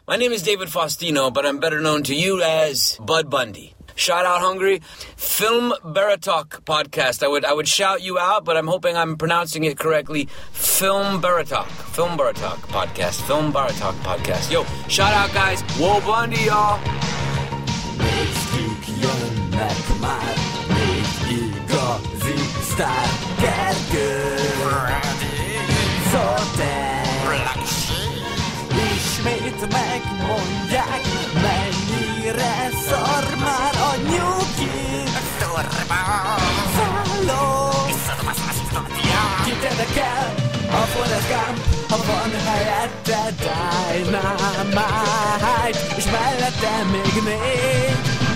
My name is David Faustino, but I'm better known to you as Bud Bundy. Shout out Hungary. Film Baratok podcast. I would shout you out, but I'm hoping I'm pronouncing it correctly. Film Baratok. Film Baratok podcast. Film Baratok podcast. Yo, shout out guys. Whoa Bundy, y'all. Ismét megmondják, mennyire szar már a nyugi. Szálló, kit érdekel a Forrest Gump, ha van helyette Dynamite, és mellette még 4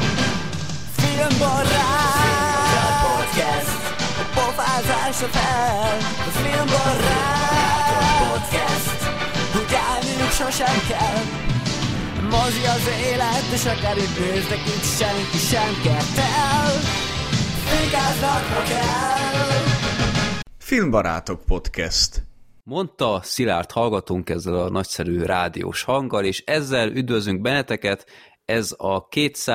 filmbarát podcast, pofázásra fel, a filmbarát podcast, úgy állniuk sosem kell. Mozi az élet, és akár itt néznek, itt senki sem kertel. Fikáznak, ha kell. Filmbarátok podcast. Mondta Szilárd hallgatónk ezzel a nagyszerű rádiós hanggal, és ezzel üdvözlünk benneteket. Ez a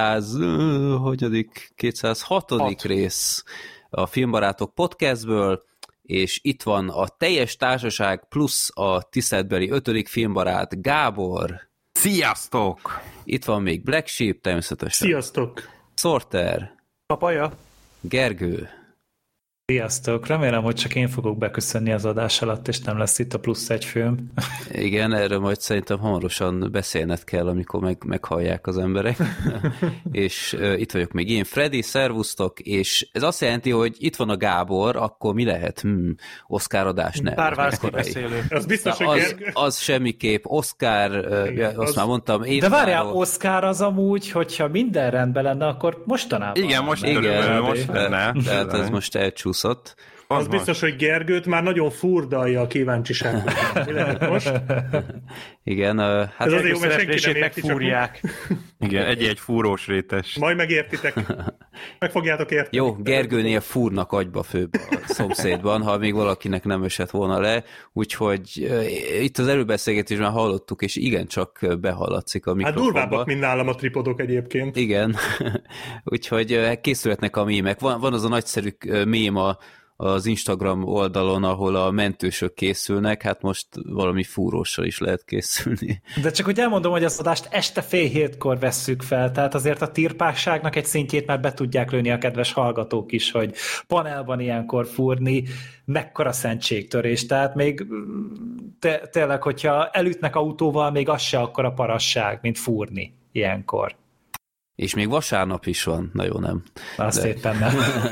206. rész a Filmbarátok podcastből, és itt van a teljes társaság plusz a tiszteletbeli 5. filmbarát Gábor. Sziasztok! Itt van még Black Sheep, természetesen. Sziasztok! Sorter. Papaja. Gergő. Sziasztok! Remélem, hogy csak én fogok beköszönni az adás alatt, és nem lesz itt a plusz egy film. Igen, erről majd szerintem hamarosan beszélned kell, amikor meghallják az emberek. És itt vagyok még én, Freddy, szervusztok, és ez azt jelenti, hogy itt van a Gábor, akkor mi lehet? Oscar adás? Nem. Párvázki beszélő. Az biztos, hogy az semmiképp. Oscar, azt már mondtam. De várjál, Oscar az amúgy, hogyha minden rendben lenne, akkor mostanában. Igen, most lenne. Tehát ez most elcsúszott. Az biztos, hogy Gergőt már nagyon furdalja a kíváncsiság. Mi lehet most? Igen, hát ez azért jó, mert senki nem érti, fúrják. Igen, egy fúrós rétes. Majd megértitek. Meg fogjátok érteni. Jó, Gergőnél fúrnak agyba főbb a szomszédban, ha még valakinek nem esett volna le, úgyhogy itt az előbeszélgetésben hallottuk, és igencsak behallatszik a mikrofonba. Hát durvábbak, mint nálam a tripodok egyébként. Igen, úgyhogy készülhetnek a mémek. Van az a nagyszerű mém az Instagram oldalon, ahol a mentősök készülnek, hát most valami fúróssal is lehet készülni. De csak úgy elmondom, hogy az adást este 6:30-kor vesszük fel, tehát azért a tirpásságnak egy szintjét már be tudják lőni a kedves hallgatók is, hogy panelban ilyenkor fúrni, mekkora szentségtörés, tehát még tényleg, hogyha elütnek autóval, még az se akkora parasság, mint fúrni ilyenkor. És még vasárnap is van, na jó, nem. Azt éppen nem.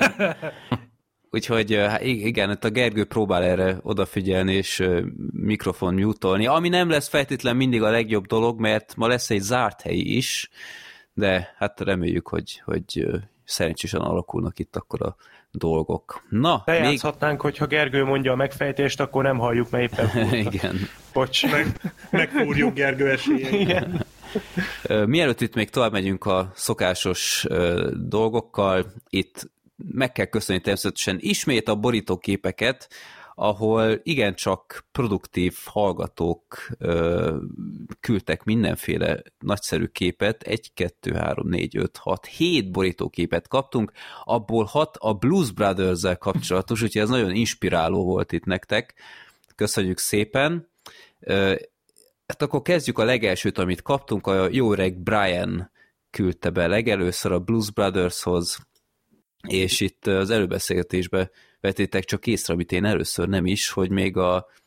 Úgyhogy igen, itt a Gergő próbál erre odafigyelni és mikrofon mute-olni, ami nem lesz feltétlen mindig a legjobb dolog, mert ma lesz egy zárt hely is, de hát reméljük, hogy szerencsésen alakulnak itt akkor a dolgok. Na, bejátszhatnánk, hogyha Gergő mondja a megfejtést, akkor nem halljuk, mert éppen fúrta. Igen. Bocs. Megfúrjuk Gergő esélyeit. Igen. Mielőtt itt még tovább megyünk a szokásos dolgokkal, itt meg kell köszönni természetesen ismét a borítóképeket, ahol igencsak produktív hallgatók küldtek mindenféle nagyszerű képet, 1, 2, 3, 4, 5, 6, 7 borítóképet kaptunk, abból 6 a Blues Brothers-zel kapcsolatos, úgyhogy ez nagyon inspiráló volt itt nektek. Köszönjük szépen! Hát akkor kezdjük a legelsőt, amit kaptunk, a jó öreg Brian küldte be legelőször a Blues Brothershoz, és itt az előbeszélgetésbe vetétek csak észre, amit én először nem is, hogy még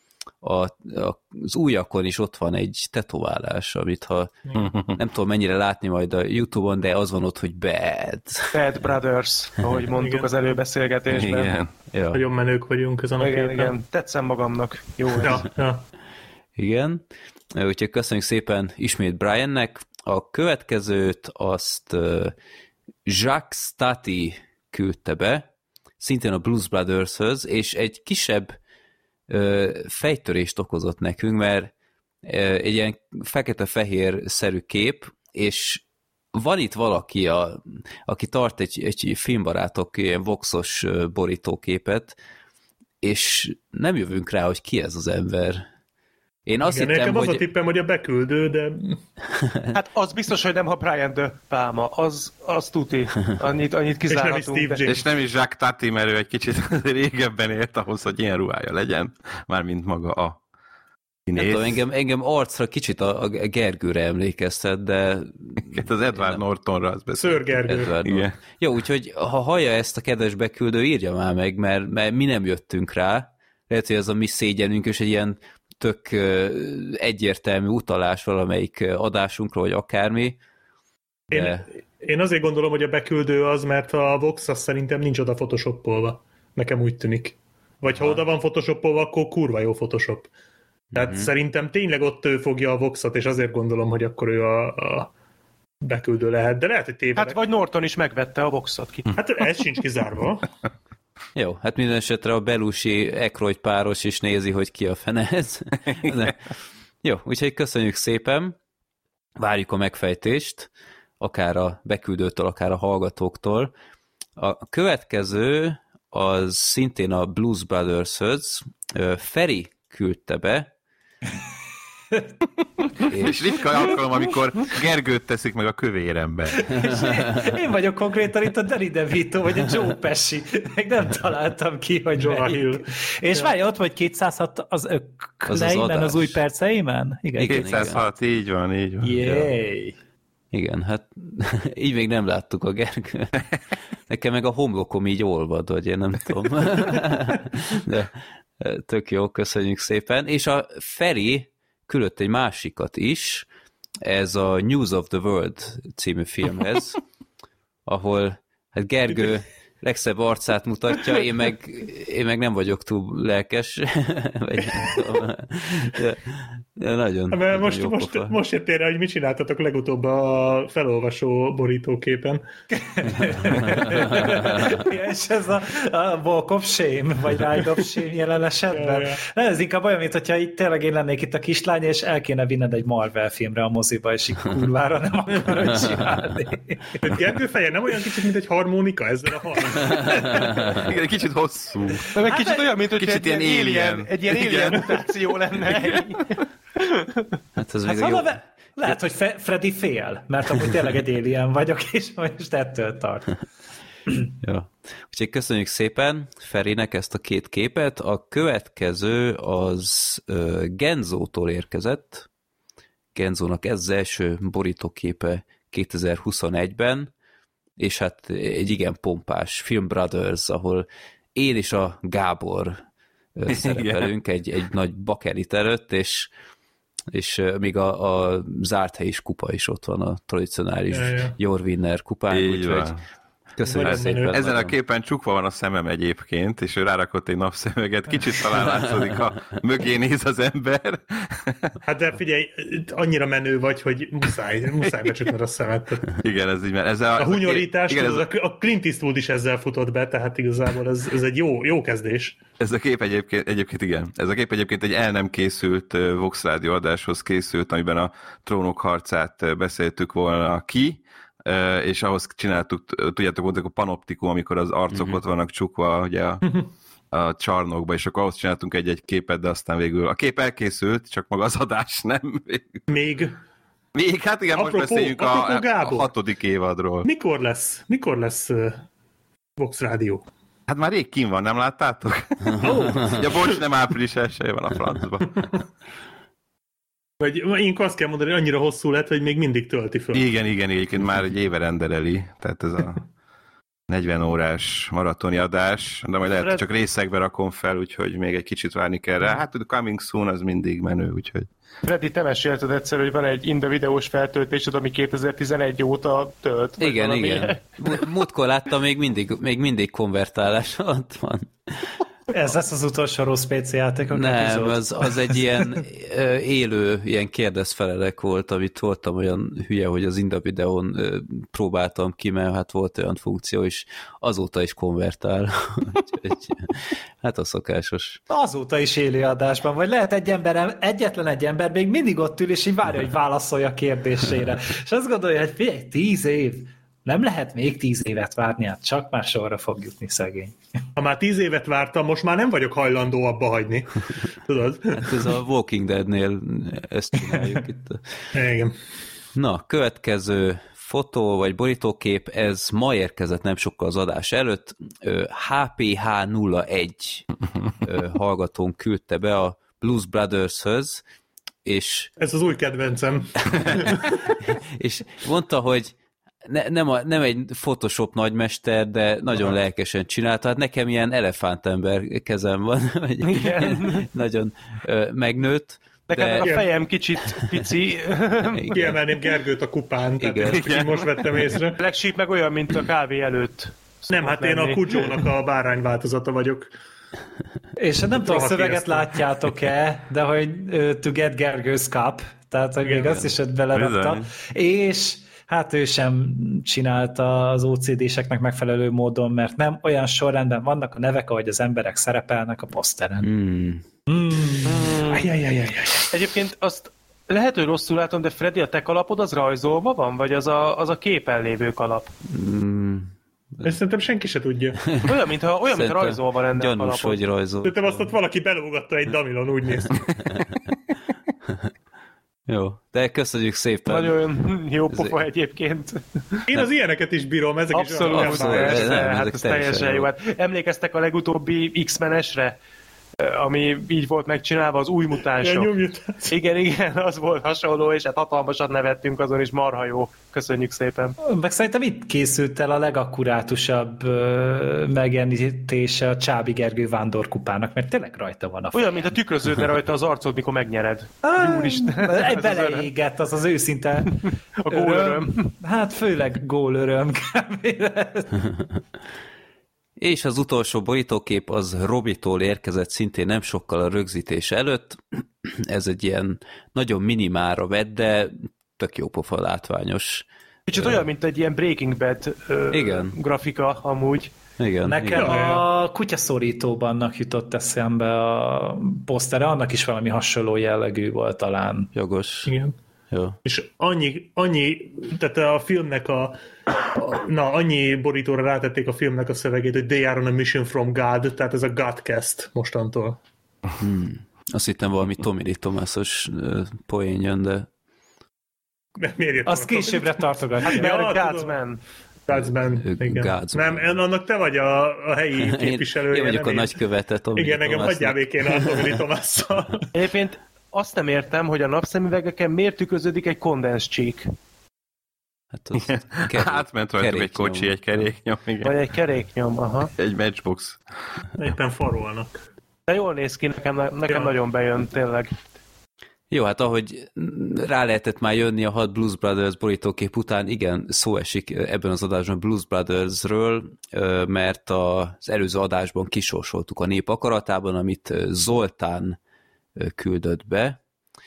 az ujjakon is ott van egy tetoválás, amit ha nem tudom mennyire látni majd a YouTube-on, de az van ott, hogy Bad Brothers, ahogy mondtuk igen. Az előbeszélgetésben. Igen. Ja. Nagyon menők vagyunk ezen a képen. Igen, tetszem magamnak. Jó. Ja. Igen. Úgyhogy köszönjük szépen ismét Briannek. A következőt azt Jacques Stati küldte be, szintén a Blues Brothers-höz, és egy kisebb fejtörést okozott nekünk, mert egy ilyen fekete-fehér-szerű kép, és van itt valaki, aki tart egy filmbarátok ilyen voxos borítóképet, és nem jövünk rá, hogy ki ez az ember. Én azt hittem, nekem hogy... az a tippem, hogy a beküldő, de... Hát az biztos, hogy nem, ha Brian De Palma, az tuti. Annyit kizárhatunk. És nem is Jacques Tati, mert ő egy kicsit régebben élt ahhoz, hogy ilyen ruhája legyen, mármint maga a színész. Engem arcra kicsit a Gergőre emlékeztet, de... Az Edward Nortonra az beszél. Sir Gergő. Igen. Jó, úgyhogy ha hallja ezt a kedves beküldő, írja már meg, mert mi nem jöttünk rá. Lehet, hogy ez a mi szégyenünk, és egy ilyen tök egyértelmű utalás valamelyik adásunkról, vagy akármi. De... Én azért gondolom, hogy a beküldő az, mert a Vox az szerintem nincs oda photoshopolva. Nekem úgy tűnik. Vagy ha oda van photoshopolva, akkor kurva jó Photoshop. Tehát szerintem tényleg ott ő fogja a Voxot, és azért gondolom, hogy akkor ő a beküldő lehet. De lehet, hogy tévedek. Hát vagy Norton is megvette a Voxot ki. Hát ez sincs kizárva. Jó, hát minden esetre a Belushi Aykroyd páros is nézi, hogy ki a fene ez. De... Jó, úgyhogy köszönjük szépen, várjuk a megfejtést, akár a beküldőtől, akár a hallgatóktól. A következő az szintén a Blues Brothers-höz. Feri küldte be. És ritka alkalom, amikor Gergőt teszik meg a kövér ember. Én vagyok konkrétan itt a Danny DeVito, vagy a Joe Pesci. Meg nem találtam ki, hogy Jonah melyik. Hill. És várja, ott vagy 206 az Ökleimen, az új perceimen? Igen. 206, így van. Yay. Igen, hát így még nem láttuk a Gergő. Nekem meg a homlokom így olvad, vagy én nem tudom. De tök jó, köszönjük szépen. És a Feri küldött egy másikat is, ez a News of the World című filmhez, ahol hát Gergő legszebb arcát mutatja, én meg nem vagyok túl lelkes, vagy nem tudom. De nagyon, Mert nagyon most jöttél rá, hogy mit csináltatok legutóbb a felolvasó borítóképen. És ez a Walk of Shame, vagy Ride of Shame jelen esetben. Ez inkább olyan, mint hogyha itt tényleg én lennék itt a kislány, és el kéne vinned egy Marvel filmre a moziba, és így kurvára nem akarod csinálni. Gergő feje nem olyan kicsit, mint egy harmonika ezzel a harmonika. Igen, egy kicsit hosszú. De meg kicsit olyan, mint hogy kicsit ilyen alien. egy ilyen alien mutáció lenne. Hát ez Hát még jó. lehet, hogy Freddy fél, mert amúgy tényleg egy alien vagyok, és most ettől tart. Ja. Úgyhogy köszönjük szépen Ferinek ezt a két képet. A következő az Genzótól érkezett. Genzónak ez az első borítóképe 2021-ben, és hát egy igen pompás Film Brothers, ahol én és a Gábor szerepelünk egy nagy bakelit előtt, és még a zárt helyis kupa is ott van, a tradicionális Jorvinner kupán, úgyhogy köszönjük szépen. Ezen a képen csukva van a szemem egyébként, és ő rárakott egy napszemüveget, kicsit talán látszódik, a mögé néz az ember. Hát de figyelj, annyira menő vagy, hogy muszáj becsuknod a szemet. Igen, ez így, mert a hunyorítás, a Clint Eastwood is ezzel futott be, tehát igazából ez egy jó kezdés. Ez a kép egyébként igen. Ez a kép egyébként egy el nem készült Vox Rádió adáshoz készült, amiben a Trónok harcát beszéltük volna ki, és ahhoz csináltuk, tudjátok, voltak a panoptikum, amikor az arcok ott vannak csukva ugye a csarnokba, és akkor ahhoz csináltunk egy képet, de aztán végül a kép elkészült, csak maga az adás nem. Még, hát igen, most beszéljünk a 6. évadról. Mikor lesz Vox Rádió? Hát már rég kín van, nem láttátok? Ja, bocs, nem április 1-je van a francba. Vagy én azt kell mondani, hogy annyira hosszú lett, hogy még mindig tölti föl. Igen, egyébként már egy éve rendereli, tehát ez a 40 órás maratoni adás, de majd lehet, hogy csak részekbe rakom fel, úgyhogy még egy kicsit várni kell rá. Hát a Coming Soon az mindig menő, úgyhogy... Freddy, te mesélted egyszer, hogy van egy Inda videós feltöltésed, ami 2011 óta tölt. Igen. Múltkor láttam, még mindig konvertálás ott van. Ez lesz az utolsó rossz PC játékok Nem, az egy ilyen élő, ilyen kérdezfelelek volt, amit voltam olyan hülye, hogy az Inda videón próbáltam ki, mert hát volt olyan funkció, és azóta is konvertál. Hát a szokásos. Azóta is élő adásban, vagy lehet egyetlen egy ember még mindig ott ül, és így várja, hogy válaszolja a kérdésére. És azt gondolja, hogy figyelj, 10 év, Nem lehet még 10 évet várni, hát csak már sorra fog jutni szegény. Ha már 10 évet vártam, most már nem vagyok hajlandó abba hagyni. Tudod? Hát ez a Walking Deadnél ezt csináljuk itt. Igen. Na, következő fotó vagy borítókép, ez ma érkezett nem sokkal az adás előtt. HPH01 hallgatónk küldte be a Blues Brothers-höz, és... Ez az új kedvencem. és mondta, hogy nem egy Photoshop nagymester, de nagyon lelkesen csinálta. Hát nekem ilyen elefántember kezem van, nagyon megnőtt. Nekem a fejem kicsit pici. Kiemelném Gergőt a kupán, tehát most vettem észre. Legsíp meg olyan, mint a kávé előtt. Nem, hát én a Kudzsónak a bárány változata vagyok. És nem tudom, a szöveget látjátok-e, de hogy to get Gergő's cup, tehát hogy még azt is ott belerakta. És hát ő sem csinálta az OCD-seknek megfelelő módon, mert nem olyan sorrendben vannak a nevek, ahogy az emberek szerepelnek a poszteren. Egyébként azt lehet, hogy rosszul látom, de Freddy, a te kalapod az rajzolva van? Vagy az a képen lévő kalap? Ezt szerintem senki se tudja. Olyan, mintha rajzolva lenne a kalapod. Gyanús, hogy rajzol. Szerintem azt ott valaki belógatta egy damilon, úgy néz. Jó, de köszönjük szépen. Nagyon jó pofa egyébként. Én az ilyeneket is bírom, ezek abszolút, is olyan nem, hát ezek ez teljesen jó. Hát emlékeztek a legutóbbi X-menesre? Ami így volt megcsinálva, az új mutánsok. Igen, az volt hasonló, és hát hatalmasat nevettünk azon is, marha jó. Köszönjük szépen. Meg szerintem itt készült el a legakkurátusabb megjelenítése a Csábi Gergő vándorkupának, mert tényleg rajta van a olyan, mint a tükröződne rajta az arcod, mikor megnyered. Úristen. Beleégett az őszinte a gólöröm. Hát főleg gólöröm. És az utolsó borítókép az Robitól érkezett szintén nem sokkal a rögzítés előtt. Ez egy ilyen nagyon minimára vett, de tök jó pofa, látványos. Kicsit olyan, mint egy ilyen Breaking Bad grafika amúgy. Igen. Nekem a kutyaszorítóbannak jutott eszembe a posztere, annak is valami hasonló jellegű volt talán. Jogos. Igen. Jó. És annyi, tehát a filmnek annyi borítóra rátették a filmnek a szövegét, hogy they are on a mission from God, tehát ez a Godcast mostantól. Azt hittem valami Tommy Lee Thomas-os poén jön, de... Azt későbbre tartogatja. Hát mert Godsman. Godsman, igen. Nem, annak te vagy a helyi képviselője. Én vagyok a nagykövete Tommy Lee Thomasnak. Igen, nekem hagyjál békén a Tommy Lee Thomasszal. Egyébként azt nem értem, hogy a napszemüvegeken miért tükröződik egy kondenszcsík. Hát átment rajtuk egy kocsi, egy keréknyom. Igen. Vagy egy keréknyom, aha. Egy matchbox. Éppen farolnak. De jól néz ki, nekem nagyon bejön, tényleg. Jó, hát ahogy rá lehetett már jönni a 6 Blues Brothers borítókép után, igen, szó esik ebben az adásban Blues Brothersről, mert az előző adásban kisorsoltuk a nép akaratában, amit Zoltán küldött be,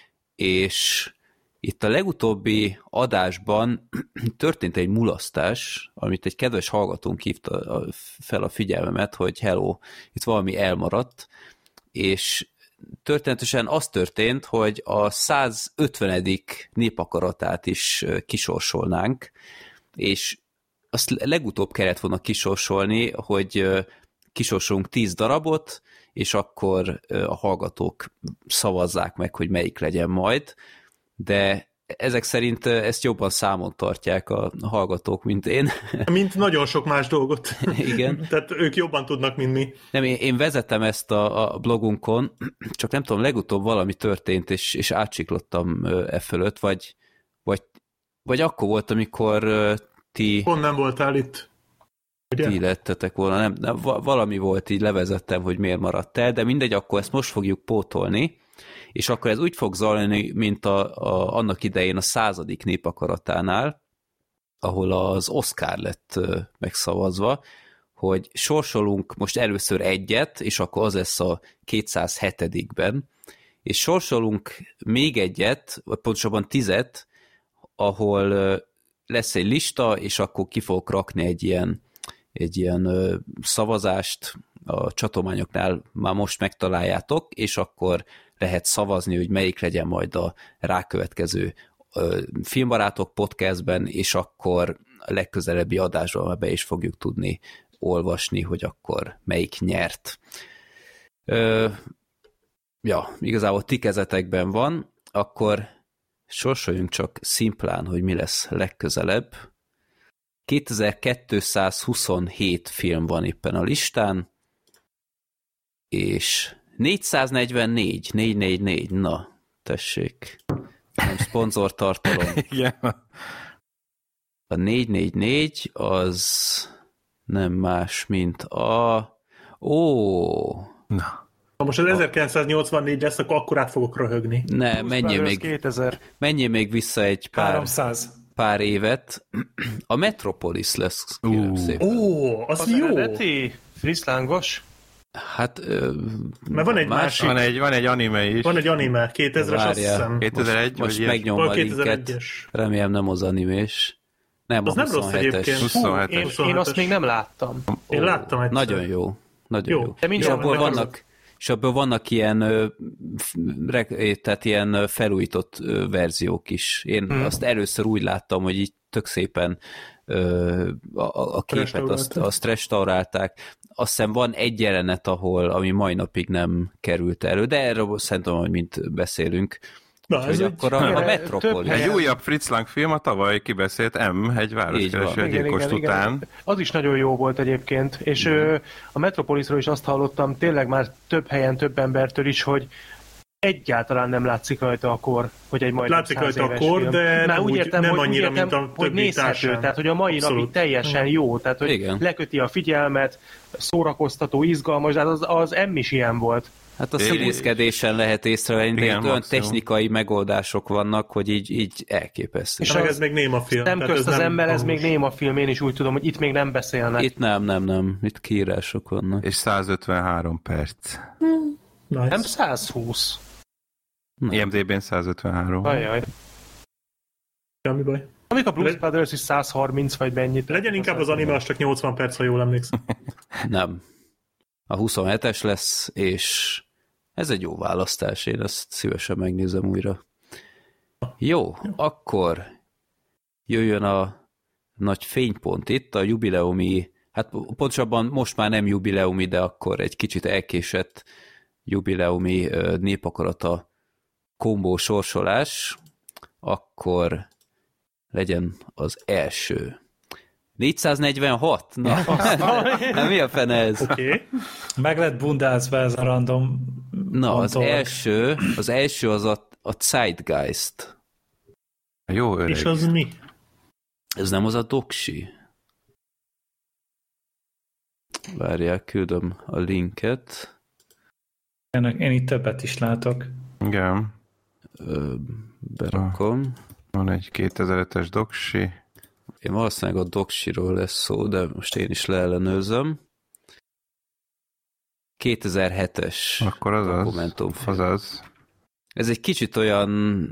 és itt a legutóbbi adásban történt egy mulasztás, amit egy kedves hallgatónk hívta fel a figyelmemet, hogy hello, itt valami elmaradt, és történetesen az történt, hogy a 150. népakaratát is kisorsolnánk, és azt legutóbb kellett volna kisorsolni, hogy kisorsolunk 10 darabot, és akkor a hallgatók szavazzák meg, hogy melyik legyen majd, de ezek szerint ezt jobban számon tartják a hallgatók, mint én. Mint nagyon sok más dolgot. Igen. Tehát ők jobban tudnak, mint mi. Nem, én vezetem ezt a blogunkon, csak nem tudom, legutóbb valami történt, és átsiklottam fölött, vagy akkor volt, amikor ti... Pont nem voltál itt. Ugye? Ti lettetek volna, nem, valami volt, így levezettem, hogy miért maradt el, de mindegy, akkor ezt most fogjuk pótolni, és akkor ez úgy fog zajlani, mint annak idején a 100. népakaratánál, ahol az Oscar lett megszavazva, hogy sorsolunk most először egyet, és akkor az lesz a 207-ben, és sorsolunk még egyet, vagy pontosabban 10, ahol lesz egy lista, és akkor ki fogok rakni egy ilyen szavazást, a csatományoknál már most megtaláljátok, és akkor lehet szavazni, hogy melyik legyen majd a rákövetkező Filmbarátok podcastben, és akkor a legközelebbi adásban már be is fogjuk tudni olvasni, hogy akkor melyik nyert. Igazából ti kezetekben van, akkor sorsoljunk csak szimplán, hogy mi lesz legközelebb. 2227 film van éppen a listán, és 444, na, tessék, nem szponzortartalom. Igen. A 444 az nem más, mint a... Na. Ha most az 1984 lesz, akkor át fogok röhögni. Ne, menjél 2000. még vissza egy 300. pár évet. A Metropolis lesz, kérem szépen. Az jó! Eredeti friszlángos. Hát... Mert van egy másik. Van egy anime is. Van egy anime, 2000-es azt hiszem. 2001 most megnyom a linket. 2001-es. Remélem nem az animés. Nem, Az a nem rossz 27-es. egyébként. 27-es. Én azt még nem láttam. Én láttam egyszer. Nagyon jó. Nagyon jó. De És abból vannak ilyen, tehát ilyen felújított verziók is. Én azt először úgy láttam, hogy így tök szépen a képet azt restaurálták. Azt hiszem van egy jelenet, ami mai napig nem került elő, de erről szerintem, hogy mint beszélünk. Na, ez akkor a Metropolis. Egy újabb Fritz Lang film, a tavaly kibeszélt egy városkereső gyilkost után. Igen. Az is nagyon jó volt egyébként, és a Metropolisról is azt hallottam, tényleg már több helyen, több embertől is, hogy egyáltalán nem látszik rajta a kor, hogy egy majdnem látszik 100 rajta a éves kor, film. de már nem annyira, mint a hogy többi nézhető, társán. tehát hogy a mai napig teljesen jó, tehát hogy igen. leköti a figyelmet, szórakoztató, izgalmas, de az M is ilyen volt. Hát a színészkedésen lehet észrevenni, de olyan maximum. Technikai megoldások vannak, hogy így elképesztő. És ez még néma film. Nem közt az ember, ez még néma film, én is úgy tudom, hogy itt még nem beszélnek. Itt nem. Itt kiírások vannak. És 153 perc. Nice. Nem 120. IMDb-n 153. Ajaj. Semmi baj. Amik a Blues Brothers is 130 vagy mennyit. Legyen inkább az anime, az csak 80 perc, ha jól emlékszem. Nem. A 27-es lesz, és ez egy jó választás, én ezt szívesen megnézem újra. Jó, akkor jöjjön a nagy fénypont itt, a jubileumi, hát pontosabban most már nem jubileumi, de akkor egy kicsit elkésett jubileumi Népakarata kombó sorsolás, akkor legyen az első. 446? Na, mi a fene ez? Oké. Meg lett bundázva ez a random. Na, az első az a Zeitgeist. Jó öreg. És az mi? Ez nem az a doksi? Várják, küldöm a linket. Én itt többet is látok. Igen. Berakom. Van egy 2005-es doksi. Én valószínűleg a doksiról lesz szó, de most én is leellenőzöm. 2007-es Akkor dokumentumfilm. az. Ez egy kicsit olyan,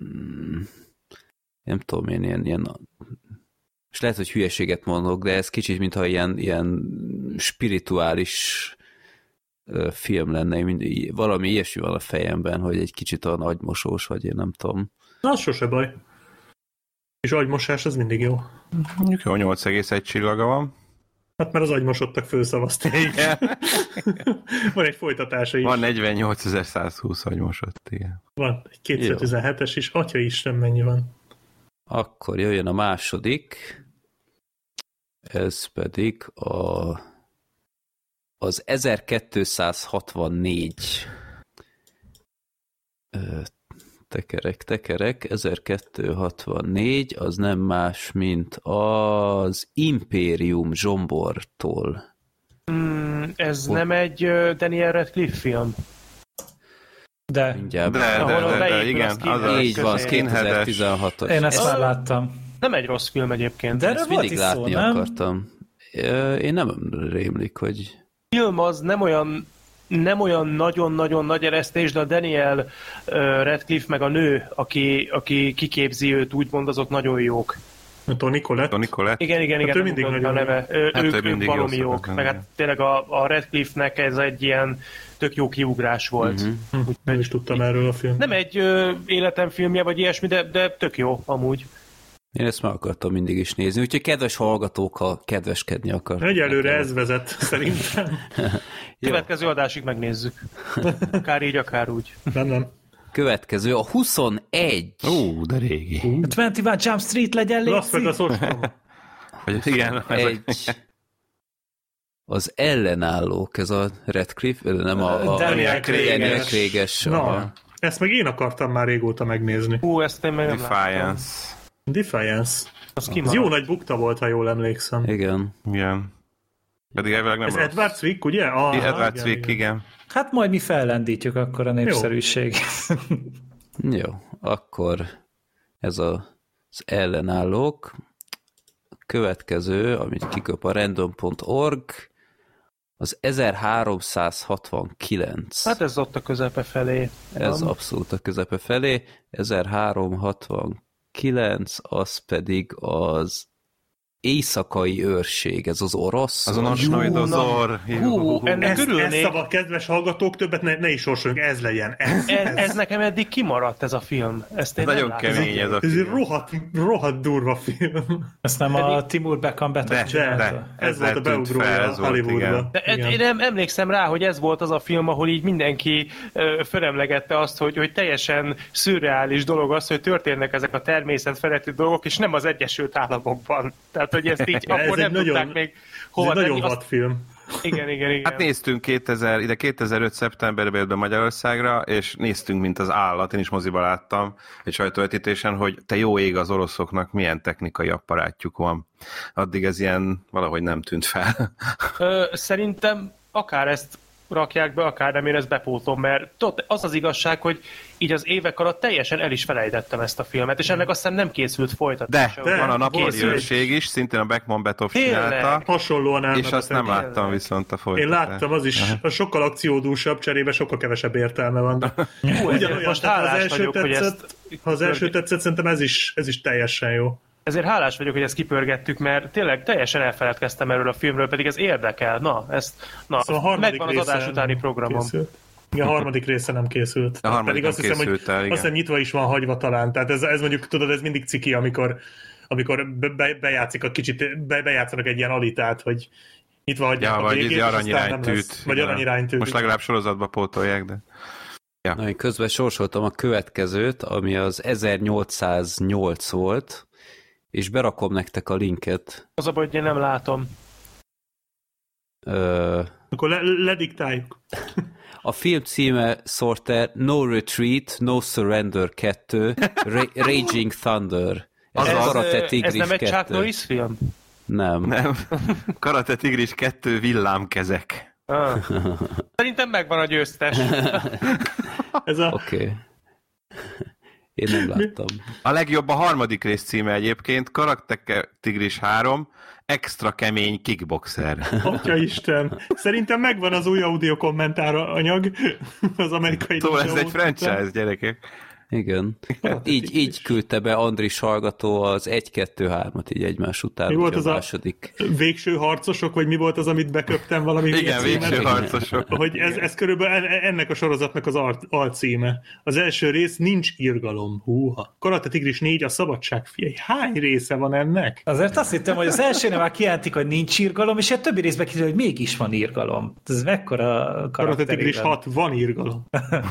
nem tudom én, ilyen és lehet, hogy hülyeséget mondok, de ez kicsit, mintha ilyen spirituális film lenne, valami ilyesmi van a fejemben, hogy egy kicsit olyan agymosós, vagy én nem tudom. Na, az sose baj. És agymosás, az mindig jó. Mondjuk jó, 8,1 csillaga van. Hát mert az agymosodtak fölszavazták. Igen. Van egy folytatása is. Van 48.120 agymosott, igen. Van egy 2017-es is. Atya Isten, mennyi van. Akkor jöjjön a második. Ez pedig az 1264. Tekerek, 1264, az nem más, mint az Imperium Zsombortól. Ez nem egy Daniel Radcliffe film? De De, igen. Így van, 2016-os. én ezt már láttam. Nem egy rossz film egyébként. De Ezt mindig látni akartam. Én nem rémlik, hogy... A film az nem olyan nagyon-nagyon nagy eresztés, de a Daniel Radcliffe meg a nő, aki kiképzi őt, úgymond azok nagyon jók. Toni Collette. Igen, Hát ő mindig a nagyon neve. Ők valami jók. Meg hát tényleg a Radcliffe-nek ez egy ilyen tök jó kiugrás volt. Nem is tudtam erről a film. Nem egy életemfilmje, vagy ilyesmi, de tök jó amúgy. Én ezt meg akartam mindig is nézni, úgyhogy kedves hallgatók, ha kedveskedni akar. Egyelőre ez vezet, szerintem. Következő adásig megnézzük. Akár így, akár úgy. Nem. Következő a 21. De régi. 21 Jump Street legyen Lass meg légy. a szorstrom. Igen. Az ellenállók, ez a Radcliffe, nem a Daniel Craig-es. Na, ezt meg én akartam már régóta megnézni. Ezt én meg nem láttam. Defiance. Az Ez jó nagy bukta volt, ha jól emlékszem. Igen. Igen. Pedig elvileg nem Ez rossz. Edward Zwick, ugye? Edward Zwick, igen. Hát majd mi fellendítjük akkor a népszerűség. Jó, akkor ez az ellenállók. Következő, amit kiköp a random.org, az 1369. Hát ez ott a közepe felé. Ez abszolút a közepe felé. 1369, az pedig az éjszakai őrség, ez az orosz. Az a Nocsnojdozor. Ennek örülnék. Ezt kedves hallgatók, többet ne is sorsoljunk, ez legyen. Ez nekem eddig kimaradt ez a film. Ezt én Nagyon nem kemény ez a Ez egy film. rohadt durva film. Ezt nem a Timur Bekambetov csinálta? Ez volt a beugrója Hollywoodba. De én emlékszem rá, hogy ez volt az a film, ahol így mindenki fölemlegette azt, hogy teljesen szürreális dolog az, hogy történnek ezek a természetfeletti dolgok, és nem az Egyesült Államokban. Tehát, hogy ezt így akkor nem tudták még hova tenni. Ez egy nagyon vad film. Igen. Hát néztünk 2005. szeptemberben jött be Magyarországra, és néztünk, mint az állat, én is moziba láttam egy sajtóvetítésen, hogy te jó ég, az oroszoknak milyen technikai apparátjuk van. Addig ez ilyen valahogy nem tűnt fel. Szerintem akár ezt rakják be, akár nem, én ezt bepótlom, mert az az igazság, hogy így az évek alatt teljesen el is felejtettem ezt a filmet, és ennek aztán nem készült folytatása. De van a Napoli őrség is, szintén a Bekmambetov csinálta, Hasonlóan és azt nem láttam viszont a Én folytatást. láttam, az is sokkal akciódúsabb, cserébe sokkal kevesebb értelme van. Ugyanolyan, most tehát hálás vagyok, hogy ha az első tetszett, szerintem ez is teljesen jó. Ezért hálás vagyok, hogy ezt kipörgettük, mert tényleg teljesen elfeledkeztem erről a filmről, pedig ez érdekel. Szóval megvan az adás utáni programom. Készült. Igen, a harmadik része nem készült. A harmadik pedig azt nem hiszem, készült el, hogy igen. azt hiszem nyitva is van hagyva talán. Tehát ez mondjuk, tudod, ez mindig ciki, amikor bejátszik a kicsit, bejátszanak egy ilyen alitát, hogy nyitva hagyják a végét, és aztán nem lesz. Vagy aranyiránytűt. Most legalább sorozatba pótolják, de... Ja. Na, én közben sorsoltam a következőt, ami az 1808 volt, és berakom nektek a linket. Az a baj, hogy én nem látom. Akkor lediktáljuk. A film címe Sorter No Retreat, No Surrender 2, Raging Thunder. Ez Karate Tigris 2. Ez nem egy Chuck Norris film? Nem. Karate Tigris 2 villámkezek. Szerintem megvan a győztes. Oké. Én nem láttam. A legjobb a harmadik rész címe egyébként, Karate Tigris 3, extra kemény kickboxer. Atyaisten! Szerintem megvan az új audio kommentár anyag az amerikai. Szóval ez egy franchise, gyerekek. Igen. Így küldte be Andris hallgató az 1-2-3-at így egymás után. Mi volt az második. a végső harcosok, vagy mi volt az, amit beköptem valami? Igen, végső harcosok. Hogy ez körülbelül ennek a sorozatnak az alcíme. Az első rész nincs irgalom. Húha. Karate Tigris 4, a szabadság fiai. Hány része van ennek? Azért azt hittem, hogy az elsőnél már kijelentik, hogy nincs irgalom, és a többi részben kiderül, hogy mégis van irgalom. Ez mekkora Karate Tigris 6, van irgalom.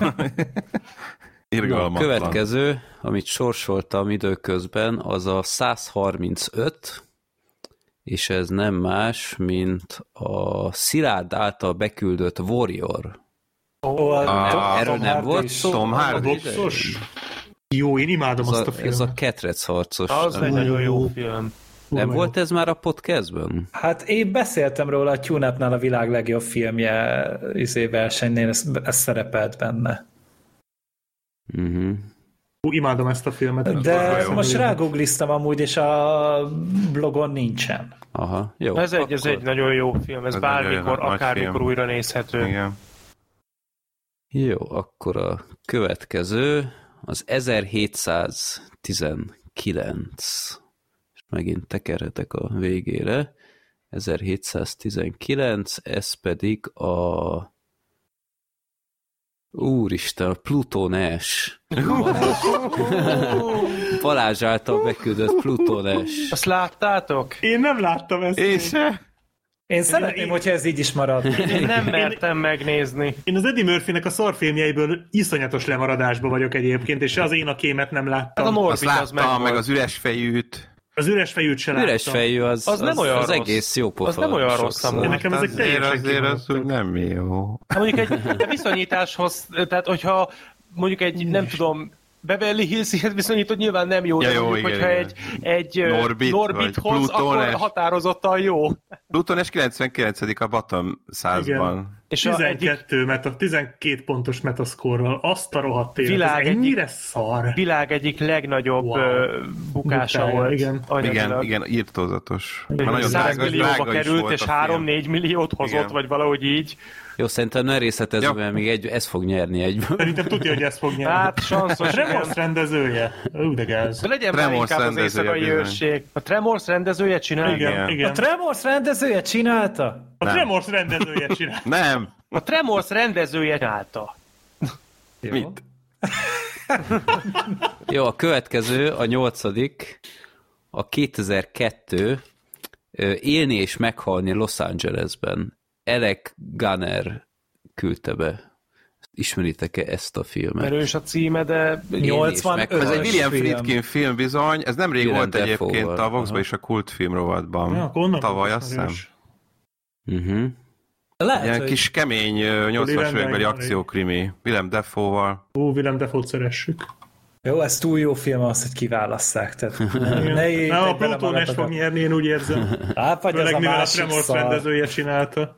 A következő, amit sorsoltam időközben, az a 135, és ez nem más, mint a Szilárd által beküldött Warrior. Erről nem volt szó? Tom Hardy. Boxos? Jó, én imádom azt a filmet. Ez a ketrec harcos. Az egy nagyon jó film. Nem volt ez már a podcastben? Hát én beszéltem róla a Tune-Up-nál a világ legjobb filmje versenynél, ez szerepelt benne. Imádom ezt a filmet. De most rágoogliztam amúgy, és a blogon nincsen. Aha, jó. Ez egy nagyon jó film, ez bármikor, akármikor újra nézhető. Igen. Jó, akkor a következő az 1719. És megint tekerhetek a végére. 1719, ez pedig a Úristen, a Pluton Ash. Balázs által beküldött Plutónes. Azt láttátok? Én nem láttam ezt. Én se. Én szeretném, hogyha ez így is marad. Én nem mertem megnézni. Én az Eddie Murphynek a szarfilmjeiből iszonyatos lemaradásba vagyok egyébként, és az én a kémet nem láttam. Hát a Azt Norbit az láttam, meg meg az üres fejűt. Az üres fejűt se láttam. Üres fejű az nem olyan az rossz. egész jó pofa. Az nem olyan rossz sokszor. amúgy. Nekem ezek teljesen Azért az úgy nem jó. Hát mondjuk egy viszonyításhoz, tehát hogyha mondjuk egy, nem tudom, Beverly Hills-hez viszonyítod, nyilván nem jó, de Ja, jó, mondjuk, igen, hogyha igen. egy Norbithoz, vagy akkor Plutónes. határozottan jó. Plutónes 99. a bottom 100-ban. És 12 pontos metaszkorral. Azt a rohadt élet. Világ Ez ennyire szar. világ egyik legnagyobb bukása Bukája, volt. igen. anyagilag. Igen, írtózatos. Igen. Már nagyon 100 drága millióba is került, volt és a film. 3-4 milliót hozott, Igen. vagy valahogy így. Jó, szerintem ne részletezünk, Jó. mert még ez fog nyerni egyből. Szerintem tudja, hogy ezt fog nyerni. Hát, sanszos, a Tremors igen. rendezője. Ú, de gáz. De legyen már Tremors inkább az rendezője éjszakai bizony. őrség. A Tremors rendezője csinálja? Igen, Igen. igen. A Tremors rendezője csinálta? A Tremors rendezője csinál. Nem! A Tremors rendezője csinálta. Jó. Mit? Jó, a következő, a 8. a 2002 Élni és meghalni Los Angelesben. Alec Gunner küldte be. Ismeritek-e ezt a filmet? Erős a címe, de... 85. Ez egy William film. Friedkin film bizony, ez nemrég Willem volt egyébként Dafoe-val. a Vox-ban és a kultfilm rovatban. Ja, akkor onnan Tavaly, volt azt hiszem. erős. Uh-huh. Lehet, Ilyen hogy... kis kemény 80-as Rendben, évekbeli igen. akciókrimi. Willem Dafoe-val. Willem Dafoe-t szeressük. Jó, ez túl jó film az, hogy kiválasszák. Tehát Igen. ne éljétek Na, a bele Plutónes magatokat. fog nyerni, én úgy érzem. Hát, vagy az Főleg a mivel a másik Tremors szar. rendezője csinálta.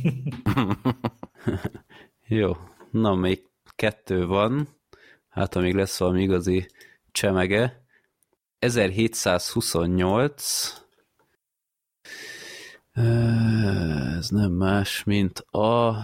Jó, na még 2 van. Hát, amíg lesz valami igazi csemege. 1728. Ez nem más, mint a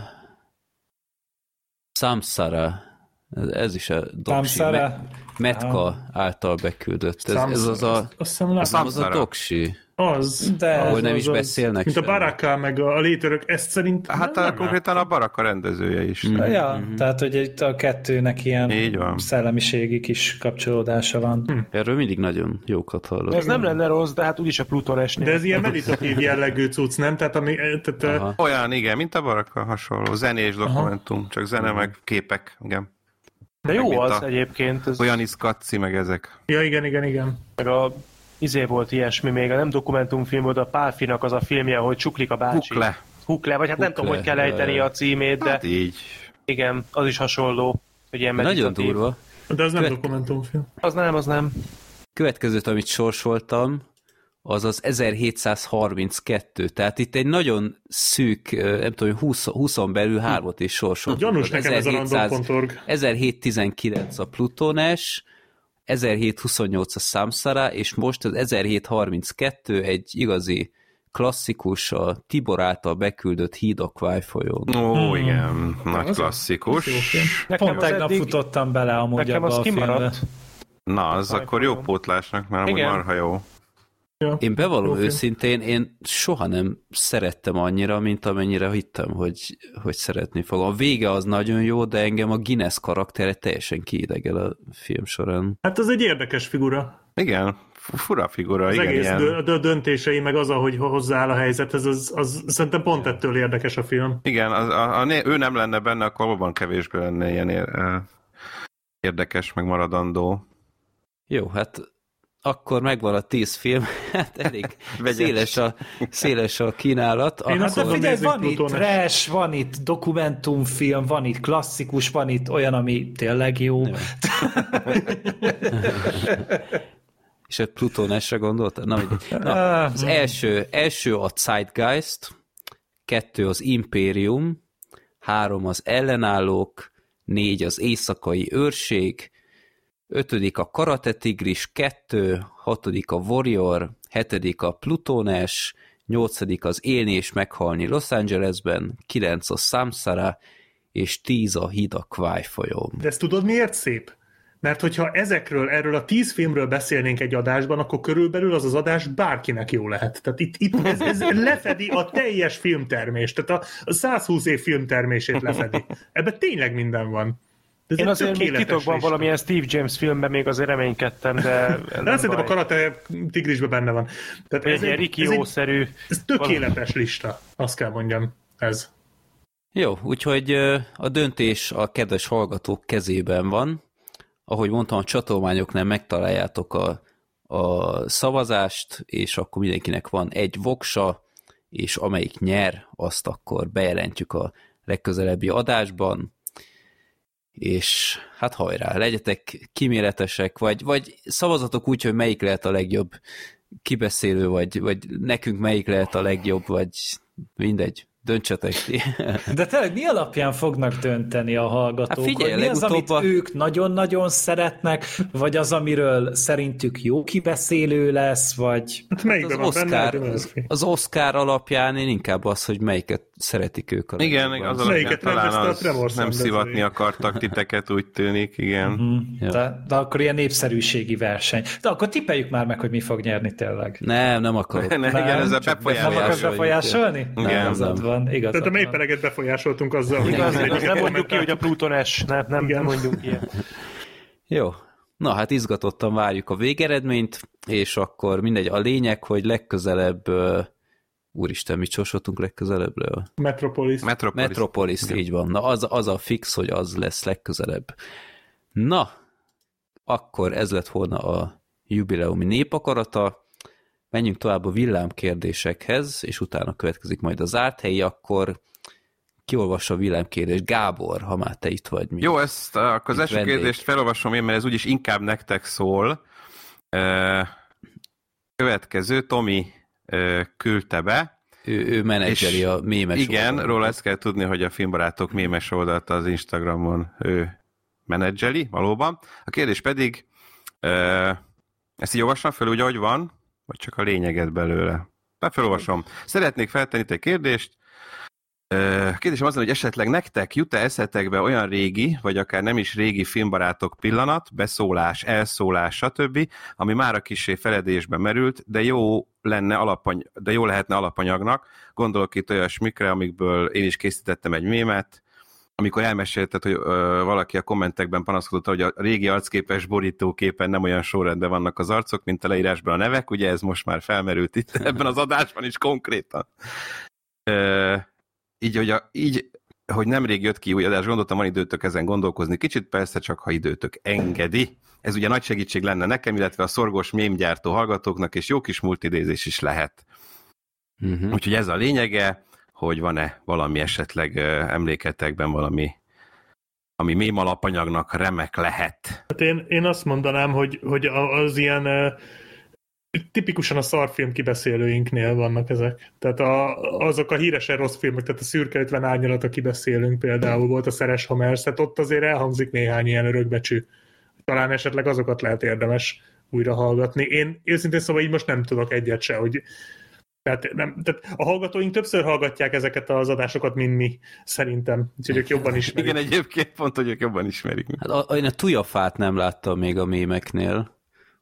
Samsara. Ez is a doksi. Samsara? Metka által beküldött. Ez az a, Azt hiszem látom. az a doksi. Az. De Ahol az, nem az, is az. beszélnek Mint a semmit. Baraka, meg a létörök, ezt szerintem Hát nem konkrétan a Baraka rendezője is. Ja, tehát hogy itt a kettőnek ilyen Így van. szellemiségi kis kapcsolódása van. Erről mindig nagyon jókat hallok. Ez nem lenne rossz, de hát úgyis a Plutonesnél. De ez ilyen meditatív jellegű cucc, nem? Tehát, Aha. Olyan, igen, mint a Baraka hasonló. Zenés dokumentum, csak zene meg képek, igen. De jó Meg mint az a- egyébként. Ez Olyan iszkatci, meg ezek. Ja, igen. meg a volt ilyesmi még, a nem dokumentumfilm volt, a Pálfinak az a filmje, hogy csuklik a bácsi. Hukle. Vagy hát nem tudom, hogy kell Hukle, ejteni a címét, de Hát így. igen, az is hasonló, hogy ilyen Nagyon meditatív. durva. De az nem Követ- dokumentumfilm. Az nem. Következőt, amit sorsoltam, az az 1732. Tehát itt egy nagyon szűk, nem tudom, 20-on belül 3-ot is sorsoltunk. Gyanús Az nekem ez a random.org. 1719 a Plutónes, 1728 a Samsara, és most az 1732 egy igazi klasszikus, a Tibor által beküldött Híd a Kváj folyón. Ó, igen, nagy Az klasszikus. jó film. Nekem Pont az tegnap eddig- futottam bele amúgy Nekem abba az a filmbe. kimaradt. Na, az Kváj akkor jó folyón. pótlásnak, mert amúgy Igen. marha jó. Én bevallom Jó film. őszintén, én soha nem szerettem annyira, mint amennyire hittem, hogy szeretni fogom. A vége az nagyon jó, de engem a Guinness karaktere teljesen kiidegel a film során. Hát az egy érdekes figura. Igen, fura figura, Az igen, egész ilyen. döntései, meg az, ahogy hozzááll a helyzethez, az szerintem pont ettől érdekes a film. Igen, ő nem lenne benne, akkor valóban kevésbé lenne ilyen érdekes, meg maradandó. Jó, hát akkor megvan a 10 film, hát elég Vegyes. széles a kínálat. Én Hát azt de mondom, figyelj, nézzük van itt Plutónes. trash, van itt dokumentumfilm, van itt klasszikus, van itt olyan, ami tényleg jó. És a Plutónesre gondoltad? Na, az első a Zeitgeist, 2 az Imperium, 3 az Ellenállók, 4 az Éjszakai Őrség, 5. a Karate Tigris 2, 6. a Warrior, 7. a Plutónes, 8. az Élni és meghalni Los Angelesben, 9 a Samsara, és 10 a Híd a Kváj folyón. De ezt tudod miért szép? Mert hogyha erről a 10 filmről beszélnénk egy adásban, akkor körülbelül az adás bárkinek jó lehet. Tehát itt ez lefedi a teljes filmtermést, tehát a 120 év filmtermését lefedi. Ebben tényleg minden van. Én azért még titokban valamilyen Steve James filmben még azért reménykedtem, de szerintem a Karate Tigrisben benne van. Tehát ez egy Rikio-szerű... Ez tökéletes lista, azt kell mondjam, ez. Jó, úgyhogy a döntés a kedves hallgatók kezében van. Ahogy mondtam, a csatolmányoknál megtaláljátok a szavazást, és akkor mindenkinek van egy voksa, és amelyik nyer, azt akkor bejelentjük a legközelebbi adásban, és hát hajrá, legyetek kíméletesek, vagy szavazatok úgy, hogy melyik lehet a legjobb kibeszélő, vagy nekünk melyik lehet a legjobb, vagy mindegy. Döntsetek ki. De tényleg mi alapján fognak dönteni a hallgatók? Hát figyelj, mi az, amit ők nagyon-nagyon szeretnek, vagy az, amiről szerintük jó kibeszélő lesz, vagy... Hát az Oscar alapján én inkább az, hogy melyiket szeretik ők. Igen, az alapján talán nem szivatni akartak titeket, úgy tűnik, igen. Ja. De akkor ilyen népszerűségi verseny. De akkor tippeljük már meg, hogy mi fog nyerni tényleg. Nem akarok. Igen, ezzel befolyásolni. Nem akarsz befolyásolni? Igen. Van, igazad tehát a mélypeleget befolyásoltunk azzal, hogy... Nem mondjuk ki, hogy a Pluton S, nem mondjuk ilyen. Jó. Na, hát izgatottan várjuk a végeredményt, és akkor mindegy, a lényeg, hogy legközelebb... Úristen, mit sorsoltunk legközelebbre? Metropolis, így van. Na, az a fix, hogy az lesz legközelebb. Na, akkor ez lett volna a jubileumi népakarata. Menjünk tovább a villámkérdésekhez, és utána következik majd az zárt helyi, akkor kiolvassa a villámkérdést. Gábor, ha már te itt vagy. Jó, ezt akkor az első kérdést felolvasom én, mert ez úgyis inkább nektek szól. Következő, Tomi küldte be. Ő menedzseli a mémes igen, oldalt. Róla ezt kell tudni, hogy a Filmbarátok mémes oldalt az Instagramon ő menedzseli, valóban. A kérdés pedig, ezt így olvassam fel úgy, ahogy van, vagy csak a lényeget belőle? Felolvasom. Szeretnék feltenni egy kérdést. Kérdésem az, hogy esetleg nektek jut-e eszetekbe olyan régi, vagy akár nem is régi filmbarátok pillanat, beszólás, elszólás, stb., ami már a kissé feledésbe merült, de jó lehetne alapanyagnak. Gondolok itt olyasmikre, amikből én is készítettem egy mémet, amikor elmesélted, hogy valaki a kommentekben panaszkodott, hogy a régi arcképes borítóképen nem olyan sorrendben vannak az arcok, mint a leírásban a nevek, ugye ez most már felmerült itt ebben az adásban is konkrétan. Így, hogy nemrég jött ki új adás, gondoltam, van időtök ezen gondolkozni kicsit, persze csak, ha időtök engedi. Ez ugye nagy segítség lenne nekem, illetve a szorgos mémgyártó hallgatóknak, és jó kis multidézés is lehet. Úgyhogy ez a lényege, hogy van-e valami esetleg emléketekben valami, ami mém alapanyagnak remek lehet. Hát én azt mondanám, hogy az ilyen tipikusan a szarfilm kibeszélőinknél vannak ezek. Tehát azok a híresen rossz filmek, tehát a Szürke 50 árnyalat, a kibeszélünk például volt a Szeres Hamersz, tehát ott azért elhangzik néhány ilyen örökbecsű. Talán esetleg azokat lehet érdemes újra hallgatni. Én őszintén szóval így most nem tudok egyet se, hogy tehát a hallgatóink többször hallgatják ezeket az adásokat, mint mi, szerintem. Úgyhogy ők jobban ismerik. Igen, egyébként pont, hogy ők jobban ismerik. Hát én a Tujafát nem láttam még a mémeknél.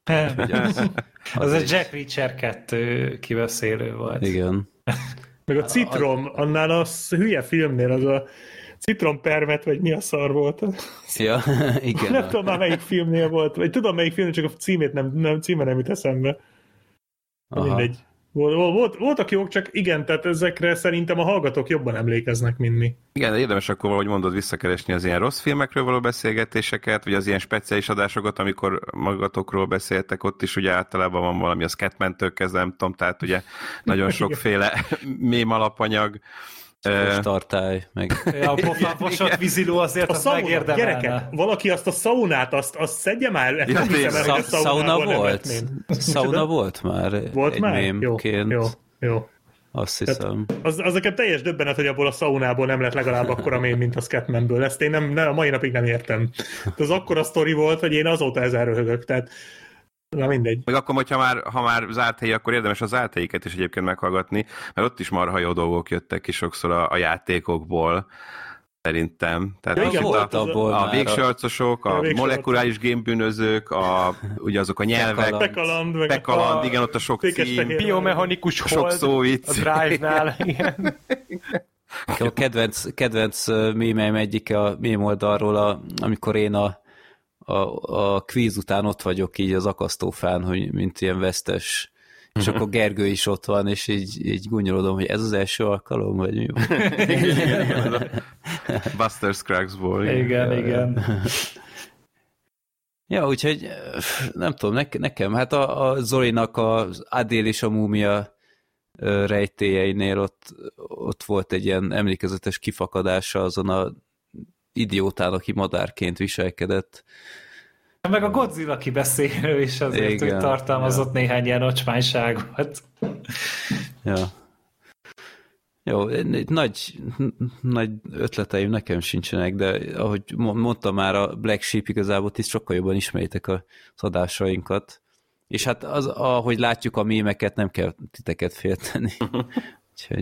Az a Jack Reacher 2 kibeszélő volt. Igen. Meg a Citrom, annál a hülye filmnél az a Citrompermet, vagy mi a szar volt. Ja, igen. Nem tudom már melyik filmnél volt, vagy tudom melyik film, csak a címe nem jut eszembe. Mindegy. Voltak jók, csak igen, tehát ezekre szerintem a hallgatók jobban emlékeznek, mint mi. Igen, de érdemes akkor valahogy mondod visszakeresni az ilyen rossz filmekről való beszélgetéseket, vagy az ilyen speciális adásokat, amikor magatokról beszéltek, ott is ugye általában van valami, az Catman-től kezdve, nem tudom, tehát ugye nagyon sokféle mém alapanyag. Tartály, meg... Ja, a pofáposott víziló azért azt megérdemelne. Gyerekek, valaki azt a szaunát, azt szedje már. Szauna volt? Szauna volt már? Volt már? Mémként. Jó. Azt hiszem. Az nekem teljes döbbenet, hogy abból a szaunából nem lett legalább akkora mém, mint a Scatmanből. Ezt én a mai napig nem értem. Az akkora sztori volt, hogy én azóta ezen röhögök, tehát na mindegy. Meg akkor, ha már zárt helyi, akkor érdemes a zárt helyiket is egyébként meghallgatni, mert ott is marha jó dolgok jöttek ki sokszor a játékokból, szerintem. Tehát ja, igen, a végső arcosok, a molekuláris génbűnözők, ugye azok a nyelvek, Pekaland, igen, ott a sok cím, biomechanikus sok szóvic. A Drive-nál, igen. A kedvenc mémeim egyike a mém oldalról, amikor én a kvíz után ott vagyok így az akasztófán, hogy mint ilyen vesztes, és akkor Gergő is ott van, és így gúnyolodom, hogy ez az első alkalom, vagy mi van? Igen. Buster Scruggsból. Igen. Ja, úgyhogy nem tudom, nekem, hát a Zolinak az Adél és a múmia rejtélyeinél ott volt egy ilyen emlékezetes kifakadása azon a idiótán, aki madárként viselkedett. Meg a Godzilla kibeszélő is azért úgy tartalmazott néhány ilyen ocsmányságot. Ja. Jó, nagy ötleteim nekem sincsenek, de ahogy mondtam már, a Black Sheep igazából is sokkal jobban ismeritek az adásainkat. És hát ahogy látjuk a mémeket, nem kell titeket félteni. Úgyhogy...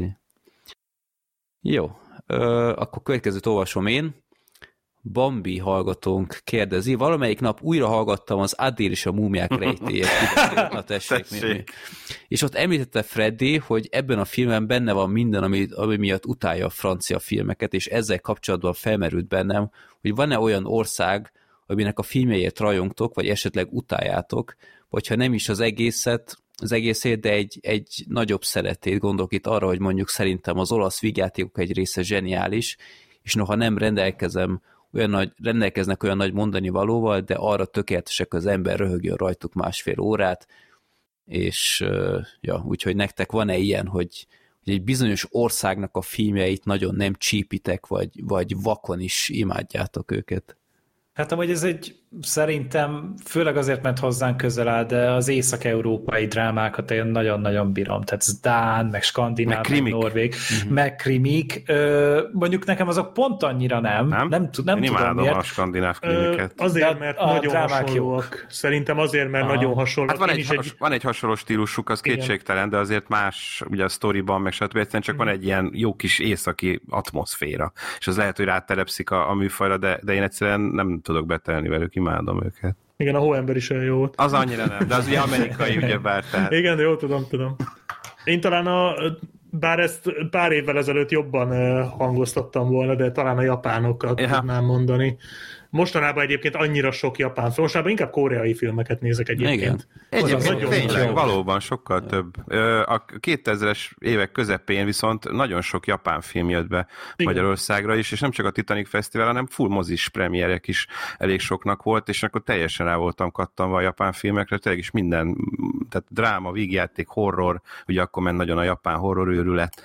Jó, akkor következőt olvasom én. Bambi hallgatónk kérdezi, valamelyik nap újra hallgattam az Adél és a múmiák rejtélyét. Na tessék. És ott említette Freddy, hogy ebben a filmben benne van minden, ami miatt utálja a francia filmeket, és ezzel kapcsolatban felmerült bennem, hogy van-e olyan ország, aminek a filmjeiért rajongtok, vagy esetleg utáljátok, vagy ha nem is az egészét, de egy nagyobb szeretét, gondolok itt arra, hogy mondjuk szerintem az olasz vígjátékok egy része zseniális, és noha nem rendelkeznek olyan nagy mondani valóval, de arra tökéletesek, az ember röhögjön rajtuk másfél órát, és úgyhogy nektek van-e ilyen, hogy egy bizonyos országnak a filmjeit nagyon nem csípitek, vagy vakon is imádjátok őket? Hát amúgy ez szerintem főleg azért, mert hozzánk közel áll, de az észak-európai drámákat én nagyon-nagyon bírom. Tehát ez Dán, meg Skandináv, meg Norvég, meg krimik. Mondjuk nekem azok pont annyira nem tudom miért. A skandináv krimiket. Azért, mert nagyon hasonlóak. Jó. Szerintem azért, mert nagyon hasonlóak. Hát van egy hasonló stílusuk, az kétségtelen, de azért más, ugye a sztoriban, meg stb. Egyszerűen csak van egy ilyen jó kis északi atmoszféra. És az lehet, hogy rátelepszik a műfajra, de én egyszerűen nem tudok betelni velük, imádom őket. Igen, a Hóember is olyan jó volt. Az annyira nem, de az ugye amerikai, ugyebár. Tehát... Igen, jó, tudom. Én talán bár ezt pár évvel ezelőtt jobban hangoztattam volna, de talán a japánokat tudnám mondani. Mostanában egyébként annyira sok japán film, mostanában inkább koreai filmeket nézek egyébként. Egyébként tényleg, valóban sokkal több. A 2000-es évek közepén viszont nagyon sok japán film jött be Magyarországra is, és nem csak a Titanic Fesztivál, hanem full mozis premierek is elég soknak volt, és akkor teljesen rá voltam kattanva a japán filmekre, tényleg is minden, tehát dráma, vígjáték, horror, ugye akkor ment nagyon a japán horror őrület.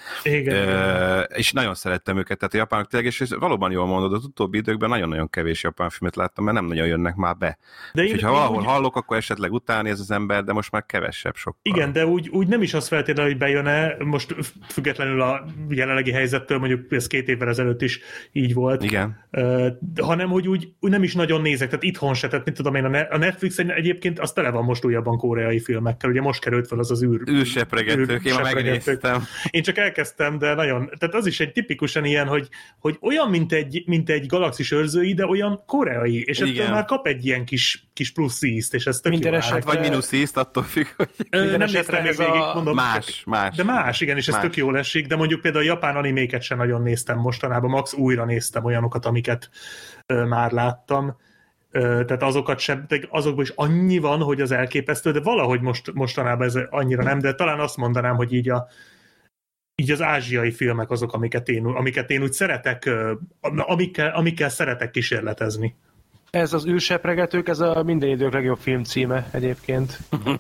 És nagyon szerettem őket, tehát a japánok tényleg, és valóban jól mondod, az utóbbi időkben nagyon-nagyon kevés japán filmet láttam, mert nem nagyon jönnek már be. De ha valahol hallok, akkor esetleg utáni ez az ember, de most már kevesebb sokkal. Igen, de úgy nem is az feltétlenül, hogy bejön-e, most függetlenül a jelenlegi helyzettől, mondjuk ez 2 évvel ezelőtt is így volt. Igen. Hanem, hogy úgy nem is nagyon nézek, tehát itthon se, tehát mit tudom én, a Netflixen egyébként az tele van most újabban koreai filmekkel, ugye most került fel az űrsepregetők, én már megnéztem. Én csak elkezdtem, de nagyon, tehát az is egy tipikusan ilyen, hogy olyan, mint egy galaxis őrzői, de olyan koreai, és ettől már kap egy ilyen kis plusz ízt, és ez tök jó. Hát vagy mínusz ízt, attól függ, hogy... Nem néztem még végig, mondom. Más. De más, igen, és ez tök jól esik, de mondjuk például a japán animéket sem nagyon néztem mostanában, max újra néztem olyanokat, amiket már láttam. Tehát azokat sem, azokban is annyi van, hogy az elképesztő, de valahogy mostanában ez annyira nem, de talán azt mondanám, hogy így az ázsiai filmek azok, amiket én úgy szeretek, amikkel szeretek kísérletezni. Ez az űrsepregetők, ez a minden idők legjobb film címe egyébként.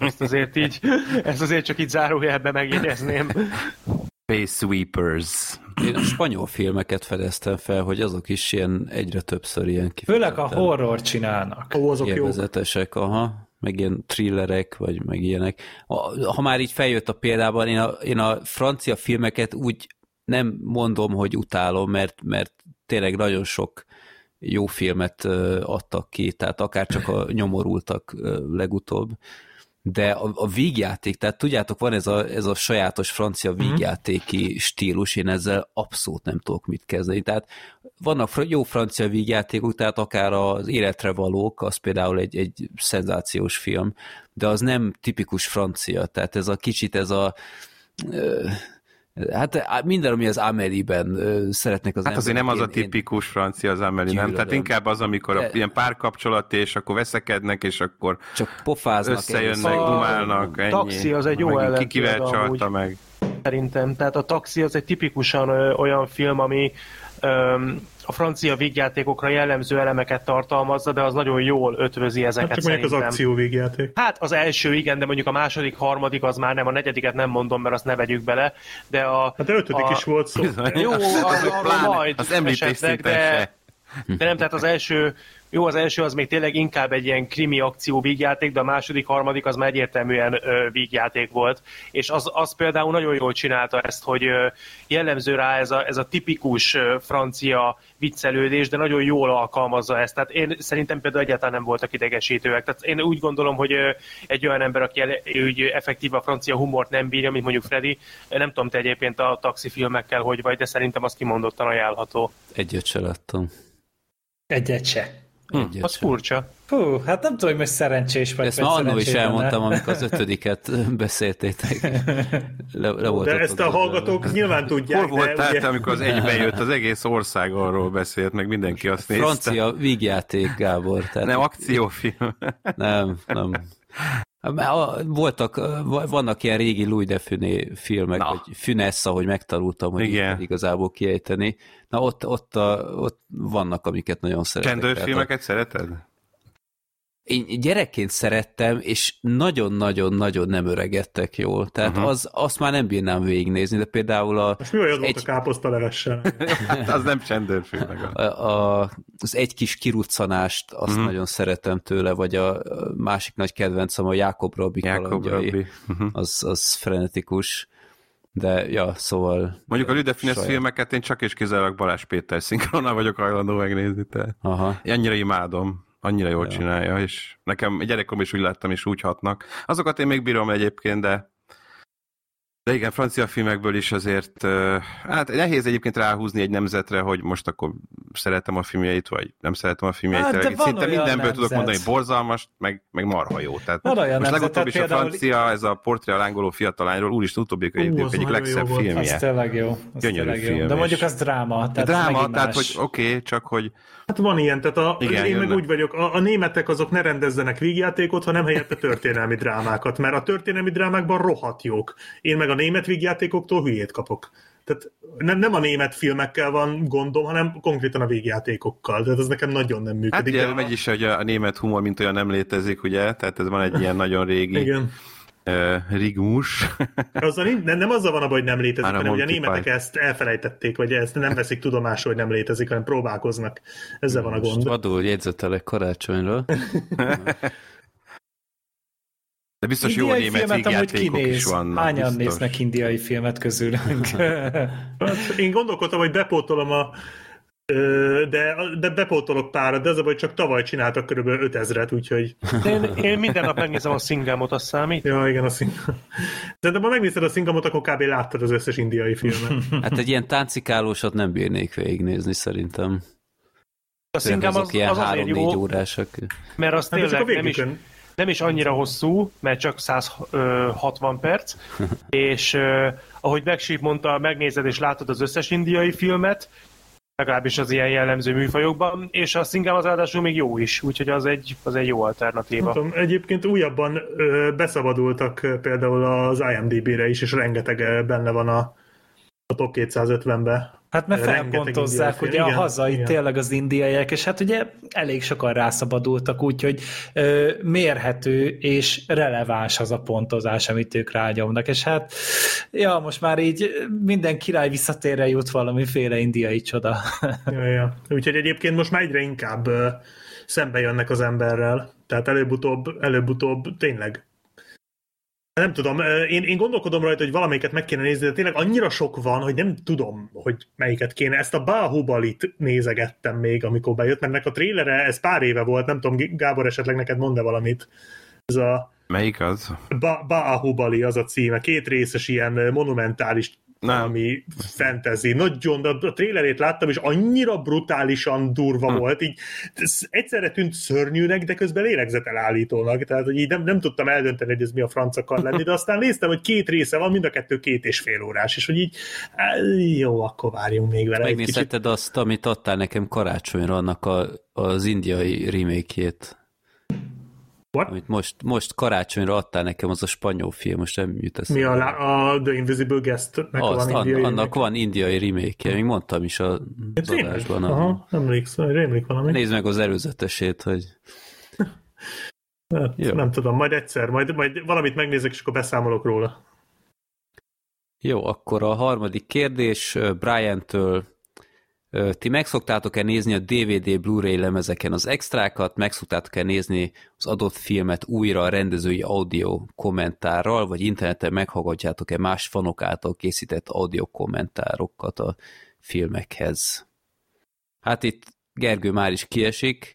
Ezt azért csak így zárójelbe megjegyezném. Space Sweepers. Én a spanyol filmeket fedeztem fel, hogy azok is ilyen egyre többször ilyen főleg a horror csinálnak. Azok élvezetesek, meg ilyen thrillerek, vagy meg ilyenek. Ha már így feljött a példában, én a francia filmeket úgy nem mondom, hogy utálom, mert tényleg nagyon sok jó filmet adtak ki, tehát akár csak a nyomorultak legutóbb. De a vígjáték, tehát tudjátok, van ez a sajátos francia vígjátéki stílus, én ezzel abszolút nem tudok mit kezdeni. Tehát vannak jó francia vígjátékok, tehát akár az Életre valók, az például egy szenzációs film, de az nem tipikus francia, tehát ez a kicsit Hát minden, ami az Amélie-ben szeretnek az Hát azért nem az a tipikus francia az Amélie, nem? Tehát inkább az, amikor ilyen párkapcsolat, és akkor veszekednek, és akkor csak pofáznak, összejönnek, dumálnak, ennyi. Taxi az egy jó ellenpélda. Kivel csalta meg. Szerintem. Tehát a Taxi az egy tipikusan olyan film, ami a francia vígjátékokra jellemző elemeket tartalmazza, de az nagyon jól ötvözi ezeket Hát csak szerintem. mondjuk az akcióvígjáték. Hát az első igen, de mondjuk a második, harmadik az már nem, a negyediket nem mondom, mert azt ne vegyük bele, de Hát a ötödik is volt szó. Jó, majd az említés esetleg, szinten de nem, tehát az első az még tényleg inkább egy ilyen krimi akció vígjáték, de a második, harmadik az már egyértelműen vígjáték volt. És az például nagyon jól csinálta ezt, hogy jellemző rá ez a tipikus francia viccelődés, de nagyon jól alkalmazza ezt. Tehát én szerintem például egyáltalán nem voltak idegesítőek. Tehát én úgy gondolom, hogy egy olyan ember, aki úgy effektív a francia humort nem bírja, mint mondjuk Freddy, nem tudom te egyébként a taxifilmekkel hogy vagy, de szerintem az kimondottan ajánlható. Egyet se láttam. Egyet se. Az furcsa. Hú, hát nem tudom, hogy most szerencsés vagy. Ezt már annól is elmondtam, amikor az ötödiket beszéltétek. De ezt a hallgatók nyilván tudják. Hol voltál te, amikor az egybe jött, az egész ország arról beszélt, meg mindenki azt nézte. Francia vígjáték, Gábor. Tehát nem akciófilm. Nem. Vannak ilyen régi Louis de Funès filmek, vagy Funès, ahogy megtanultam, hogy igazából kiejteni. Na ott vannak, amiket nagyon szeretek. Csendőrfilmeket szereted? Én gyerekként szerettem, és nagyon-nagyon-nagyon nem öregedtek jól. Tehát azt már nem bírnám végignézni, de például most mi olyan volt a káposztalevessel? Az nem csendőrfilm. Az egy kis kiruccanást, azt nagyon szeretem tőle, vagy a másik nagy kedvencem a Jákob Rabbi kalandjai. Az frenetikus. De, ja, szóval... Mondjuk a Louis de Funès filmeket én csak és kizárólag Balázs Péter szinkronnal vagyok hajlandó megnézni. Annyira imádom. Annyira jól csinálja, és nekem gyerekkom is úgy láttam, és úgy hatnak. Azokat én még bírom egyébként, de igen, francia filmekből is azért, hát nehéz egyébként ráhúzni egy nemzetre, hogy most akkor szeretem a filmjeit, vagy nem szeretem a filmjeit. Hát, szinte mindenből tudok mondani, hogy borzalmas, meg marha jó. Tehát most legutóbb is a francia, ez a Portré a lángoló fiatal lányról, úristen, utóbbi egyik legszebb filmje. Az tényleg jó. Gyönyörű film. De mondjuk az dráma. Tehát hogy oké, csak hogy... Hát van ilyen, tehát én meg úgy vagyok, a németek azok ne rendezzenek vígjátékot, hanem helyette történelmi drámákat, mert a történelmi drámákban rohadt jók. Én meg a német vígjátékoktól hülyét kapok. Tehát nem a német filmekkel van gondom, hanem konkrétan a vígjátékokkal. Tehát ez nekem nagyon nem működik. Hát ugye megy is, hogy a német humor, mint olyan nem létezik, ugye? Tehát ez van egy ilyen nagyon régi... Igen. Rigmus. Nem azzal van abban, hogy nem létezik, hanem ugye a németek ezt elfelejtették, vagy ezt nem veszik tudomásul, hogy nem létezik, hanem próbálkoznak. Ezzel van a gond. Vadul jegyzetelek karácsonyra. De biztos jó német vígjátékok is vannak. Hányan néznek indiai filmet közülünk? Hát, én gondolkodtam, hogy bepótolom de bepótolok párat, de ez a baj, csak tavaly csináltak körülbelül 5000-et, úgyhogy... Én minden nap megnézem a Szingámot, azt számít? Ja, igen, a Szingámot. De ha megnézed a Szingámot, akkor kb. Láttad az összes indiai filmet. Hát egy ilyen táncikálósat nem bírnék végignézni, szerintem. A Szingám az azért jó, órásak. Mert az tényleg nem is annyira hosszú, mert csak 160 perc, és ahogy Backstreet mondta, megnézed és látod az összes indiai filmet, legalábbis az ilyen jellemző műfajokban, és a Szingám az ráadásul még jó is, úgyhogy az egy jó alternatíva. Tudom, egyébként újabban beszabadultak például az IMDb-re is, és rengeteg benne van a top 250-be. Hát mert felpontozzák ugye a hazai tényleg az indiaiak, és hát ugye elég sokan rászabadultak, úgyhogy mérhető és releváns az a pontozás, amit ők rágyomnak, és hát ja, most már így minden király visszatérre jut valamiféle indiai csoda. Ja. Úgyhogy egyébként most már egyre inkább szembe jönnek az emberrel, tehát előbb-utóbb tényleg. Nem tudom, én gondolkodom rajta, hogy valamelyiket meg kéne nézni, de tényleg annyira sok van, hogy nem tudom, hogy melyiket kéne. Ezt a Bahubalit nézegettem még, amikor bejött, mert ennek a trélere, ez pár éve volt, nem tudom, Gábor, esetleg neked mond-e valamit. Ez a... Melyik az? Bahubali az a címe, 2 részes ilyen monumentális valami fantasy. Nagyon, a trailerét láttam, és annyira brutálisan durva volt, így egyszerre tűnt szörnyűnek, de közben lélegzetelállítónak, tehát hogy így nem tudtam eldönteni, hogy ez mi a franc akar lenni, de aztán néztem, hogy 2 része van, mind a kettő 2,5 órás, és hogy így jó, akkor várjunk még vele. Megnézheted azt, amit adtál nekem karácsonyra, annak az indiai remake-jét. What? Amit most karácsonyra adtál nekem, az a spanyol film, most nem jut eszembe. Mi a The Invisible Guest-nek van indiai annak van indiai remake-je, még mondtam is az adásban. Aha, emlékszem, rémlik valami. Nézd meg az előzetesét, hogy... Hát, nem tudom, majd egyszer, majd valamit megnézek, és akkor beszámolok róla. Jó, akkor a harmadik kérdés Brian-től. Ti megszoktátok-e nézni a DVD Blu-ray lemezeken az extrákat, megszoktátok-e nézni az adott filmet újra a rendezői audio kommentárral, vagy interneten meghallgatjátok-e más fanok által készített audio kommentárokat a filmekhez? Hát itt Gergő már is kiesik,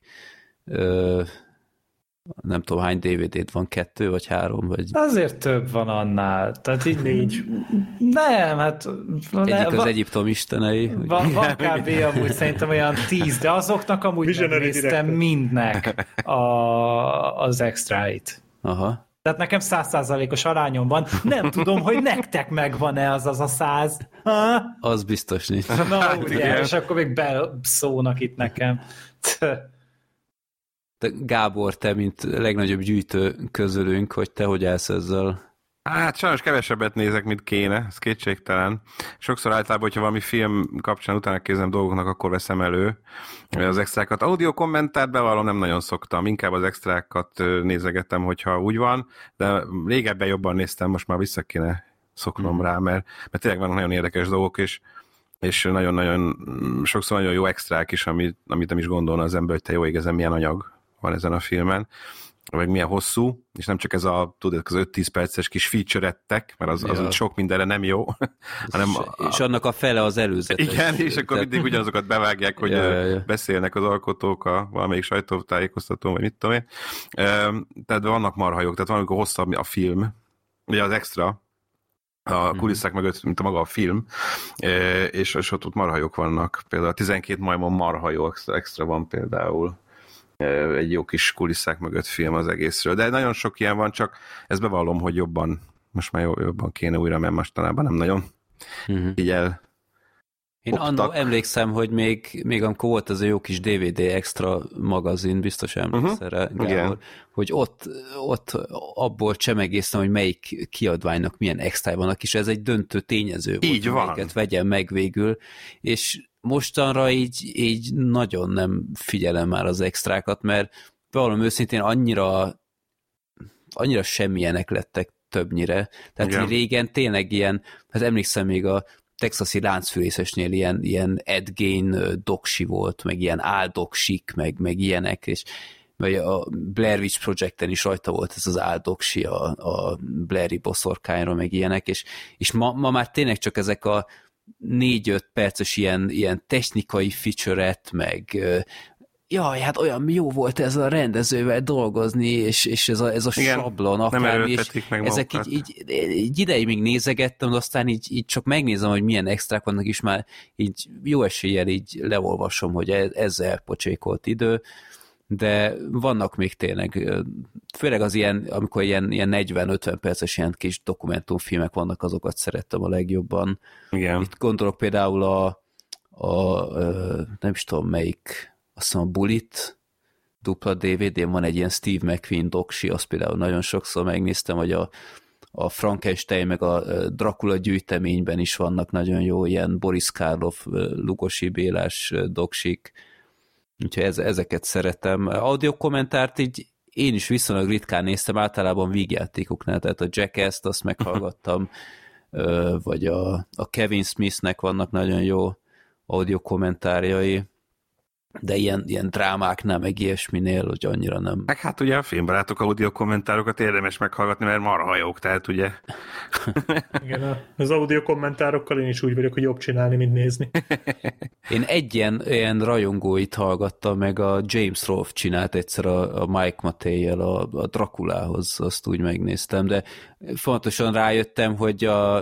nem tudom hány DVD-d van, 2 vagy 3, vagy... Azért több van annál, tehát így 4. Nem, hát... Egyik az Egyiptom istenei. Van kb. Amúgy szerintem olyan 10, de azoknak amúgy megnéztem mindnek az extráit. Aha. Tehát nekem 100%-os arányom van. Nem tudom, hogy nektek megvan-e az a 100. Ha? Az biztos nincs. Na ugye, és akkor még beszólnak itt nekem. Te, Gábor, te, mint legnagyobb gyűjtő közülünk, hogy te hogy állsz ezzel? Hát sajnos kevesebbet nézek, mint kéne, ez kétségtelen. Sokszor általában, hogyha valami film kapcsán utána kézem dolgoknak, akkor veszem elő az extrákat. Audio kommentárt bevallom, nem nagyon szoktam, inkább az extrákat nézegetem, hogyha úgy van, de régebben jobban néztem, most már vissza kéne szoknom rá, mert tényleg vannak nagyon érdekes dolgok, és nagyon-nagyon sokszor nagyon jó extrák is, amit nem is gondolna az ember, hogy te jó ég, ezen milyen anyag van ezen a filmen, vagy milyen hosszú, és nem csak ez az 5-10 perces kis feature-ettek, mert az úgy sok mindenre nem jó, hanem... És annak a fele az előzetes. Igen, és akkor mindig ugyanazokat bevágják, hogy beszélnek az alkotók a valamelyik sajtótájékoztatón, vagy mit tudom én. Tehát vannak marhajok, tehát valamikor hosszabb a film, ugye az extra, a kulisszák mögött, mint a maga a film, és ott marhajok vannak. Például a 12 majmon marhajó extra van például. Egy jó kis kulisszák mögött film az egészről. De nagyon sok ilyen van, csak ezt bevallom, hogy most már jobban kéne újra, mert mostanában nem nagyon így el. Én annól emlékszem, hogy még amikor volt ez a jó kis DVD extra magazin, biztos emlékszel rá, Gábor, hogy ott abból csemegésztem, hogy melyik kiadványnak milyen extra vannak, és ez egy döntő tényező volt, így van. Melyiket vegyem meg végül, és mostanra így nagyon nem figyelem már az extrákat, mert valami őszintén annyira semmilyenek lettek többnyire. Tehát régen tényleg ilyen, hát emlékszem még a texasi láncfűrészesnél ilyen Ed Gein doksi volt, meg ilyen áldoksik, meg ilyenek, és vagy a Blair Witch Projecten is rajta volt ez az áldoksi a Blairi boszorkányra, meg ilyenek, és ma már tényleg csak ezek a 4-5 perces ilyen technikai feature-et, meg jaj, hát olyan jó volt ez a rendezővel dolgozni, és ez a sablon, akármi, és ezek így ideig még nézegettem, de aztán így csak megnézem, hogy milyen extrák vannak, és már így jó eséllyel így leolvasom, hogy ez elpocsékolt idő, de vannak még tényleg, főleg az ilyen, amikor ilyen 40-50 perces ilyen kis dokumentumfilmek vannak, azokat szerettem a legjobban. Igen. Itt gondolok például nem is tudom melyik, azt hiszem a Bullet dupla DVD-n van egy ilyen Steve McQueen doksi, azt például nagyon sokszor megnéztem, hogy a Frankenstein meg a Dracula gyűjteményben is vannak nagyon jó ilyen Boris Karloff, Lugosi Bélás doksik, úgyhogy ezeket szeretem. Audio kommentárt így én is viszonylag ritkán néztem, általában vígjátékoknál, tehát a Jackass-t azt meghallgattam, vagy a Kevin Smithnek vannak nagyon jó audio kommentárjai, de ilyen drámáknál, meg ilyesminél, hogy annyira nem. Meg hát ugye a filmbarátok audio kommentárokat érdemes meghallgatni, mert marha jók, tehát ugye. Igen, az audio kommentárokkal én is úgy vagyok, hogy jobb csinálni, mint nézni. Én egy ilyen rajongóit hallgattam, meg a James Rolfe csinált egyszer a Mike Matei-jel a Draculához, azt úgy megnéztem, de fontosan rájöttem, hogy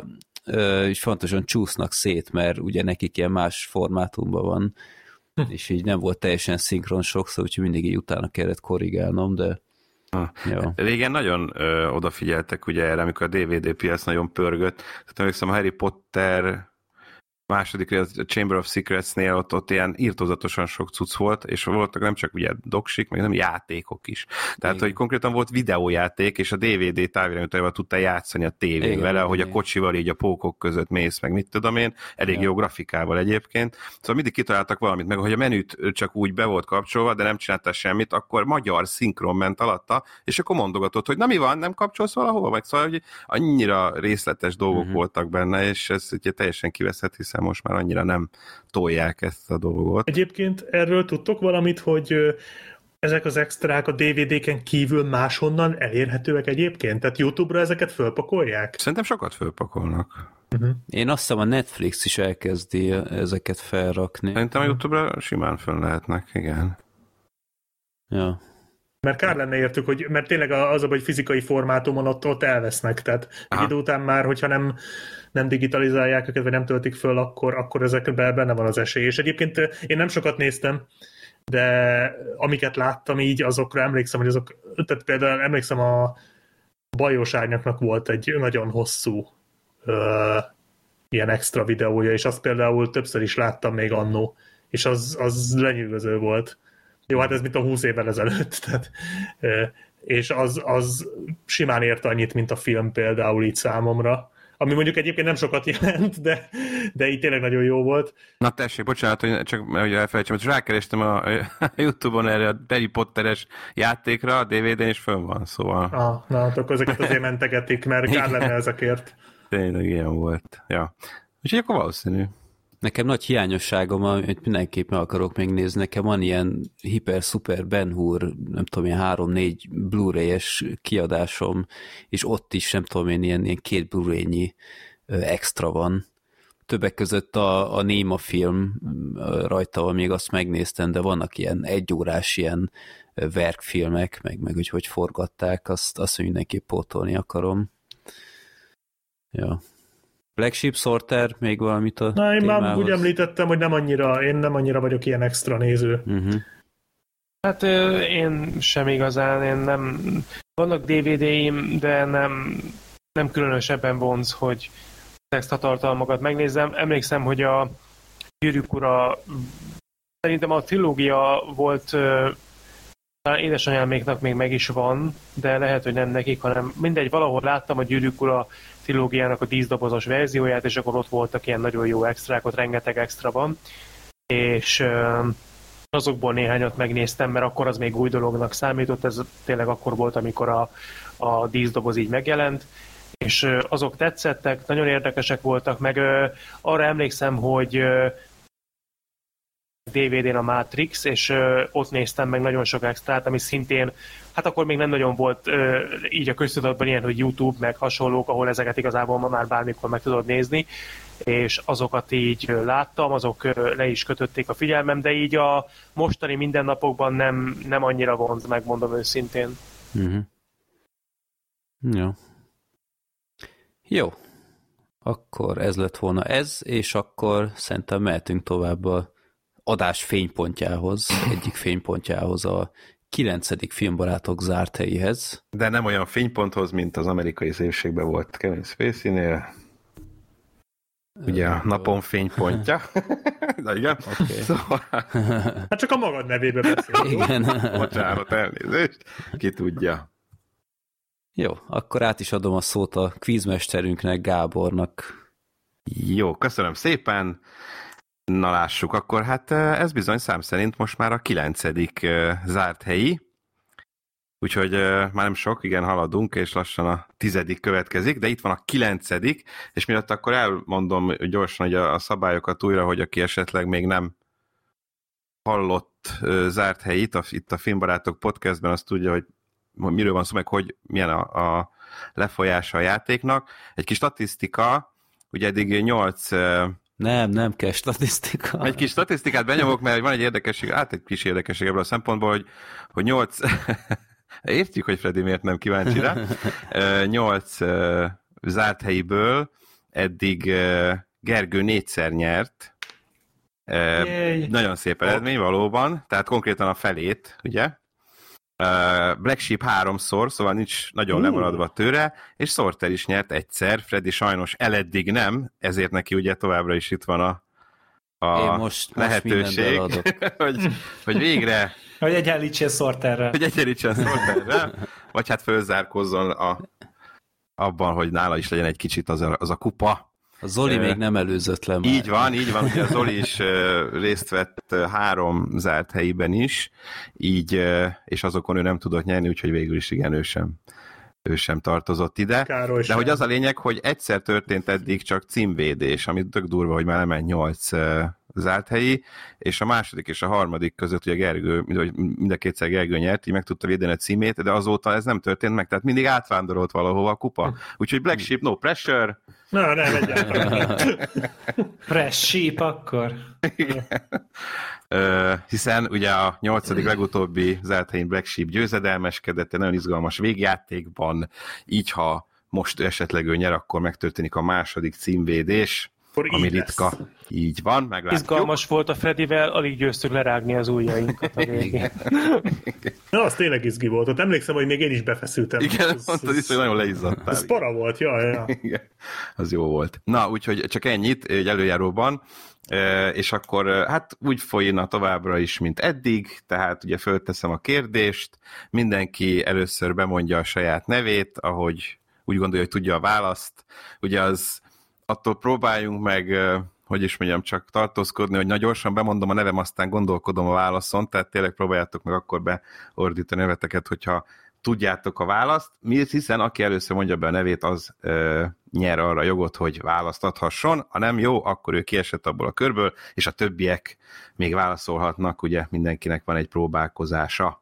és fontosan csúsznak szét, mert ugye nekik ilyen más formátumban van, és így nem volt teljesen szinkron sokszor, úgyhogy mindig így utána kellett korrigálnom, de jó. Régen nagyon odafigyeltek ugye erre, amikor a DVD piac nagyon pörgött. Tehát emlékszem, a Harry Potter második rész, a Chamber of Secrets-nél ott ilyen írtózatosan sok cucc volt, és voltak nem csak ugye doksik, meg nem játékok is. Tehát, hogy konkrétan volt videójáték, és a DVD távirányítójával tudtál játszani a tévén vele, hogy a kocsival így a pókok között mész, meg mit tudom én, elég jó grafikával egyébként. Szóval mindig kitaláltak valamit, meg hogy a menüt csak úgy be volt kapcsolva, de nem csináltál semmit, akkor magyar szinkron ment alatta, és akkor mondogatott, hogy na mi van, nem kapcsolsz valahova? Meg szóval, hogy annyira részletes dolgok voltak benne, és ez ugye teljesen kiveszett, hiszen most már annyira nem tolják ezt a dolgot. Egyébként erről tudtok valamit, hogy ezek az extrák a DVD-ken kívül máshonnan elérhetőek egyébként? Tehát YouTube-ra ezeket fölpakolják? Szerintem sokat fölpakolnak. Én azt hiszem a Netflix is elkezdi ezeket felrakni. Szerintem a YouTube-ra simán föl lehetnek, igen. Ja. Mert kár lenne értük, hogy, mert tényleg az a, hogy fizikai formátumon ott elvesznek, tehát egy idő után már, hogyha nem digitalizálják őket, vagy nem töltik föl, akkor ezekben benne van az esély. És egyébként én nem sokat néztem, de amiket láttam így, azokra emlékszem, hogy azok, tehát például emlékszem a Bajós Árnyaknak volt egy nagyon hosszú ilyen extra videója, és azt például többször is láttam még annó, és az lenyűgöző volt. Jó, hát ez mint a 20 évvel ezelőtt, tehát, és az simán ért annyit, mint a film például így számomra, ami mondjuk egyébként nem sokat jelent, de így tényleg nagyon jó volt. Na tessék, bocsánat, hogy csak hogy elfelejtsem, hogy rákerestem a YouTube-on erre a Harry Potteres játékra, a DVD-n, és fönn van, szóval. Na, akkor ezeket azért mentegetik, mert kár lenne ezekért. Tényleg ilyen volt. Ja. Úgyhogy akkor valószínű. Nekem nagy hiányosságom, amit mindenképp meg akarok még nézni, nekem van ilyen hiper-szuper Ben Hur, nem tudom, ilyen 3-4 Blu-ray-es kiadásom, és ott is, nem tudom én, ilyen 2 Blu-ray-nyi extra van. Többek között a Néma film rajta, még azt megnéztem, de vannak ilyen 1 órás ilyen verkfilmek, meg hogy forgatták, azt mindenképp pótolni akarom. Ja. Black Sheep Sorter, még valamit a Na, én témához? már úgy említettem, hogy én nem annyira vagyok ilyen extra néző. Hát én sem igazán, én nem... Vannak DVD-im, de nem különösebben vonz, hogy extra tartalmakat megnézzem. Emlékszem, hogy a Gyűrűk Ura, szerintem a trilógia volt, talán édesanyáméknak még meg is van, de lehet, hogy nem nekik, hanem mindegy, valahol láttam a Gyűrűk Ura trilógiának a 10-dobozos verzióját, és akkor ott voltak ilyen nagyon jó extrák, ott rengeteg extra van, és azokból néhányat megnéztem, mert akkor az még új dolognak számított, ez tényleg akkor volt, amikor a 10-doboz így megjelent, és azok tetszettek, nagyon érdekesek voltak, meg arra emlékszem, hogy DVD-n a Matrix, és ott néztem meg nagyon sok extrát, ami szintén, hát akkor még nem nagyon volt így a köztudatban ilyen, hogy YouTube, meg hasonlók, ahol ezeket igazából ma már bármikor meg tudod nézni, és azokat így láttam, azok le is kötötték a figyelmem, de így a mostani mindennapokban nem annyira vonz, megmondom őszintén. Jó. Akkor ez lett volna ez, és akkor szerintem mehetünk tovább a adás fénypontjához, egyik fénypontjához, a 9. Filmbarátok zárt helyéhez. De nem olyan fényponthoz, mint az Amerikai Szépségben volt Kevin Spacey-nél. Ugye a napon fénypontja. Na igen. Okay. Szóval... Hát csak a magad nevébe beszél. Igen. Bocsánat, elnézést. Ki tudja. Jó, akkor át is adom a szót a kvízmesterünknek, Gábornak. Jó, köszönöm szépen. Na lássuk, akkor hát ez bizony szám szerint most már a 9. zárt helyi, úgyhogy már nem sok, igen, haladunk, és lassan a 10. következik, de itt van a 9. és miatt akkor elmondom gyorsan hogy a szabályokat újra, hogy aki esetleg még nem hallott zárt helyit, itt a Filmbarátok podcastben, azt tudja, hogy miről van szó, meg hogy milyen a lefolyása a játéknak. Egy kis statisztika, ugye eddig 8... Nem kell statisztika. Egy kis statisztikát benyomok, mert van egy érdekesség, egy kis érdekesség ebből a szempontból, hogy 8... Értjük, hogy Freddy miért nem kíváncsi rá. 8 zárt helyiből eddig Gergő 4-szer nyert. Nagyon szép eredmény valóban, tehát konkrétan a felét, ugye? Black Sheep 3-szor, szóval nincs nagyon lemaradva tőle, és Sorter is nyert egyszer, Freddy sajnos eleddig nem, ezért neki ugye továbbra is itt van a most lehetőség, hogy végre... Hogy egyenlítsen Sorterrel. Vagy hát fölzárkozzon abban, hogy nála is legyen egy kicsit az a kupa. A Zoli még nem előzött le már. Így van, ugye a Zoli is részt vett 3 zárt helyiben is, így, és azokon ő nem tudott nyerni, úgyhogy végül is igen, ő sem tartozott ide. De hogy az a lényeg, hogy egyszer történt eddig csak címvédés, ami tök durva, hogy már lement 8 zárt helyi, és a második és a harmadik között ugye Gergő, mind a kétszer Gergő nyert, így meg tudta védeni a címét, de azóta ez nem történt meg, tehát mindig átvándorolt valahova a kupa. Úgyhogy Black Sheep, no pressure. Nem egyáltalán. Press Sheep akkor. Hiszen ugye a 8. legutóbbi zárt helyén Black Sheep győzedelmeskedett egy nagyon izgalmas végjátékban, így ha most esetleg ő nyer, akkor megtörténik a második címvédés, ami ritka. Így van, meglátjuk. Izgalmas volt a Fredivel, alig győztük lerágni az ujjainkat a végén. Na, az tényleg izgi volt. Ott emlékszem, hogy még én is befeszültem. Igen, mondtad is, hogy nagyon leizzadtál. Ez para volt, ja. Igen, az jó volt. Na, úgyhogy csak ennyit egy előjáróban, és akkor hát úgy folyna továbbra is, mint eddig, tehát ugye fölteszem a kérdést, mindenki először bemondja a saját nevét, ahogy úgy gondolja, hogy tudja a választ. Ugye az attól próbáljunk meg, hogy is mondjam, csak tartózkodni, hogy nagyon gyorsan bemondom a nevem, aztán gondolkodom a válaszon, tehát tényleg próbáljátok meg akkor beordítani a neveteket, hogyha tudjátok a választ, hiszen aki először mondja be a nevét, az nyer arra jogot, hogy választ adhasson, ha nem jó, akkor ő kiesett abból a körből, és a többiek még válaszolhatnak, ugye mindenkinek van egy próbálkozása.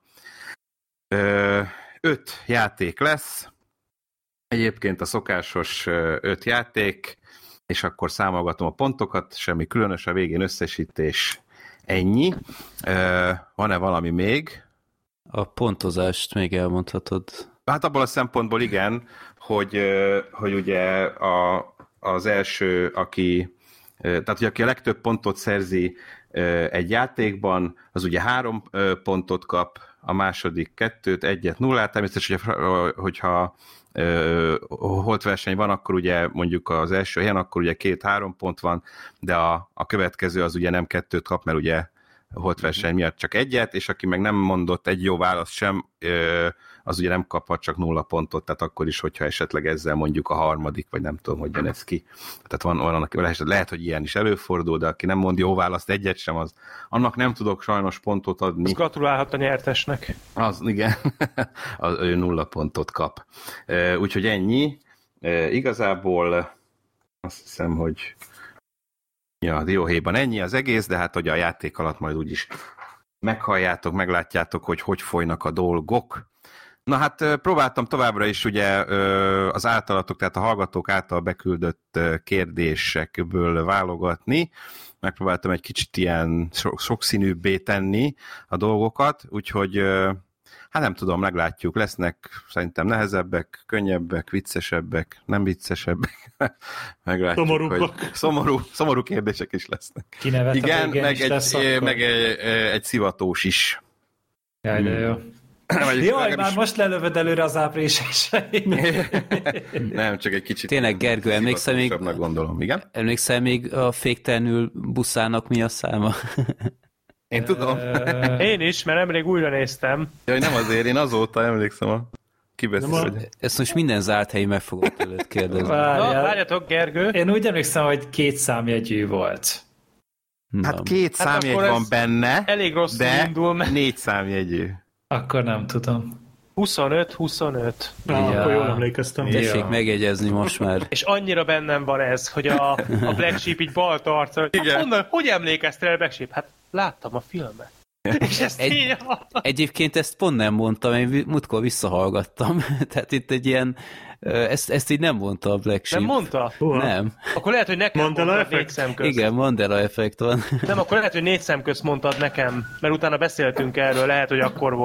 5 játék lesz, egyébként a szokásos 5 játék, és akkor számolgatom a pontokat, semmi különös, a végén összesítés, ennyi. Van-e valami még? A pontozást még elmondhatod. Hát abból a szempontból igen, hogy ugye az első, tehát hogy aki a legtöbb pontot szerzi egy játékban, az ugye 3 pontot kap, a második 2-t, 1-et, 0-át, természetesen, hogyha holtverseny van, akkor ugye mondjuk az első helyen, akkor ugye 2-3 pont van, de a következő az ugye nem 2-t kap, mert ugye holtverseny miatt csak 1-et, és aki meg nem mondott egy jó választ sem, az ugye nem kaphat csak 0 pontot, tehát akkor is, hogyha esetleg ezzel mondjuk a harmadik, vagy nem tudom, hogy jön ez ki. Tehát van lehet, hogy ilyen is előfordul, de aki nem mond jó választ, 1-et sem, annak nem tudok sajnos pontot adni. Azt gratulálhat a nyertesnek. Az, igen, ő 0 pontot kap. Úgyhogy ennyi. Igazából azt hiszem, hogy dióhéjban ennyi az egész, de hát hogy a játék alatt majd úgyis meghalljátok, meglátjátok, hogy folynak a dolgok. Na hát próbáltam továbbra is ugye az általatok, tehát a hallgatók által beküldött kérdésekből válogatni. Megpróbáltam egy kicsit ilyen sokszínűbbé tenni a dolgokat, úgyhogy hát nem tudom, meglátjuk. Lesznek szerintem nehezebbek, könnyebbek, viccesebbek, nem viccesebbek. Meglátjuk, szomorúbbak. Hogy szomorú kérdések is lesznek. Kinevet igen, meg egy szivatós is. Jaj, de jó. Jaj, már most lelövöd előre az április Nem, csak egy kicsit. Tényleg, Gergő, emlékszel még a féktelenül buszának mi a száma? Én tudom. Én is, mert nemrég újra néztem. Jaj, nem azért, én azóta emlékszem a kibeszélni. Ezt most minden zárt helyi meg fogom tőled kérdezni. Várjatok, Gergő. Én úgy emlékszem, hogy 2 számjegyű volt. Hát 2 számjegy van benne, elég rossz de indul, mert 4 számjegyű. Akkor nem tudom. 25. Akkor jól emlékeztem. Tessék megjegyezni most már. És annyira bennem van ez, hogy a Black Sheep így balt arccal, hogy emlékeztél el Black Sheep? Hát láttam a filmet. És Egyébként ezt pont nem mondtam, én múltkor visszahallgattam. Tehát itt egy ilyen, ezt így nem mondta a Black Sheep. Nem mondta? Nem. Akkor lehet, hogy nekem mondtad 4 szem közt. Igen, Mandela effekt van. Nem, akkor lehet, hogy 4 szem közt mondtad nekem, mert utána beszéltünk erről, lehet, hogy akkor volt.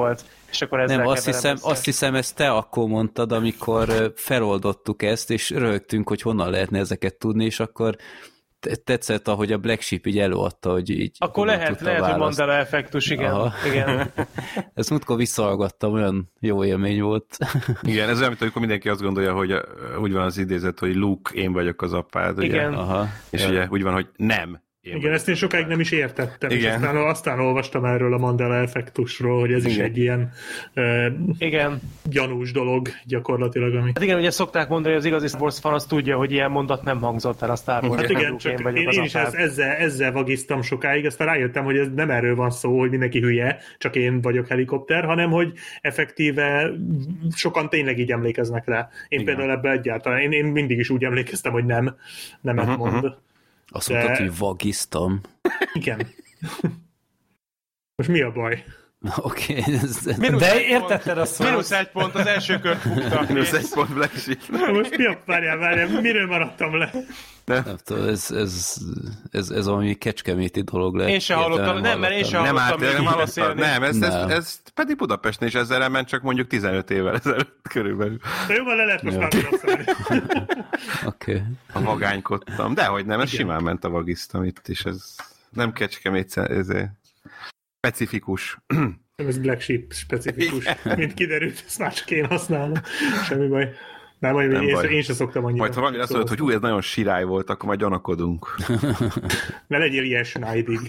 És akkor ezzel nem, azt hiszem, ezt te akkor mondtad, amikor feloldottuk ezt, és röhögtünk, hogy honnan lehetne ezeket tudni, és akkor tetszett, ahogy a Black Sheep így előadta, hogy így... Akkor lehet hogy Mandela effektus, igen. Igen. Ezt múltkor visszahallgattam, olyan jó élmény volt. Igen, ez olyan, mint amikor mindenki azt gondolja, hogy úgy van az idézet, hogy Luke, én vagyok az apád. Igen. Ugye? Aha. És ugye úgy van, hogy nem. Igen, ezt én sokáig nem is értettem, és aztán olvastam erről a Mandela effektusról, hogy ez is egy ilyen gyanús dolog gyakorlatilag. Ami... Hát igen, ugye szokták mondani, hogy az igazi Star Wars fan az tudja, hogy ilyen mondat nem hangzott el a Star Wars. Hát igen, csak én is ezzel vagisztam sokáig, aztán rájöttem, hogy ez nem erről van szó, hogy mindenki hülye, csak én vagyok helikopter, hanem hogy effektíve sokan tényleg így emlékeznek rá. Én például ebbe egyáltalán, én mindig is úgy emlékeztem, hogy nemet mond. Azt mondtad, hogy vagisztam. Igen. Most mi a baj? Oké. De értetted a szót. -1 pont, az első kört fogta. -1 pont Black Sheep. Most mi a várjál, miről maradtam le? Nem tudom, ez valami kecskeméti dolog lehet. Én se hallottam, mert én se hallottam beszélni. Nem, ez pedig Budapesten is ezzel elment, csak mondjuk 15 évvel ezelőtt körülbelül. De jobban le lehet most már beszélni. Oké. A vagánykodtam. Dehogy nem, ez simán ment a vagisztam itt is. Ez nem kecskemét, ez specifikus. Ez Black Sheep specifikus. Mint kiderült, ezt már csak én használom. Semmi baj. Nem baj. Én sem szoktam annyira. Majd ha valami azt mondod, hogy ez nagyon sirály volt, akkor majd gyanakodunk. Ne legyél ilyen snájdig.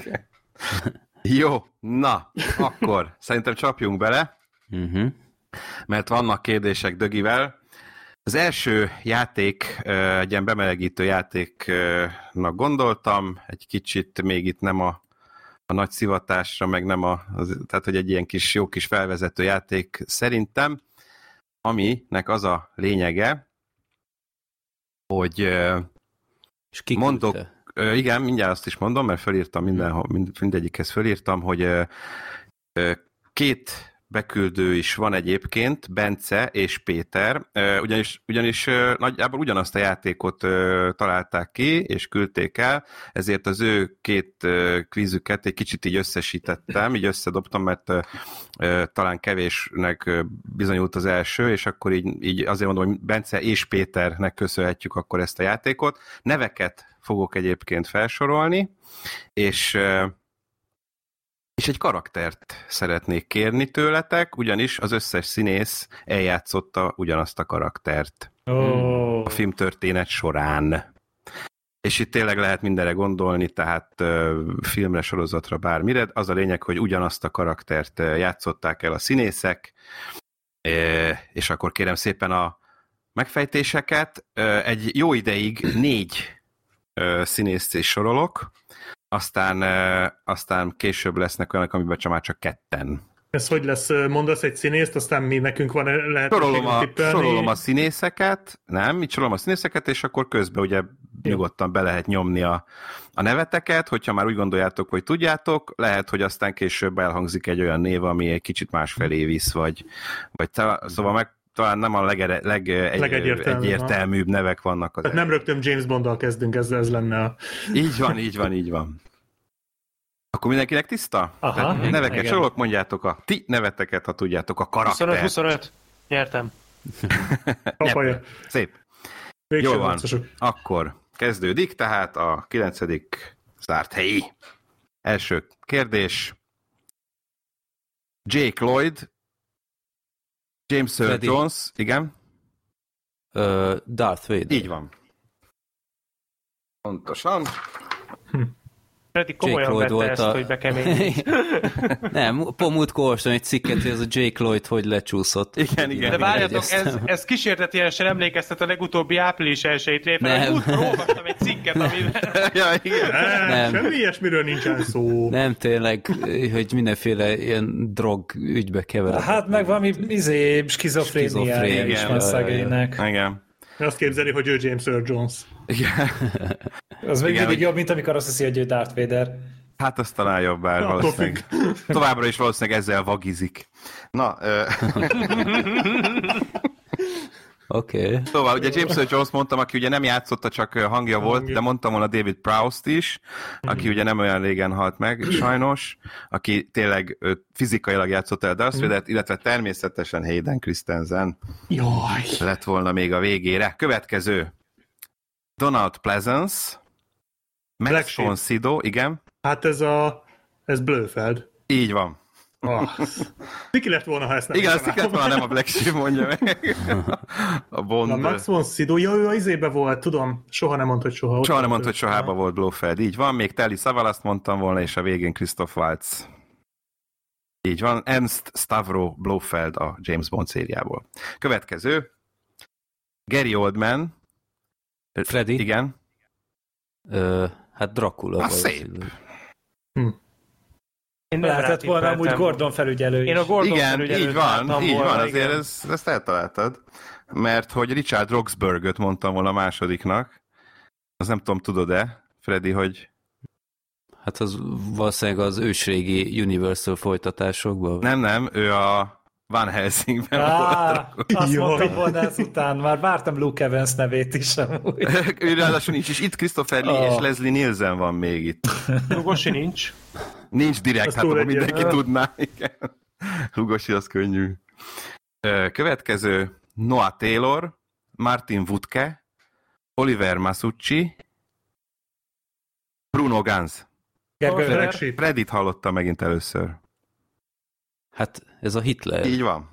Jó, na, akkor szerintem csapjunk bele, mert vannak kérdések Dögivel. Az első játék, egy ilyen bemelegítő játéknak gondoltam, egy kicsit még itt nem a nagy szivatásra, meg nem tehát hogy egy ilyen jó kis felvezető játék szerintem, aminek az a lényege, hogy mondok, igen, mindjárt azt is mondom, mert felírtam mindegyikhez felírtam, hogy 2 beküldő is van egyébként, Bence és Péter, ugyanis nagyjából ugyanazt a játékot találták ki, és küldték el, ezért az ő 2 kvízüket egy kicsit így összesítettem, így összedobtam, mert talán kevésnek bizonyult az első, és akkor így azért mondom, hogy Bence és Péternek köszönhetjük akkor ezt a játékot. Neveket fogok egyébként felsorolni, és egy karaktert szeretnék kérni tőletek, ugyanis az összes színész eljátszotta ugyanazt a karaktert a filmtörténet során. És itt tényleg lehet mindenre gondolni, tehát filmre, sorozatra, bármire. Az a lényeg, hogy ugyanazt a karaktert játszották el a színészek, és akkor kérem szépen a megfejtéseket. Egy jó ideig 4 színészt is sorolok, aztán később lesznek olyanok, amiben már csak 2. Ez hogy lesz? Mondasz egy színészt, aztán mi nekünk van lehetőségünk tippelni? Sorolom a színészeket, és akkor közben ugye nyugodtan be lehet nyomni a neveteket, hogyha már úgy gondoljátok, hogy tudjátok, lehet, hogy aztán később elhangzik egy olyan név, ami egy kicsit másfelé visz, vagy szóval talán nem a legegyértelműbb nevek vannak. Tehát nem rögtön James Bonddal kezdünk, ez lenne a... Így van. Akkor mindenkinek tiszta? Aha. Neveket sorolok, mondjátok a ti neveteket, ha tudjátok a karaktert. 25. Nyertem. Papaja. Szép. Végső jól van. harcosok. Akkor kezdődik, tehát a 9. zárt helyi. Első kérdés. Jake Lloyd, James Earl Jones, igen? Darth Vader. Így van. Pontosan. Freddy komolyan vette ezt, hogy bekemény. Nem, múltkor olvastam egy cikket, hogy ez a Jake Lloyd hogy lecsúszott. Igen. De várjatok, ez kísértetiesen emlékeztet a legutóbbi április 1-ére, mert múltkor olvastam egy cikket, amivel... Ja, igen. Nem. Semmi ilyesmiről nincsen szó. Nem, tényleg, hogy mindenféle ilyen drog ügybe keveredett. Hát meg valami skizofrénia is van szegénynek. Igen. Azt képzeli, hogy ő James Earl Jones. Igen. Az még mindig jobb, mint amikor azt hiszi, hogy ő Darth Vader. Hát azt talán jobb, bár valószínűleg. Továbbra is valószínűleg ezzel vagizik. Na, Oké. Szóval ugye James Earl Jones mondtam, aki ugye nem játszotta, csak hangja volt, de mondtam volna David Prowse-t is, aki ugye nem olyan régen halt meg, sajnos, aki tényleg fizikailag játszott el Darth Vader-t, illetve természetesen Hayden Christensen lett volna még a végére. Következő. Donald Pleasence, Max von Sydow, igen. Hát ez Blofeld. Így van. Ki lett volna, ha ezt nem igen, azt lett volna, nem a Black Sheep mondja meg. A Bond. A Max von Sydow, ő az izébe volt, tudom, soha nem mondta, hogy soha. Soha nem mondta, hogy sohába volt Blofeld. Így van, még Telly Savalaszt mondtam volna, és a végén Christoph Waltz. Így van, Ernst Stavro Blofeld a James Bond szériából. Következő. Gary Oldman. Freddy? Igen. Hát Dracula. Szép. Én lehetett volna amúgy Gordon felügyelő is. Én a Gordon igen, felügyelőt így van, azért igen. ezt eltaláltad. Mert hogy Richard Roxburgh-öt mondtam volna a másodiknak. Az nem tudom, tudod-e, Freddy, hogy... Hát az valószínűleg az ősrégi Universal folytatásokban. Nem, ő a Van Helsingben volt. Azt mondtam volna ezután, már vártam Luke Evans nevét is amúgy. Ő ráadásul nincs is itt, Christopher Lee és Leslie Nielsen van még itt. Lugosi nincs. Nincs direkt, hát akkor mindenki tudná. Igen. Lugosi, az könnyű. Következő, Noah Taylor, Martin Wuttke, Oliver Masucci, Bruno Ganz. Freddit hallottam megint először. Hát ez a Hitler. Így van.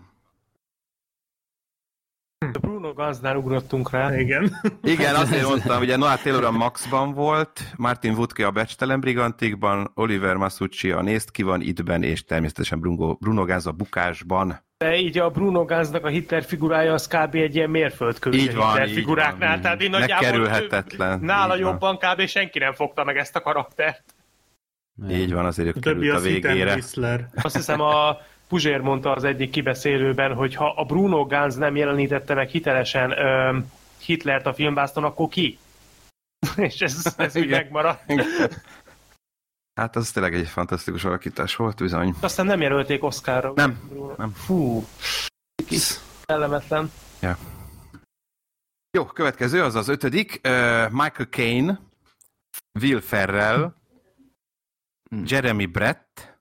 A Bruno Gansnál ugrottunk rá. Igen, azért mondtam, ugye Noah Taylor a Maxban volt, Martin Wuttke a Becstelen Brigantikban, Oliver Masucci a Nézd ki van ittben, és természetesen Bruno Ganz a Bukásban. De így a Bruno Gansnak a Hitler figurája az kb. Egy ilyen mérföldkő Hitler figuráknál. Tehát én megkerülhetetlen. Nála jobban kb. Senki nem fogta meg ezt a karaktert. Így van, azért került a végére. Azt hiszem a Puzsér mondta az egyik kibeszélőben, hogy ha a Bruno Ganz nem jelenítette meg hitelesen Hitlert a filmvászton, akkor ki? És ez így megmaradt. Hát az tényleg egy fantasztikus alakítás volt, bizony. Aztán nem jelölték Oscarra. Nem. Fú. Kellemetlen. Ja. Jó, következő, az az 5. Michael Caine, Will Ferrell, Jeremy Brett.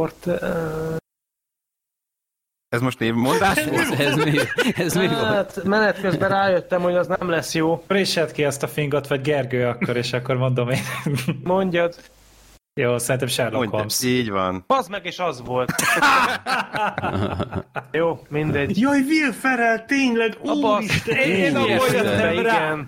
Ez most névmondás volt? ez mi volt? Hát menet közben rájöttem, hogy az nem lesz jó. Frissed ki azt a fingot, vagy Gergő akkor, és akkor mondom én. Mondjad. Jó, szerintem Sherlock Holmes. Így van. Az meg is az volt. Jó, mindegy. Jaj, Will Ferrell, tényleg, úristen! Én abból jöttem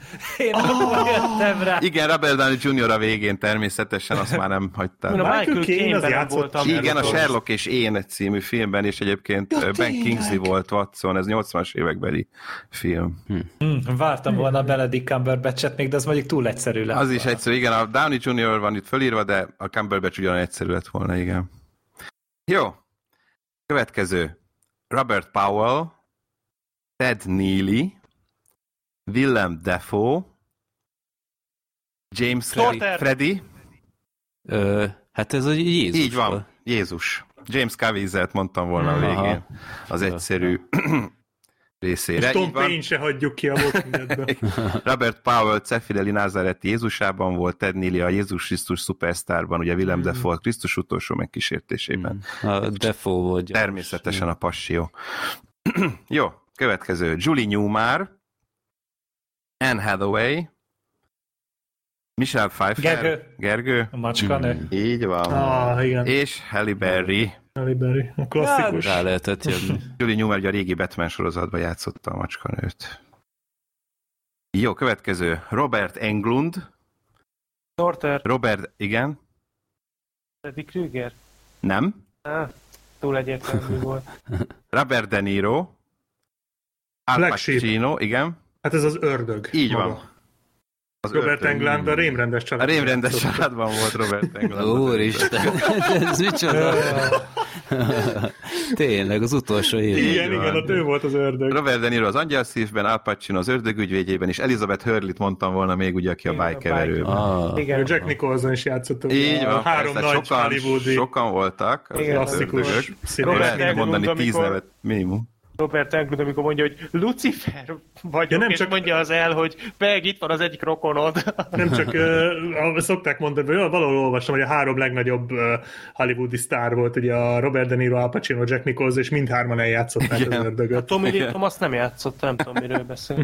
rá. Igen, Robert Downey Jr. a végén természetesen, azt már nem hagytam. Michael Caine-ben voltam. Igen, a Sherlock és én című filmben, és egyébként Ben Kingsley volt Watson, ez 80-as évekbeli film. Vártam volna a Benedict Cumberbatchet még, de az mondjuk túl egyszerű lett. Az is egyszerű, igen, a Downey Jr. van itt fölírva, de a Cumberbatch ugyan egyszerű lett volna, igen. Jó. Következő. Robert Powell, Ted Neely, Willem Dafoe, James Freddy. Hát ez a Jézus. Így van, Jézus. James Caviezel-t mondtam volna a végén. Az egyszerű részére. És Tom Payne se hagyjuk ki a Walking Deadből. Robert Powell Cefirelli Názáreti Jézusában volt, Ted Neely a Jézus Krisztus Superstarban, ugye Willem Dafoe Krisztus utolsó megkísértésében. A Dafoe volt. Természetesen a Passió. Jó, következő. Julie Newmar, Anne Hathaway, Michelle Pfeiffer. Gergő. A macskanő. Így van. Igen. És Halle Berry. A klasszikus. Rá lehetett jönni. Julie Newmar ugye a régi Batman sorozatban játszotta a macskanőt. Jó, következő. Robert Englund. Robert, igen. Freddy Krueger? Nem. Túl egyértelmű volt. Robert De Niro. Al Pacino, igen. Hát ez az ördög. Így maga. Van. Az Robert Englund a rémrendes családban. A rémrendes családban volt Robert Englund. Úristen, ez micsoda? Tényleg, az utolsó év. Igen, ott ő volt az ördög. Robert De Niro az Angyalszívben, Al Pacino az ördögügyvédjében, és Elizabeth Hurley-t mondtam volna még, ugye, aki a bájkeverőben. Igen. Jack Nicholson is játszott. Így van, három nagy hollywoodi. Sokan voltak. Klasszikus. Lehet mondani 10 nevet minimum. Robert Englund, amikor mondja, hogy Lucifer vagyok, nem és csak... mondja az el, hogy Peg, itt van az egyik rokonod. Nem csak szokták mondani, hogy valahol olvastam, hogy a 3 legnagyobb hollywoodi sztár volt, ugye a Robert De Niro, Al Pacino, Jack Nicholson, és mindhárman eljátszották az ördögöt. Tommy Lee Thomas nem játszott, nem tudom, miről beszél.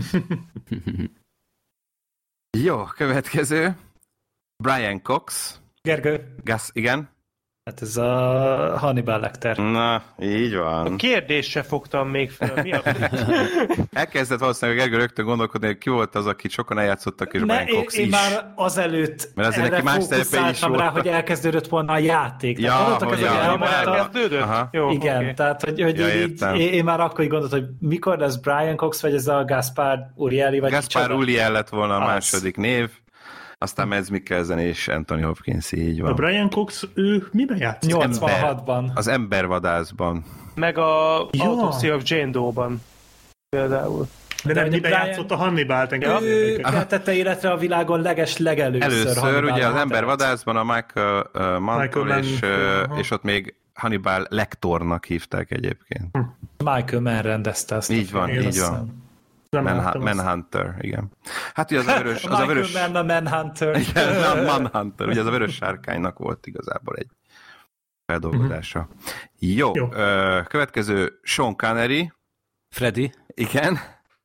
Jó, következő. Brian Cox. Gergő, Igen? hát ez a Hannibal Lecter. Na, így van. A kérdést se fogtam még fel. Mi a... Elkezdett valószínűleg Gergő rögtön gondolkodni, hogy ki volt az, akit sokan eljátszottak, és Brian Cox én is. már azelőtt Mert azért neki más szerepei is rá, voltak. hogy elkezdődött volna a játék. Ja, Tehát hogy ezek, ja, elmondta, elkezdődött? Aha. Jó, igen, okay. tehát hogy Ja, így, én már akkor így gondoltam, hogy mikor lesz Brian Cox, vagy ez a Gaspar Urieli, vagy Gaspar Ulliel lett volna a Az. második név, aztán Mads Mikkelsen és Anthony Hopkins, így van. A Brian Cox, ő miben játszott? 86-ban. Az Embervadászban. Meg a Ja. Autopsy of Jane Doe-ban például. De nem, hogy miben Brian- játszott a Hannibalt? Ő keltette életre a világon legelőször. Először Hannibal ugye az Lectert. Embervadászban a Michael Mann Mann, és ott még Hannibal Lectornak hívták egyébként. Michael Mann rendezte azt. Így van, Én így van. Manhunter, igen. Hát ugye az a vörös... Az a vörös Michael Mann a Manhunter. igen, Manhunter, ugye az a vörös sárkánynak volt igazából egy feldolgozása. Jó, Jó. Következő Sean Connery. Freddy, Igen.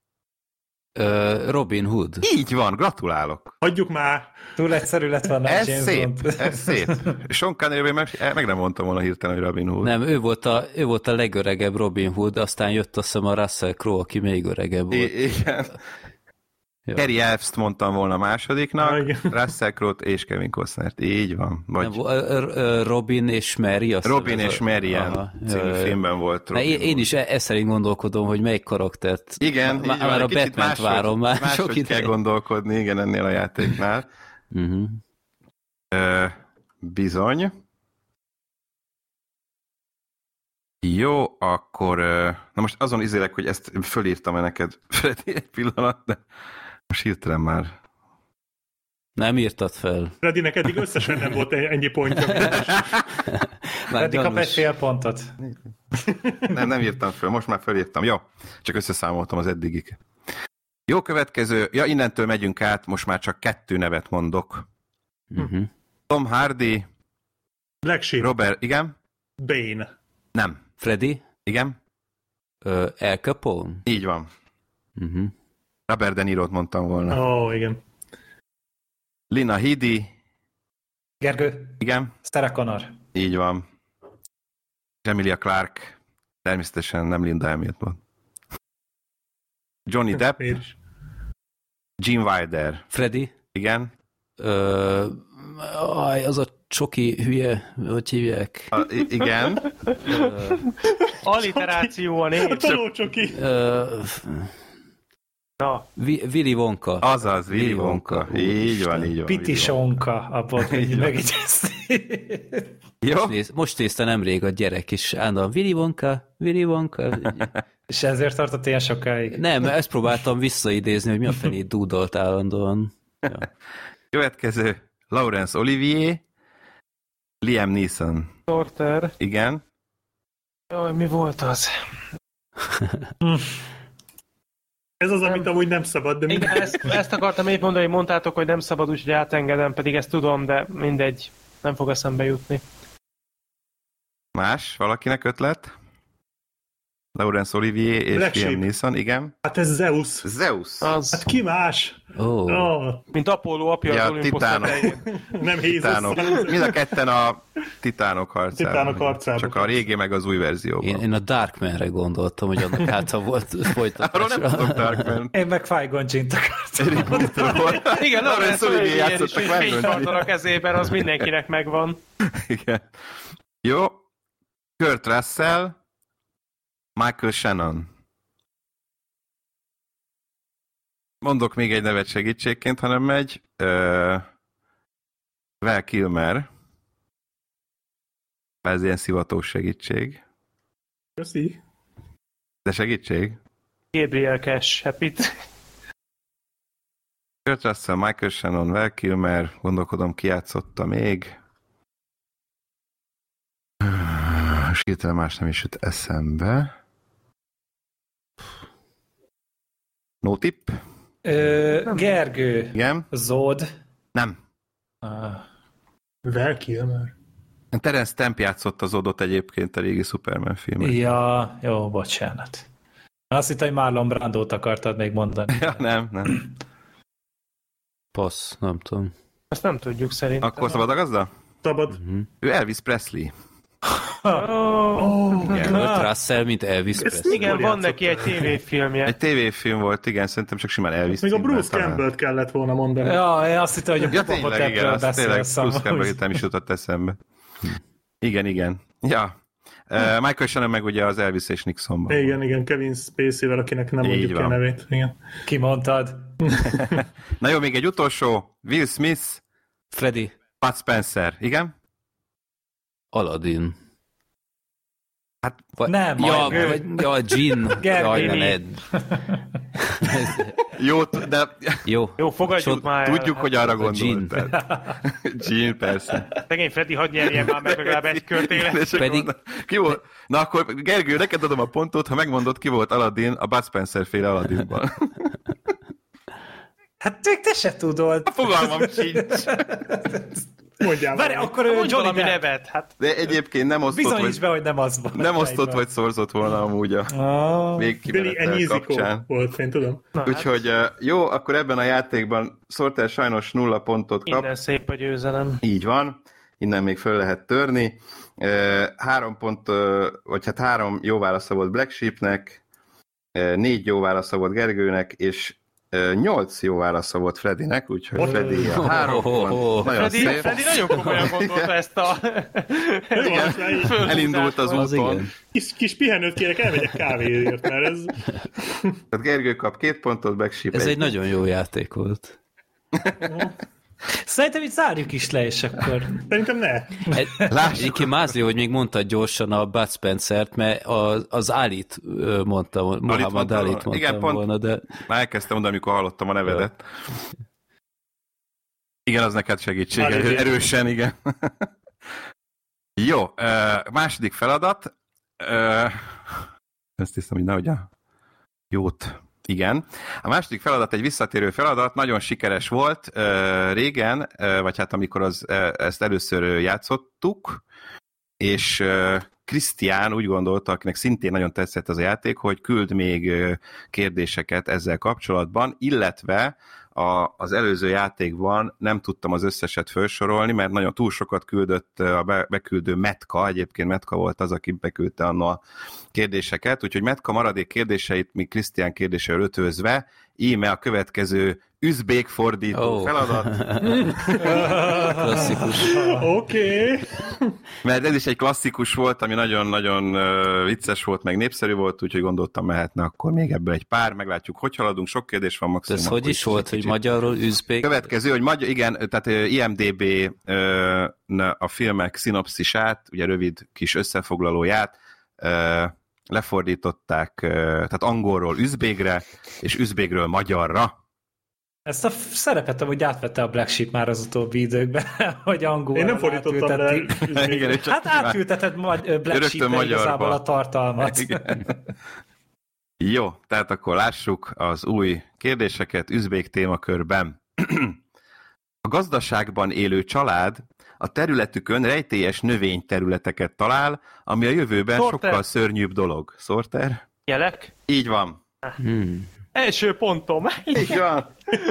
Robin Hood. Így van, gratulálok. Hagyjuk már. Túl egyszerű lett volna a Ez James szép, Bond. ez szép. Sean Connery meg nem mondtam volna hirtelen, hogy Robin Hood. Nem, ő volt a legöregebb Robin Hood, aztán jött azt hiszem a Russell Crowe, aki még öregebb volt. Igen. Jó. Harry Elfst mondtam volna másodiknak, Igen. Russell Crowe-t és Kevin Costnert. Így van. Vagy Robin és Mary. Robin és Marian című filmben volt. Én is ezt szerint gondolkodom, hogy melyik karaktert. Igen, Már így van, a kicsit Batman-t várom már sok máshogy kell ideje. gondolkodni, igen, ennél a játéknál. Uh-huh. Bizony. Jó, akkor... Na most azon izélek, hogy ezt fölírtam-e neked, Freddy, egy pillanat, de most hirtelen már... Nem írtad fel. Freddynek eddig összesen nem volt ennyi pontja. Már Eddig kap egy gyanús. fél pontot. Nem írtam föl, most már fölírtam. Jó, csak összeszámoltam az eddigig. Jó, következő. Ja, innentől megyünk át, most már csak 2 nevet mondok. Uh-huh. Tom Hardy, Black Sheep, Robert, igen? Bane. Nem. Freddy? Igen? Al Capone? Így van. Uh-huh. Robert De Niro-t mondtam volna. Ó, igen. Lina Headey, Gergő, igen? Sarah Connor. Így van. Emilia Clarke, természetesen nem Linda Hamilton. Johnny Depp, Miért is? Gene Wilder, Freddy? igen? Az a csoki hülye, hogy hívják? Igen. Alliteráció a név. Tanulcsoki. Na, Willy Wonka. Azaz, Willy Wonka. Így van, így van. Piti Willy Wonka. Sonka, abból így megígyezni. Jó? Most nézte nemrég a gyerek is, állandóan Willy Wonka, Willy Wonka. És ezért tartott ilyen sokáig. Nem, ezt próbáltam visszaidézni, hogy mi a fenét dúdolt állandóan. Ja. Következő, Laurence Olivier, Liam Neeson. Sorter. Igen. Jaj, mi volt az? Ez az, amit amúgy nem szabad, de Igen, ezt akartam épp mondani, hogy mondtátok, hogy nem szabad, úgyhogy átengedem, pedig ezt tudom, de mindegy, nem fog eszembe jutni. Más? Valakinek ötlet? Laurence Olivier és Black Liam Sheep. Neeson, igen. Hát ez Zeus. Zeus. Az, Hát ki más? Oh. Oh, mint Apollo apja Ja, az Olympus titánok. tetején. nem Jézus. Titánok. Mind a ketten a Titánok harcában. Titánok harcában. Csak a régi meg az új verzióban. Én a Darkmanre gondoltam, hogy annak által volt Arról folytatás. nem tudok, Darkman. Én meg Qui-Gon Jinn-t akartam. Eric Butler volt. Igen, Laurence Olivier játszott a és Qui-Gon fény tartan a kezében, az mindenkinek megvan. Igen. Jó. Kurt Russell, Michael Shannon. Mondok még egy nevet segítségként, ha nem megy. Val Kilmer. Ez ilyen szivatós segítség. Köszi. De segítség. Gabriel Cash, Happy-t. Kurt Russell, Michael Shannon, Val Kilmer. Gondolkodom, ki játszotta még. És hirtelen más nem is jut eszembe. No tip? Gergő. Igen? Zod. Nem. Val Kilmer. Terence Stamp játszott az Zodot egyébként a régi Superman filmben. Ja, jó, bocsánat. Azt hittem, hogy Marlon Brandót akartad még mondani. Ja, nem. Passz, nem tudom. Azt nem tudjuk szerintem. Akkor szabad a gazda? Szabad. Ő Elvis Presley. Igen, Kurt Russell, mint Elvis Presley. Igen, van neki egy tévéfilmje. Egy tévéfilm volt, igen, szerintem csak simán Elvis. Még a Bruce talán. Campbell-t kellett volna mondani. Ja, én azt hittem, hogy a Ja, Pupakot tényleg, igen, ebből az tényleg beszélsz. Bruce Campbell nem is jutott eszembe. Igen. Ja. Michael Shannon meg ugye az Elvis és Nixonban. Igen, Kevin Spacey-vel, akinek nem Így mondjuk ki a van. nevét. Igen. Kimondtad. Na jó, még egy utolsó. Will Smith, Freddy. Bud Spencer. Igen? Aladdin. Hát, Nem, Ja, Gergő. Jean. Jaj, Gergő. ne. jó, de Jó, fogadjuk Sod- már el. tudjuk, hogy arra Jean. gondoltál. Jean, persze. Szegény Freddy, hadd nyerjen már meg legalább egy kört élet. És akkor Pedig- mondom, ki volt? Na akkor Gergő, neked adom a pontot, ha megmondod, ki volt Aladdin a Bud Spencer féle Aladdinban. Hát még te se tudod. Fogalmam sincs. Mondjál Várj, valamit. akkor Mondj Johnny valami Depp. nevet, hát. De egyébként nem osztott, Bizonyíts be, vagy, hogy nem az van. nem osztott, vagy szorzott volna amúgy a Ah. Billy végkimenetel Enyiziko kapcsán. volt, én tudom. Na, Úgyhogy jó, akkor ebben a játékban Sorter sajnos 0 pontot kap. innen szép a győzelem. Így van, innen még föl lehet törni. 3 pont, vagy hát 3 jó válasza volt Black Sheepnek, 4 jó válasza volt Gergőnek, és 8 jó válasza volt Freddynek, úgyhogy Freddy a 3 pont. Nagyon szép. Freddy nagyon komolyan gondolta ezt a... Elindult az Az úton. igen. Kis pihenőt kérek, elmegyek kávéért, mert ez... Tehát Gergő kap 2 pontot, Black Sheep Ez egy nagyon jó játék volt. Szerintem itt zárjuk is le, és akkor... Szerintem ne. Egyébként Mázli, hogy még mondta gyorsan a Bud Spencert, mert az Alit mondta, Muhammad mondta Alit volna. mondta Igen, pont. volna, de Már elkezdtem mondani, amikor hallottam a nevedet. Igen, az neked segítség. Már igen. Erősen, igen. Jó, második feladat. Ezt hiszem, hogy nehogy a jót. Igen. A második feladat egy visszatérő feladat, nagyon sikeres volt régen, vagy hát amikor ezt először játszottuk, és Krisztián úgy gondolta, akinek szintén nagyon tetszett ez a játék, hogy küld még kérdéseket ezzel kapcsolatban, illetve az előző játékban nem tudtam az összeset felsorolni, mert nagyon túl sokat küldött a beküldő Metka, egyébként Metka volt az, aki beküldte anna a kérdéseket, úgyhogy Metka maradék kérdéseit még Krisztián kérdésével ötvözve, íme a következő üzbék fordító feladat. klasszikus. Oké. Mert ez is egy klasszikus volt, ami nagyon-nagyon vicces volt, meg népszerű volt, úgyhogy gondoltam, mehetne akkor még ebből egy pár, meglátjuk, hogy haladunk, sok kérdés van maximum. Ez hogy is volt, hogy magyarul üzbék? Következő, hogy igen, tehát IMDB a filmek szinopszisát, ugye rövid kis összefoglalóját lefordították, tehát angolról üzbégre, és üzbégről magyarra. Ezt a szerepet amúgy átvette a Black Sheep már az utóbbi időkben, hogy angolul Én nem fordítottam le. Igen, csak Hát átülteted Black Sheep-re igazából a tartalmat. Igen. Jó, tehát akkor lássuk az új kérdéseket üzbék témakörben. A gazdaságban élő család a területükön rejtélyes növényterületeket talál, ami a jövőben Sorter. sokkal szörnyűbb dolog. Sorter? Jelek? Így van. Első pontom. Így van.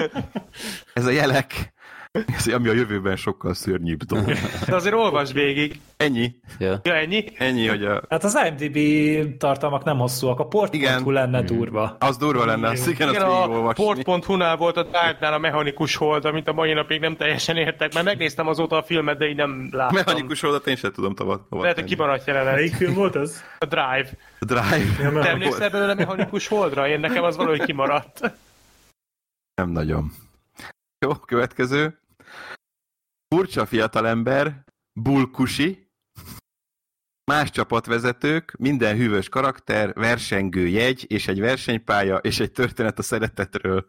Ez a jelek, ami a jövőben sokkal szörnyűbb dolog. De azért olvasd végig. Ennyi. Ja. Ja, ennyi? Ennyi, hogy Hát az IMDb tartalmak nem hosszúak, a port.hu lenne durva. az durva lenne, azt igen, azt Igen, a végigolvasni. port.hu-nál volt a Darknál a mechanikus hold, amit a mai napig nem teljesen értek, mert megnéztem azóta a filmet, de így nem láttam. Mechanikus oldat én sem tudom hova Lehet, hogy kimaradt jelenet. Melyik film volt az? A Drive. Drive. Te emlékszel belőle mechanikus holdra? Én nekem az valahogy kimaradt. Nem nagyon. Jó, következő. Furcsa fiatalember, bulkusi, más csapatvezetők, minden hűvös karakter, versengő jegy, és egy versenypálya, és egy történet a szeretetről.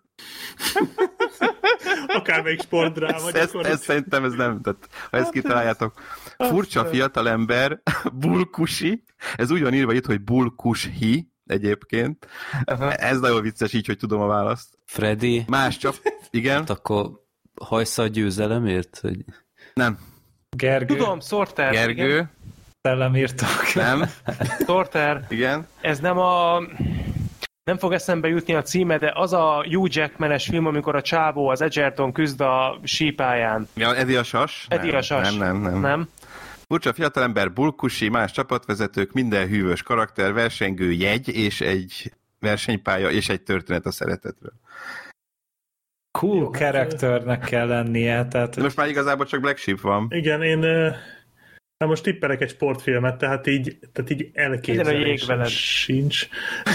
Akármelyik sportdráma. Ez szerintem ez nem, tehát ha ezt kitaláljátok. Furcsa fiatalember, bulkusi, ez úgy van írva itt, hogy bulkushi, egyébként. Ez nagyon vicces így, hogy tudom a választ. Freddy? Más csak, igen. Hát akkor hajsz a győzelemért? Hogy... Nem. Gergő. Tudom, Sorter. Gergő. Igen. Szellemírtok. Nem. Sorter. Igen. Ez nem a... Nem fog eszembe jutni a címe, de az a Hugh Jackman-es film, amikor a csávó, az Edgerton küzd a sípályán. Ja, Eddie a Sas? Eddie a Sas. Nem. Furcsa fiatalember, bulkusi, más csapatvezetők, minden hűvös karakter, versengő jegy, és egy versenypálya, és egy történet a szeretetről. Cool characternek kell lennie. Tehát... De most már igazából csak Black Sheep van. Igen, én most tippelek egy sportfilmet, tehát így elképzelésem sincs.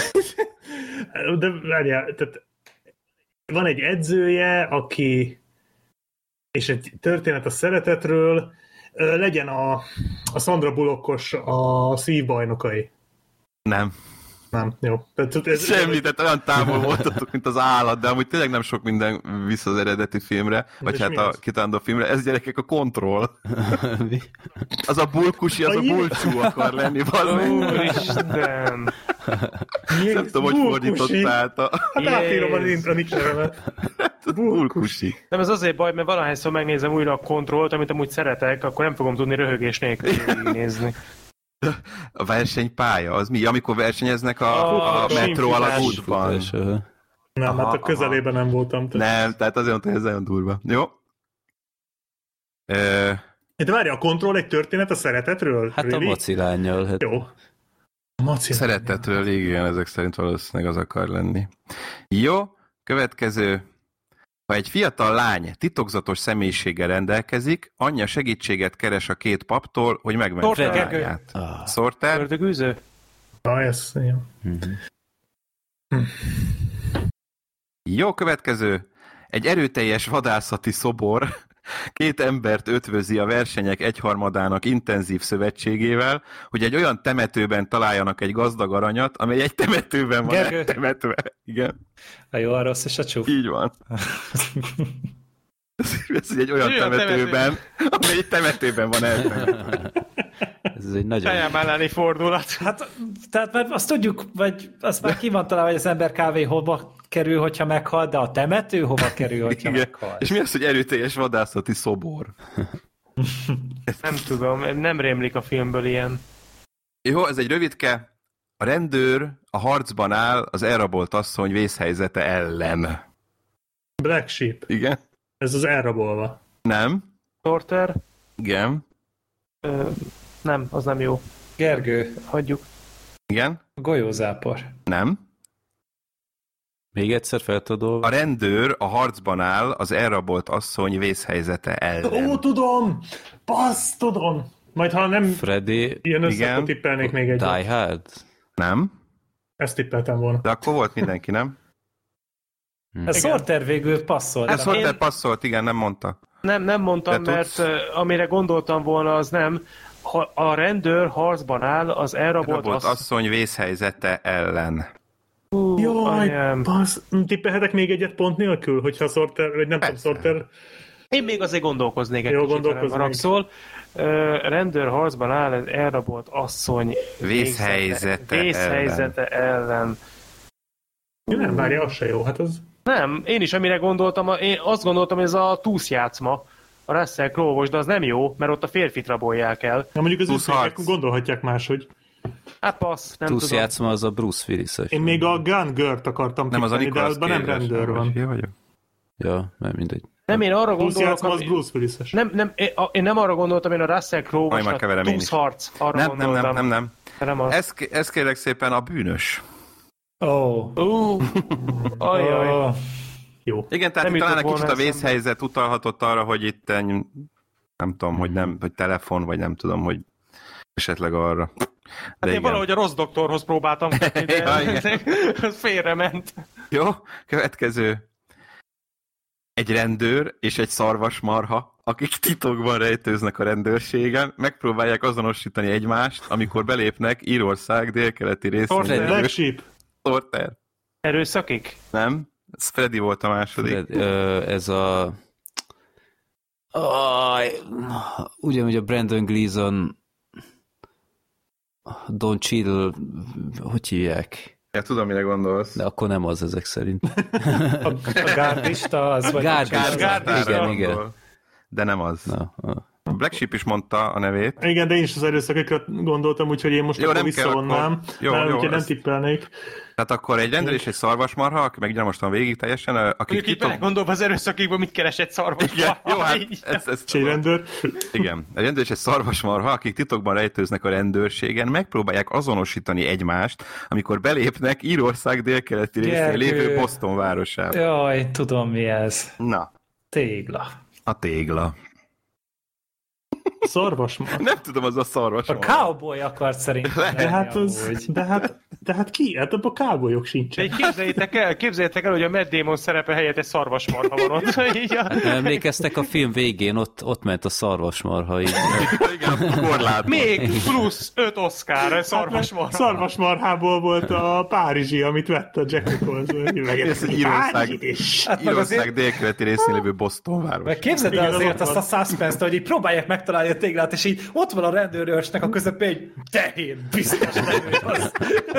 De várjál, tehát van egy edzője, aki és egy történet a szeretetről, legyen a Sandra Bullockos a szívbajnokai. Nem. Nem, jó. Semmi, tehát olyan távol voltatok, mint az állat, de amúgy tényleg nem sok minden vissza az eredeti filmre, vagy hát a kitándó filmre. Ez gyerekek a Control. Az a bulkusi, az a bulcsú akar lenni valami. Úristen! Nem tudom, hogy fordítottád. Hát átírom a nick nevemet. Bulkusi. Nem, ez azért baj, mert valahányszor megnézem újra a Controlt, amit amúgy szeretek, akkor nem fogom tudni röhögés nélkül nézni. A versenypálya, az mi? Amikor versenyeznek a metró alagútban? Nem, hát a közelében nem voltam. Nem, tehát azért mondta, hogy ez nagyon durva. Jó? De várja, a Control egy történet a szeretetről? Hát really? A macilánnyal. Hát... Jó. Szeretetről, igen, ezek szerint valószínűleg az akar lenni. Jó, következő. Ha egy fiatal lány titokzatos személyiséggel rendelkezik, anyja segítséget keres a két paptól, hogy megmentse a lányát. Sorter? Ördögűző? Ez Jó, következő. Egy erőteljes vadászati szobor két embert ötvözi a versenyek egyharmadának intenzív szövetségével, hogy egy olyan temetőben találjanak egy gazdag aranyat, amely egy temetőben van eltemetve. Igen. A jó, a rossz és a csúf. Így van. Ez egy olyan temetőben, amely egy temetőben van eltemetve. Ez egy nagyon... Fejjem elleni fordulat. Hát, tehát mert azt tudjuk, vagy azt már ki van találva, hogy az ember kávé hova kerül, hogyha meghal, de a temető hova kerül, hogyha meghal. És mi az, hogy erőteljes vadászati szobor? Nem tudom, nem rémlik a filmből ilyen. Jó, ez egy rövidke. A rendőr a harcban áll az elrabolt asszony vészhelyzete ellen. Black Sheep. Igen. Ez az elrabolva. Nem. Sorter? Igen. Nem, az nem jó. Gergő. Hagyjuk. Igen. Golyózápor. Nem. Még egyszer fel tudod. A rendőr a harcban áll az elrabolt asszony vészhelyzete ellen. Ó, tudom! Passz, tudom! Majd ha nem Freddy. jön össze, akkor tippelnék még egyet. Die Hard? Nem. Ezt tippeltem volna. De akkor volt mindenki, nem? Ez Sorter végül passzolt. Ez Sorter passzolt, igen, nem mondta. Nem mondtam, mert amire gondoltam volna, az nem. Ha a rendőr harcban áll az elrabolt asszony vészhelyzete ellen. Jaj, passz. Tippelhetek még egyet pont nélkül, hogyha Sorter, vagy nem tudom, Sorter... Én még azért gondolkoznék egy kicsit, ha haragszol. Rendőr harcban áll az elrabolt asszony vészhelyzete ellen. Nem, várja, az se jó, hát az... Nem, én is amire gondoltam, én azt gondoltam, hogy ez a túszjátszma, a Russell Crowe-os, de az nem jó, mert ott a férfit rabolják el. Na mondjuk az üszékek gondolhatják máshogy. Hát passz, nem tudom. Túszjátszma az a Bruce Willis. Én még a Gun Girl-t akartam tippelni, de azban nem rendőr van. Ja, mert mindegy. Nem, én arra gondolok, az Bruce Willis-es. Én nem arra gondoltam, én a Russell Crowe-os, a túszharc, arra gondoltam. Nem. Ez kérlek szépen a bűnös. Ajaj. Jó. Igen, tehát talán egy kicsit a vészhelyzet utalhatott arra, hogy itt nem tudom, hogy telefon, vagy nem tudom, hogy esetleg arra. Hát én valahogy a rossz doktorhoz próbáltam, de az félrement. Jó, következő. Egy rendőr és egy szarvasmarha, akik titokban rejtőznek a rendőrségen, megpróbálják azonosítani egymást, amikor belépnek Írország délkeleti részén. Black Sheep. Sorter. Erőszakik? Nem. Ez Freddy volt a második. Ez a... ugyanúgy a Brandon Gleeson Don Cheadle, hogy hívják? Ja, tudom, mire gondolsz. De akkor nem az ezek szerint. A gárdista az, vagy... Gárdista, igen. De nem az. Na, A Black Sheep is mondta a nevét. Igen, de én is az erőszakokra gondoltam, úgyhogy én most akkor visszavonnám, mert úgyhogy nem tippelnék. Tehát akkor egy rendőr és egy szarvasmarha, aki meg most végig teljesen, akik itt belegondolva az erőszakikban, mit keres egy szarvasmarha. Jó, hát ez rendőr. Igen, egy rendőr és egy szarvasmarha, akik titokban rejtőznek a rendőrségen, megpróbálják azonosítani egymást, amikor belépnek Írország délkeleti részén lévő Boston városába. Jaj, tudom mi ez. Na. Tégla. A tégla. Szarvasmarha. Nem tudom, az a szarvasmarha. A cowboy akart szerintem. De hát ki? Hát abban cowboyok sincsen. Képzeljétek el, hogy a Matt Damon szerepe helyett egy szarvasmarha van ott. Hát emlékeztek a film végén, ott ment a szarvasmarha. Igen, a korlátban. Még plusz 5 Oscar szarvasmarha. Szarvasmarhából volt a párizsi, amit vett a Jack Nicholson. Írország délkeleti részén lévő Boston város. Meg képzeld el azért azt a suspense-t, hogy így próbálják megtalálni a téglát, és így ott van a rendőrőrsnek a közepén, hogy tehén, biztos nem az.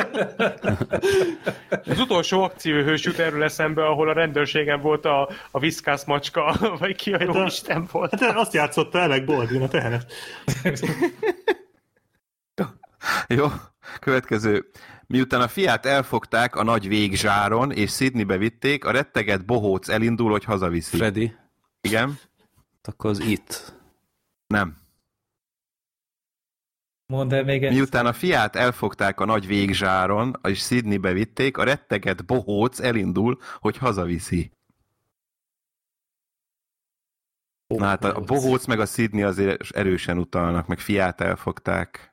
Az utolsó akcióhős jut erről eszembe, ahol a rendőrségen volt a viszkász macska, vagy ki a jó Isten volt. Hát azt játszotta Alec Baldwin, a tehenet. Jó, következő. Miután a fiát elfogták a nagy végzsáron, és Sydneybe vitték, a retteget bohóc elindul, hogy hazaviszi. Freddy? Igen? Akkor az It. Nem. Mondd el még Miután a fiát elfogták a nagy végzsáron, és Sydneybe vitték, a retteget bohóc elindul, hogy hazaviszi. Na hát a bohóc meg a Sydney azért erősen utalnak, meg fiát elfogták.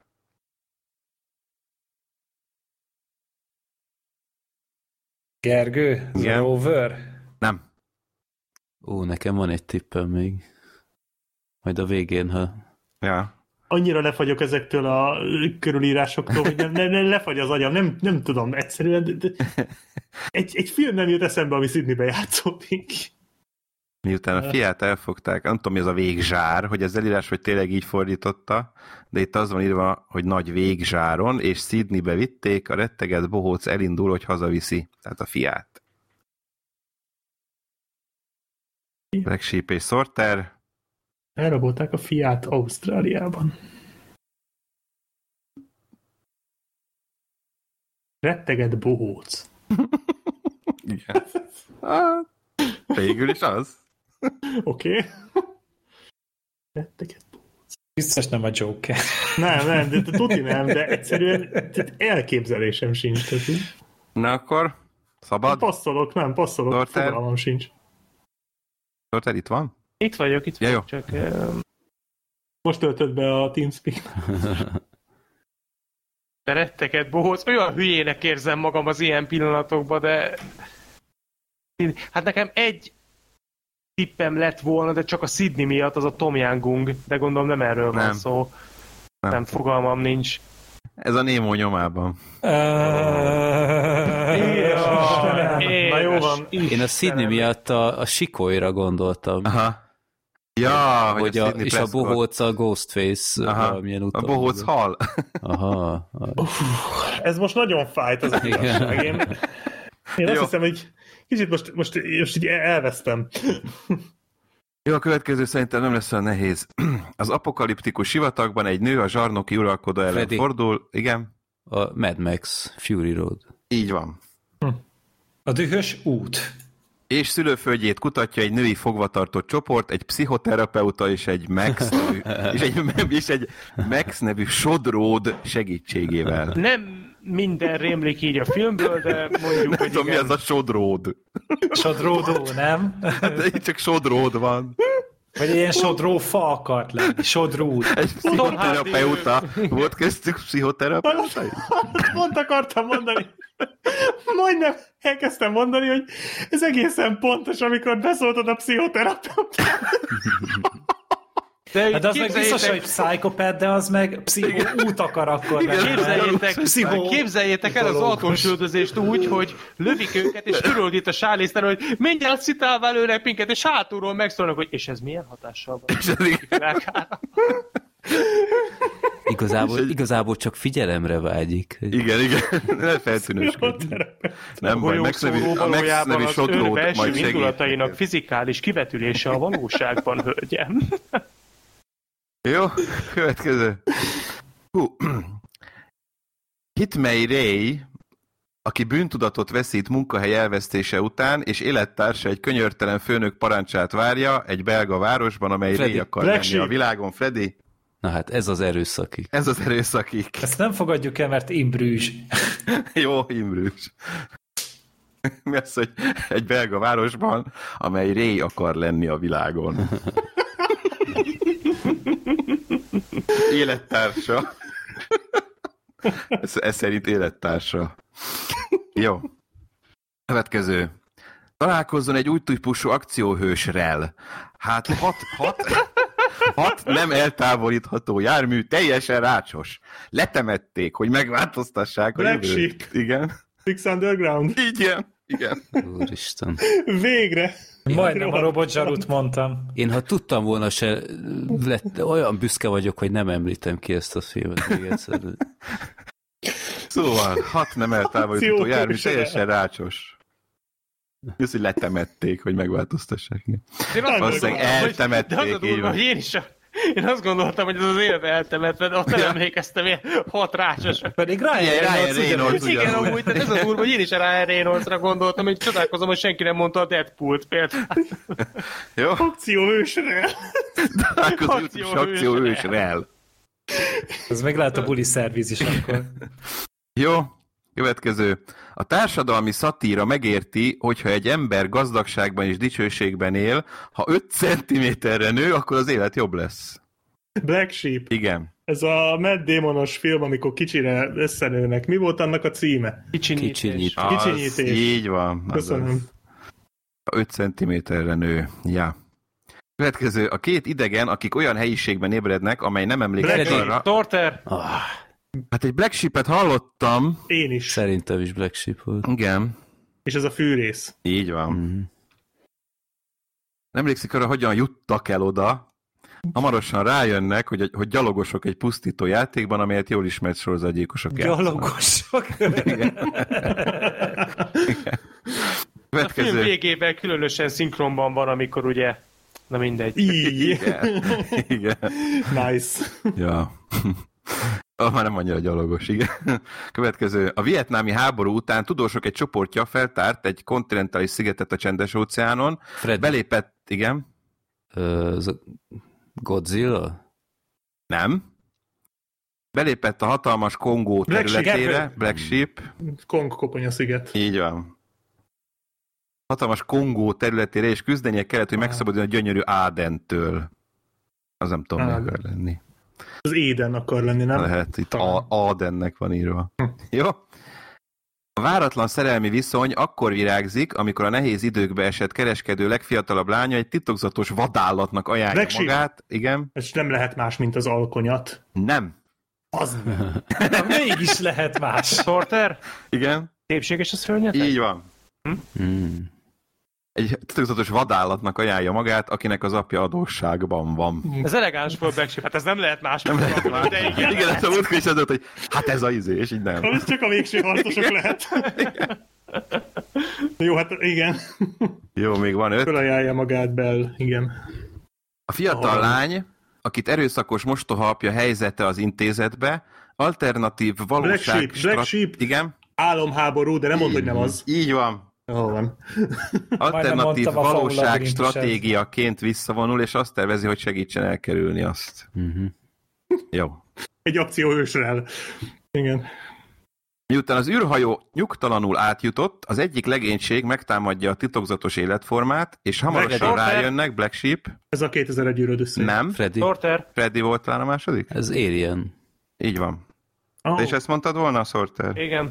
Gergő? Igen. Rover? Nem. Nekem van egy tippem még. Majd a végén, ha... Ja. Annyira lefagyok ezektől a körülírásoktól, hogy nem lefagy az agyam, nem tudom, egyszerűen egy film nem jut eszembe, ami Sydneybe játszódik. Miután a fiát elfogták, nem tudom, mi az a végzsár, hogy az elírás, hogy tényleg így fordította, de itt az van írva, hogy nagy végzsáron, és Sydneybe vitték, a retteget bohóc elindul, hogy hazaviszi, tehát a fiát. Black Sheep és Sorter. Elrabolták a fiát Ausztráliában. Retteget bohóc. Igen. Végül is az. Oké. Retteget bohóc. Biztos nem a Joker. Nem, de tuti nem, de egyszerűen elképzelésem sincs. Na akkor, szabad? Passzolok, fogalmam sincs. Sorter itt van? Itt vagyok, jó. Csak... Most töltött be a TeamSpeak. De retteket, bohóc, olyan hülyének érzem magam az ilyen pillanatokban, de... Hát nekem egy tippem lett volna, de csak a Sydney miatt, az a Tom Young, de gondolom nem erről van szó. Nem, fogalmam nincs. Ez a Nemo nyomában. Na jó van. Én a Sydney miatt a Sikolyra gondoltam. Aha. Ja, hogy és a bohóc a Ghostface valamilyen úton. A bohóc hal. Aha. Ez most nagyon fájt az a igazság. Én azt hiszem, hogy kicsit most így elvesztem. Jó, a következő szerintem nem lesz olyan nehéz. Az apokaliptikus sivatagban egy nő a zsarnoki uralkodó ellen fordul. Igen? A Mad Max Fury Road. Így van. A dühös út. És szülőföldjét kutatja egy női fogvatartott csoport, egy pszichoterapeuta és egy Max nevű, és egy Max nevű sodród segítségével. Nem minden rémlik így a filmből, de mondjuk, hogy tudom, mi az a sodród? Sodródó, nem? Hát itt csak sodród van. Vagy ilyen sodrófa akart lenni. Sodród. Egy pszichoterapeuta. Volt köztük pszichoterapeuta? Pont akartam mondani. Majdnem elkezdtem mondani, hogy ez egészen pontos, amikor beszóltad a pszichoterapeutát. De az meg biztos, hogy pszichopát, de az meg pszichóút akar akkor lenni. Képzeljétek el az alkoholsüldözést úgy, hogy lövik őket, és körülgít a sálészter, hogy mindjárt szitálva lőnek minket, és hátulról megszólnak, hogy és ez milyen hatással van? Igazából csak figyelemre vágyik. Igen, ne felszínűsködj. Nem baj, a Max nevű sodrót majd segít. indulatainak fizikális kivetülése a valóságban, hölgyem. Jó, következő. Hitmei Ray, aki bűntudatot veszít munkahely elvesztése után, és élettársa egy könyörtelen főnök parancsát várja egy belga városban, amely Ray akar lenni a világon. Freddy? Na hát ez az erőszakik. Ez az erőszakik. Ezt nem fogadjuk el, mert Imbrüzs. Jó, Imbrüzs. Mi az, hogy egy belga városban, amely Ray akar lenni a világon. Élettársa. Ez szerint élettársa. Jó. Következő. Találkozzon egy új típusú akcióhősrel. Hát hat nem eltávolítható jármű, teljesen rácsos. Letemették, hogy megváltoztassák a Black jövőt. Sheep. Igen. Six Underground. Igen. Úristen. Végre. Majdnem a Robot Zsarut mondtam. Én ha tudtam volna se, olyan büszke vagyok, hogy nem említem ki ezt a filmet még egyszer. Szóval, 6 nem eltávolítható jármű, teljesen rácsos. Jössz, hogy letemették, hogy megváltoztassák. Valószínűleg eltemették, így van. Én azt gondoltam, hogy ez az élet eltemetve, de ott nem emlékeztem, ilyen 6 rácsos. Pedig Ryan Reynolds Igen, amúgy, tehát ez az durva, hogy én is a Ryan Reynoldsra gondoltam, hogy csodálkozom, hogy senki nem mondta a Deadpool-t például. Jó? Akcióhősrel. Akcióhősrel. Ez meg lehet a buli szerviz is akkor. Jó, következő. A társadalmi szatíra megérti, hogyha egy ember gazdagságban és dicsőségben él, ha 5 centiméterre nő, akkor az élet jobb lesz. Black Sheep. Igen. Ez a Matt Damonos film, amikor kicsire összenőnek. Mi volt annak a címe? Kicsinyítés. Kicsinyítés. Így van. Köszönöm. A 5 centiméterre nő. Ja. Következő. A 2 idegen, akik olyan helyiségben ébrednek, amely nem emlékszik arra. Torter. Hát egy Black Sheep-et hallottam. Én is. Szerintem is Black Sheep volt. Igen. És ez a fűrész. Így van. Nem emlékszik arra, hogyan juttak el oda. Hamarosan rájönnek, hogy gyalogosok egy pusztító játékban, amelyet jól ismert sorozatgyilkosok játszanak. Gyalogosok? Igen. A film végében különösen szinkronban van, amikor ugye, na mindegy. Igen. Nice. Ja. Már nem annyira gyalogos, igen. Következő. A vietnámi háború után tudósok egy csoportja feltárt egy kontinentális szigetet a Csendes-óceánon. Belépett, igen. Godzilla? Nem. Belépett a hatalmas Kongó területére. Black Sheep. Kong-koponya sziget. Így van. Hatalmas Kongó területére, és küzdenie kellett, hogy megszabaduljon a gyönyörű Ádentől. Az nem tudom, mi akar lenni. Az Éden akar lenni, nem? Lehet, itt Ádennek van írva. Jó? A váratlan szerelmi viszony akkor virágzik, amikor a nehéz időkbe esett kereskedő legfiatalabb lánya egy titokzatos vadállatnak ajánlja magát. Igen? Ez nem lehet más, mint az alkonyat. Nem. Az nem. Mégis lehet más. Torter? Igen? Szépséges a szörnyetek? Így van. Egy titokzatos vadállatnak ajánlja magát, akinek az apja adósságban van. Ez elegáns volt, Black Sheep. Hát ez nem lehet más. Nem lehet más. De igen, ezt a múltkor is adott, hogy hát ez az izé, és így nem. Ez csak a végső harcosok lehet. Jó, hát igen. Jó, még van 5. Fölajánlja magát Bell, igen. A fiatal lány, akit erőszakos mostoha apja helyzete az intézetbe, alternatív valóság... Black Sheep. Igen? Álomháború, de nem mondd, hogy nem az. Így van. Hol van? Alternatív valóság stratégiaként visszavonul, és azt tervezi, hogy segítsen elkerülni azt. Jó. Egy akcióhősrel. Igen. Miután az űrhajó nyugtalanul átjutott, az egyik legénység megtámadja a titokzatos életformát, és hamarosan rájönnek, Black Sheep. Ez a 2001 űröd össze. Nem. Freddy. Sorter. Freddy volt talán a második? Ez Alien. Így van. Oh. És ezt mondtad volna, Sorter? Igen.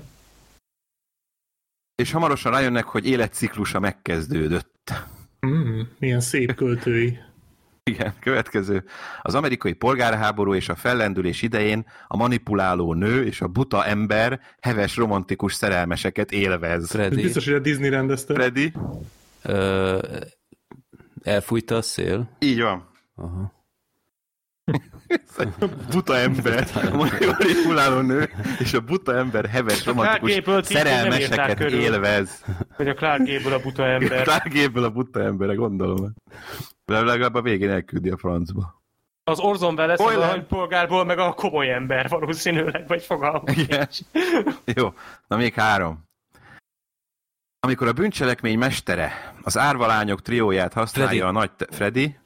És hamarosan rájönnek, hogy életciklusa megkezdődött. Milyen szép költői. Igen, következő. Az amerikai polgárháború és a fellendülés idején a manipuláló nő és a buta ember heves romantikus szerelmeseket élvez. Freddy. Biztos, hogy a Disney rendezte. Freddy? Elfújta a szél? Így van. Aha. Buta ember, a manipuláló nő, és a buta ember heves, romantikus szerelmeseket élvez. Hogy a Clark Gable a buta ember. Clark Gable a buta emberre, gondolom. De legalább a végén elküldi a francba. Az Orson Welles a polgárból meg a komoly ember valószínűleg, vagy fogalmam. Jó, na még 3. Amikor a bűncselekmény mestere az árvalányok trióját használja Freddy. a nagy... Freddy?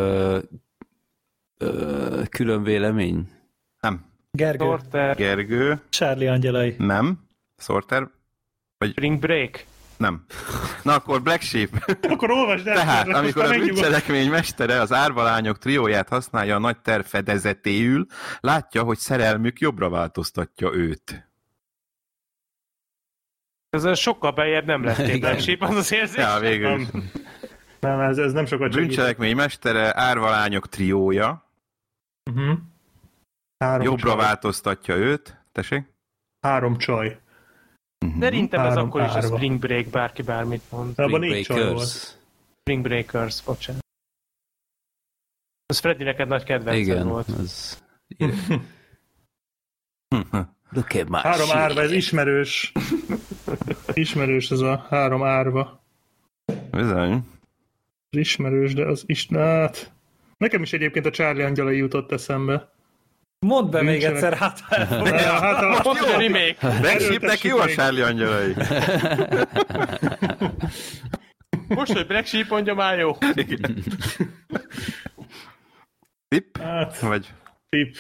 Külön vélemény? Nem. Gergő. Sorter. Gergő? Charlie Angelai. Nem. Sorter? Spring Break? Nem. Na akkor Black Sheep. Akkor olvasd el. Tehát, amikor a bűncselekmény mestere az árvalányok trióját használja a nagy terv fedezetéül, látja, hogy szerelmük jobbra változtatja őt. Ez sokkal beljebb nem lettél Black Sheep, az az érzés. Ja, végül. Nem, ez nem sokat segít. Bűncselekmény mestere, árvalányok triója, jobbra változtatja őt. Tessék? 3 csaj. Szerintem ez 3 akkor is a árva. Spring Break, bárki bármit mond. Abban 4 csaj volt. Spring Breakers, bocsánat. Az Freddy neked nagy kedvenced Igen, volt. az... Look at my 3 árva, ez ismerős. Ismerős ez a 3 árva. Bizony. Ez ismerős, de az is... Hát... Nekem is egyébként a Charlie Angelai jutott eszembe. Mondd be még Nincsenek. egyszer, hát... Hát a... Pont a remake. Black Sheepnek jó a Charlie Angelai. Most, hogy Black Sheep mondja, már jó. Tipp? Hát, Vagy... tip.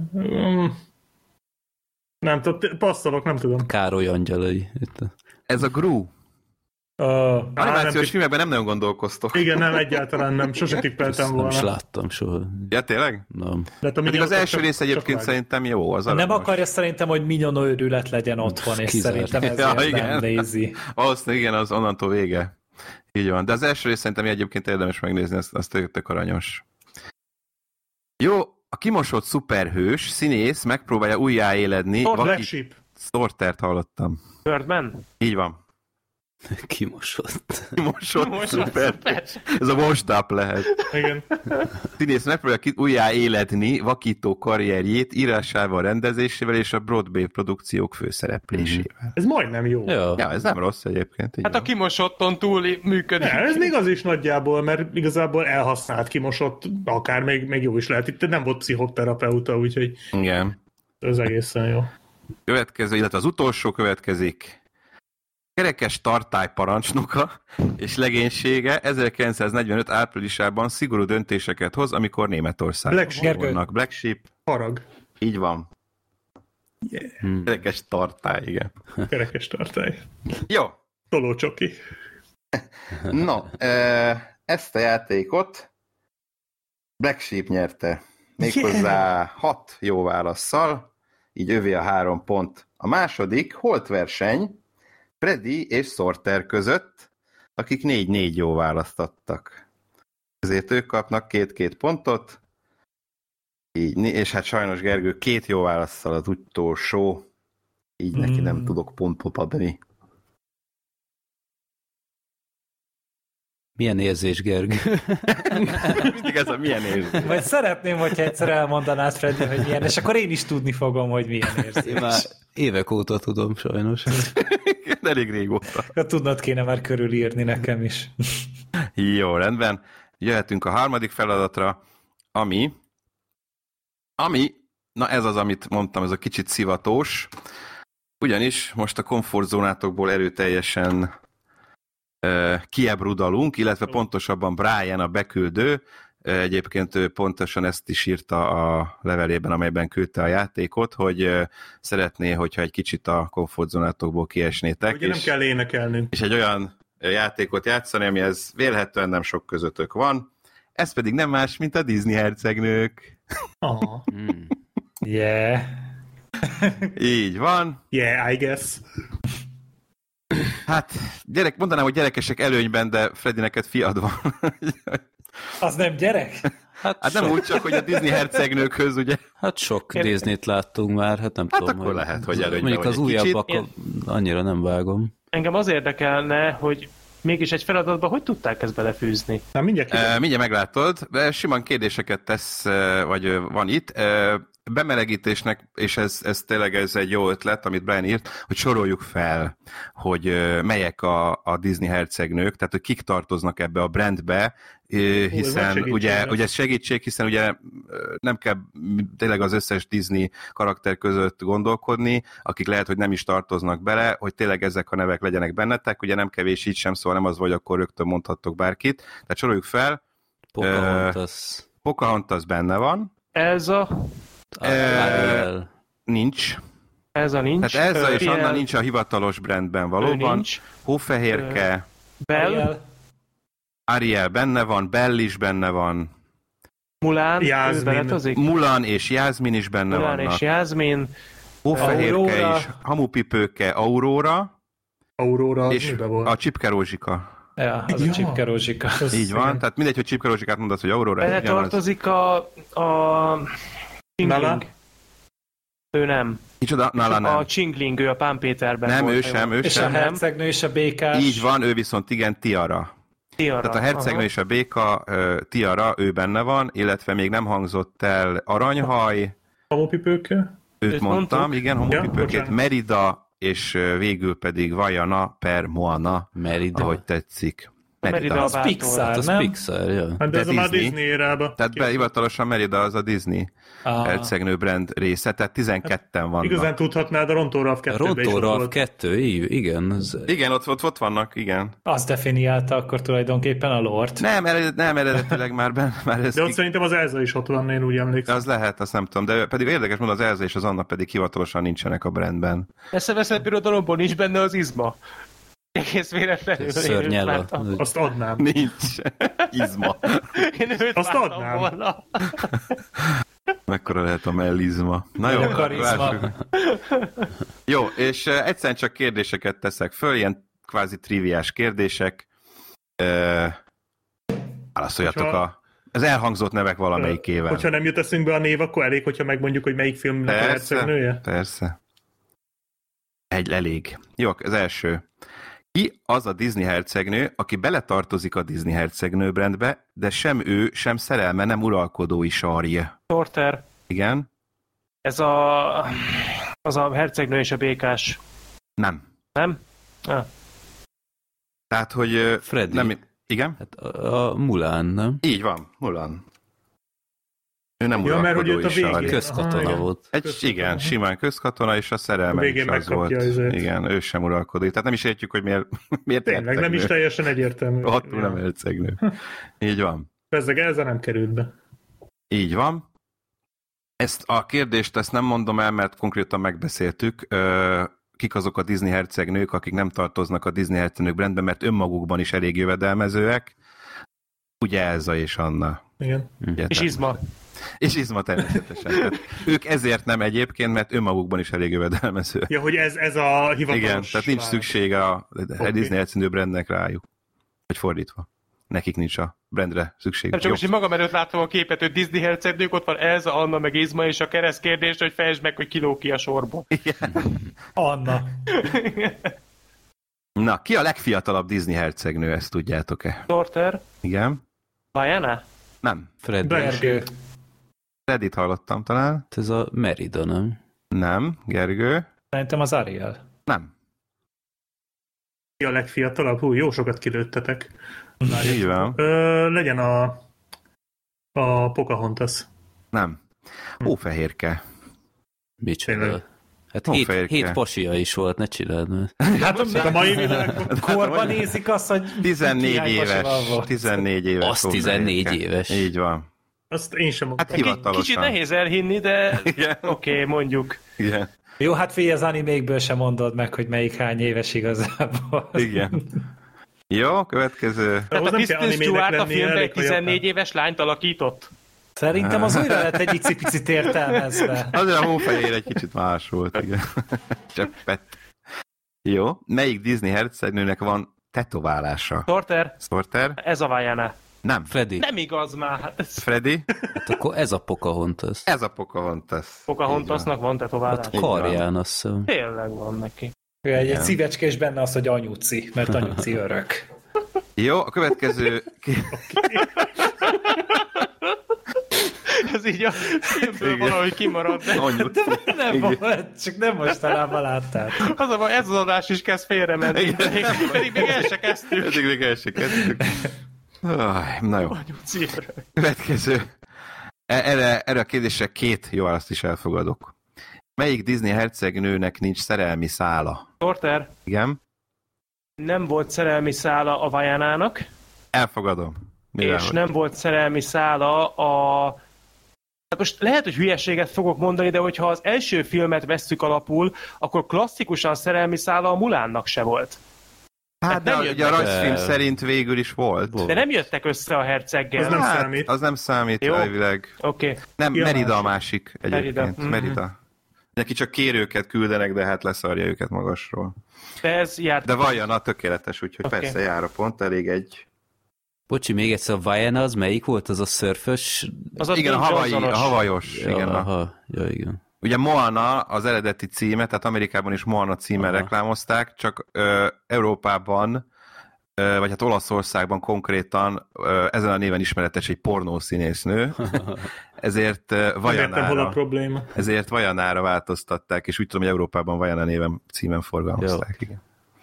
Nem tudom, passzolok, nem tudom. Károly Angyalai. Ez a Gru. Animációs filmekben nem nagyon gondolkoztok. Igen, nem, egyáltalán nem. Sose tippeltem Nem volna. is láttam soha. Ja, tényleg? Nem. De Pedig az első rész egyébként szerintem jó. Az Nem akarja szerintem, hogy Mignon őrület legyen otthon, és Kizárt. szerintem ezért igen. nem nézi. Valószínűleg igen, az onnantól vége. Így van. De az első rész szerintem egyébként érdemes megnézni, azt tök aranyos. Jó, a kimosott szuperhős színész megpróbálja újjáéledni. Black Sheep. Sortert hallottam. Birdman? Így van. Kimosott. Kimosott szuperhős. Ez a washed up lehet. Igen. Színész megpróbálja újjáéledni vakító karrierjét írásával, rendezésével és a Broadway produkciók főszereplésével. Ez majdnem jó. Ja. Ja, ez nem rossz egyébként. Hát a kimosotton túl működik. Nem, ez még az is nagyjából, mert igazából elhasznált, kimosott, akár még jó is lehet. Itt nem volt pszichoterapeuta, úgyhogy Igen. ez egészen jó. Következő, illetve az utolsó következik. Kerekes tartály parancsnoka és legénysége 1945 áprilisában szigorú döntéseket hoz, amikor Németországban Black Sheep. vannak. Black Sheep. Harag. Így van. Yeah. Kerekes tartály, igen. Kerekes tartály. Jó. Tolócsoki. No, ezt a játékot Black Sheep nyerte. Méghozzá 6 jó válasszal, így övé a 3 pont. A második holtverseny Freddy és Sorter között, akik 4-4 jó választottak. Ezért ők kapnak 2-2 pontot, így, és hát sajnos Gergő 2 jó válasszal az utolsó, így neki nem tudok pontot adni. Milyen érzés, Gergő? Mindig ez a milyen érzés. Vagy szeretném, hogyha egyszer elmondanád, Freddy, hogy milyen, és akkor én is tudni fogom, hogy milyen érzés. Én már évek óta tudom, sajnos. Elég régóta. Akkor tudnod kéne már körülírni nekem is. Jó, rendben. Jöhetünk a harmadik feladatra, ami, na ez az, amit mondtam, ez a kicsit szivatós, ugyanis most a komfortzónátokból erőteljesen kiebrudalunk, illetve pontosabban Brian, a beküldő, egyébként ő pontosan ezt is írta a levelében, amelyben küldte a játékot, hogy szeretné, hogyha egy kicsit a komfortzónátokból kiesnétek. Ugye nem kell énekelnünk. És egy olyan játékot játszani, amihez vélhetően nem sok közöttök van, ez pedig nem más, mint a Disney hercegnők. Aha. Yeah. Így van. Yeah, I guess. Hát, mondanám, hogy gyerekesek előnyben, de Freddy, neked fiad van. Az nem gyerek? Hát nem úgy csak, hogy a Disney hercegnőkhöz, ugye? Hát sok Disney-t láttunk már, hát nem Hát tudom. akkor lehet, hogy előnyben mondjuk vagy az egy újabbak kicsit. annyira nem vágom. Engem az érdekelne, hogy mégis egy feladatba hogy tudták ezt belefűzni? Na, mindjárt Mindjárt meglátod, simán kérdéseket tesz, vagy van itt. Bemelegítésnek, és ez tényleg egy jó ötlet, amit Brian írt, hogy soroljuk fel, hogy melyek a Disney hercegnők, tehát hogy kik tartoznak ebbe a brandbe, hiszen ugye ez segítség, hiszen ugye nem kell tényleg az összes Disney karakter között gondolkodni, akik lehet, hogy nem is tartoznak bele, hogy tényleg ezek a nevek legyenek bennetek, ugye nem kevés így sem, szóval nem az, hogy akkor rögtön mondhattok bárkit. Tehát soroljuk fel. Pocahontas benne van. Elsa. Nincs. Elsa nincs. Tehát Elsa és Anna nincs a hivatalos brandben valóban. Hófehérke. Belle. Ariel benne van, Belle is benne van. Mulan és Jasmine is benne vannak. Mulan és Jasmine. Hófehérke is, Hamupipőke, Aurora. Aurora és a Csipke Rózsika. Ja, az a Csipke Rózsika. Így van, tehát mindegy, hogy Csipke Rózsikát mondasz, hogy Aurora. Bele tartozik a Chingling. Ő nem. Micsoda? Nala nem. A Chingling, ő a Pán Péterben nem, volt. ő sem. És a hercegnő és a békás. Így van, ő viszont igen, Tiara. Tehát a hercegnő és a béka, Tiara, ő benne van, illetve még nem hangzott el Aranyhaj. Hamupipőke? Őt mondtam, igen, Hamupipőkét, Merida, és végül pedig Vajana per Moana, Merida. ahogy tetszik. Merida az Pixar, nem? Az Pixar, ja. Hát de ez már Disney érába. Tehát hivatalosan Merida az a Disney hercegnő brand része, tehát 12-en vannak. Igazán tudhatnád a Ronto Ralph 2-be Ronto Ralph 2, igen. Igen, ott vannak, igen. Az definiálta akkor tulajdonképpen a lore-t. Nem eredetileg már ez... De ott szerintem az Elsa is ott van, én úgy emlékszem. Az lehet, azt nem tudom, de pedig érdekes módon az Elsa és az Anna pedig hivatalosan nincsenek a brandben. Eszeveszett birodalomból nincs benne az Izma. Egész véletlenül. Szörnyel. Azt adnám. Nincs. Izma. Én őt azt adnám. Volna. Mekkora lehet a mellizma. Na jó, lássuk. Jó, és egyszerűen csak kérdéseket teszek föl, ilyen kvázi triviás kérdések. Válaszoljatok az elhangzott nevek valamelyikével. Hogyha nem jut eszünkbe a név, akkor elég, hogyha megmondjuk, hogy melyik filmnek a hercegnője? Persze. Elég. Jó, az első. Ki az a Disney hercegnő, aki beletartozik a Disney hercegnő brandbe, de sem ő, sem szerelme nem uralkodói sarja? Sorter. Igen? Ez az a hercegnő és a békás. Nem. Nem? Ah. Tehát, hogy... Freddy. Nem, igen? Hát a Mulan, nem? Így van, Mulan. Ő nem uralkodói sarja. Közkatona volt. Igen, simán közkatona, és a szerelme is az volt. Igen, ő sem uralkodói. Tehát nem is értjük, hogy miért tényleg, nem is teljesen egyértelmű. Attól nem hercegnő. Így van. Bezzeg ezzel nem került be. Így van. Ezt a kérdést nem mondom el, mert konkrétan megbeszéltük. Kik azok a Disney hercegnők, akik nem tartoznak a Disney hercegnők brandben, mert önmagukban is elég jövedelmezőek. Ugye Elsa és Anna. Igen. Ugye, és Izma. És Izma természetesen. Tehát ők ezért nem egyébként, mert önmagukban is elég jövedelmezőek. Ja, hogy ez a hivatalos... Igen, tehát nincs szüksége a Disney hercegnő brandnek rájuk. Vagy fordítva. Nekik nincs a brandre szükség. Nem csak most, hogy magam előtt látom a képet, hogy Disney hercegnők, ott van Elsa, Anna meg Izma, és a kereszt kérdés, hogy fejtsd meg, hogy kiló ki a sorból. Anna. Na, ki a legfiatalabb Disney hercegnő, ezt tudjátok-e? Sorter. Igen. Diana? Nem. Gergő. Freddit hallottam talán. Ez a Merida, nem? Nem. Gergő. Szerintem az Ariel. Nem. Ki a legfiatalabb? Hú, jó sokat kilőttetek. Így van. Legyen a Pocahontas. Nem. Hófehérke. Micsoda? Hát hét pasia is volt, ne csináld meg. Hát a mai világban korban nézik azt, hogy 14 éves. 14 éves. Az 14 éves. Így van. Azt én sem mondtam. Hát hivatalosan. Kicsit nehéz elhinni, de oké, mondjuk. Igen. Jó, hát figyelj, az animékből sem mondod meg, hogy melyik hány éves igazából. Igen. Jó, következő. Tehát a Kristen Stewart a filmben egy 14 éves lányt alakított? Szerintem az újra lett egy icipicit értelmezve. Azért a hófehér egy kicsit más volt, igen. Cseppett. Jó. Melyik Disney hercegnőnek van tetoválása? Sorter. Ez a Vajana. Nem. Freddy. Nem igaz már. Hát ez... Freddy? Hát akkor ez a Pocahontas. Ez a Pocahontas. Pocahontasnak van tetoválása. A karján, azt hiszem. Tényleg van neki. Egy szívecske is benne az, hogy anyuci, mert anyuci örök. Jó, a következő... Ez így a filmből valahogy kimaradt. De... Nem volt, csak nem mostanában láttál. Az a baj, ez az adás is kezd félremenni. Pedig még el se kezdtük. Na jó. Következő. Erre a kérdésre 2 jó választ is elfogadok. Melyik Disney hercegnőnek nincs szerelmi szála? Porter? Igen? Nem volt szerelmi szála a Vajánának. Elfogadom. És nem volt szerelmi szála a... Hát most lehet, hogy hülyeséget fogok mondani, de hogyha az első filmet vesszük alapul, akkor klasszikusan szerelmi szála a Mulánnak se volt. Hát de ugye a rajzfilm szerint végül is volt. De nem jöttek össze a herceggel. Az nem számít. Az nem számít, elvileg. Oké. Nem, Merida a másik egyébként. Merida. Neki csak kérőket küldenek, de hát leszarja őket magasról. De Vajana tökéletes, úgyhogy persze jár a pont, elég egy... Bocsi, még egyszer, a Vajana az melyik volt? Az a szörfös? Igen, a havajos. Ja, igen, igen. Ugye Moana az eredeti címe, tehát Amerikában is Moana címmel reklámozták, csak Európában, vagy hát Olaszországban konkrétan ezen a néven ismeretes egy pornószínésznő, ezért Vajanára változtatták, és úgy tudom, hogy Európában Vajana néven címen forgalmazták. Igen.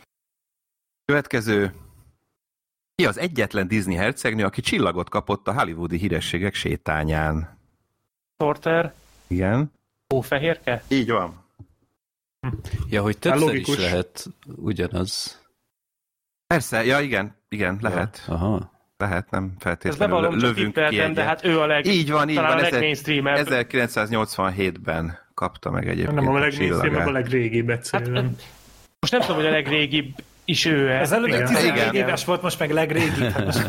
Következő. Ki az egyetlen Disney hercegnő, aki csillagot kapott a hollywoodi hírességek sétányán? Porter? Igen. Hófehérke? Így van. Ja, hogy többször is lehet ugyanaz. Persze, ja igen, lehet. Ja, aha. Lehet, nem feltétlenül lövünk ki egyet. De hát ő a így van, talán a legmainstreamebb. 1987-ben kapta meg egyébként nem a legmainstreamebb, a legrégibb egyszerűen. Hát, most nem tudom, hogy a legrégibb is ő. Ez előbb 14 éves volt, most meg legrégibb.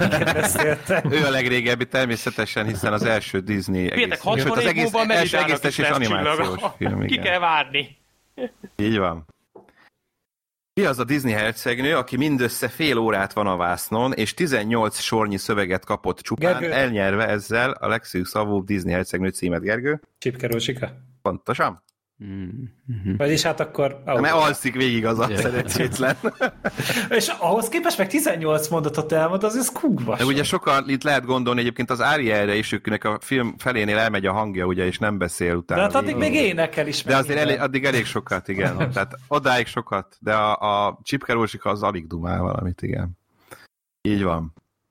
Ő a legrégebbi természetesen, hiszen az első Disney egész és animációs film. Ki kell várni. Így van. Ki az a Disney hercegnő, aki mindössze fél órát van a vásznon, és 18 sornyi szöveget kapott csupán, Gergő. Elnyerve ezzel a legszűkszavúbb Disney hercegnő címet, Gergő? Csipke Rózsika. Pontosan. Vagyis hát akkor... Mert alszik végig az a szerencsétlen. És ahhoz képest meg 18 mondatot elmond, az ez kúgvas. De ugye sokan itt lehet gondolni, egyébként az Arielre is, őknek a film felénél elmegy a hangja, ugye, és nem beszél utána. De hát addig még énekel is. De azért addig elég sokat, igen. Tehát odáig sokat, de a Csipke Rózsika az alig dumál valamit, igen. Így van.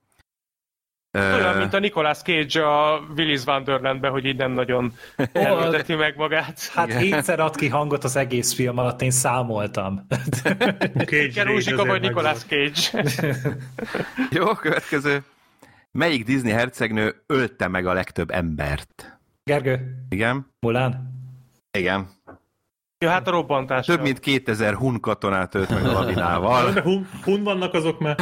Olyan, mint a Nicolas Cage a Willy's Wonderlandben, hogy így nem nagyon elülteti meg magát. Hát 7-szer ad ki hangot az egész film alatt, én számoltam. Rózsika vagy Nicolas Cage. Jó, következő. Melyik Disney hercegnő ölte meg a legtöbb embert? Gergő. Igen? Mulán. Igen. Ja, hát a robbantás. Több mint 2000 hun katonát ölt meg a lavinával. De hun vannak azok már.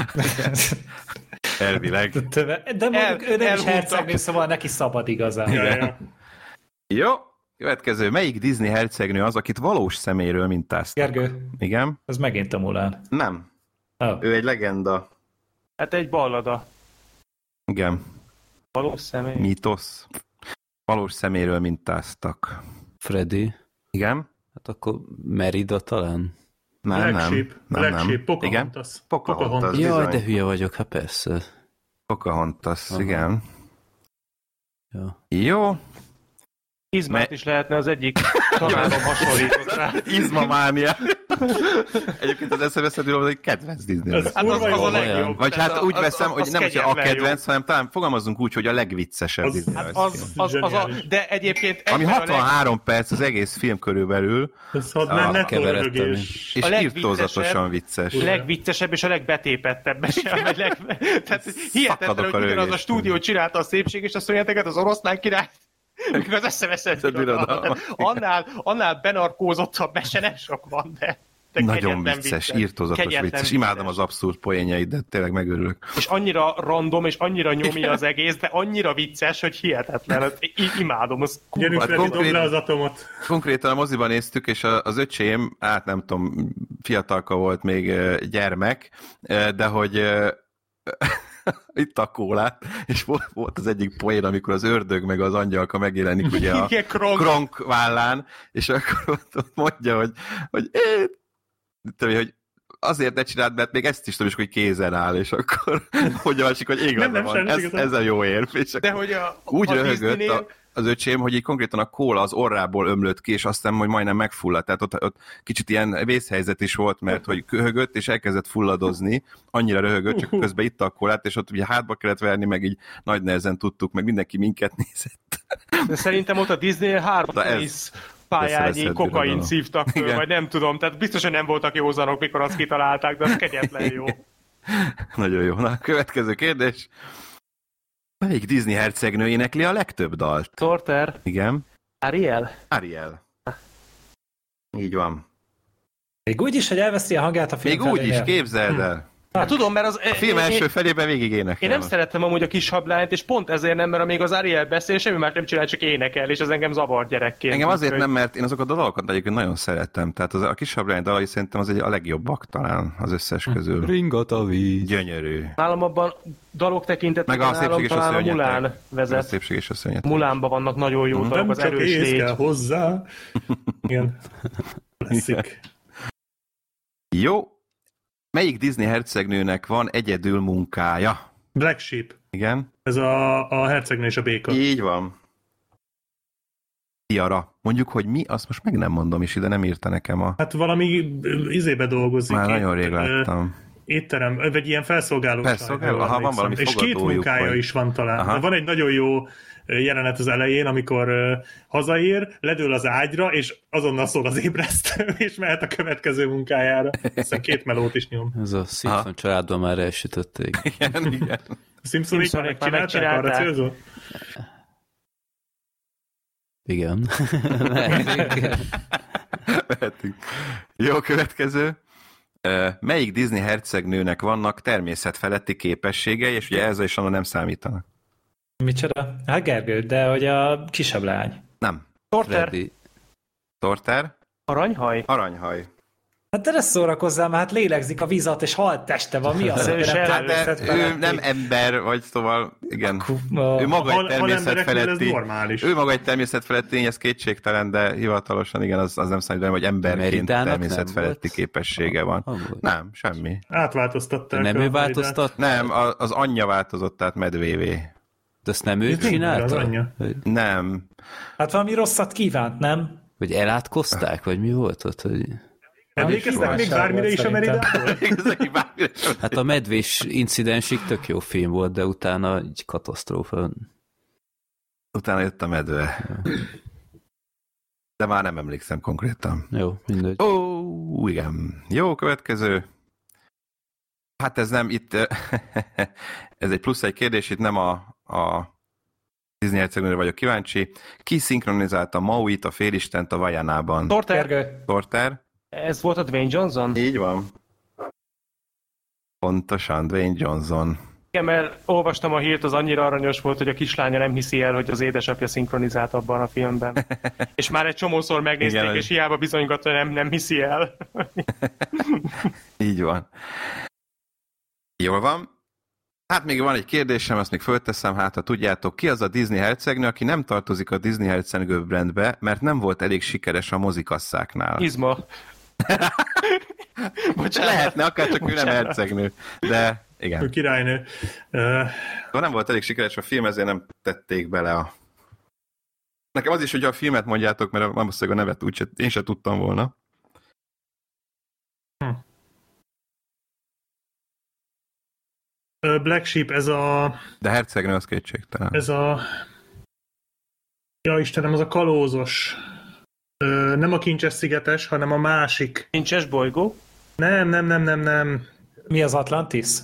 Elvileg. De mondjuk ő nem is hercegnő, szóval neki szabad igazán. Ja. Jó, következő. Melyik Disney hercegnő az, akit valós személyről mintáztak? Gergő. Igen? Ez megint a Mulán. Nem. Ő egy legenda. Hát egy ballada. Igen. Valós személy. Mítosz. Valós személyről mintáztak. Freddy. Igen? Hát akkor Merida talán. Nem. Pocahontas. Pocahontas. Jaj, de hülye vagyok, hát persze. Pocahontas, igen. Ja. Jó. Izmát is lehetne az egyik tanárom hasonlított rá. Izmamánia. Egyébként az eszembe szedül, hogy kedvenc Disney. Az a legjobb. Vagy hát úgy veszem, hogy nem hogy a kedvenc, hanem talán fogalmazunk úgy, hogy a legviccesebb Disney. De egyébként... Ami 63 perc az egész film körülbelül. És írtózatosan vicces. A legviccesebb és a legbetépettebb. Tehát hihetetlen, hogy ugyanaz a stúdió csinálta a szépség és a szörnyeteket, az oroszlán király. Mikor az eszeveszett annál benarkózottabb mese nem sok van, de nagyon vicces, írtózatos vicces. Imádom az abszurd poénjait, de tényleg megörülök. És annyira random, és annyira nyomja az egész, de annyira vicces, hogy hihetetlen. Imádom, az konkrétan a moziban néztük, és az öcsém, nem tudom, fiatalka volt még gyermek, de hogy itt a kólát, és volt az egyik poén, amikor az ördög meg az angyalka megjelenik ugye a Kronk vállán, és akkor mondja, hogy azért ne csináld, mert még ezt is tudom, hogy kézen áll, és akkor hogy alsik, hogy igaza van. Ez a jó érv. De hogy úgy röhögött az öcsém, hogy így konkrétan a kóla az orrából ömlött ki, és aztán hogy majdnem megfulladt. Tehát ott kicsit ilyen vészhelyzet is volt, mert hogy köhögött, és elkezdett fulladozni. Annyira röhögött, csak közben itta a kólát, és ott ugye hátba kellett verni, meg így nagy nehezen tudtuk, meg mindenki minket nézett. De szerintem ott a Disney 3 pályányi kokain szívtak föl, vagy nem tudom, tehát biztosan nem voltak józanok, mikor azt kitalálták, de az kegyetlen jó. Nagyon jó. Na, a következő kérdés. Melyik Disney hercegnő énekli a legtöbb dalt? Sorter. Igen. Ariel. Így van. Még úgy is, hogy elveszi a hangját a film még úgy is, képzeld el. Hát tudom, mert az... A film első felében végig énekel. Én nem szerettem amúgy a kis hablányt, és pont ezért nem, mert amíg az Ariel beszél, semmi más nem csinál, csak énekel, és ez engem zavar gyerekként. Engem azért nem, mert én azokat a dalokat egyébként nagyon szerettem. Tehát a kis hablány dalai szerintem az a legjobbak talán az összes közül. Ringat a víz. Gyönyörű. Nálam abban dalok tekintetben nálam talán a Mulán vezet. A Szépség és a Szörnyetek. Mulánban vannak nagyon jó dalok, az erős légy. Nem csak hozzá. Igen. Leszik. Jó. Melyik Disney hercegnőnek van egyedül munkája? Black Sheep. Igen. Ez a hercegnő és a béka. Így van. Tiara. Mondjuk, hogy mi, azt most meg nem mondom, és ide nem írta nekem a... Hát valami izébe dolgozik. Már nagyon rég láttam. Étterem, vagy ilyen felszolgáló. Ha van valami és két munkája vagy... is van talán. De van egy nagyon jó jelenet az elején, amikor hazaér, ledől az ágyra, és azonnal szól az ébresztő, és mehet a következő munkájára. Aztán 2 melót is nyom. Ez a Simpson családban már elsütötték. Igen. A Simpsonék már megcsinálták, arra célzol? Igen. Mehetünk. Jó, következő. Melyik Disney hercegnőnek vannak természetfeletti képességei, és ugye ezzel is nem számítanak? Micsoda? Hát Gergő, de hogy a kisebb lány. Nem. Sorter? Aranyhaj. Hát de ne szórakozzál, mert hát lélegzik a vízat, és halt teste van, mi az, hogy nem ő nem ember, vagy szóval, igen. Ő maga egy természetfeletti. Ő maga egy természetfeletti, ez kétségtelen, de hivatalosan igen, az nem számít, hogy emberként természetfeletti képessége van. Nem, semmi. Átváltoztatták. Nem ő változtat? Nem, az anyja változott át medvévé. De azt nem ő csinálta? Nem. Hát valami rosszat kívánt, nem? Hogy elátkozták, vagy mi volt ott? Hogy... Emlékeztek még bármire is a Meridából? Hát a medvés incidensig tök jó film volt, de utána egy katasztrófa. Utána jött a medve. De már nem emlékszem konkrétan. Jó, mindegy. Ó, igen. Jó, következő. Hát ez nem itt... ez egy plusz egy kérdés, itt nem a Disney hercegnőre vagyok kíváncsi. Ki szinkronizálta Mauit, a félistent a Vajánában? Sorter. Ez volt a Dwayne Johnson? Így van. Pontosan, Dwayne Johnson. Igen, mert olvastam a hírt, az annyira aranyos volt, hogy a kislánya nem hiszi el, hogy az édesapja szinkronizált abban a filmben. És már egy csomószor megnézték, igen, és hiába bizonygatta, hogy nem hiszi el. Így van. Jól van. Hát még van egy kérdésem, ezt még fölteszem, hát ha tudjátok, ki az a Disney hercegnő, aki nem tartozik a Disney hercegnő brandbe, mert nem volt elég sikeres a mozikasszáknál. Izma. Lehetne, akár csak ő nem hercegnő, de igen. Ő királynő. Nem volt elég sikeres a film, ezért nem tették bele a... Nekem az is, hogy a filmet mondjátok, mert valószínűleg a nevet úgyse, én sem tudtam volna. Black Sheep, ez a... De hercegnő az kétségtelen. Ez a... Ja Istenem, az a kalózos. Nem a Kincses szigetes, hanem a másik. Kincses bolygó? Nem. Mi az Atlantis?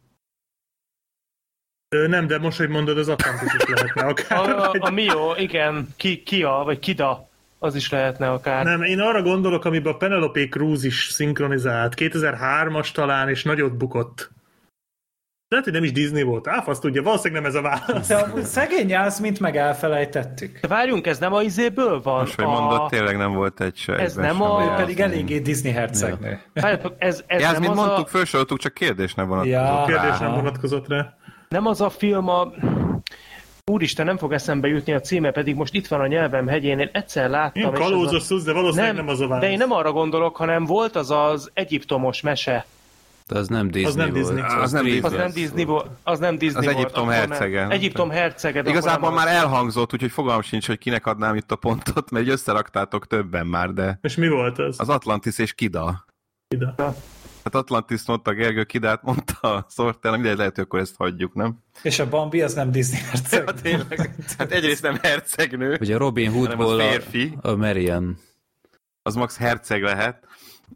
Nem, de most, hogy mondod, az Atlantis is lehetne akár. A Mio, igen. Kia, vagy Kida. Az is lehetne akár. Nem, én arra gondolok, amiben a Penelope Cruz is szinkronizált. 2003-as talán, és nagyot bukott. Lehet, hogy nem is Disney volt. Azt tudja, valószínűleg nem ez a válasz. De szegény állsz, mint meg elfelejtettük. De várjunk, ez nem a izéből van? Most, hogy mondod, tényleg nem volt egy se. Ez nem a... Ő pedig eléggé Disney hercegnő. Ez nem mint mondtuk, felsoroltuk, csak kérdés nem vonatkozott. Ja, kérdés nem vonatkozott rá. Nem az a film a... Úristen, nem fog eszembe jutni a címe, pedig most itt van a nyelvem hegyén, én egyszer láttam. Én kalózos szusz, de valószínűleg nem az a válasz. De én nem arra gondolok, hanem volt az az egyiptomos mese. De az nem Disney Az nem Disney. volt. Az nem Az nem Disney volt. Az nem Disney Az volt. Egyiptom akkor hercege. nem. Egyiptom hercege. de Igazából akkor nem már elhangzott, úgyhogy fogalmam sincs, hogy kinek adnám itt a pontot, mert így összeraktátok többen már, de És mi volt az? az Atlantis és Kida. Ide. Hát Atlantis mondta Gergő, Kidát mondta a Sorter, mindegy, lehet, hogy akkor ezt hagyjuk, nem? És a Bambi az nem Disney herceg. Ja, tényleg. Hát egyrészt nem hercegnő, Ugye Robin Hoodból hanem az férfi. a Marian. Az max herceg lehet.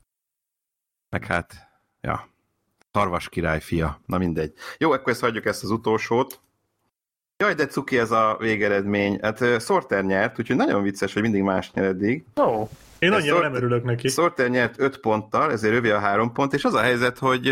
Meg hát, ja, Szarvas király fia. Na mindegy. Jó, akkor ezt hagyjuk, ezt az utolsót. Jaj, de cuki ez a végeredmény. Hát Sorter nyert, úgyhogy nagyon vicces, hogy mindig más nyer eddig. Ó, Én Ez annyira nem örülök neki. Sorter nyert 5 ponttal, ezért övé a 3 pont, és az a helyzet, hogy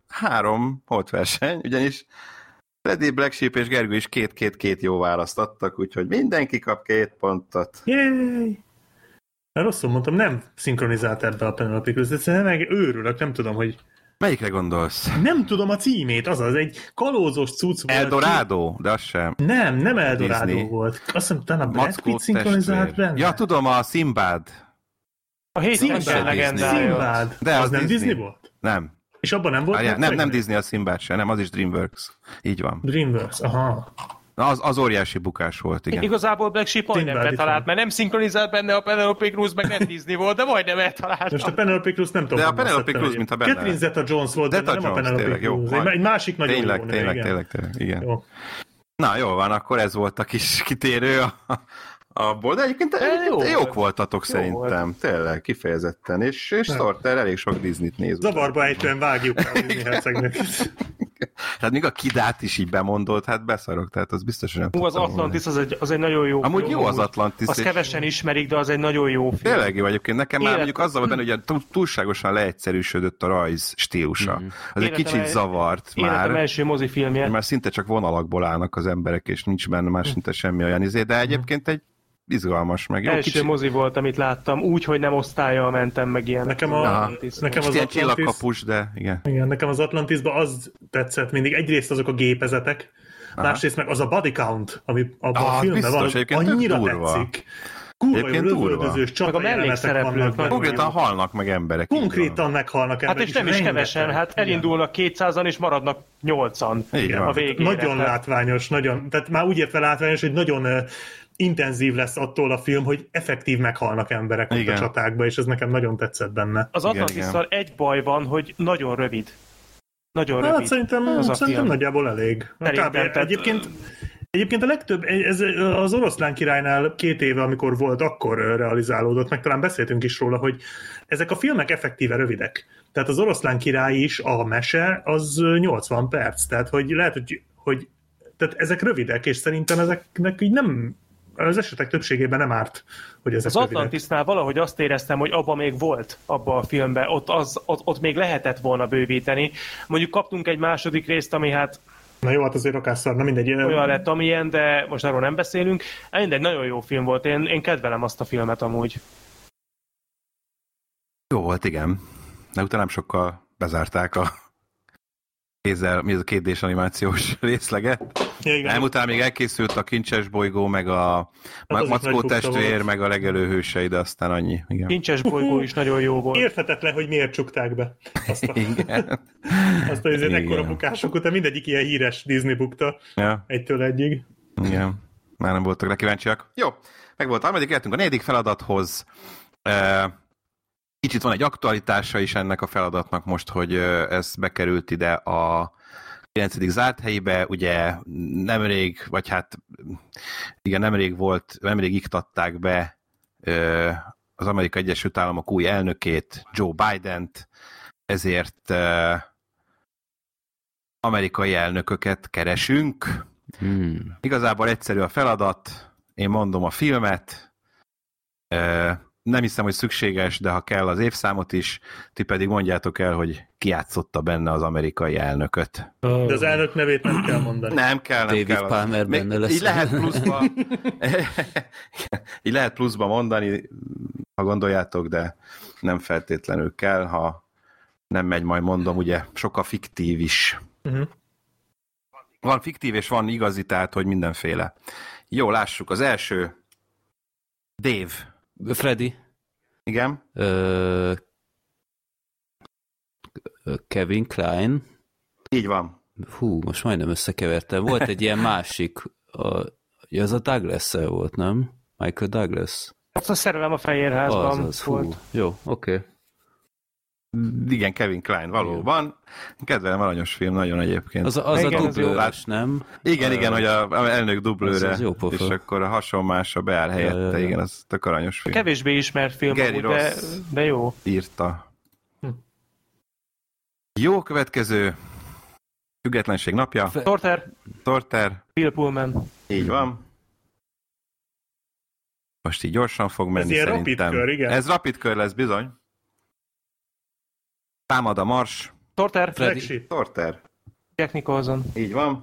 3 holtverseny, ugyanis Freddy, Black Sheep és Gergő is 2-2-2 jó választ adtak, úgyhogy mindenki kap 2 pontot. Jéj! Rosszul mondtam, nem szinkronizált ebbe a Penelope Cruz, de szerintem meg őrülök, nem tudom, hogy... Melyikre gondolsz? Nem tudom a címét, azaz egy kalózos cucc volt. Eldorado? De az sem. Nem Eldorado Disney. volt. Azt hiszem, talán a Brad Mackó Pitt szinkronizált testvér. benne. Ja, tudom, a Sinbad. a 7 Sinbad. ember legendája. Sinbad. De az az nem Disney. Disney volt? Nem. És abban nem volt? Várjál, nem hercegnő? Disney a Sinbad sem, nem, az is DreamWorks. Így van. DreamWorks, aha. Na, az óriási bukás volt, igen. Igazából Black Sheep majdnem Sinbad betalált, itt mert nem szinkronizált benne a Penelope Cruz, meg nem Disney volt, de majdnem eltaláltam. Most a Penelope Cruz nem tudom. De a honnan Penelope szedtem, Cruz, hogy- mintha benne Catherine lett. Zeta-Jones volt, Zeta benne, nem a Jones, Penelope tényleg, jó. Cruz. Majd- Egy másik nagyon Tényleg, jó nő, tényleg, igen. tényleg, igen. Jó. Na, jól van, akkor ez volt a kis kitérő abból, de egyébként jó jók volt. voltatok Jó szerintem, tényleg, kifejezetten, és Sorter elég sok Disney-t néz. Zavarba ejtően vágjuk rá a Disney hercegnőt. Tehát még a Kidát is így bemondott, hát beszarok, tehát az biztos, hogy nem Az tudtam Atlantis az egy nagyon jó Amúgy film. jó az Atlantis, Azt és- kevesen ismerik, de az egy nagyon jó film. Tényleg jó egyébként. Nekem már Élet- mondjuk azzal van benne, hogy túlságosan leegyszerűsödött a rajz stílusa. Az egy Életem kicsit el- zavart Életem már. első mozifilmje. Már szinte csak vonalakból állnak az emberek, és nincs benne már szinte semmi olyan izé, de egyébként egy izgalmas, meg jó Első kicsit. mozi volt, amit láttam, úgy, hogy nem osztállyal mentem meg ilyen. Nekem Aha. nekem az Ilyen Atlantis, csillagkapus, de igen. igen, nekem az Atlantisban az tetszett mindig. Egyrészt azok a gépezetek, másrészt meg az a body count, ami abban a filmben biztos, van, az egyébként tök annyira durva. tetszik. Kurva jó Egyébként durva. lövöldözős Meg a csata jelenetek mellékszereplők vannak. nagyon Konkrétan jó. halnak meg emberek. Konkrétan meghalnak Hát emberek. és nem is rengeteg. kevesen, hát Igen. elindulnak 200-an, és maradnak 8-an Így van. a végére. Nagyon Tehát látványos, nagyon, tehát már úgy értve látványos, hogy nagyon intenzív lesz attól a film, hogy effektív meghalnak emberek ott Igen. a csatákba, és ez nekem nagyon tetszett benne. Az Igen, Atlantisszal egy baj van, hogy nagyon rövid. Nagyon Hát rövid. szerintem az a szerintem film. nagyjából elég. Szerintem, Kb. tehát- Egyébként a legtöbb, ez az Oroszlán királynál 2 éve, amikor volt, akkor realizálódott, meg talán beszéltünk is róla, hogy ezek a filmek effektíve rövidek. Tehát az Oroszlán király is, a mese, az 80 perc. Tehát, hogy lehet, hogy tehát ezek rövidek, és szerintem ezeknek így nem, az esetek többségében nem árt, hogy ezek Az rövidek. Atlantisnál valahogy azt éreztem, hogy abban még volt, abban a filmben, ott még lehetett volna bővíteni. Mondjuk kaptunk egy második részt, ami hát Na jó, hát azért rakásszar, na mindegy. olyan lett, amilyen, de most arról nem beszélünk. Mindegy, nagyon jó film volt, én kedvelem azt a filmet amúgy. Jó volt, igen. De utána nem sokkal bezárták a kézzel, mi ez a 2D-s animációs részleget. Ja, igen. Nem, utána még elkészült a Kincses bolygó, meg a az is Mackó nagy bukta testvér, volt. meg a legelő hősei, de aztán annyi. Igen. Kincses bolygó is nagyon jó volt. Érthetetlen, hogy miért csukták be azt a, Igen. azt a Igen. ekkora bukások után. Mindegyik ilyen híres Disney bukta, Ja, egytől egyig. igen. Már nem voltak rá kíváncsiak. Jó, meg volt a harmadik, értünk a 4. feladathoz. Kicsit van egy aktualitása is ennek a feladatnak most, hogy ez bekerült ide a 9. zárt helyébe, ugye nemrég, vagy hát igen, nemrég iktatták be az Amerikai Egyesült Államok új elnökét, Joe Bident, ezért amerikai elnököket keresünk. Igazából egyszerű a feladat, én mondom a filmet, nem hiszem, hogy szükséges, de ha kell az évszámot is, ti pedig mondjátok el, hogy ki játszotta benne az amerikai elnököt. De az elnök nevét nem kell mondani. Nem kell, nem David kell. Palmer Még benne lesz. Így lehet pluszba mondani, ha gondoljátok, de nem feltétlenül kell, ha nem megy, majd mondom, ugye sokkal fiktív is. Uh-huh. Van fiktív és van igazi, tehát, hogy mindenféle. Jó, lássuk. Az első. Dave. Freddy. Igen? Kevin Kline. Így van. Hú, most majdnem összekevertem. Volt egy ilyen másik, az a Douglas volt, nem? Michael Douglas. Azt a Szerelem a Fehér Házban volt. Jó, oké. Igen, Kevin Kline, valóban. Kedvelem, aranyos film, nagyon egyébként. Az a dublőrös, nem? Igen, hogy a elnök dublőre, az jó pofa. és akkor a hasonmása beáll helyette, igen, az tök aranyos film. Kevésbé ismert film, Gary amúgy, Ross de jó. írta. Jó, következő. Függetlenség napja. Torter. Bill Pullman. Így van. Most így gyorsan fog menni, ilyen szerintem. rapid kör, igen. Ez rapid kör lesz, bizony. Támad a mars. Torter. Jack Nicholson. Így van.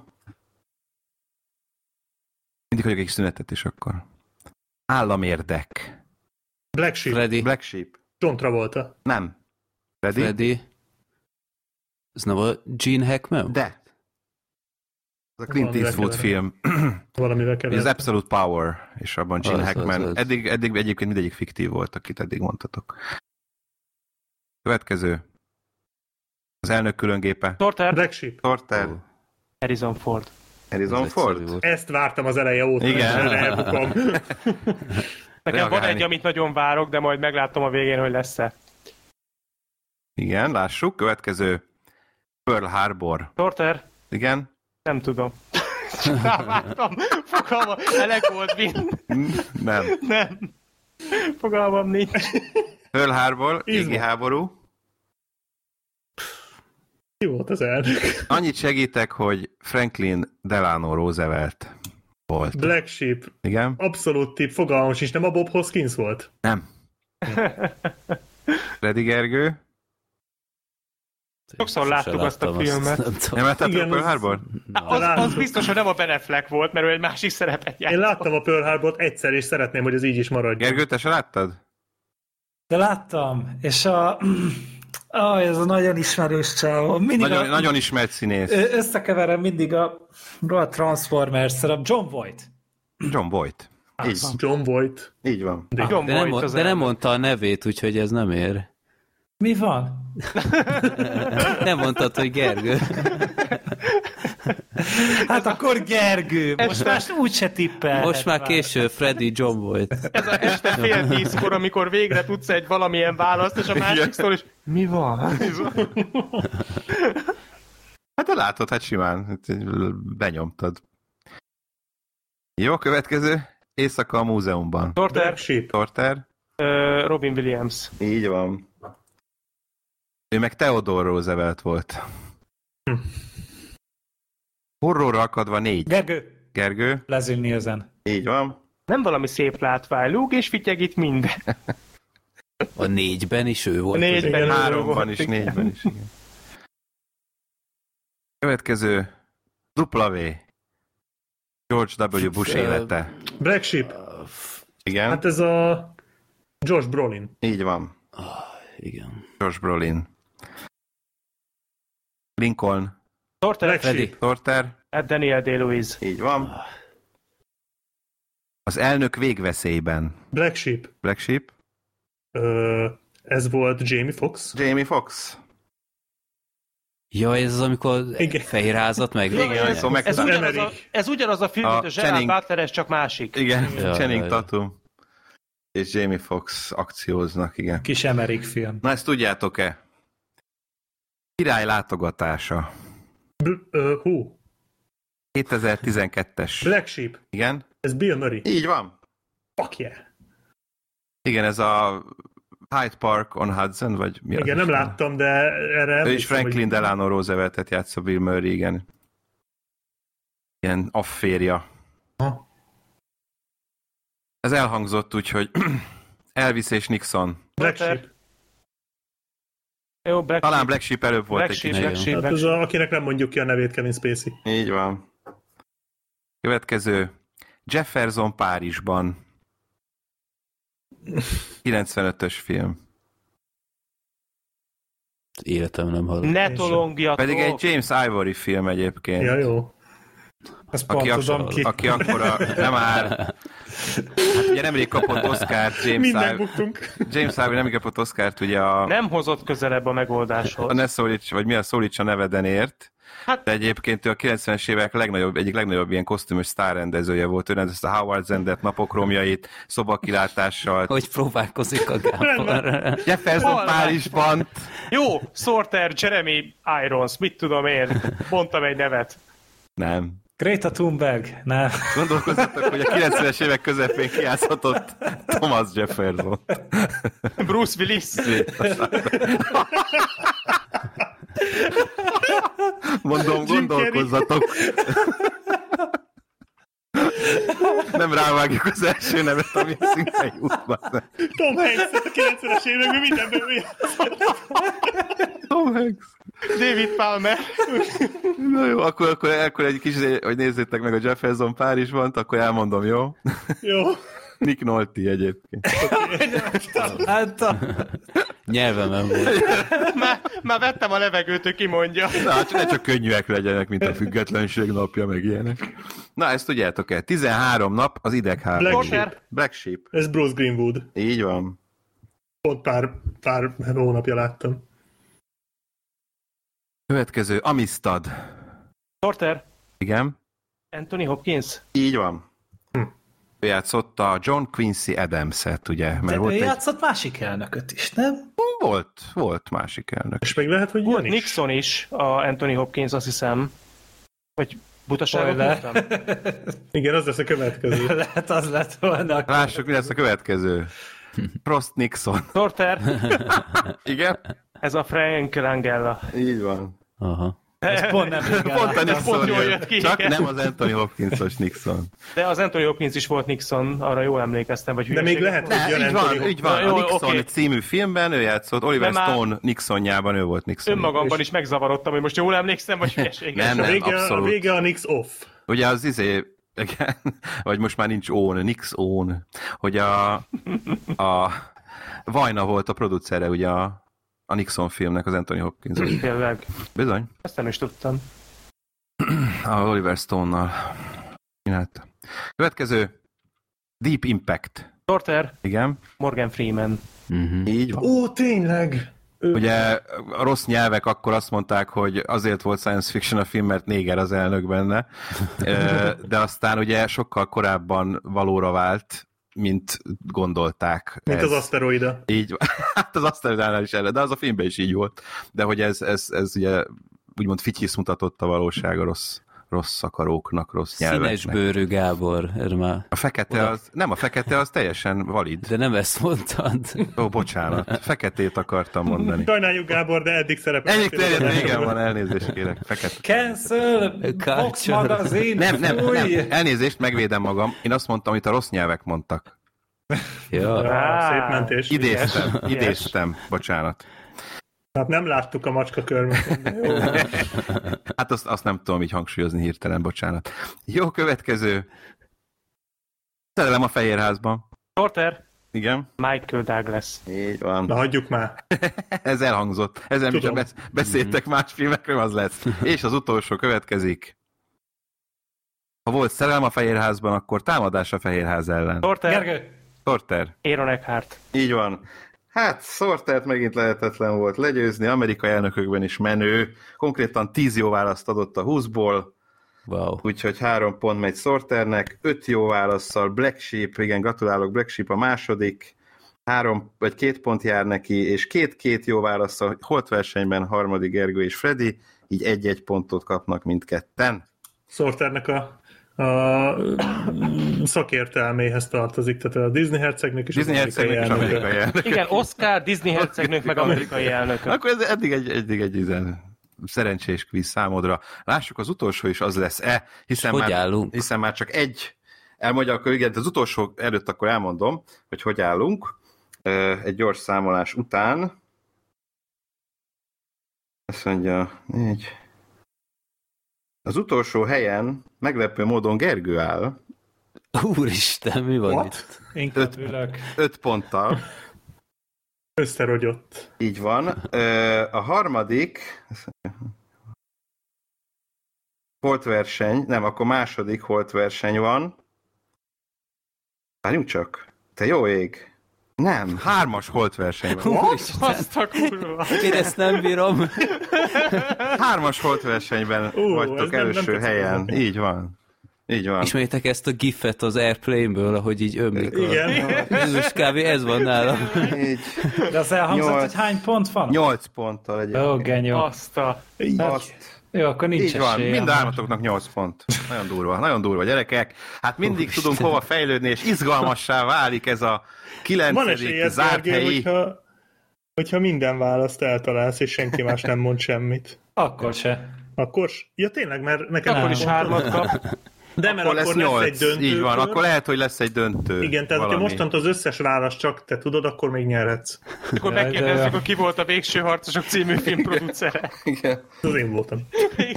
Mindig hagyok egy szünetet is akkor. Államérdek. Black Sheep. John Travolta. Nem. Freddy. Ez nem a Gene Hackman? De. Ez a Clint Eastwood film. Valamivel kell. Az Absolute Power, és abban Gene Hackman. az. Eddig egyébként mindegyik fiktív volt, akit eddig mondtatok. Következő. Az elnök különgépe. Black Sheep. Torter. Harrison Ford. Harrison Ford. Ezt vártam az eleje óta. Igen. Elbukom. Nekem van egy, amit nagyon várok, de majd meglátom a végén, hogy lesz-e. Igen, lássuk. Következő. Pearl Harbor. Torter. Igen. Nem tudom. Vártam. Fogalmam. Elég volt mind. Nem. Fogalmam nincs. Pearl Harbor. Égi háború. Ki volt az elnök? Annyit segítek, hogy Franklin Delano Roosevelt volt. Black Sheep. Igen. Abszolút tipp. Fogalmam sincs. Nem a Bob Hoskins volt? Nem. Freddy Gergő. Sokszor láttuk azt a filmet. Nem láttátok a Pearl Harbor? Az biztos, hogy nem a Ben Affleck volt, mert ő egy másik szerepet játszott. Én láttam a Pearl Harbort egyszer, és szeretném, hogy ez így is maradjon. Gergő, te se láttad? De láttam, és ez a nagyon ismerős csávó. Nagyon ismert színész. Összekeverem mindig a Transformers szerep. John Voight. John Voight. Így van. John Voight. Így van. De nem mondta a nevét, úgyhogy ez nem ér. Mi van? Nem mondtad, hogy Gergő. Hát akkor Gergő. Most úgyse tippelhet. Most már késő, Freddy John Voight. Ez a este 9:30-kor, amikor végre tudsz egy valamilyen választ, és a másik szól is, mi van? Hát látod, hát simán. Benyomtad. Jó, következő. Éjszaka a múzeumban. Torter. Robin Williams. Így van. Ő meg Theodore Roosevelt volt. Horrorra akadva 4. Gergő. Leslie Nielsen. Így van. Nem valami szép látvány. Lúg és fityeg itt minden. A 4-ben is ő volt. A 4-ben 3-ban is, 4-ben is. Igen. Következő. W. George W. Bush élete. Black Sheep. Igen. Hát ez a Josh Brolin. Így van. Igen. Josh Brolin. Lincoln. Torter. Daniel Day-Lewis. Így van. Az elnök végveszélyben. Black Sheep. Ez volt Jamie Foxx. Ja, ez az, amikor Fehérházat meg... Igen, ez ugyanaz a film, mint a Gerard Butler, csak másik. Igen, Channing Tatum. És Jamie Foxx akcióznak, igen. Kis Emmerich film. Na, ezt tudjátok-e? Király látogatása. 2012-es. Black Sheep. Igen. Ez Bill Murray. Így van. Fuck yeah. Igen, ez a Hyde Park on Hudson, vagy mi? Igen, nem láttam, de erre... Ő is Franklin Delano Rooseveltet játsza, Bill Murray, igen. Ilyen afférja. Ez elhangzott úgy, hogy Elvis és Nixon. Black Sheep. Jó, talán Black Sheep előbb volt egy kicsit. Hát az akinek nem mondjuk ki a nevét, Kevin Spacey. Így van. Következő. Jefferson Párizsban. 95-ös film. Életem nem hallott. Ne tolongjatok. Pedig egy James Ivory film egyébként. Ja, jó. Ezt pont tudom ki. Aki akkor nem áll. Hát ugye nemrég kapott Oscart James Harvey nemrég kapott Oscart ugye Nem hozott közelebb a megoldáshoz. A Ne Szólíts, vagy mi a Szólíts a nevedenért. Hát, de egyébként ő a 90-es évek egyik legnagyobb ilyen kosztümös sztárrendezője volt. Ő rendezte a Howard Zendert napokromjait, szobakilátással. Hogy próbálkozik a Gábor. Jefferson Párizsban. Jó, Sorter, Jeremy Irons, mit tudom én, mondtam egy nevet. Nem. Greta Thunberg, nem. Gondolkozzatok, hogy a 90-es évek közepén kiátszhatott Thomas Jefferson. Bruce Willis. Mondom, gondolkozzatok. Nem rávágjuk az első nevet, ami szinte jutva. Tom Hanks, a 90-es években mindenben Tom Hanks. David Palmer. Na jó, akkor egy kis, hogy nézzétek meg a Jefferson Párizsban, akkor elmondom, jó? Jó. Nick Nolte egyébként. Hát nyelvemen volt. Már vettem a levegőt, hogy kimondja. Na, csak könnyűek legyenek, mint a függetlenség napja, meg ilyenek. Na, ezt tudjátok el. 13 nap az idegháború. Black Sheep. Ez Bruce Greenwood. Így van. Pont pár hónapja láttam. Következő, Amistad. Sorter. Igen. Anthony Hopkins. Így van. Ő játszotta John Quincy Adams-et, ugye? Mert de volt ő játszott másik elnököt is, nem? Volt másik elnök. És meg lehet, hogy volt Nixon is, a Anthony Hopkins, azt hiszem. Vagy butaságot mondtam? Igen, az lesz a következő. Lehet, az lett volna. Lássuk, mi lesz a következő. Prost Nixon. Sorter. Igen? Ez a Frank Langella. Így van. Aha. Ez pont nem pont a Nixon jól jött ki. Csak nem az Anthony Hopkinsos Nixon. De az Anthony Hopkins is volt Nixon, arra jól emlékeztem. Vagy de még lehet, hogy így van. A Nixon című filmben ő játszott, Oliver Stone Nixonjában ő volt Nixon. Önmagamban is megzavarodtam, hogy most jól emlékszem, vagy hülyeség. Nem, abszolút. A vége a Nix off. Ugye az igen, vagy most már nincs Nix on, hogy a Vajna volt a producere, ugye a Nixon filmnek, az Anthony Hopkins. Tényleg. Bizony. Ezt nem is tudtam. A Oliver Stone-nal csinálta. Következő, Deep Impact. Sorter. Igen. Morgan Freeman. Így van. Ó, tényleg! Ugye a rossz nyelvek akkor azt mondták, hogy azért volt science fiction a film, mert néger az elnök benne, de aztán ugye sokkal korábban valóra vált, mint gondolták. Mint az aszteroida. Így, hát az aszteroidánál is erre, de az a filmben is így volt. De hogy ez ugye úgymond fityis mutatott a valóság a rossz akaróknak, rossz nyelveknek. Színes bőrű Gábor. A fekete az, nem, a fekete az teljesen valid. De nem ezt mondtad. Ó, bocsánat, feketét akartam mondani. Sajnáljuk, Gábor, de eddig szerepel. Ennyi terjed, van, elnézést kérek. Fekete. Cancel! Vox magazin! Nem, elnézést, megvédem magam. Én azt mondtam, amit a rossz nyelvek mondtak. Ja. Szép mentés. Idéztem, bocsánat. Hát nem láttuk a macskakörmet. Hát azt nem tudom így hangsúlyozni hirtelen, bocsánat. Jó, következő. Szerelem a Fehérházban. Sorter. Igen. Michael Douglas. Így van. Na, hagyjuk már. Ez elhangzott. Ezen is beszéltek más filmekről, az lesz. És az utolsó következik. Ha volt Szerelem a Fehérházban, akkor Támadás a Fehérház ellen. Sorter. Sorter. Aaron Eckhart. Így van. Hát, Sortert megint lehetetlen volt legyőzni, amerikai elnökökben is menő, konkrétan 10 jó választ adott a 20-ból, wow. Úgyhogy 3 pont megy Sorternek, 5 jó válasszal Black Sheep, igen, gratulálok, Black Sheep a második, 2 pont jár neki, és 2 jó válasszal Holt versenyben harmadik Gergő és Freddy, így 1-1 pontot kapnak mindketten. Sorternek a szakértelméhez tartozik, tehát a Disney hercegnők és amerikai elnök. Igen, Oscar, Disney hercegnők, meg amerikai elnök. Akkor ez eddig egy szerencsés kvíz számodra. Lássuk, az utolsó is az lesz-e, hiszen már csak egy elmondja, akkor igen, az utolsó előtt akkor elmondom, hogy állunk. Egy gyors számolás után. Azt mondja, 4. Az utolsó helyen meglepő módon Gergő áll. Úristen, mi van itt? 5 ponttal. Összerogyott. Így van. A harmadik... holtverseny, nem, akkor második holtverseny van. Várjunk csak. Te jó ég. Nem, 3-as holtverseny van. Azt a kurva. Én ezt nem bírom. 3-as holtversenyben vagytok első helyen. Így van. Így van. Ismerjétek ezt a gifet az Airplane-ből, ahogy így ömlik. Igen. Jézus, kb. Ez van nála. Így. De az elhangzott, hogy hány pont van? 8 ponttal egyébként. Ó, genyó. Azt a... Jó, akkor nincs Így van, esélye. mind hármatoknak 8 pont. Nagyon durva gyerekek. Hát mindig tudunk hova fejlődni, és izgalmassá válik ez a 9. Van esélyed, zárt Gergő, helyi. hogyha minden választ eltalálsz, és senki más nem mond semmit. Akkor se. Akkor... Ja, tényleg, mert nekem... Akkor is 3-at kap. De mert Akkor lesz 8. egy döntő. Így van, akkor lehet, hogy lesz egy döntő. Igen, tehát ha mostantól az összes választ csak te tudod, akkor még nyerhetsz. Akkor megkérdezzük, hogy ki volt a Végső Harcosok című filmproducere. Igen. Az én voltam.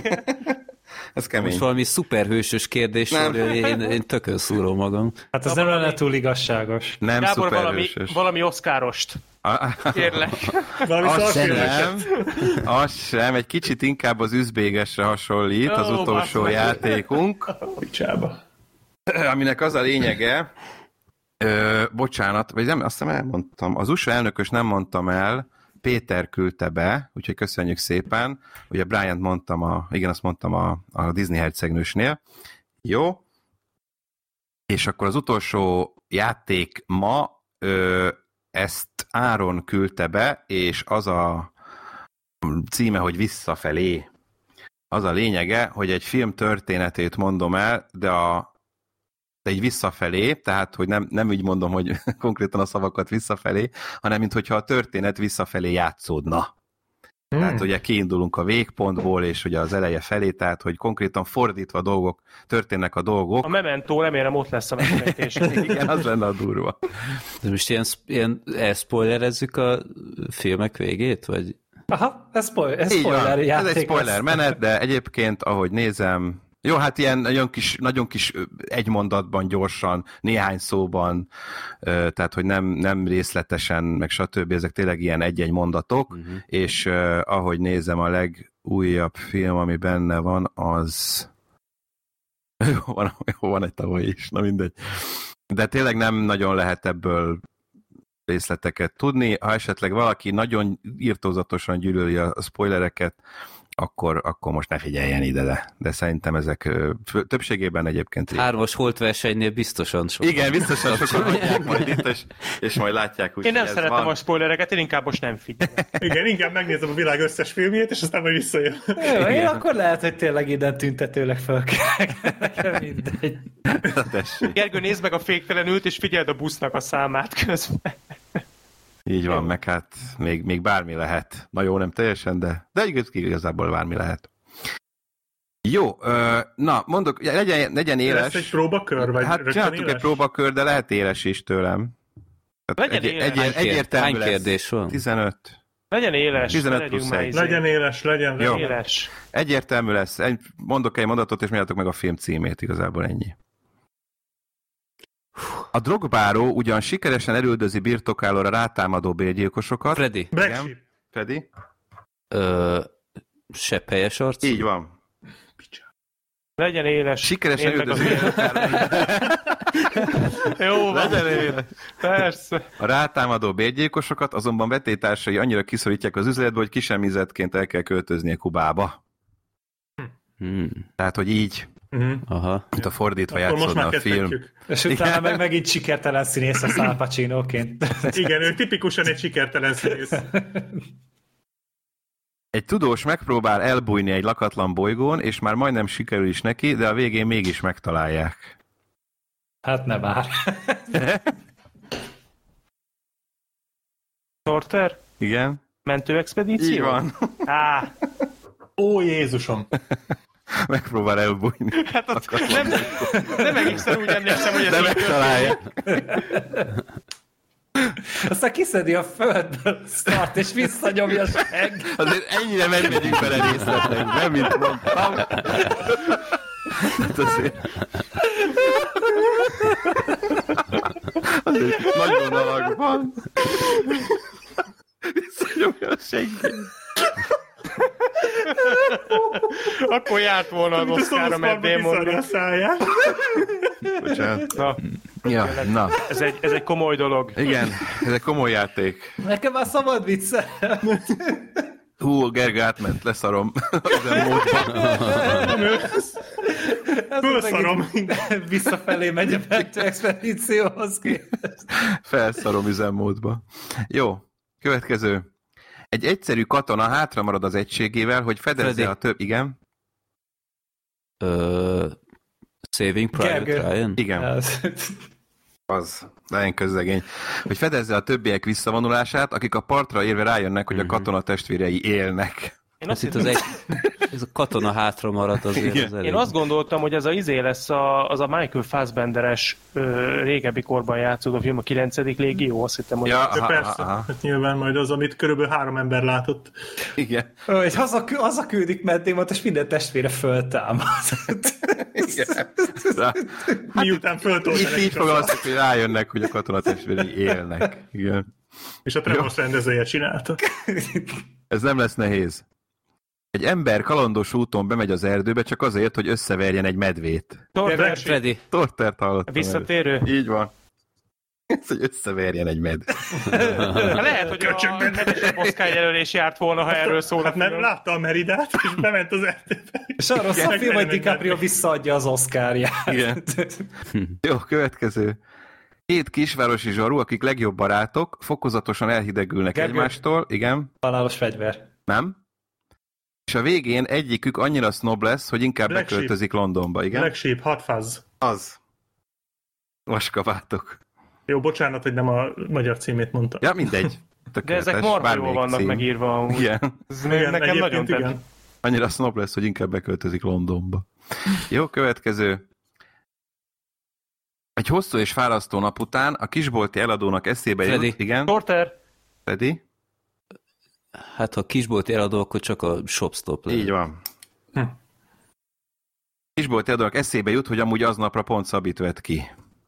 Ez kemény. Most valami szuperhősös kérdés, én tökön szúrom magam. Hát az nem lenne túl igazságos. Nem Gábor, szuperhősös. valami oszkárost. Kérlek. Valami Nem, az sem, egy kicsit inkább az üzbégesre hasonlít az utolsó játékunk, Picsába. aminek az a lényege, bocsánat, vagy nem, azt hiszem elmondtam, az USA elnökös nem mondtam el, Péter küldte be, úgyhogy köszönjük szépen, ugye Bryant mondtam, azt mondtam a Disney hercegnősnél, jó, és akkor az utolsó játék ma, ezt Áron küldte be, és az a címe, hogy Visszafelé. Az a lényege, hogy egy film történetét mondom el, de egy visszafelé, tehát, hogy nem úgy mondom, hogy konkrétan a szavakat visszafelé, hanem minthogyha a történet visszafelé játszódna. Tehát ugye kiindulunk a végpontból, és ugye az eleje felé, tehát hogy konkrétan fordítva történnek a dolgok. A Memento, remélem ott lesz a megfejtés. Igen, az lenne a durva. De most ilyen elszpoilerezzük a filmek végét, vagy? Aha, ez spoiler Ez egy spoiler lesz. menet, de egyébként, ahogy nézem, jó, hát ilyen nagyon kis egy mondatban, gyorsan, néhány szóban, tehát, hogy nem részletesen, meg stb. Ezek tényleg ilyen egy-egy mondatok, és ahogy nézem, a legújabb film, ami benne van, az... van egy tavaly is, na mindegy. De tényleg nem nagyon lehet ebből részleteket tudni. Ha esetleg valaki nagyon irtózatosan gyűlöli a spoilereket, akkor most ne figyeljen ide, de szerintem ezek többségében egyébként... 3-as holtversenynél biztosan sokan. Igen, biztosan sokan mondják majd itt, és majd látják úgy, Én nem hogy ez szeretem van. a spoilereket, én inkább most nem figyelek. Igen, inkább megnézem a világ összes filmjét, és aztán majd visszajön. Jó, én akkor lehet, hogy tényleg innen tüntetőleg fölkelek. Nekem mindegy. Tessék. Gergő, nézd meg a féktelenült, és figyeld a busznak a számát közben. Így van, meg hát még bármi lehet. Na jó, nem teljesen, de igazából bármi lehet. Jó, na, mondok, legyen éles. Lesz egy próbakör? Vagy hát csináltuk egy próbakör, de lehet éles is tőlem. Legyen éles. Egyértelmű Hány kérdés van? 15. Legyen éles. 15 legyünk plusz már egy. izé. Legyen éles, legyen. Jó. Éles. Egyértelmű lesz. Mondok egy mondatot, és mondjátok meg a film címét, igazából ennyi. A drogbáró ugyan sikeresen elüldözi birtokálóra rátámadó bérgyilkosokat. Freddy. Black Igen. Sheep. Freddy? Sepphelyes arc? Így van. Legyen éles. Sikeresen Én meg üldözi Jó van. Legyen éles. Persze. A rátámadó bérgyilkosokat azonban vetélytársai annyira kiszorítják az üzletbe, hogy kisemmizetként el kell költöznie Kubába. Tehát, hogy így, Aha. mint a fordítva Akkor most játszódna már a film. kezdhetjük. És utána meg megint sikertelen színész a Al Pacinoként. Igen, ő tipikusan egy sikertelen színész. Egy tudós megpróbál elbújni egy lakatlan bolygón, és már majdnem sikerül is neki, de a végén mégis megtalálják. Hát ne vár. Sorter? Igen? Mentőexpedíció? Így van. Á, Ó, Jézusom! Megpróbál elbújni. hát ott nem egészen úgy emlékszem, hogy ez De így megtalálják. Aztán kiszedi a földből szart, és visszanyomja a segg. Azért ennyire nem megyünk bele részletekbe, nem, mint mondtam. Hát azért nagy vonalakban. Visszanyomja a seggét. Akkor járt volna az Oscar-ra, mert Damon... a száját. Bocsánat. Na, Ja, na. ez egy komoly dolog. Igen, ez egy komoly játék. Nekem már szabad viccel. Hú, Gergő átment, leszarom. Fölszarom. Visszafelé megy a mentő expedícióhoz képest. Felszarom üzemmódba. Jó, következő. Egy egyszerű katona hátra marad az egységével, hogy fedezze a több... Igen? Saving Private Gergő. Ryan? Igen. Az. Nagyon közlegény. Hogy fedezze a többiek visszavonulását, akik a partra érve rájönnek, hogy a katona testvérei élnek. Ez itt ez a katona hátra marad azért. Az elég. Én azt gondoltam, hogy ez a izé lesz az a Michael Fassbenderes régebbi korban játszódó film, a 9. légió, azt hittem, hogy... Ja, De persze, hát nyilván majd az, amit körülbelül 3 ember látott. Igen. És hazaküldik Matt Damon-t, és minden testvére föltámad. Igen. Miután föltolta Így nekik a fogalmaztak, hogy rájönnek, hogy a katona testvérei élnek. Igen. És a Tremors rendezője csinálta. Ez nem lesz nehéz. Egy ember kalandos úton bemegy az erdőbe csak azért, hogy összeverjen egy medvét. Freddy. Tortert hallottam. Visszatérő? előtt. Így van. Ez, hogy összeverjen egy medvét. Lehet, hogy a hegyesebb Oscar jelölés járt volna, ha erről szól. Hát nem látta a Meridát, és bement az erdőbe. És arról szól a film, hogy DiCaprio visszaadja az Oscarját. Igen. Jó, következő. 2 kisvárosi zsaru, akik legjobb barátok, fokozatosan elhidegülnek Gergő. egymástól. Igen. Halálos fegyver. Nem? És a végén egyikük annyira snob lesz, hogy inkább Black beköltözik Londonba. Igen? Black Sheep, Hot Fuzz. Az. Vaskabátok. Jó, bocsánat, hogy nem a magyar címét mondta. Ja, mindegy. De Tökéletes, ezek marha jól bármelyik vannak cím. megírva amúgy. Igen. Ez Igen, nekem nagyon egyébként tett. igen. Annyira snob lesz, hogy inkább beköltözik Londonba. Jó, következő. Egy hosszú és fárasztó nap után a kisbolti eladónak eszébe Freddy. jut. Igen. Porter? Freddy? Hát ha kisbolti eladó, akkor csak a ShopStop lesz. Így van. Kisbolti eladónak eszébe jut, hogy amúgy aznapra pont Szabit vett ki.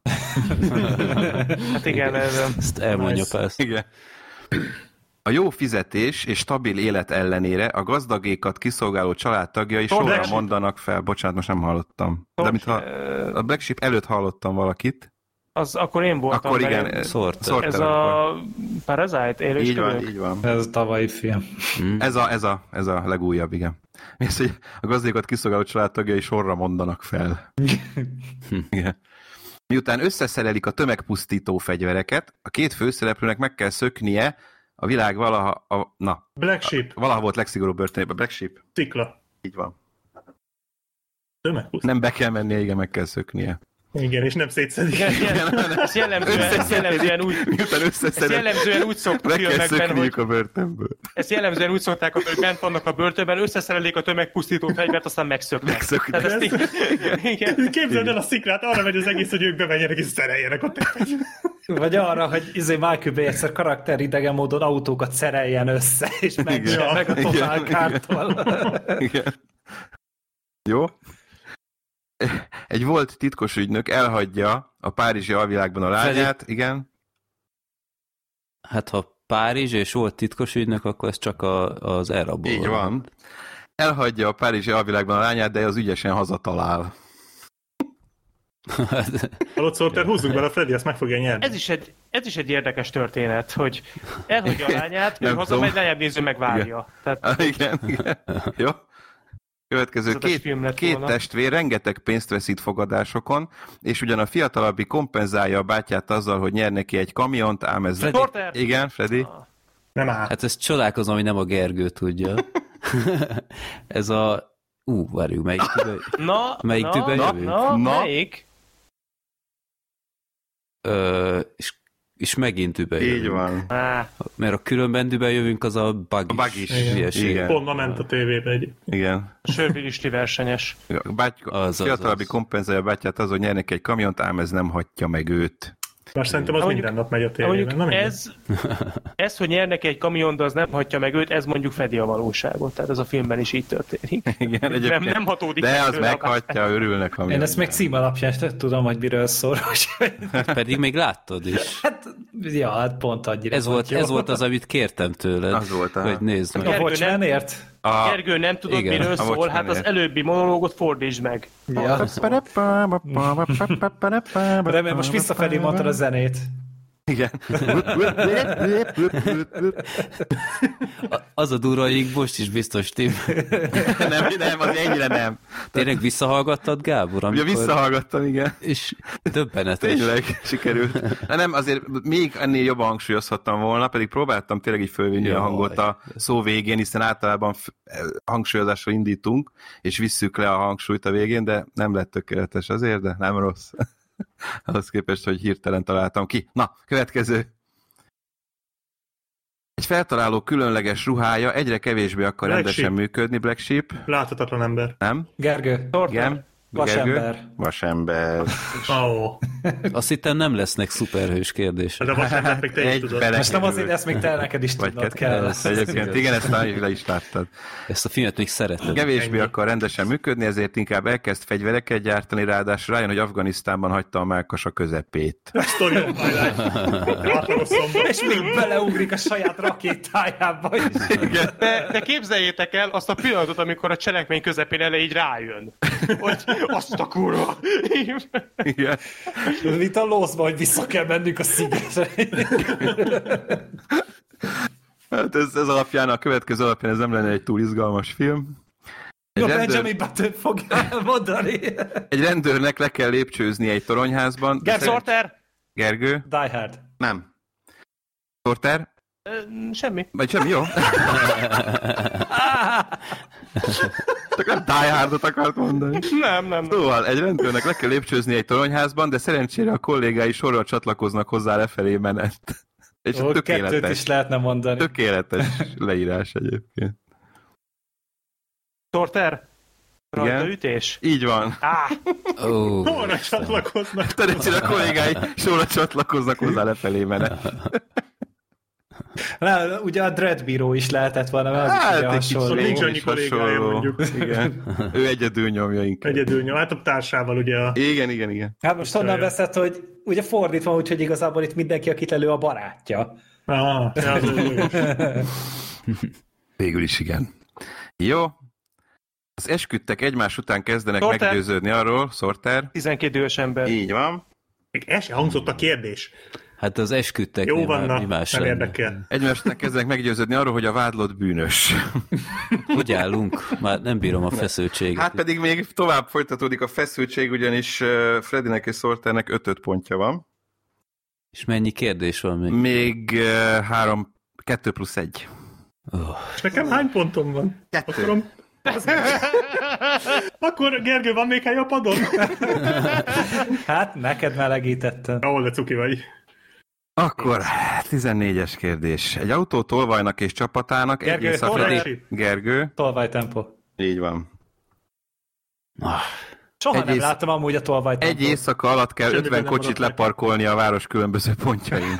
Hát igen, ez... Ezt elmondja persze. Igen. A jó fizetés és stabil élet ellenére a gazdagékat kiszolgáló családtagjai sorra mondanak fel. Bocsánat, most nem hallottam. De mintha a Black Sheep előtt hallottam valakit. Az akkor én voltam. Akkor igen, mert Sorter. Ez a Parasite, így van, élősködők? így van. Ez a tavalyi film. Ez a legújabb, igen. Mi az, hogy a gazdagékat kiszolgáló családtagjai sorra mondanak fel. Igen. Miután összeszerelik a tömegpusztító fegyvereket, a 2 főszereplőnek meg kell szöknie a világ Black Sheep, valaha volt legszigorúbb börtönében. Black Sheep? Szikla. Így van. Tömegpusztító. Nem be kell mennie, igen, meg kell szöknie. Igen, és nem szétszedik. Ez jellemzően úgy... Miután Ezt összeszerelik, jellemzően úgy szoktuk meg kell filmekben, hogy szökniük a börtönből. ezt jellemzően úgy szokták, hogy bent vannak a börtönben, összeszerelik a tömegpusztító fegyvert, aztán megszöknek. Megszöknek. Tehát ezt igen. Képzeld el a Sziklát, arra megy az egész, hogy ők bemenjenek és szereljenek ott. Vagy arra, hogy Michael Bay egyszer karakteridegen módon autókat szereljen össze, és Igen. meg a totálkártól. Igen. Jó. Egy volt titkos ügynök elhagyja a párizsi alvilágban a lányát. Igen. Hát ha Párizs és volt titkos ügynök, akkor ez csak az elraboló. Így van. Elhagyja a párizsi alvilágban a lányát, de az ügyesen hazatalál. Hallott Sorter, húzzuk bele a Freddy, ezt meg fogja nyerni. Ez is egy érdekes történet, hogy elhagyja a lányát, ő Nem hazamegy, tudom. lányát néző megvárja. Tehát Igen. Jó. Következő Ötös film lett két volna. testvér rengeteg pénzt veszít fogadásokon, és ugyan a fiatalabbi kompenzálja a bátyját azzal, hogy nyer neki egy kamiont, ám ez... Freddy. Porter! Igen, Freddy? Nem áll. Hát ezt csodálkozom, hogy nem a Gergő tudja. Ez a... várjuk, melyik tűbe... Melyik tűbe jövünk? Na? Melyik? És megint tűbe jövünk. Így van. Mert a különben tűbe jövünk, az a bug A bug is. hülyeség. Igen. Pont ma ment a tévébe egy. Igen. Sörvilisti versenyes. A fiatalabbi kompenzálja a bátyját az, hogy nyer neki egy kamiont, ám ez nem hagyja meg őt. Bár szerintem az minden nap megy a tévében. Mondjuk ez, hogy nyer neki egy kamion, de az nem hagyja meg őt, ez mondjuk fedi a valóságot. Tehát ez a filmben is így történik. Igen, nem hatódik. de az tőle meghagyja, örülnek. Én ezt még cím alapján tudom, hogy miről szól. Pedig még láttad is. Hát Ja, hát pont annyira. Ez volt az, amit kértem tőled. Az volt hogy nézd meg. A Watchmenért? Gergő, nem tudod, igen, miről szól? Hát az előbbi monológot fordítsd meg. Ja. Remélem, most visszafelé mondtad a zenét. Igen. Az a durva, hogy most is biztos, Tim. nem, az ennyire nem. Tényleg visszahallgattad, Gábor? Amikor... Ja, visszahallgattam, igen. És döbbenetes. Tényleg sikerült. Nem, azért még ennél jobban hangsúlyozhattam volna, pedig próbáltam tényleg így fölvinni a hangot a szó végén, hiszen általában hangsúlyozásra indítunk, és visszük le a hangsúlyt a végén, de nem lett tökéletes azért, de nem rossz. Ahhoz képest, hogy hirtelen találtam ki. Na, következő. Egy feltaláló különleges ruhája egyre kevésbé akar Black rendesen Sheep. működni, Black Sheep. Láthatatlan ember. Nem? Gergő. Igen. Vasember. Vasember. Oh. Azt hittem nem lesznek szuperhős kérdések. De vasember még te is tudod. Most nem azért, ezt még te neked is tudnod kell. Egyébként, igen, ezt már le is láttad. Ezt a filmet még szeretem. Kevésbé akar rendesen működni, ezért inkább elkezd fegyvereket gyártani, ráadásul rájön, hogy Afganisztánban hagyta a mellkas a közepét. Story of my life. És még beleugrik a saját rakétájába is. De képzeljétek el azt a pillanatot, amikor a cselekmény közepén ele így rájön. Hogy azt a kurva. Igen. Mint a lószban, hogy vissza kell mennünk a szigetre. Hát ez alapján, a következő alapján ez nem lenne egy túl izgalmas film. Benjamin Button fogja elmondani. Egy rendőrnek le kell lépcsőzni egy toronyházban. Sorter? Gergő? Die Hard. Nem. Sorter? Semmi. Vagy semmi, jó? Csak nem Die Hardot akart mondani. Nem. Szóval egy rendőrnek le kell lépcsőzni egy toronyházban, de szerencsére a kollégái sorra csatlakoznak hozzá lefelé menet. És Kettőt is lehetne mondani. Tökéletes leírás egyébként. Sorter? Rajtaütés? Így van. Sorra csatlakoznak. Szerencsére a kollégái sorra csatlakoznak hozzá lefelé menet. Na, ugye a Dreadbíró is lehetett volna, mert az ugye hasonló. Nincs annyi kollégája, mondjuk. Igen. Ő egyedül nyomja inkább. Egyedül nyomja, hát a társával ugye a... Igen. Hát most honnan veszed, hogy ugye fordítva, úgyhogy igazából itt mindenki, akit lelő, a barátja. Végül is igen. Jó. Az esküdtek egymás után kezdenek Sorter. meggyőződni arról, Sorter. 12 idős ember. Így van. Még el sem hangzott a kérdés. Hát az esküdtek Jó van, mi más nem lenne. érdekel. Egymás után kezdenek meggyőződni arról, hogy a vádlott bűnös. Hogy állunk? Már nem bírom a feszültséget. Hát pedig még tovább folytatódik a feszültség, ugyanis Freddynek és Sorternek 5 pontja van. És mennyi kérdés van még? Még 2 plusz 1. És nekem hány pontom van? 2. Akkor Gergő, van még hely a padon? Hát, neked melegítettem. Ahol de cuki vagy. Akkor 14-es kérdés. Egy autó tolvajnak és csapatának Gergő, egy éjszaka... Freddy. Gergő. Tolvajtempó. Így van. Soha Egy nem ész- láttam amúgy a tolvajtempót. Egy éjszaka alatt kell Semmiben 50 nem kocsit maradt leparkolni a város különböző pontjain.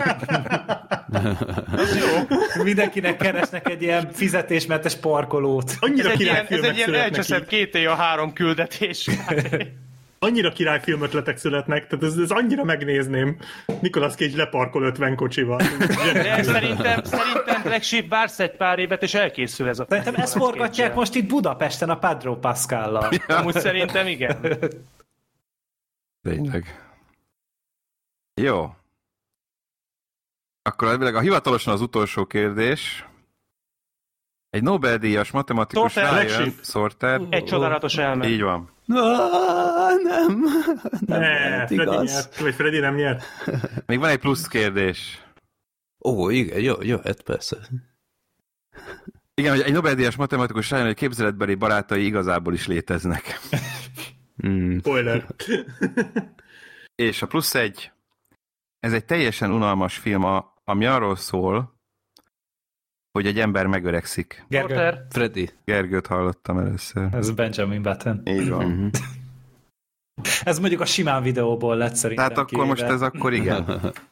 Mindenkinek keresnek egy ilyen fizetésmentes parkolót. Annyira Ez királyfilmek egy ilyen születnek elcseszett így. GTA 3 küldetés. Annyira királyfilmötletek születnek, tehát ez annyira megnézném. Nicolas Cage leparkol 50 kocsival. De szerintem Black Sheep vársz egy pár évet, és elkészül ez a... Szerintem ezt forgatják most itt Budapesten a Pedro Pascallal. Amúgy szerintem igen. Tényleg. Jó. Akkor elvileg a hivatalosan az utolsó kérdés. Egy Nobel-díjas matematikus Sorter. rájön... Sorter. Egy csodálatos elme. Így van. Nem Ne, Freddy nyert. Vagy Freddy nem nyert. Még van egy plusz kérdés. Ó, igen, jó, hát persze. Igen, hogy egy Nobel-díjas matematikus rájön, hogy képzeletbeli barátai igazából is léteznek. Spoiler. És a plusz 1. Ez egy teljesen unalmas film, ami arról szól, hogy egy ember megöregszik. Sorter. Freddy. Gergőt hallottam először. Ez Benjamin Button. Így van. Ez mondjuk a simán videóból lett szerintem. Tehát akkor most ez akkor igen.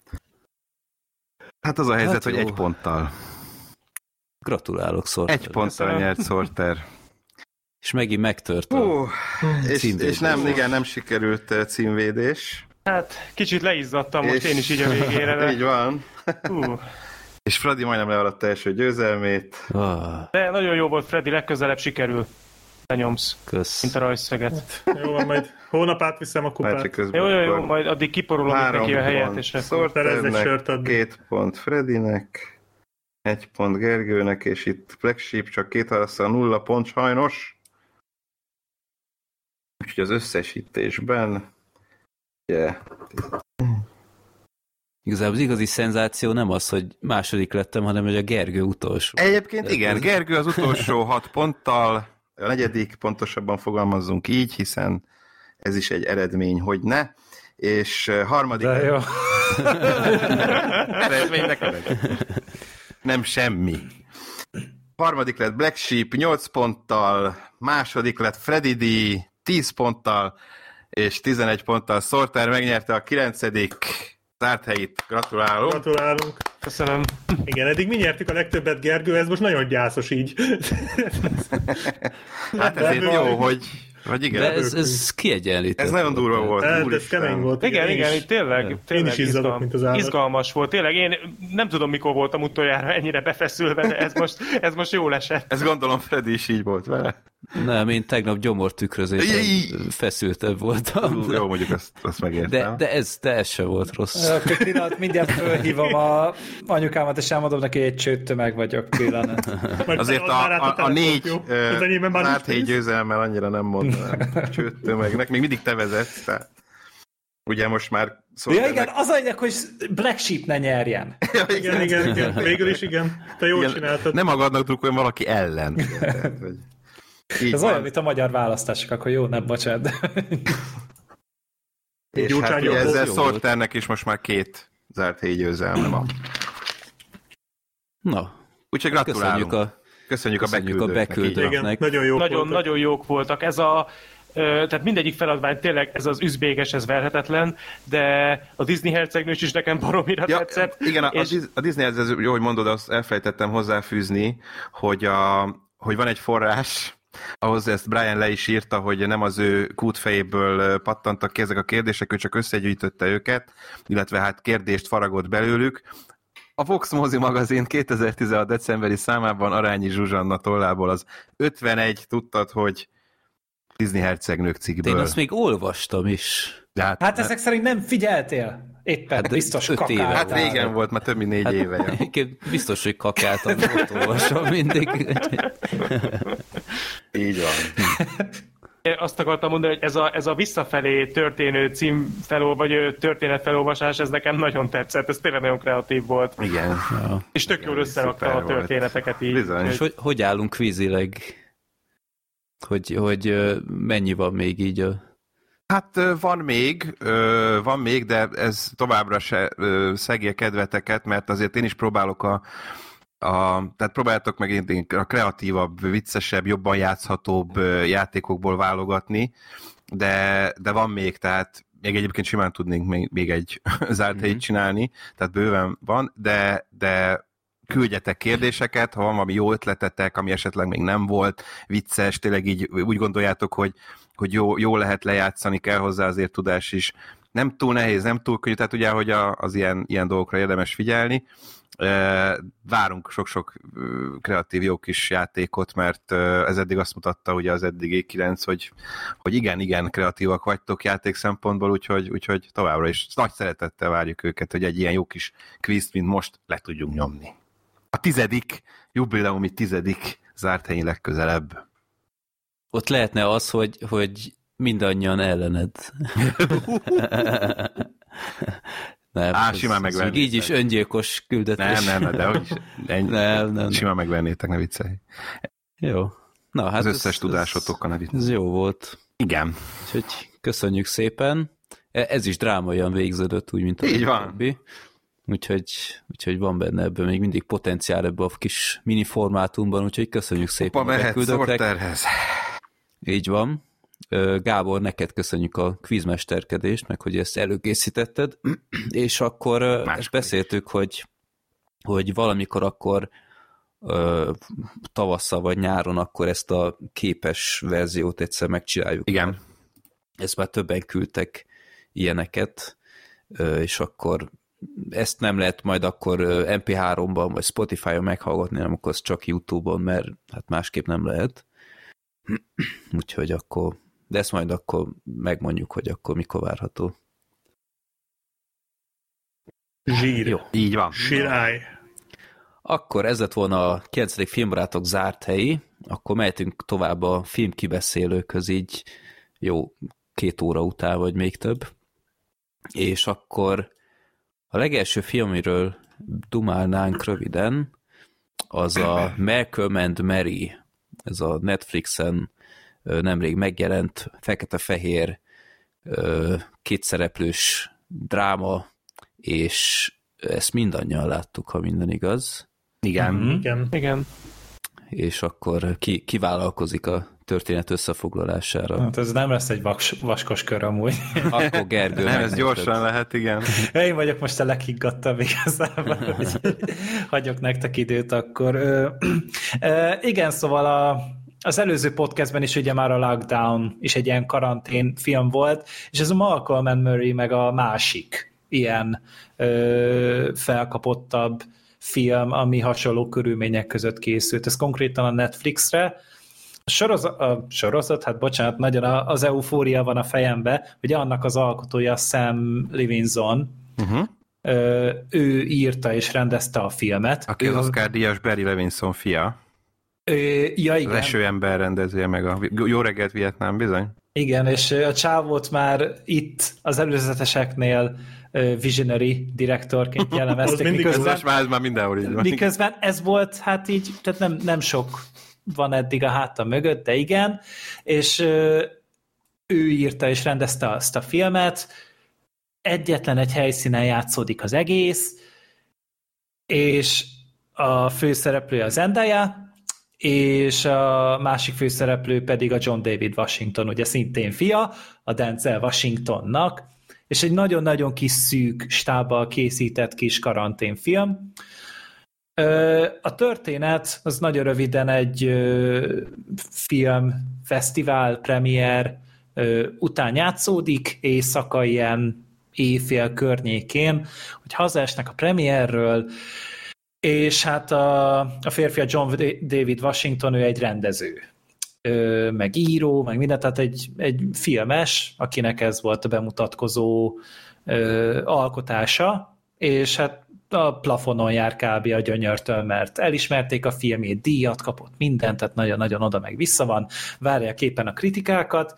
Hát az a helyzet, Hát hogy jó. 1 ponttal. Gratulálok, Sorter. 1 ponttal nyert Sorter. És megint megtört a És címvédés. nem sikerült címvédés. Hát, kicsit leizzadtam most én is így a végére. De... Így van. És Freddy majdnem lealatt első győzelmét. De nagyon jó volt, Freddy, legközelebb sikerül. Lenyomsz, Kösz. mint a rajzszöget. Jó van, majd hónap átviszem a kupát. Jó, majd addig kiporulom neki a helyet, és Sorternek, 2 pont Freddynek, 1 pont Gergőnek, és itt Black Sheep csak 2 halasszal 0 pont sajnos. Úgyhogy az összesítésben ugye... Igazából az igazi szenzáció nem az, hogy második lettem, hanem hogy a Gergő utolsó. Egyébként igen, Gergő az utolsó 6 ponttal, a negyedik, pontosabban fogalmazzunk így, hiszen ez is egy eredmény, hogy ne. És harmadik... De jó. Eredménynek eredmény. Nem semmi. Harmadik lett Black Sheep 8 ponttal, második lett Freddy D 10 ponttal, és 11 ponttal Sorter megnyerte a 9. zárt helyét. Gratulálunk. Gratulálunk. Köszönöm. Igen, eddig mi nyertük a legtöbbet, Gergő, ez most nagyon gyászos így. Hát ezért jó, hogy igen. De ez kiegyenlített. Ez nagyon durva volt. Ez kemény volt. Igen, tényleg én is izzadok, mint az állat. Izgalmas volt. Tényleg én nem tudom, mikor voltam utoljára ennyire befeszülve, de ez most jól esett. Ez gondolom Freddy is így volt vele. Nem, én tegnap gyomortükrözésen feszültebb voltam. Jó, mondjuk azt megértem. De ez se volt rossz. Akkor pillanat, mindjárt fölhívom a anyukámat, és elmondom neki, hogy egy csőttömeg vagyok pillanat. Azért a 4 zárt hely győzelemmel annyira nem mondanám. Csőttömegnek. Még mindig te vezetsz, tehát ugye most már... Ja igen, az a lényeg, hogy Black Sheep ne nyerjen. Igen. Végül is igen. Te jól csináltad. Nem magadnak drukkoljon valaki ellen. Tehát, hogy ez olyan, mint a magyar választások, akkor jó, nem bocsánat. És hát ugye ezzel Sorternek is most már 2 zárt helyi győzelme van. Na, úgyhogy gratulálunk. Köszönjük a beküldőknek. Nagyon jók voltak. Ez tehát mindegyik feladvány tényleg ez az üzbéges, ez verhetetlen, de a Disney hercegnős is nekem baromira tetszett. Igen, a Disney ez jó, hogy mondod, azt elfelejtettem hozzáfűzni, hogy van egy forrás, ahhoz ezt Brian le is írta, hogy nem az ő kútfejéből pattantak ki ezek a kérdések, ő csak összegyűjtötte őket, illetve hát kérdést faragott belőlük. A Vox Mozi magazin 2016. decemberi számában Arányi Zsuzsanna tollából az 51, tudtad, hogy Disney hercegnők cikkből. Én azt még olvastam is. Hát ezek szerint nem figyeltél? Éppen biztos kakáltál. Hát régen volt, már több mint 4 éve. Biztos, hogy kakáltam, ott olvasom mindig. Így van. Azt akartam mondani, hogy ez a visszafelé történő vagy történetfelolvasás, ez nekem nagyon tetszett, ez tényleg nagyon kreatív volt. Igen. Ja. És tök jól összerakta a történeteket így. Bizony. És hogy állunk kvízileg? Hogy mennyi van még így a... Hát van még, de ez továbbra se szegi a kedveteket, mert azért én is próbálok tehát próbáljátok meg a kreatívabb, viccesebb, jobban játszhatóbb játékokból válogatni, de van még, tehát még egyébként simán tudnénk még egy zárt helyet csinálni, tehát bőven van, de küldjetek kérdéseket, ha van valami jó ötletetek, ami esetleg még nem volt, vicces, tényleg így úgy gondoljátok, hogy jó lehet lejátszani, kell hozzá azért tudás is. Nem túl nehéz, nem túl könnyű, tehát ugye, hogy az ilyen dolgokra érdemes figyelni. Várunk sok-sok kreatív jó kis játékot, mert ez eddig azt mutatta, ugye az eddigi 9, hogy igen, kreatívak vagytok játék szempontból, úgyhogy továbbra is nagy szeretettel várjuk őket, hogy egy ilyen jó kis kvízt, mint most le tudjunk nyomni. A 10. jubileumi 10. zárt helyi legközelebb. Ott lehetne az, hogy mindannyian ellened. Nem, simán megvennétek. Így is öngyilkos küldetés. Nem, de hogy is. Nem. Simán megvennétek, ne viccelj. Jó. Na, hát az összes tudásotokkal ne viccelj. Ez jó volt. Igen. Úgyhogy köszönjük szépen. Ez is drámaian végződött, úgy, mint a így van. Többi. Úgyhogy van benne ebben még mindig potenciál ebben a kis mini formátumban, úgyhogy köszönjük szépen a beküldöttek. Így van. Gábor, neked köszönjük a kvízmesterkedést, meg hogy ezt előkészítetted, és akkor ezt beszéltük, hogy valamikor akkor tavasszal vagy nyáron akkor ezt a képes verziót egyszer megcsináljuk. Igen. Ezt már többen küldtek ilyeneket, és akkor ezt nem lehet majd akkor MP3-ban vagy Spotify-on meghallgatni, hanem akkor az csak YouTube-on, mert hát másképp nem lehet. Úgyhogy akkor, de ezt majd akkor megmondjuk, hogy akkor mikor várható. Zsír. Jó. Így van. Sirály. Akkor ez lett volna a 9. filmbarátok zárt helyi, akkor mehetünk tovább a filmkibeszélőkhöz így jó 2 óra után, vagy még több. És akkor a legelső film, amiről dumálnánk röviden, az a Malcolm and Mary, ez a Netflixen nemrég megjelent fekete-fehér kétszereplős dráma, és ezt mindannyian láttuk, ha minden igaz. Igen. Igen. És akkor ki vállalkozik a történet összefoglalására? Hát ez nem lesz egy vaskos kör amúgy. Akkor Gergő. Nem, ez gyorsan lehet, igen. Én vagyok most a leghiggadtabb igazából, hogy hagyok nektek időt akkor. Igen, szóval az előző podcastben is ugye már a Lockdown is egy ilyen karantén film volt, és ez a Malcolm and Mary meg a másik ilyen felkapottabb film, ami hasonló körülmények között készült. Ez konkrétan a Netflixre. A sorozat, hát bocsánat, nagyon az eufória van a fejembe, ugye annak az alkotója Sam Levinson, ő írta és rendezte a filmet. Aki az Oscar-díjas Barry Levinson fia. Ja, igen. Az Esőember rendezője meg a Jó reggelt Vietnám, bizony. Igen, és a csávót már itt az előzeteseknél visionary direktorként jellemezték. Miközben ez volt, hát így, tehát nem sok van eddig a háta mögött, de igen, és ő írta és rendezte azt a filmet, egyetlen egy helyszínen játszódik az egész, és a főszereplő a Zendaya, és a másik főszereplő pedig a John David Washington, ugye szintén fia a Denzel Washingtonnak, és egy nagyon-nagyon kis szűk stábbal készített kis karanténfilm. A történet az nagyon röviden egy filmfesztivál premier után játszódik, éjszaka ilyen éjfél környékén, hogy hazaesnek a premierről, és hát a férfi a John David Washington, ő egy rendező, meg író, meg minden, tehát egy filmes, akinek ez volt a bemutatkozó alkotása, és hát a plafonon jár kb. A gyönyörtől, mert elismerték a filmét, díjat kapott, mindent, tehát nagyon-nagyon oda meg vissza van, várják éppen a kritikákat,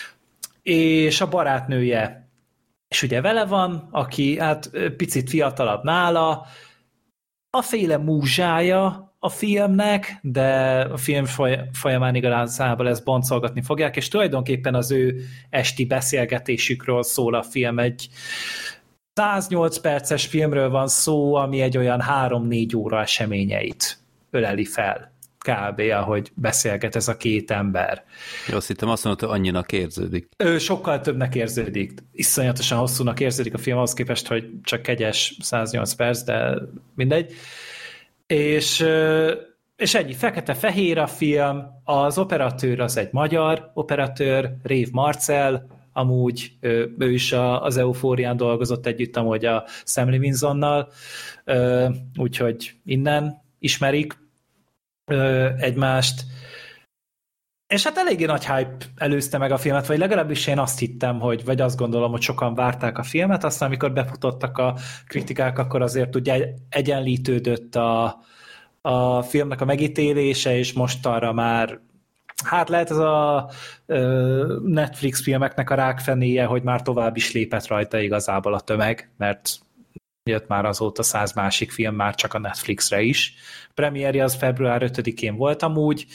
és a barátnője, és ugye vele van, aki hát picit fiatalabb nála, a féle múzsája a filmnek, de a film folyamán igazából ezt boncolgatni fogják, és tulajdonképpen az ő esti beszélgetésükről szól a film. Egy 108 perces filmről van szó, ami egy olyan 3-4 óra eseményeit öleli fel. Kb. Ahogy beszélget ez a két ember. Jó, azt hittem azt mondta, hogy annyinak érződik. Sokkal többnek érződik. Iszonyatosan hosszúnak érződik a film, ahhoz képest, hogy csak kegyes 108 perc, de mindegy. És ennyi, fekete-fehér a film, az operatőr az egy magyar operatőr, Rév Marcel, amúgy ő is az Eufórián dolgozott együtt, amúgy a Sam Levinsonnal, úgyhogy innen ismerik egymást. És hát eléggé nagy hype előzte meg a filmet, vagy legalábbis én azt hittem, vagy azt gondolom, hogy sokan várták a filmet, aztán amikor befutottak a kritikák, akkor azért ugye egyenlítődött a filmnek a megítélése, és mostanra már hát lehet ez a Netflix filmeknek a rákfenéje, hogy már tovább is lépett rajta igazából a tömeg, mert jött már azóta 100 másik film már csak a Netflixre is. Premierje az február 5-én volt amúgy,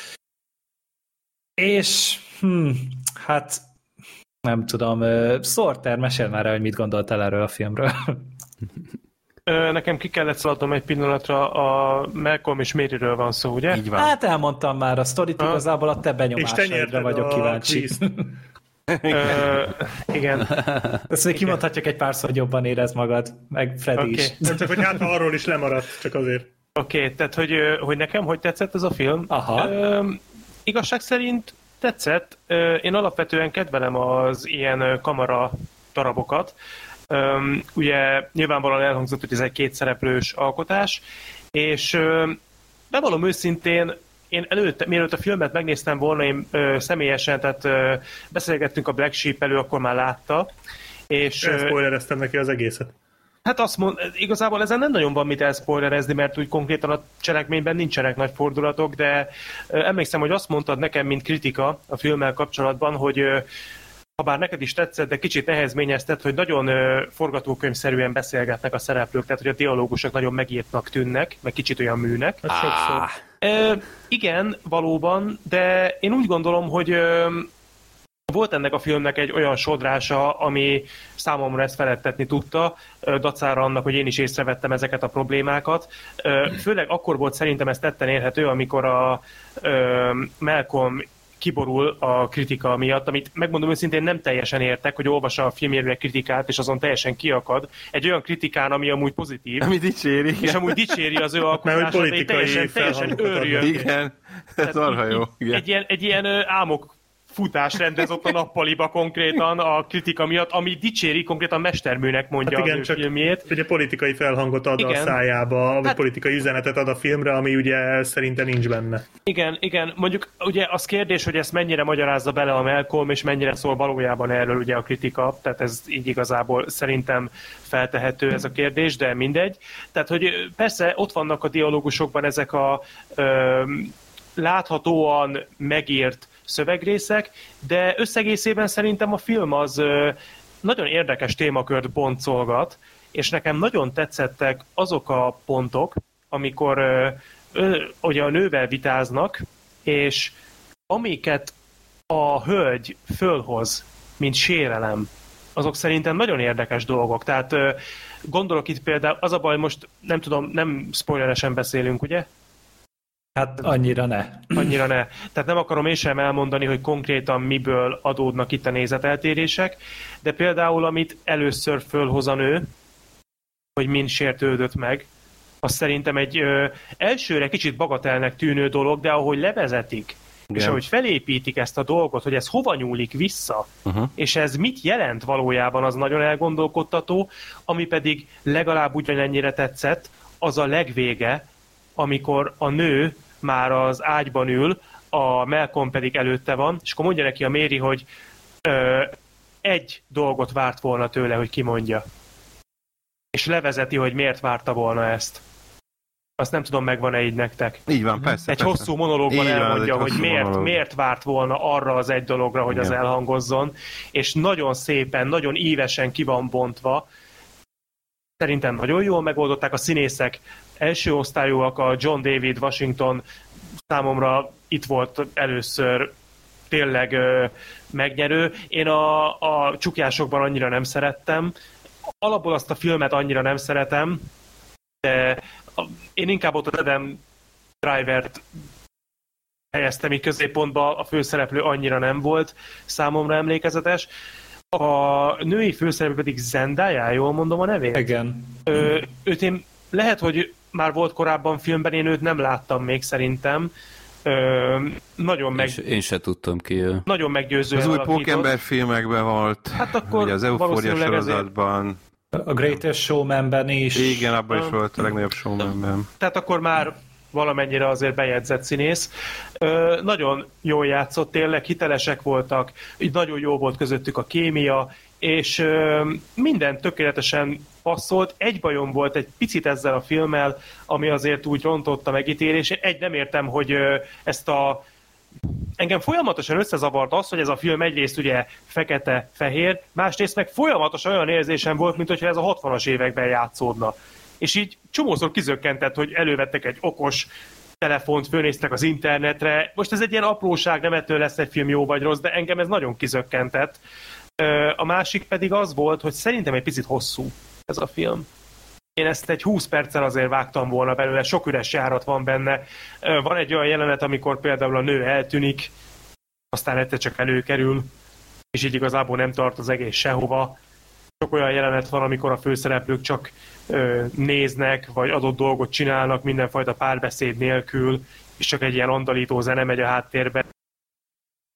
és hát nem tudom, Sorter, mesél már el, hogy mit gondoltál erről a filmről. Nekem ki kellett szaladnom egy pillanatra, a Malcolm és Maryről van szó, ugye? Így van. Hát elmondtam már a sztorit, igazából a te benyomásaidra vagyok kíváncsi. Igen. Ezt még kimondhatjuk egy párszor, hogy jobban érez magad, meg Freddy is. Nem csak, hogy hát arról is lemaradt, csak azért. Oké, tehát hogy nekem hogy tetszett ez a film? Aha. Igazság szerint tetszett. Én alapvetően kedvelem az ilyen kamera darabokat. Ugye nyilvánvalóan elhangzott, hogy ez egy kétszereplős alkotás, és bevallom őszintén, én előtte, mielőtt a filmet megnéztem volna, én személyesen, tehát beszélgettünk a Black Sheep elő, akkor már látta. És spoilereztem neki az egészet. Hát igazából ezen nem nagyon van mit elszpoilerezni, mert úgy konkrétan a cselekményben nincsenek nagy fordulatok, de emlékszem, hogy azt mondtad nekem, mint kritika a filmmel kapcsolatban, hogy habár neked is tetszett, de kicsit nehezményeztet, hogy nagyon forgatókönyvszerűen beszélgetnek a szereplők, tehát hogy a dialógusok nagyon megírtnak tűnnek, meg kicsit olyan műnek. Sokszor. Igen, valóban, de én úgy gondolom, hogy volt ennek a filmnek egy olyan sodrása, ami számomra ezt feledtetni tudta, dacára annak, hogy én is észrevettem ezeket a problémákat. Főleg akkor volt szerintem ez tetten érhető, amikor a Malcolm kiborul a kritika miatt, amit megmondom őszintén nem teljesen értek, hogy olvassa a filmjéről kritikát, és azon teljesen kiakad. Egy olyan kritikán, ami amúgy pozitív. Ami dicséri. És amúgy dicséri az ő alkotását, de teljesen őrjön. Igen, ez marha jó. Egy ilyen álmok futás rendez ott a nappaliba konkrétan a kritika miatt, ami dicséri, konkrétan mesterműnek mondja hát igen, az ő filmjét. Ugye politikai felhangot ad a szájába, vagy politikai üzenetet ad a filmre, ami ugye szerintem nincs benne. Igen. Mondjuk ugye az kérdés, hogy ezt mennyire magyarázza bele a Malcolm, és mennyire szól valójában erről ugye a kritika, tehát ez így igazából szerintem feltehető ez a kérdés, de mindegy. Tehát, hogy persze ott vannak a dialógusokban ezek a láthatóan megírt szövegrészek, de összegészében szerintem a film az nagyon érdekes témakört boncolgat, és nekem nagyon tetszettek azok a pontok, amikor ugye a nővel vitáznak, és amiket a hölgy fölhoz, mint sérelem, azok szerintem nagyon érdekes dolgok. Tehát gondolok itt például, az a baj, most nem tudom, nem spoileresen beszélünk, ugye? Hát annyira ne. Annyira ne. Tehát nem akarom én sem elmondani, hogy konkrétan miből adódnak itt a nézeteltérések, de például amit először fölhoz a nő, hogy mind sértődött meg, az szerintem egy elsőre kicsit bagatelnek tűnő dolog, de ahogy levezetik, igen, és ahogy felépítik ezt a dolgot, hogy ez hova nyúlik vissza, és ez mit jelent valójában, az nagyon elgondolkodtató, ami pedig legalább ugyanennyire tetszett, az a legvége, amikor a nő már az ágyban ül, a Malcolm pedig előtte van, és akkor mondja neki a Mary, hogy egy dolgot várt volna tőle, hogy kimondja. És levezeti, hogy miért várta volna ezt. Azt nem tudom, megvan-e így nektek. Így van, persze. Egy hosszú monológban elmondja, hogy miért várt volna arra az egy dologra, hogy igen, az elhangozzon, és nagyon szépen, nagyon ívesen ki van bontva. Szerintem nagyon jól megoldották, a színészek első osztályúak, a John David Washington számomra itt volt először tényleg megnyerő. Én a csukjásokban annyira nem szerettem. Alapból azt a filmet annyira nem szeretem, de én inkább ott Adam Drivert helyeztem így középpontba, a főszereplő annyira nem volt számomra emlékezetes. A női főszereplő pedig Zendaya, jól mondom a nevét? Igen. Őt én lehet, hogy már volt korábban filmben, én őt nem láttam még szerintem. Én se tudtam ki. Nagyon meggyőző. Az új Pókember filmekben volt, hát akkor ugye az Euphoria sorozatban. A Greatest Showman-ben is. Igen, abban is volt a legnagyobb Showman-ben. Tehát akkor már valamennyire azért bejegyzett színész. Nagyon jól játszott, tényleg hitelesek voltak, így nagyon jó volt közöttük a kémia, és minden tökéletesen passzolt. Egy bajom volt egy picit ezzel a filmmel, ami azért úgy rontotta megítélését. Nem értem, hogy ezt engem folyamatosan összezavart az, hogy ez a film egyrészt ugye fekete-fehér, másrészt meg folyamatosan olyan érzésem volt, mint hogyha ez a 60-as években játszódna. És így csomószor kizökkentett, hogy elővettek egy okos telefont, fölnéztek az internetre. Most ez egy ilyen apróság, nem ettől lesz egy film jó vagy rossz, de engem ez nagyon kizökkentett. A másik pedig az volt, hogy szerintem egy picit hosszú ez a film. Én ezt egy 20 perccel azért vágtam volna belőle, sok üres járat van benne. Van egy olyan jelenet, amikor például a nő eltűnik, aztán egyszer csak előkerül, és így igazából nem tart az egész sehova. Sok olyan jelenet van, amikor a főszereplők csak néznek, vagy adott dolgot csinálnak mindenfajta párbeszéd nélkül, és csak egy ilyen andalító zene megy a háttérben.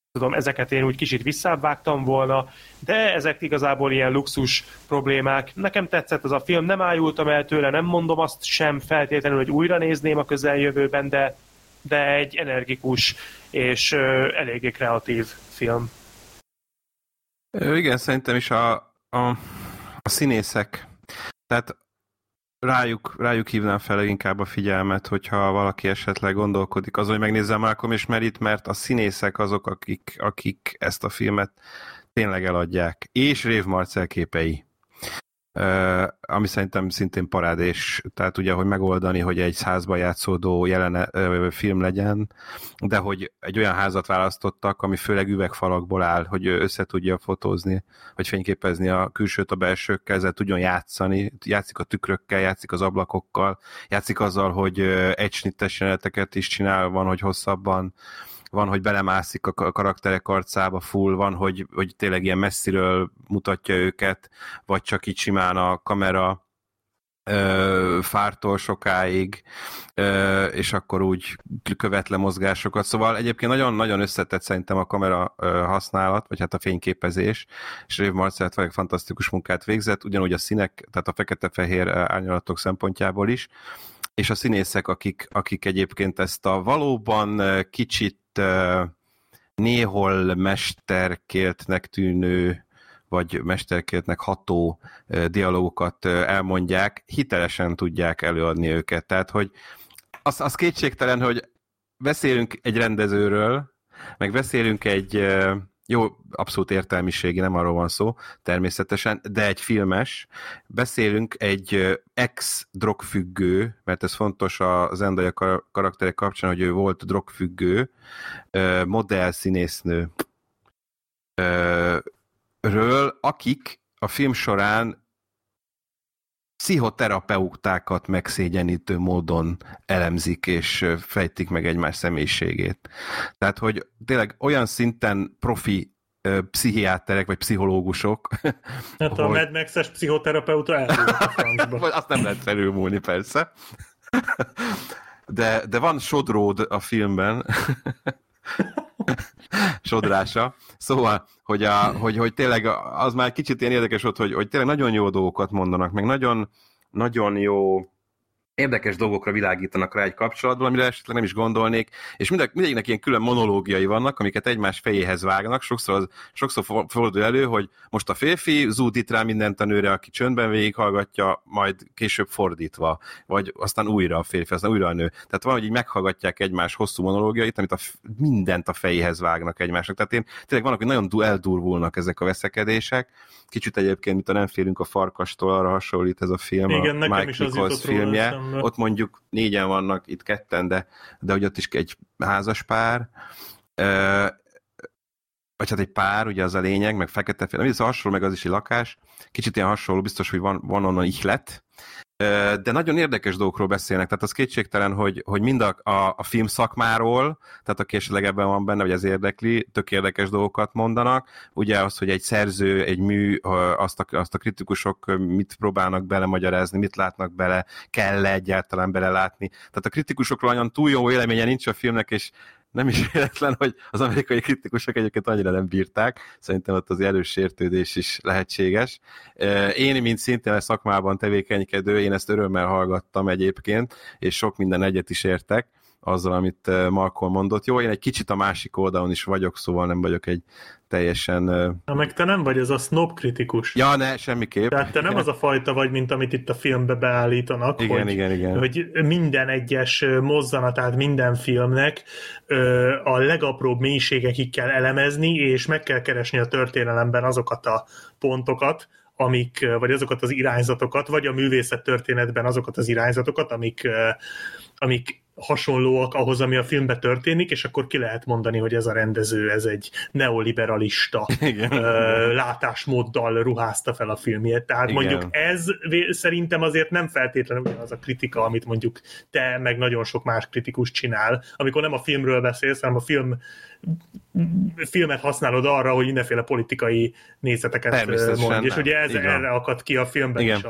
tudom, ezeket én úgy kicsit visszávágtam volna, de ezek igazából ilyen luxus problémák. Nekem tetszett ez a film, nem ájultam el tőle, nem mondom azt sem feltétlenül, hogy újra nézném a közeljövőben, de egy energikus és eléggé kreatív film. Igen, szerintem is a színészek, tehát rájuk hívnám fel inkább a figyelmet, hogyha valaki esetleg gondolkodik azon, hogy megnézze Malcolm és Maryt, mert a színészek azok, akik ezt a filmet tényleg eladják. És Rév Marcel képei. Ami szerintem szintén parádés, tehát ugye, hogy megoldani, hogy egy házban játszódó film legyen, de hogy egy olyan házat választottak, ami főleg üvegfalakból áll, hogy össze tudja fotózni, vagy fényképezni a külsőt a belsőkkel, ezzel tudjon játszani, játszik a tükrökkel, játszik az ablakokkal, játszik azzal, hogy egysnittes jeleneteket is csinál, van, hogy hosszabban, van, hogy belemászik a karakterek arcába full, van, hogy tényleg ilyen messziről mutatja őket, vagy csak így simán a kamera fártól sokáig, és akkor úgy követ le mozgásokat. Szóval egyébként nagyon-nagyon összetett szerintem a kamera használat, vagy hát a fényképezés, és Rév Marcel fantasztikus munkát végzett, ugyanúgy a színek, tehát a fekete-fehér árnyalatok szempontjából is, és a színészek, akik egyébként ezt a valóban kicsit néhol mesterkéltnek tűnő, vagy mesterkéltnek ható dialógokat elmondják, hitelesen tudják előadni őket. Tehát, hogy az kétségtelen, hogy beszélünk egy rendezőről, meg beszélünk egy jó, abszolút értelmiségi, nem arról van szó, természetesen, de egy filmes. Beszélünk egy ex-drogfüggő, mert ez fontos a Zendaya karakterek kapcsán, hogy ő volt drogfüggő, modell színésznő ről, akik a film során pszichoterapeutákat megszégyenítő módon elemzik és fejtik meg egymás személyiségét. Tehát, hogy tényleg olyan szinten profi pszichiáterek vagy pszichológusok. Hát a Mad Max-es pszichoterapeuta elmúlt a francba. Azt nem lehet felülmúlni, persze. De van sodród a filmben, sodrása. Szóval, hogy tényleg az már kicsit ilyen érdekes volt, hogy tényleg nagyon jó dolgokat mondanak, meg nagyon, nagyon jó érdekes dolgokra világítanak rá egy kapcsolatban, amire esetleg nem is gondolnék, és mindegyiknek ilyen külön monológiai vannak, amiket egymás fejéhez vágnak, sokszor fordul elő, hogy most a férfi zúdít rá mindent a nőre, aki csöndben végighallgatja, majd később fordítva, vagy aztán újra a férfi, aztán újra a nő. Tehát valahogy így meghallgatják egymás hosszú monológiait, amit mindent a fejéhez vágnak egymásnak. Tehát tényleg vannak, hogy nagyon eldurvulnak ezek a veszekedések. Kicsit egyébként, mint a Nem félünk a farkastól, arra hasonlít ez a film, igen, a Mike Nichols filmje. Ott mondjuk 4-en vannak, itt 2-en, de hogy ott is egy házas pár, vagy hát egy pár, ugye az a lényeg, meg fekete-fehér, ez hasonló, meg az is egy lakás, kicsit ilyen hasonló, biztos, hogy van onnan ihlet, de nagyon érdekes dolgokról beszélnek, tehát az kétségtelen, hogy mind a film szakmáról, tehát aki esetleg ebben van benne, vagy ez érdekli, tök érdekes dolgokat mondanak, ugye az, hogy egy szerző, egy mű, azt a kritikusok mit próbálnak belemagyarázni, mit látnak bele, kell-e egyáltalán belelátni. Tehát a kritikusokról nagyon túl jó véleménye nincs a filmnek, és nem is véletlen, hogy az amerikai kritikusok egyébként annyira nem bírták, szerintem ott az erős sértődés is lehetséges. Én, mint szintén a szakmában tevékenykedő, én ezt örömmel hallgattam egyébként, és sok minden egyet is értek azzal, amit Malcolm mondott. Jó, én egy kicsit a másik oldalon is vagyok, szóval nem vagyok egy teljesen... Na meg te nem vagy az a snob kritikus. Ja, ne, semmiképp. Tehát te nem az a fajta vagy, mint amit itt a filmbe beállítanak, igen. Hogy minden egyes mozzanatát minden filmnek a legapróbb mélységekig kell elemezni, és meg kell keresni a történelemben azokat a pontokat, vagy azokat az irányzatokat, vagy a művészet történetben azokat az irányzatokat, amik hasonlóak ahhoz, ami a filmben történik, és akkor ki lehet mondani, hogy ez a rendező, ez egy neoliberalista látásmóddal ruházta fel a filmjét. Tehát igen. Mondjuk ez szerintem azért nem feltétlenül ugyanaz a kritika, amit mondjuk te, meg nagyon sok más kritikus csinál, amikor nem a filmről beszélsz, hanem a filmet használod arra, hogy mindenféle politikai nézeteket mondj. És ugye erre akadt ki a filmben igen. is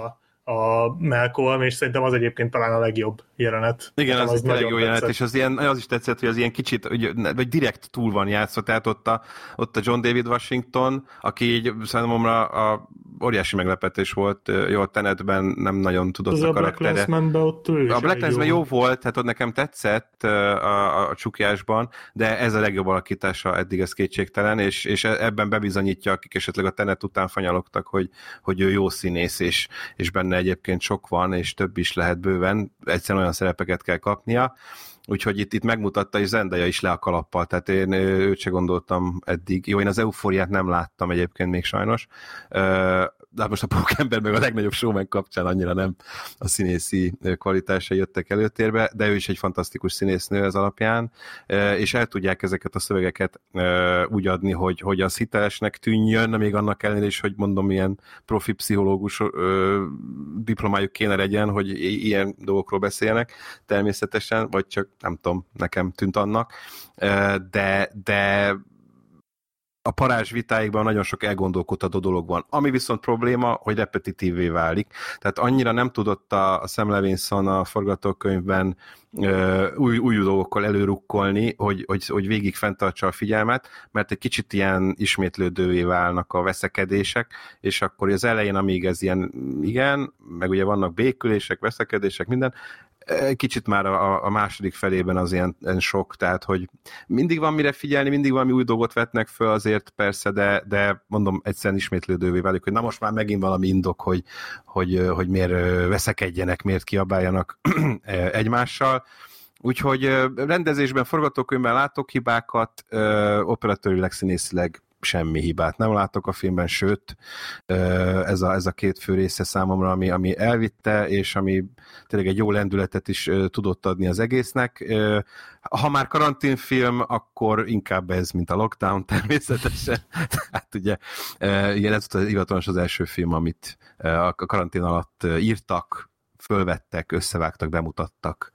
a Malcolm, és szerintem az egyébként talán a legjobb jelenet. Igen, az tényleg jó jelenet, tetszett. és az is tetszett, hogy az ilyen kicsit, vagy direkt túl van játszva, tehát ott a John David Washington, aki így számomra a óriási meglepetés volt, jó, a Tenetben nem nagyon tudott az a karaktere. A Black Clansman-ben ott ő is A Black Clansman jó jó volt, tehát ott nekem tetszett a csukjásban, de ez a legjobb alakítása eddig, ez kétségtelen, és ebben bebizonyítja, akik esetleg a Tenet után fanyalogtak, hogy ő jó színész, és benne egyébként sok van, és több is lehet bőven, egyszerűen olyan szerepeket kell kapnia, úgyhogy itt megmutatta, és Zendaya is le a kalappal, tehát én őt se gondoltam eddig. Jó, én az Eufóriát nem láttam egyébként még sajnos, de most a Pókember meg a legnagyobb showman kapcsán annyira nem a színészi kvalitásai jöttek előtérbe, de ő is egy fantasztikus színésznő ez alapján, és el tudják ezeket a szövegeket úgy adni, hogy az hitelesnek tűnjön, még annak ellenére is, hogy mondom, ilyen profi pszichológus diplomájuk kéne legyen, hogy ilyen dolgokról beszéljenek természetesen, vagy csak nem tudom, nekem tűnt annak, de a parázs vitáikban nagyon sok elgondolkodható dolog van. Ami viszont probléma, hogy repetitívvé válik. Tehát annyira nem tudott a Sam Levinson a forgatókönyvben új dolgokkal előrukkolni, hogy végig fenntartsa a figyelmet, mert egy kicsit ilyen ismétlődővé válnak a veszekedések, és akkor az elején, amíg ez ilyen igen, meg ugye vannak békülések, veszekedések, minden, kicsit már a második felében az ilyen sok, tehát hogy mindig van mire figyelni, mindig valami új dolgot vetnek föl azért persze, de mondom, egyszerűen ismétlődővé válik, hogy na most már megint valami indok, hogy miért veszekedjenek, miért kiabáljanak egymással. Úgyhogy rendezésben, forgatókönyvben látok hibákat, operatőrileg, színészileg semmi hibát nem látok a filmben, sőt, ez a két fő része számomra, ami elvitte, és ami tényleg egy jó lendületet is tudott adni az egésznek. Ha már karanténfilm, akkor inkább ez, mint a Lockdown természetesen. Hát ugye, igen, ez volt hivatalos az első film, amit a karantén alatt írtak, fölvettek, összevágtak, bemutattak.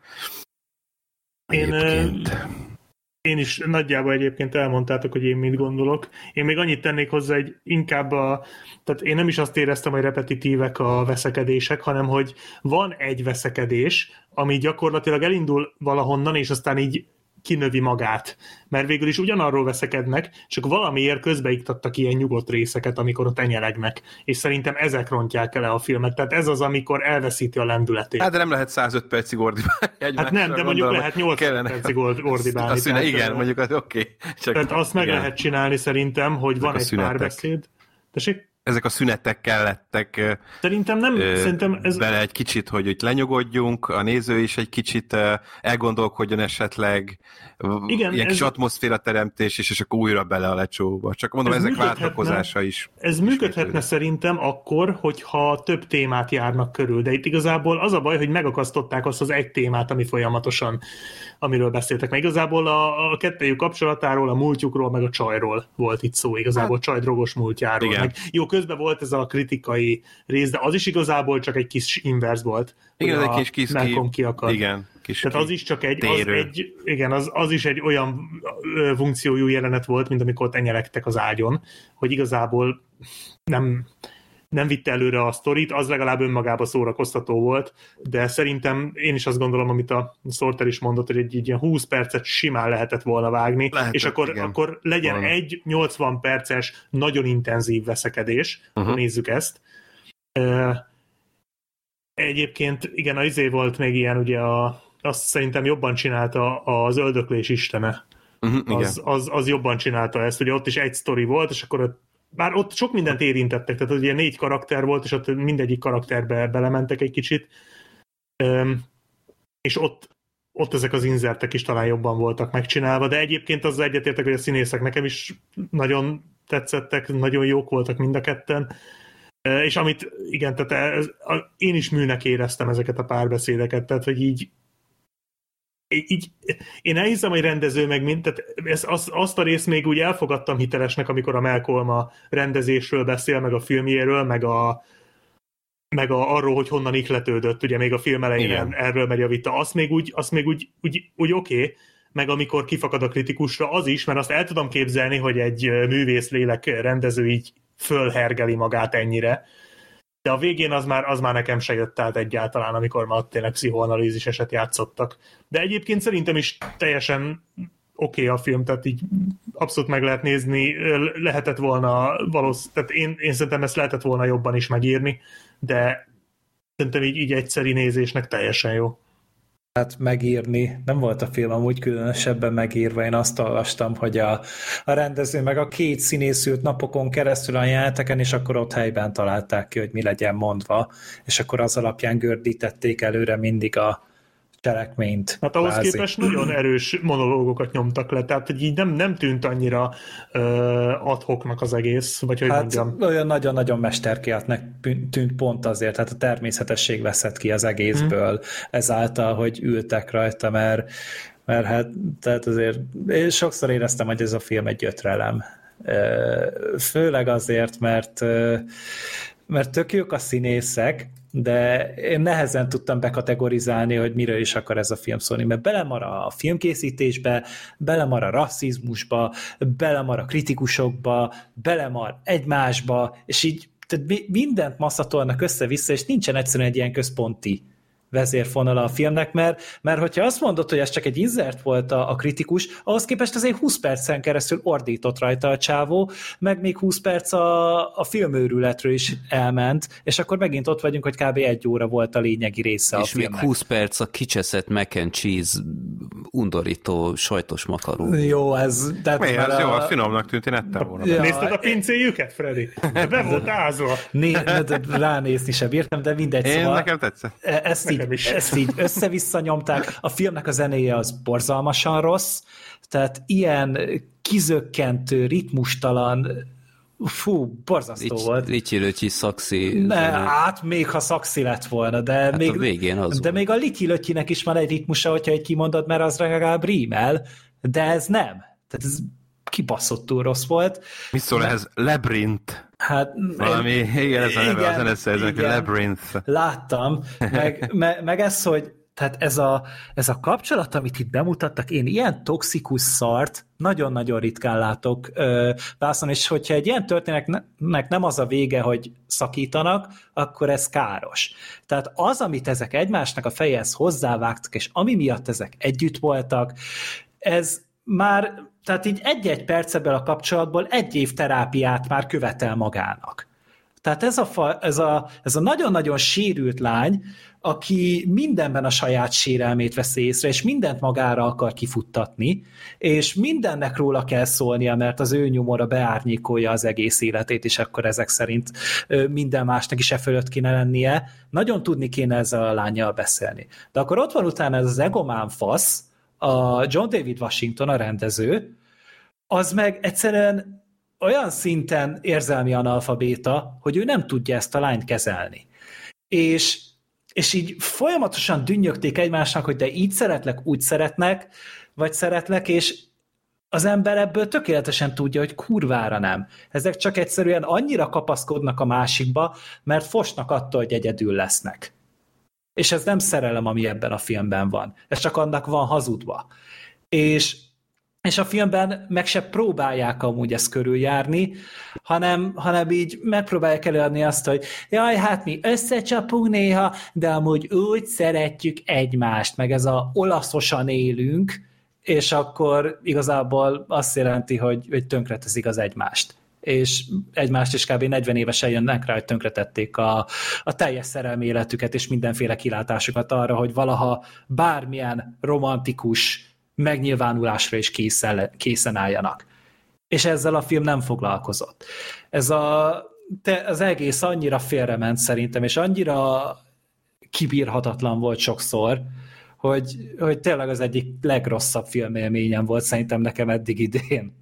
Én is nagyjából egyébként elmondtátok, hogy én mit gondolok. Én még annyit tennék hozzá, hogy inkább tehát én nem is azt éreztem, hogy repetitívek a veszekedések, hanem hogy van egy veszekedés, ami gyakorlatilag elindul valahonnan, és aztán így kinövi magát. Mert végül is ugyanarról veszekednek, csak valamiért közbeiktattak ilyen nyugodt részeket, amikor ott enyelegnek. És szerintem ezek rontják el a filmet. Tehát ez az, amikor elveszíti a lendületét. Hát de nem lehet 105 percig ordibálni. Hát nem, de mondjuk lehet 80 percig ordibálni. Igen, mondjuk az oké. Tehát azt meg lehet csinálni szerintem, hogy van egy párbeszéd. Tessék? Ezek a szünetek kellettek szerintem nem, szerintem ez... bele egy kicsit, hogy itt lenyugodjunk, a néző is egy kicsit elgondolkodjon esetleg, igen, ilyen kis atmoszféra teremtés, és akkor újra bele a lecsóba. Csak mondom, ezek váltakozása is. Ez működhetne szerintem akkor, hogyha több témát járnak körül, de itt igazából az a baj, hogy megakasztották azt az egy témát, ami folyamatosan, amiről beszéltek. Meg igazából a kettejük kapcsolatáról, a múltjukról, meg a csajról volt itt szó, igazából csaj-drogos múltjáról. Meg, jó, közben volt ez a kritikai rész, de az is igazából csak egy kis inverse volt. Igen, egy kis Malcolm ki akar. Igen, tehát az is csak az is egy olyan funkciójú jelenet volt, mint amikor ott enyelegtek az ágyon, hogy igazából nem vitte előre a sztorit, az legalább önmagában szórakoztató volt, de szerintem én is azt gondolom, amit a Sorter is mondott, hogy egy ilyen 20 percet simán lehetett volna vágni, és akkor legyen egy 80 perces, nagyon intenzív veszekedés, nézzük ezt. Egyébként igen, az volt még ilyen, ugye azt szerintem jobban csinálta az Öldöklés istene. Az jobban csinálta ezt, ugye ott is egy sztori volt, és akkor bár ott sok mindent érintettek, tehát ugye 4 karakter volt, és ott mindegyik karakterbe belementek egy kicsit, és ott ezek az inzertek is talán jobban voltak megcsinálva, de egyébként azzal egyetértek, hogy a színészek nekem is nagyon tetszettek, nagyon jók voltak mind a ketten, és amit, igen, tehát én is műnek éreztem ezeket a párbeszédeket, tehát hogy így én elhiszem, hogy rendező meg tehát azt a részt még úgy elfogadtam hitelesnek, amikor a Malcolm a rendezésről beszél, meg a filmjéről, meg arról, hogy honnan ihletődött, ugye még a film elején igen. Erről megy a vita. Azt még úgy oké, meg amikor kifakad a kritikusra, az is, mert azt el tudom képzelni, hogy egy művész lélek rendező így fölhergeli magát ennyire. de a végén az már nekem se jött át egyáltalán, amikor már tényleg pszichoanalízis eset játszottak. De egyébként szerintem is teljesen oké a film, tehát így abszolút meg lehet nézni, lehetett volna tehát én szerintem ezt lehetett volna jobban is megírni, de szerintem így egyszeri nézésnek teljesen jó. Hát megírni, nem volt a film amúgy különösebben megírva, én azt olvastam, hogy a rendező meg a két színész ült napokon keresztül a jeleneteken, és akkor ott helyben találták ki, hogy mi legyen mondva, és akkor az alapján gördítették előre mindig a cselekményt. Hát ahhoz képest nagyon erős monológokat nyomtak le, tehát hogy így nem tűnt annyira ad-hocnak az egész, vagy hogy mondjam. Olyan nagyon-nagyon mesterkéletnek tűnt pont azért, tehát a természetesség veszett ki az egészből ezáltal, hogy ültek rajta, mert hát tehát azért én sokszor éreztem, hogy ez a film egy gyötrelem. Főleg azért, mert tök jók a színészek, de én nehezen tudtam bekategorizálni, hogy miről is akar ez a film szólni, mert belemar a filmkészítésbe, belemar a rasszizmusba, belemar a kritikusokba, belemar egymásba, és így tehát mindent masszatolnak össze-vissza, és nincsen egyszerűen egy ilyen központi vezérfonala a filmnek, mert hogyha azt mondod, hogy ez csak egy insert volt a kritikus, ahhoz képest azért 20 percen keresztül ordított rajta a csávó, meg még 20 perc a filmőrületről is elment, és akkor megint ott vagyunk, hogy kb. 1 óra volt a lényegi része és a filmnek. És még 20 perc a kicseszett mac and cheese undorító sajtos makaró. Jó, ez... Miért? Ez jó, az finomnak tűnt, én ettem volna. Ja, nézted a pincéjüket, Freddy? Be volt ázva. Ránézni sem bírtam, de mindegy. Én szóval nekem tetszett. Ezt így össze-vissza nyomták. A filmnek a zenéje az borzalmasan rossz, tehát ilyen kizökkentő, ritmustalan, borzasztó volt. Lityi-lötyi szaxi. Hát még ha szaxi lett volna, de hát még, a végén az de még a lityi-lötyinek is van egy ritmusa, hogyha egy kimondod, mert az legalább rímel, de ez nem. Tehát ez kibaszottul rossz volt. Mi szól ez? Labyrinth. Hát, valami, igen, ez a neve a zeneszerzőnek, Labyrinth. Láttam, meg ez, hogy tehát ez a kapcsolat, amit itt bemutattak, én ilyen toxikus szart nagyon-nagyon ritkán látok vászon, és hogyha egy ilyen történetnek nem az a vége, hogy szakítanak, akkor ez káros. Tehát az, amit ezek egymásnak a fejéhez hozzávágtak, és ami miatt ezek együtt voltak, ez már, tehát így egy-egy perc ebből a kapcsolatból 1 év terápiát már követel magának. Tehát ez a nagyon-nagyon sérült lány, aki mindenben a saját sérelmét veszi észre, és mindent magára akar kifuttatni, és mindennek róla kell szólnia, mert az ő nyomora beárnyékolja az egész életét, és akkor ezek szerint minden másnak is fölött kéne lennie. Nagyon tudni kéne ezzel a lánnyal beszélni. De akkor ott van utána ez az egomán fasz, a John David Washington, a rendező, az meg egyszerűen olyan szinten érzelmi analfabéta, hogy ő nem tudja ezt a lányt kezelni. És így folyamatosan dünnyögték egymásnak, hogy de így szeretlek, úgy szeretnek, vagy szeretlek, és az ember ebből tökéletesen tudja, hogy kurvára nem. Ezek csak egyszerűen annyira kapaszkodnak a másikba, mert fosnak attól, hogy egyedül lesznek. És ez nem szerelem, ami ebben a filmben van. Ez csak annak van hazudva. És a filmben meg se próbálják amúgy ezt körüljárni, hanem így megpróbálják előadni azt, hogy jaj, hát mi összecsapunk néha, de amúgy úgy szeretjük egymást, meg ez a olaszosan élünk, és akkor igazából azt jelenti, hogy tönkreteszik az egymást. És egymást is kb. 40 évesen jönnek rá, hogy tönkretették a teljes szerelmi életüket, és mindenféle kilátásukat arra, hogy valaha bármilyen romantikus megnyilvánulásra is készen álljanak. És ezzel a film nem foglalkozott. Az egész annyira félrement szerintem, és annyira kibírhatatlan volt sokszor, hogy tényleg az egyik legrosszabb filmélményem volt szerintem nekem eddig idén.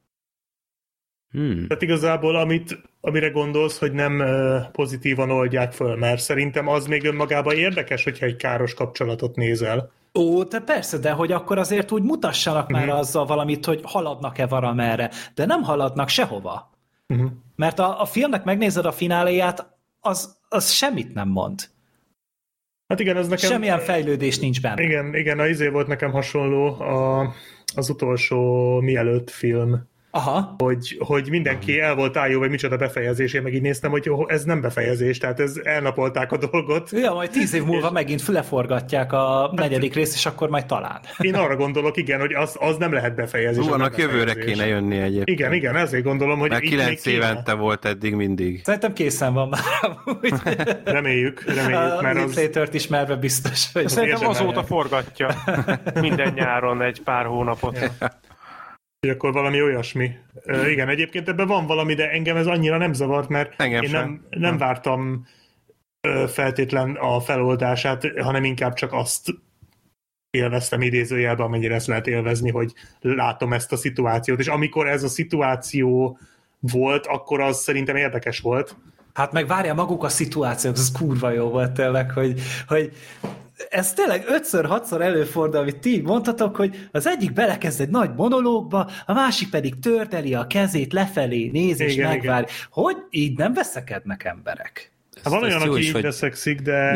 Tehát igazából amire gondolsz, hogy nem pozitívan oldják föl, mert szerintem az még önmagában érdekes, hogyha egy káros kapcsolatot nézel. Ó, te persze, de hogy akkor azért úgy mutassanak már azzal valamit, hogy haladnak-e valamerre, de nem haladnak sehova. Mert a filmnek megnézed a fináléját, az semmit nem mond. Hát igen, ez nekem... Semmilyen fejlődés nincs benne. Igen, az izé volt nekem hasonló az utolsó mielőtt film. Aha. Hogy mindenki el volt álljó, vagy micsoda befejezés, én meg így néztem, hogy ez nem befejezés, tehát elnapolták a dolgot. Ja, majd 10 év múlva megint leforgatják a negyedik részt, és akkor majd talán. Én arra gondolok, igen, hogy az nem lehet befejezés. Annak jövőre kéne jönni egyébként. Igen, ezért gondolom, hogy mert 9 évente volt eddig mindig. Szerintem készen van már. Reméljük, mert az... Linklater-t ismerve biztos, hogy... Szerintem azóta forgatja minden nyáron egy pár hónapot. Hogy akkor valami olyasmi. Igen, egyébként ebben van valami, de engem ez annyira nem zavart, mert én nem vártam feltétlen a feloldását, hanem inkább csak azt élveztem idézőjelben, amennyire ezt lehet élvezni, hogy látom ezt a szituációt, és amikor ez a szituáció volt, akkor az szerintem érdekes volt. Hát meg várjál, maguk a szituációk, ez kurva jó volt tényleg, hogy ez tényleg 5-6-szor előfordul, amit ti mondhatok, hogy az egyik belekezd egy nagy monológba, a másik pedig tördeli a kezét lefelé, néz és megvárja. Hogy így nem veszekednek emberek? Hát van olyan, aki így veszekszik, de...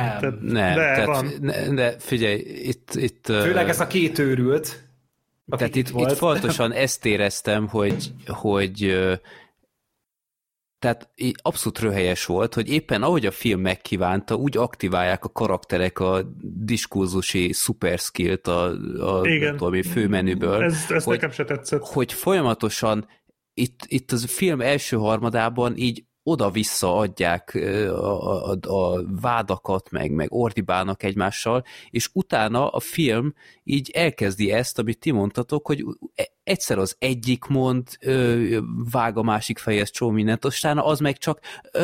De figyelj, itt főleg ez a két őrült, tehát itt fontosan ezt éreztem, hogy tehát abszolút röhelyes volt, hogy éppen ahogy a film megkívánta, úgy aktiválják a karakterek a diskurzusi superskillt a főmenüből. Ez nekem se tetszett. Hogy folyamatosan itt az film első harmadában így oda-vissza adják a vádakat, meg ordibálnak egymással, és utána a film így elkezdi ezt, amit ti mondtatok, hogy egyszer az egyik mond, vág a másik fejhez csó mindent, aztán az meg csak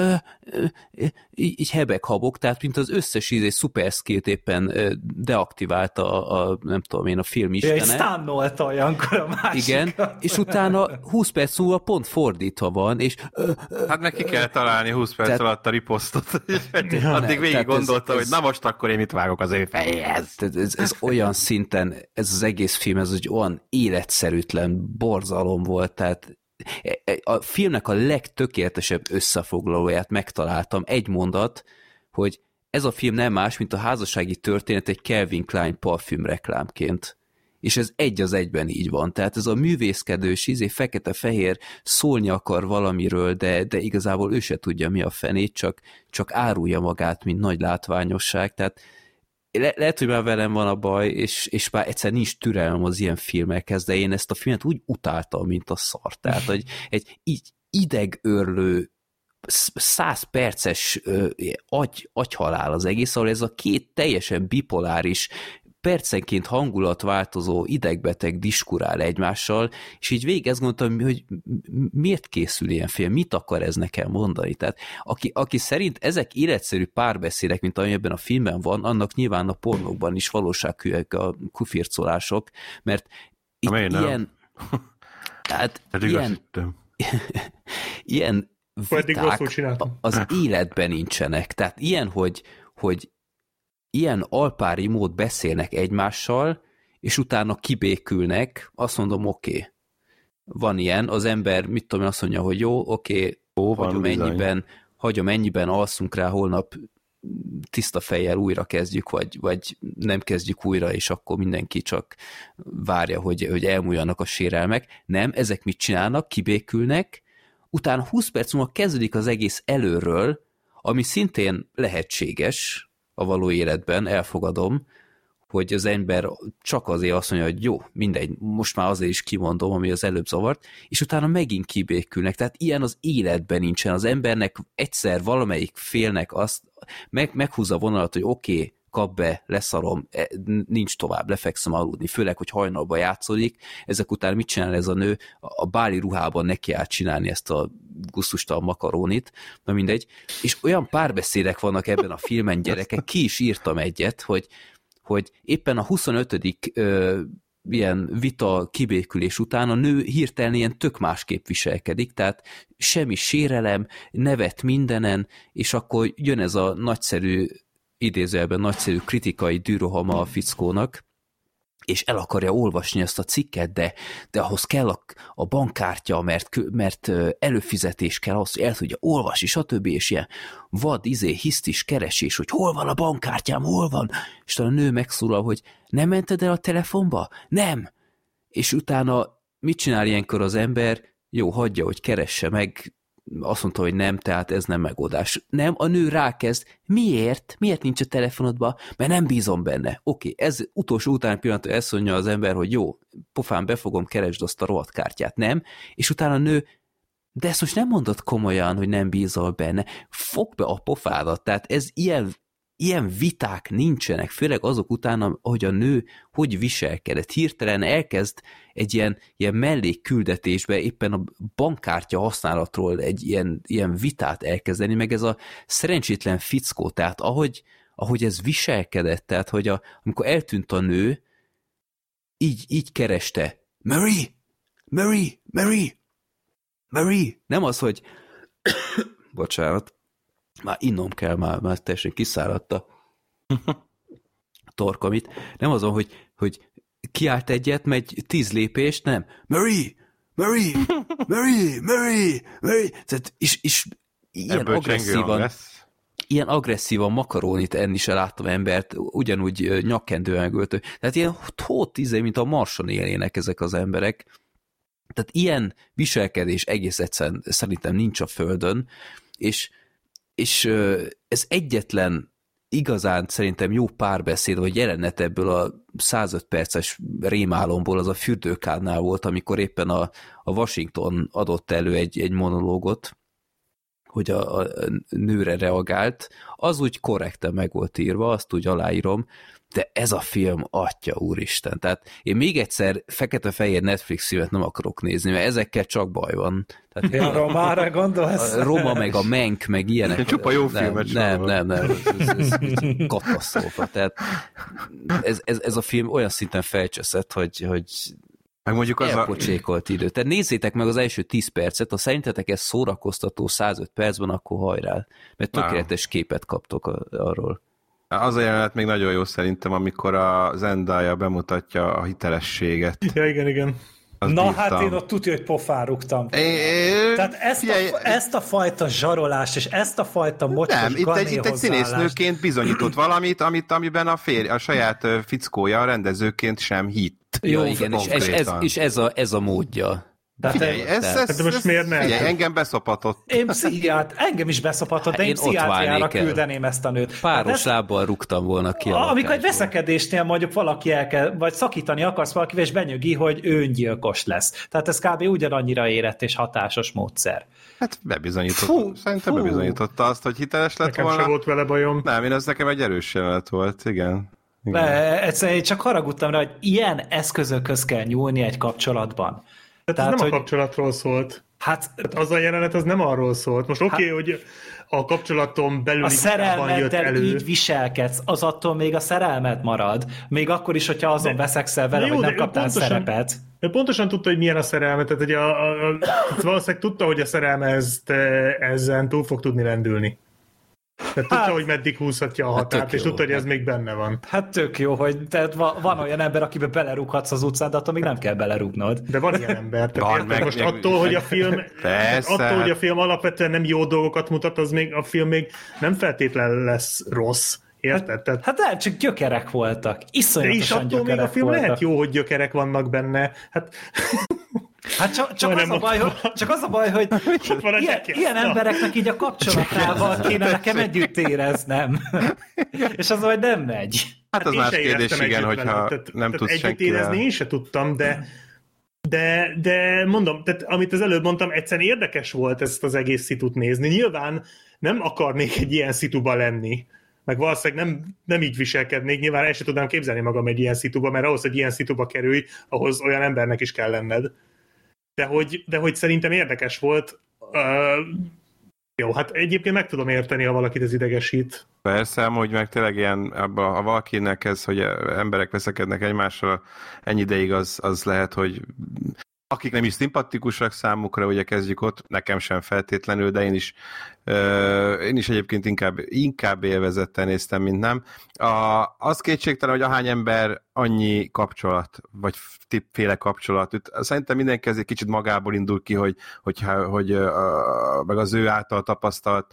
így hebeg-habog, tehát mint az összes szuper skillt éppen deaktiválta nem tudom én, a film istene. Ja, stannolta olyankor a másikat. Igen, és utána 20 perc múlva pont fordítva van, és hát meg ki kell találni 20 perc alatt a riposztot. Addig végig gondolta, hogy na most akkor én itt vágok az ő fejéhez. Ez olyan szinten, ez az egész film, ez egy olyan életszerűtlen borzalom volt, tehát a filmnek a legtökéletesebb összefoglalóját megtaláltam, egy mondat, hogy ez a film nem más, mint a házassági történet egy Calvin Klein parfüm reklámként. És ez egy az egyben így van. Tehát ez a művészkedős, fekete-fehér szólni akar valamiről, de igazából ő se tudja, mi a fenét, csak árulja magát, mint nagy látványosság. Tehát lehet, hogy már velem van a baj, és már egyszer nincs türelmem az ilyen filmekhez, de én ezt a filmet úgy utáltam, mint a szar. Tehát, hogy egy idegőrlő 100 perces agyhalál az egész, ahol ez a két teljesen bipoláris, percenként hangulatváltozó idegbeteg diskurál egymással, és így végig ezt gondoltam, hogy miért készül ilyen film, mit akar ez nekem mondani? Tehát aki szerint ezek életszerű párbeszédek, mint ami ebben a filmben van, annak nyilván a pornókban is valósághűek a kufircolások, mert itt ilyen tehát ilyen viták az életben nincsenek. Tehát ilyen, hogy ilyen alpári mód beszélnek egymással, és utána kibékülnek, azt mondom, oké. Van ilyen, az ember, mit tudom, azt mondja, hogy jó, oké, hagyom ennyiben, alszunk rá, holnap tiszta fejjel újra kezdjük, vagy nem kezdjük újra, és akkor mindenki csak várja, hogy elmúljanak a sérelmek. Nem, ezek mit csinálnak? Kibékülnek, utána 20 perc múlva kezdődik az egész előről, ami szintén lehetséges a való életben, elfogadom, hogy az ember csak azért azt mondja, hogy jó, mindegy, most már azért is kimondom, ami az előbb zavart, és utána megint kibékülnek. Tehát ilyen az életben nincsen. Az embernek egyszer valamelyik félnek azt meghúzza a vonalat, hogy oké, kap be, leszarom, nincs tovább, lefekszem aludni, főleg, hogy hajnalban játszódik. Ezek után mit csinál ez a nő? A báli ruhában neki áll csinálni ezt a gusztustalan makarónit, na mindegy. És olyan párbeszédek vannak ebben a filmen, gyerekek, ki is írtam egyet, hogy éppen a 25. ilyen vita kibékülés után a nő hirtelen ilyen tök másképp viselkedik, tehát semmi sérelem, nevet mindenen, és akkor jön ez a nagyszerű, idézőjelben nagyszerű kritikai dűrohama a fickónak, és el akarja olvasni ezt a cikket, de ahhoz kell a bankkártya, mert előfizetés kell ahhoz, hogy el tudja olvasni, stb. És ilyen vad, hisztis keresés, hogy hol van a bankkártyám, hol van? És talán a nő megszólal, hogy nem mented el a telefonba? Nem! És utána mit csinál ilyenkor az ember? Jó, hagyja, hogy keresse meg, azt mondta, hogy nem, tehát ez nem megoldás. Nem, a nő rákezd. Miért? Miért nincs a telefonodban? Mert nem bízom benne. Oké, ez utolsó utáni pillanatban ezt mondja az ember, hogy jó, pofán befogom, keresd azt a rohadt kártyát. Nem? És utána a nő, de ezt most nem mondod komolyan, hogy nem bízol benne. Fogd be a pofádat. Tehát ez ilyen viták nincsenek, főleg azok után, hogy a nő hogy viselkedett. Hirtelen elkezd egy ilyen mellékküldetésbe éppen a bankkártya használatról egy ilyen vitát elkezdeni, meg ez a szerencsétlen fickó, tehát ahogy ez viselkedett, tehát hogy amikor eltűnt a nő, így kereste. Mary! Mary! Mary! Mary! Nem az, hogy bocsánat, már innom kell, már teljesen kiszáradt a torkomit. Nem azon, hogy kiállt egyet, megy 10 lépést, nem. Mary! Mary! Mary! Mary! Mary! Tehát, és ilyen agresszívan makarónit enni se láttam embert, ugyanúgy nyakkendően öltő. Tehát ilyen mint a Marson élnének ezek az emberek. Tehát ilyen viselkedés egész egyszerűen szerintem nincs a Földön, és ez egyetlen igazán szerintem jó párbeszéd, vagy jelenet ebből a 105 perces rémálomból az a fürdőkádnál volt, amikor éppen a Washington adott elő egy monológot, hogy a nőre reagált, az úgy korrekten meg volt írva, azt úgy aláírom, de ez a film, atya úristen. Tehát én még egyszer fekete-fehér Netflix filmet nem akarok nézni, mert ezekkel csak baj van. Tehát a Romára gondolsz? A Roma, meg a Menk, meg ilyenek. Csupa jó filmet nem. Ez katasztrófa. Tehát ez a film olyan szinten felcseszett, hogy meg mondjuk az elpocsékolt idő. Tehát nézzétek meg az első 10 percet, ha szerintetek ez szórakoztató 105 percben, akkor hajrá. Mert tökéletes képet kaptok arról. Az a jelenet még nagyon jó szerintem, amikor a Zendaya bemutatja a hitelességet. Ja, igen. Hát én ott tudja, hogy pofárugtam. Tehát ezt a fajta zsarolást, és ezt a fajta mocsos nem, itt egy színésznőként bizonyított valamit, amiben a saját fickója a rendezőként sem hitt. Jó, igen, és ez a módja. Figyelj, ez most miért nem? Figyelj, engem beszopatott. Engem is beszopatott, de én pszichiátriára küldeném ezt a nőt. Páros lábbal rúgtam volna ki. Amikor egy veszekedésnél mondjuk valaki vagy szakítani akarsz valakivel, és benyögi, hogy öngyilkos lesz. Tehát ez kb. Ugyanannyira érett és hatásos módszer. Hát szerintem bebizonyította azt, hogy hiteles lett nekem volna. Nekem sem volt vele bajom. Nem, ez nekem egy erős jelenet volt, igen. Egyszerűen csak haragudtam rá, hogy ilyen eszközökhöz kell nyúlni egy kapcsolatban. Tehát ez nem a kapcsolatról szólt. Hát az a jelenet az nem arról szólt. Most oké, hogy a kapcsolaton belül a szerelmeddel így viselkedsz, az attól még a szerelmed marad. Még akkor is, hogyha azon veszekszel vele, hogy nem kaptál szerepet. Ő pontosan tudta, hogy milyen a szerelme, tehát hogy valószínűleg tudta, hogy a szerelme ezen túl fog tudni lendülni. Tehát tudta, hogy meddig húzhatja a határt, és tudta, hogy ez még benne van. Hát tök jó, hogy tehát van olyan ember, akibe belerúghatsz az utcán, de attól még nem kell belerúgnod. De van ilyen ember. Most attól, hogy a film alapvetően nem jó dolgokat mutat, az még a film még nem feltétlenül lesz rossz. Érted? Hát csak gyökerek voltak. Iszonyatosan és attól még a film voltak. Lehet jó, hogy gyökerek vannak benne. Hát csak az a baj, hogy ilyen embereknek így a kapcsolatával kéne nekem együtt éreznem. És az majd nem megy. Hát az más kérdés, igen, hogyha nem tudsz senkivel. Együtt érezni én se tudtam, de mondom, tehát amit az előbb mondtam, egyszerűen érdekes volt ezt az egész szitut nézni. Nyilván nem akarnék egy ilyen szituba lenni. Meg valószínűleg nem így viselkednék, nyilván el sem tudnám képzelni magam egy ilyen szituba, mert ahhoz, hogy ilyen szituba kerülj, ahhoz olyan embernek is kell lenned. De hogy szerintem érdekes volt. Jó, hát egyébként meg tudom érteni, ha valakit ez idegesít. Persze, hogy meg tényleg ilyen, ha valakinek ez, hogy emberek veszekednek egymással ennyi ideig, az lehet, hogy akik nem is szimpatikusak számukra, ugye kezdjük ott, nekem sem feltétlenül, de én is egyébként inkább élvezettel néztem, mint nem. Az kétségtelen, hogy ahány ember, annyi kapcsolat, vagy tippféle kapcsolat. Szerintem mindenki egy kicsit magából indul ki, hogy meg az ő által tapasztalt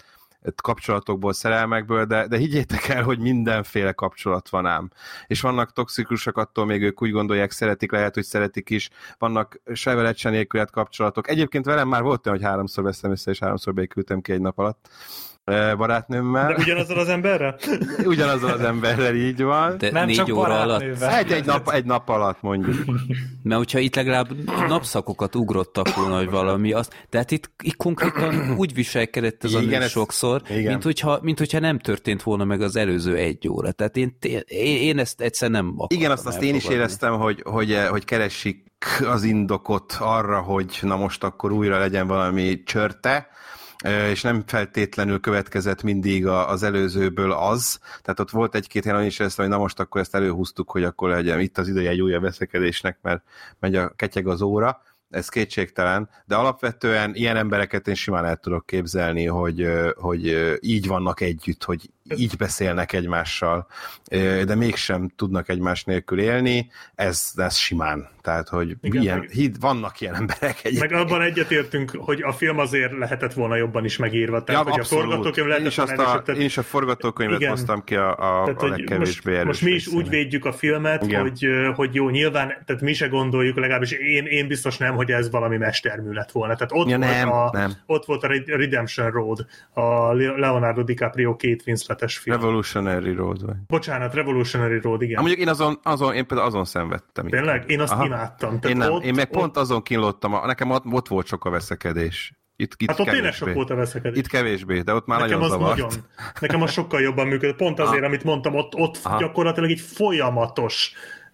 kapcsolatokból, szerelmekből, de higgyétek el, hogy mindenféle kapcsolat van ám. És vannak toxikusok, attól még ők úgy gondolják, szeretik, lehet, hogy szeretik is. Vannak se veled, se nélkület kapcsolatok. Egyébként velem már volt olyan, hogy 3-szor vesztem össze, és 3-szor beküldtem ki egy nap alatt barátnőmmel. De ugyanazzal az emberrel? Ugyanazzal az emberrel, így van. De Nem 4 csak óra alatt. Egy nap alatt mondjuk. Mert hogyha itt legalább napszakokat ugrottak volna, vagy valami, tehát itt konkrétan úgy viselkedett ez a nő sokszor, mint hogyha nem történt volna meg az előző 1 óra. Tehát én ezt egyszer nem akartam. Igen, azt én is éreztem, hogy keresik az indokot arra, hogy na most akkor újra legyen valami csörte, és nem feltétlenül következett mindig az előzőből az. Tehát ott volt egy-két helyen, is éreztem, hogy na most akkor ezt előhúztuk, hogy akkor legyen itt az ideje egy újabb veszekedésnek, mert megy a ketyeg az óra. Ez kétségtelen, de alapvetően ilyen embereket én simán el tudok képzelni, hogy így vannak együtt, hogy így beszélnek egymással, de mégsem tudnak egymás nélkül élni, ez simán. Tehát, hogy vannak ilyen emberek egyébként. Meg abban egyetértünk, hogy a film azért lehetett volna jobban is megírva. Tehát, hogy abszolút. A forgatókönyv lehetett én is a forgatókönyvet hoztam ki a legkevésbé erős. Most mi is úgy védjük a filmet, hogy jó, nyilván, tehát mi se gondoljuk, legalábbis én biztos nem, hogy ez valami mestermű lett volna. Tehát ott volt a Redemption Road, a Leonardo DiCaprio, Kate Winslet-es film. Revolutionary Road. Vagy. Bocsánat, Revolutionary Road, igen. Mondjuk én például azon szenvedtem. Tényleg? Én azt imádtam. Én meg pont azon kínlottam, nekem ott volt sok a veszekedés. Itt ott tényleg sok volt a veszekedés. Itt kevésbé, de ott már nagyon zavart. Nekem az sokkal jobban működött. Pont azért, amit mondtam, ott gyakorlatilag egy folyamatos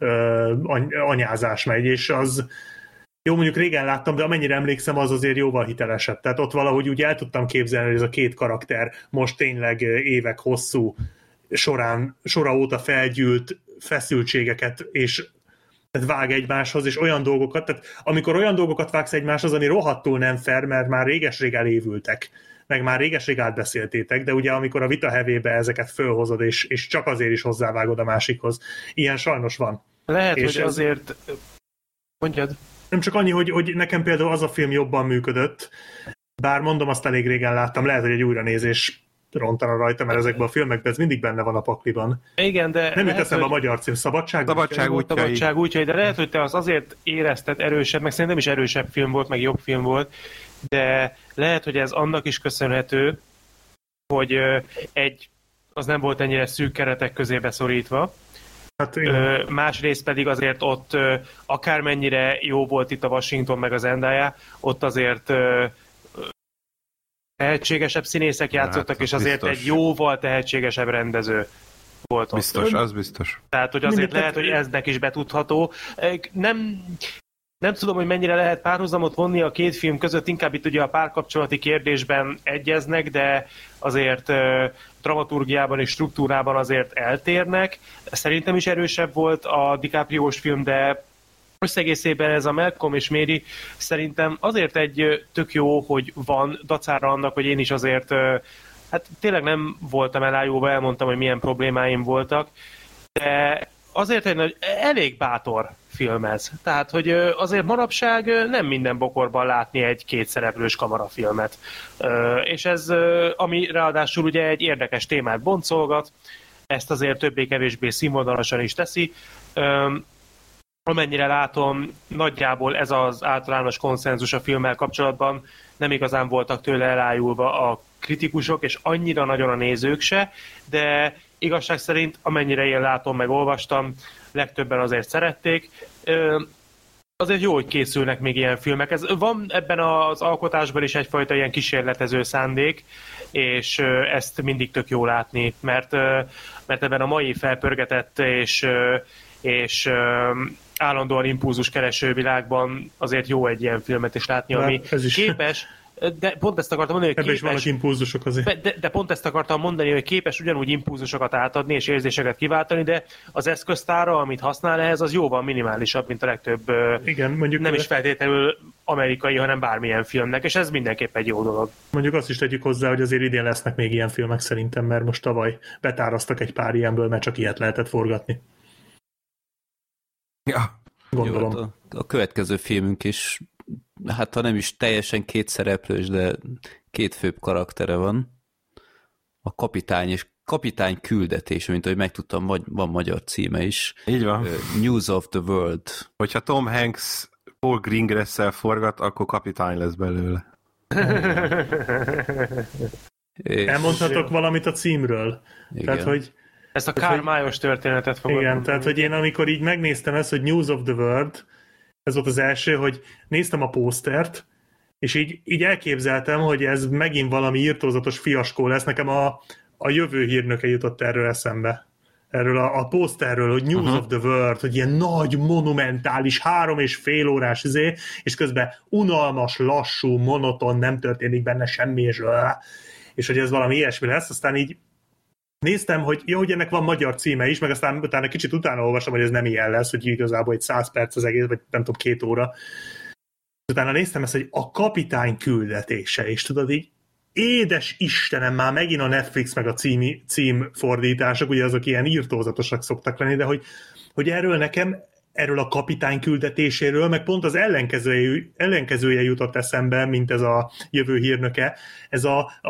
anyázás megy, és az jó, mondjuk régen láttam, de amennyire emlékszem, az azért jóval hitelesebb. Tehát ott valahogy úgy el tudtam képzelni, hogy ez a két karakter most tényleg évek hosszú sora óta felgyűlt feszültségeket, és tehát vág egymáshoz, és olyan dolgokat, tehát amikor olyan dolgokat vágsz egymáshoz, ami rohadtul nem fair, mert már réges-rég elévültek, meg már réges-rég átbeszéltétek, de ugye amikor a vita hevébe ezeket fölhozod, és csak azért is hozzávágod a másikhoz, ilyen sajnos van. Lehet, és hogy azért... Mondjad. Nem csak annyi, hogy nekem például az a film jobban működött, bár mondom, azt elég régen láttam, lehet, hogy egy újranézés rontana rajta, mert ezekben a filmekben ez mindig benne van a pakliban. Igen, de... Nem jut eszembe a magyar cím, Szabadság útjai, de lehet, hogy te az azért érezted erősebb, meg szerintem is erősebb film volt, meg jobb film volt, de lehet, hogy ez annak is köszönhető, hogy az nem volt ennyire szűk keretek közé beszorítva. Hát, másrészt pedig azért ott akármennyire jó volt itt a Washington meg az Zendaya, ott azért tehetségesebb színészek játszottak, és azért biztos. Egy jóval tehetségesebb rendező volt biztos, ott. Az biztos. Tehát, hogy azért lehet, hogy eznek is betudható. Nem tudom, hogy mennyire lehet párhuzamot vonni a két film között, inkább itt ugye a párkapcsolati kérdésben egyeznek, de azért dramaturgiában és struktúrában azért eltérnek. Szerintem is erősebb volt a DiCaprio-s film, de összegészében ez a Malcolm és Mary szerintem azért egy tök jó, hogy van, dacára annak, hogy én is azért hát tényleg nem voltam elájulva, elmondtam, hogy milyen problémáim voltak, de azért egy elég bátor film ez. Tehát, hogy azért manapság nem minden bokorban látni egy kétszereplős kamarafilmet. És ez, ami ráadásul ugye egy érdekes témát boncolgat, ezt azért többé-kevésbé színvonalasan is teszi. Amennyire látom, nagyjából ez az általános konszenzus a filmmel kapcsolatban, nem igazán voltak tőle elájulva a kritikusok, és annyira nagyon a nézők se, de igazság szerint, amennyire én látom, meg olvastam, legtöbben azért szerették. Azért jó, hogy készülnek még ilyen filmek. Van ebben az alkotásban is egyfajta ilyen kísérletező szándék, és ezt mindig tök jó látni, mert ebben a mai felpörgetett és állandóan impulzuskereső világban azért jó egy ilyen filmet is látni, ami képes, de pont ezt akartam mondani, hogy képes, vannak impulzusok azért. De pont ezt akartam mondani, hogy képes ugyanúgy impulzusokat átadni és érzéseket kiváltani, de az eszköztára, amit használ ehhez, az jóval minimálisabb, mint a legtöbb igen, mondjuk nem is feltétlenül amerikai, hanem bármilyen filmnek, és ez mindenképp egy jó dolog. Mondjuk azt is tegyük hozzá, hogy azért idén lesznek még ilyen filmek szerintem, mert most tavaly betáraztak egy pár ilyenből, mert csak ilyet lehetett forgatni. Ja, gondolom. Jó, a következő filmünk is, hát ha nem is teljesen kétszereplős, de két főbb karaktere van. a kapitány és kapitány küldetése, mint ahogy megtudtam, van magyar címe is. Így van. News of the World. Hogyha Tom Hanks Paul Greengrass-szel forgat, akkor kapitány lesz belőle. Elmondhatok valamit a címről? Igen. Tehát, hogy Ezt a Karl Mayos történetet fogod igen, mondani. tehát, hogy én amikor így megnéztem ezt, hogy News of the World, ez volt az első, hogy néztem a pósztert, és így elképzeltem, hogy ez megint valami irtózatos fiaskó lesz. Nekem a jövő hírnöke jutott erről eszembe. Erről a pószterről, hogy News of the World, hogy ilyen nagy, monumentális, 3,5 órás és közben unalmas, lassú, monoton, nem történik benne semmi, és hogy ez valami ilyesmi lesz. Aztán így néztem, hogy jó, hogy ennek van magyar címe is, meg aztán utána kicsit utána olvasom, hogy ez nem ilyen lesz, hogy igazából egy 100 perc az egész, vagy nem tudom, 2 óra. Utána néztem ezt, hogy a kapitány küldetése, és tudod így, édes Istenem, már megint a Netflix meg a címfordítások, ugye azok ilyen irtózatosak szoktak lenni, de hogy erről a kapitány küldetéséről, meg pont az ellenkezője jutott eszembe, mint ez a jövő hírnöke. Ez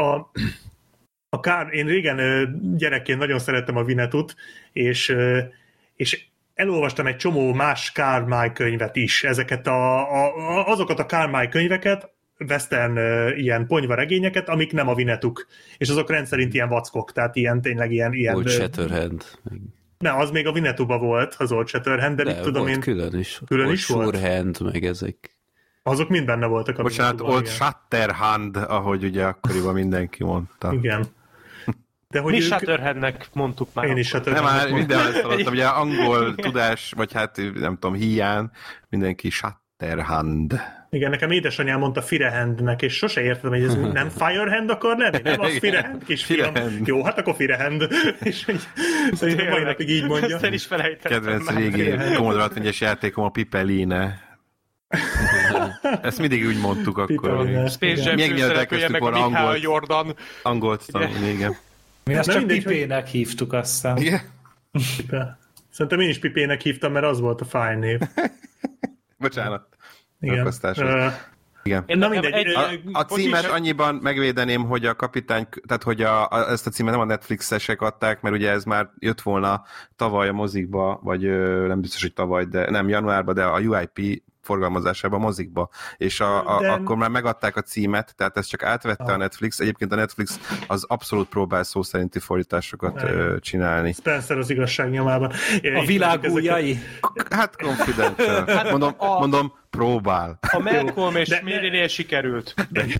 én régen gyerekként nagyon szerettem a Winnetut, és elolvastam egy csomó más Karl May könyvet is. Ezeket azokat a Karl May könyveket, western ilyen ponyvaregényeket, amik nem a Winnetuk. És azok rendszerint ilyen vackok, tehát tényleg ilyen... Old Shatterhand. Ne, az még a Winnetuba volt, az Old Shatterhand, de mit tudom én... külön is. Külön is volt? Surehand, meg ezek. Azok mind benne voltak a Bocsánat, Old Shatterhand, ahogy ugye akkoriban mindenki mondta. Igen. De hogy Mi Shatterhandnek mondtuk már. Én is Nem, már mindenhol szólottam, ugye angol tudás, vagy hát nem tudom, hiány, mindenki Shatterhand. Igen, nekem édesanyám mondta Firehandnek, és sose értem, hogy ez nem Firehand akar lenni? Nem az Firehand, kisfiam? Jó, hát akkor Firehand. És szerintem mai napig így mondja. Ezt is felejtettem. Kedvenc régi Commodore 64-es játékom a Pipeline. Ezt mindig úgy mondtuk akkor. Space Jam főszereplője meg a Michael Jordan. Angolt tanulni, igen. Mi azt Na csak mindegy, Pipének hívtuk aztán. Igen? Szerintem én is Pipének hívtam, mert az volt a fáj név. Bocsánat. Igen. Igen. Na mindegy. A címet annyiban megvédeném, hogy a kapitány, tehát hogy ezt a címet nem a Netflixesek adták, mert ugye ez már jött volna tavaly a mozikba, vagy nem biztos, hogy tavaly, de nem januárban, de a UIP forgalmazásában a mozikba, és akkor már megadták a címet, tehát ezt csak átvette a Netflix. Egyébként a Netflix az abszolult próbál szó szerinti fordításokat csinálni. Spencer az igazság nyomában. A világ ujjai. Hát confidential. Mondom, próbál. A Malcolm és Mary-nél sikerült.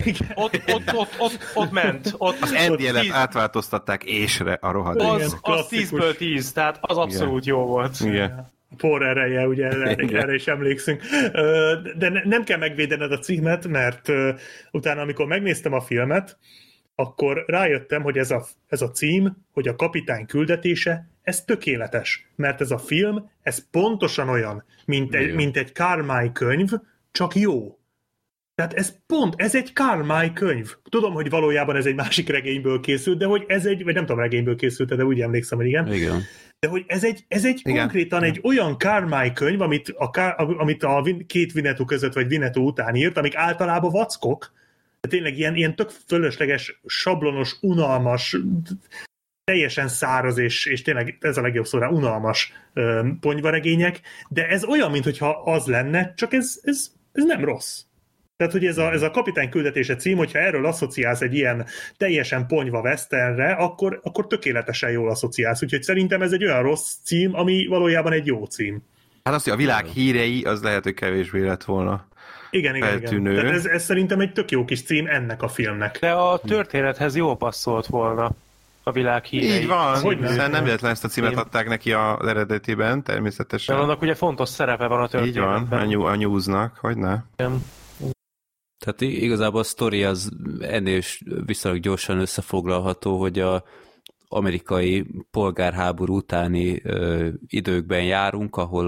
Ott ment. Az endjelet átváltoztatták ésre a rohadék. Az 10-ből 10, tehát az abszolút jó volt. Igen. Por ereje, ugye erre is emlékszünk. De nem kell megvédened a címet, mert utána, amikor megnéztem a filmet, akkor rájöttem, hogy ez a cím, hogy a kapitány küldetése, ez tökéletes. Mert ez a film, ez pontosan olyan, mint egy Karl May könyv, csak jó. Tehát ez egy Karl May könyv. Tudom, hogy valójában ez egy másik regényből készült, de hogy ez egy, vagy nem tudom, regényből készült, de úgy emlékszem, hogy igen. De hogy ez egy konkrétan egy olyan Karl May könyv, amit a két Winnetou között, vagy Winnetou után írt, amik általában vackok, de tényleg ilyen tök fölösleges, sablonos, unalmas, teljesen száraz, és tényleg ez a legjobb szóra, unalmas ponyvaregények, de ez olyan, mintha az lenne, csak ez nem rossz. Tehát, hogy ez a kapitány küldetése cím, hogyha erről asszociálsz egy ilyen teljesen ponyva westernre, akkor tökéletesen jól asszociálsz. Úgyhogy szerintem ez egy olyan rossz cím, ami valójában egy jó cím. Hát azt, hogy a világ hírei, az lehet, hogy kevésbé lett volna. Igen. Tehát ez szerintem egy tök jó kis cím ennek a filmnek. De a történethez jól passzolt volna a világ hírei. Így van, hiszen nem véletlen ezt a címet adták neki az eredetiben, természetesen. De annak ugye fontos szerepe van a történetben. Így van, a newsnak, hogyne. Igen. Tehát igazából a sztori az ennél is viszonylag gyorsan összefoglalható, hogy a amerikai polgárháború utáni időkben járunk, ahol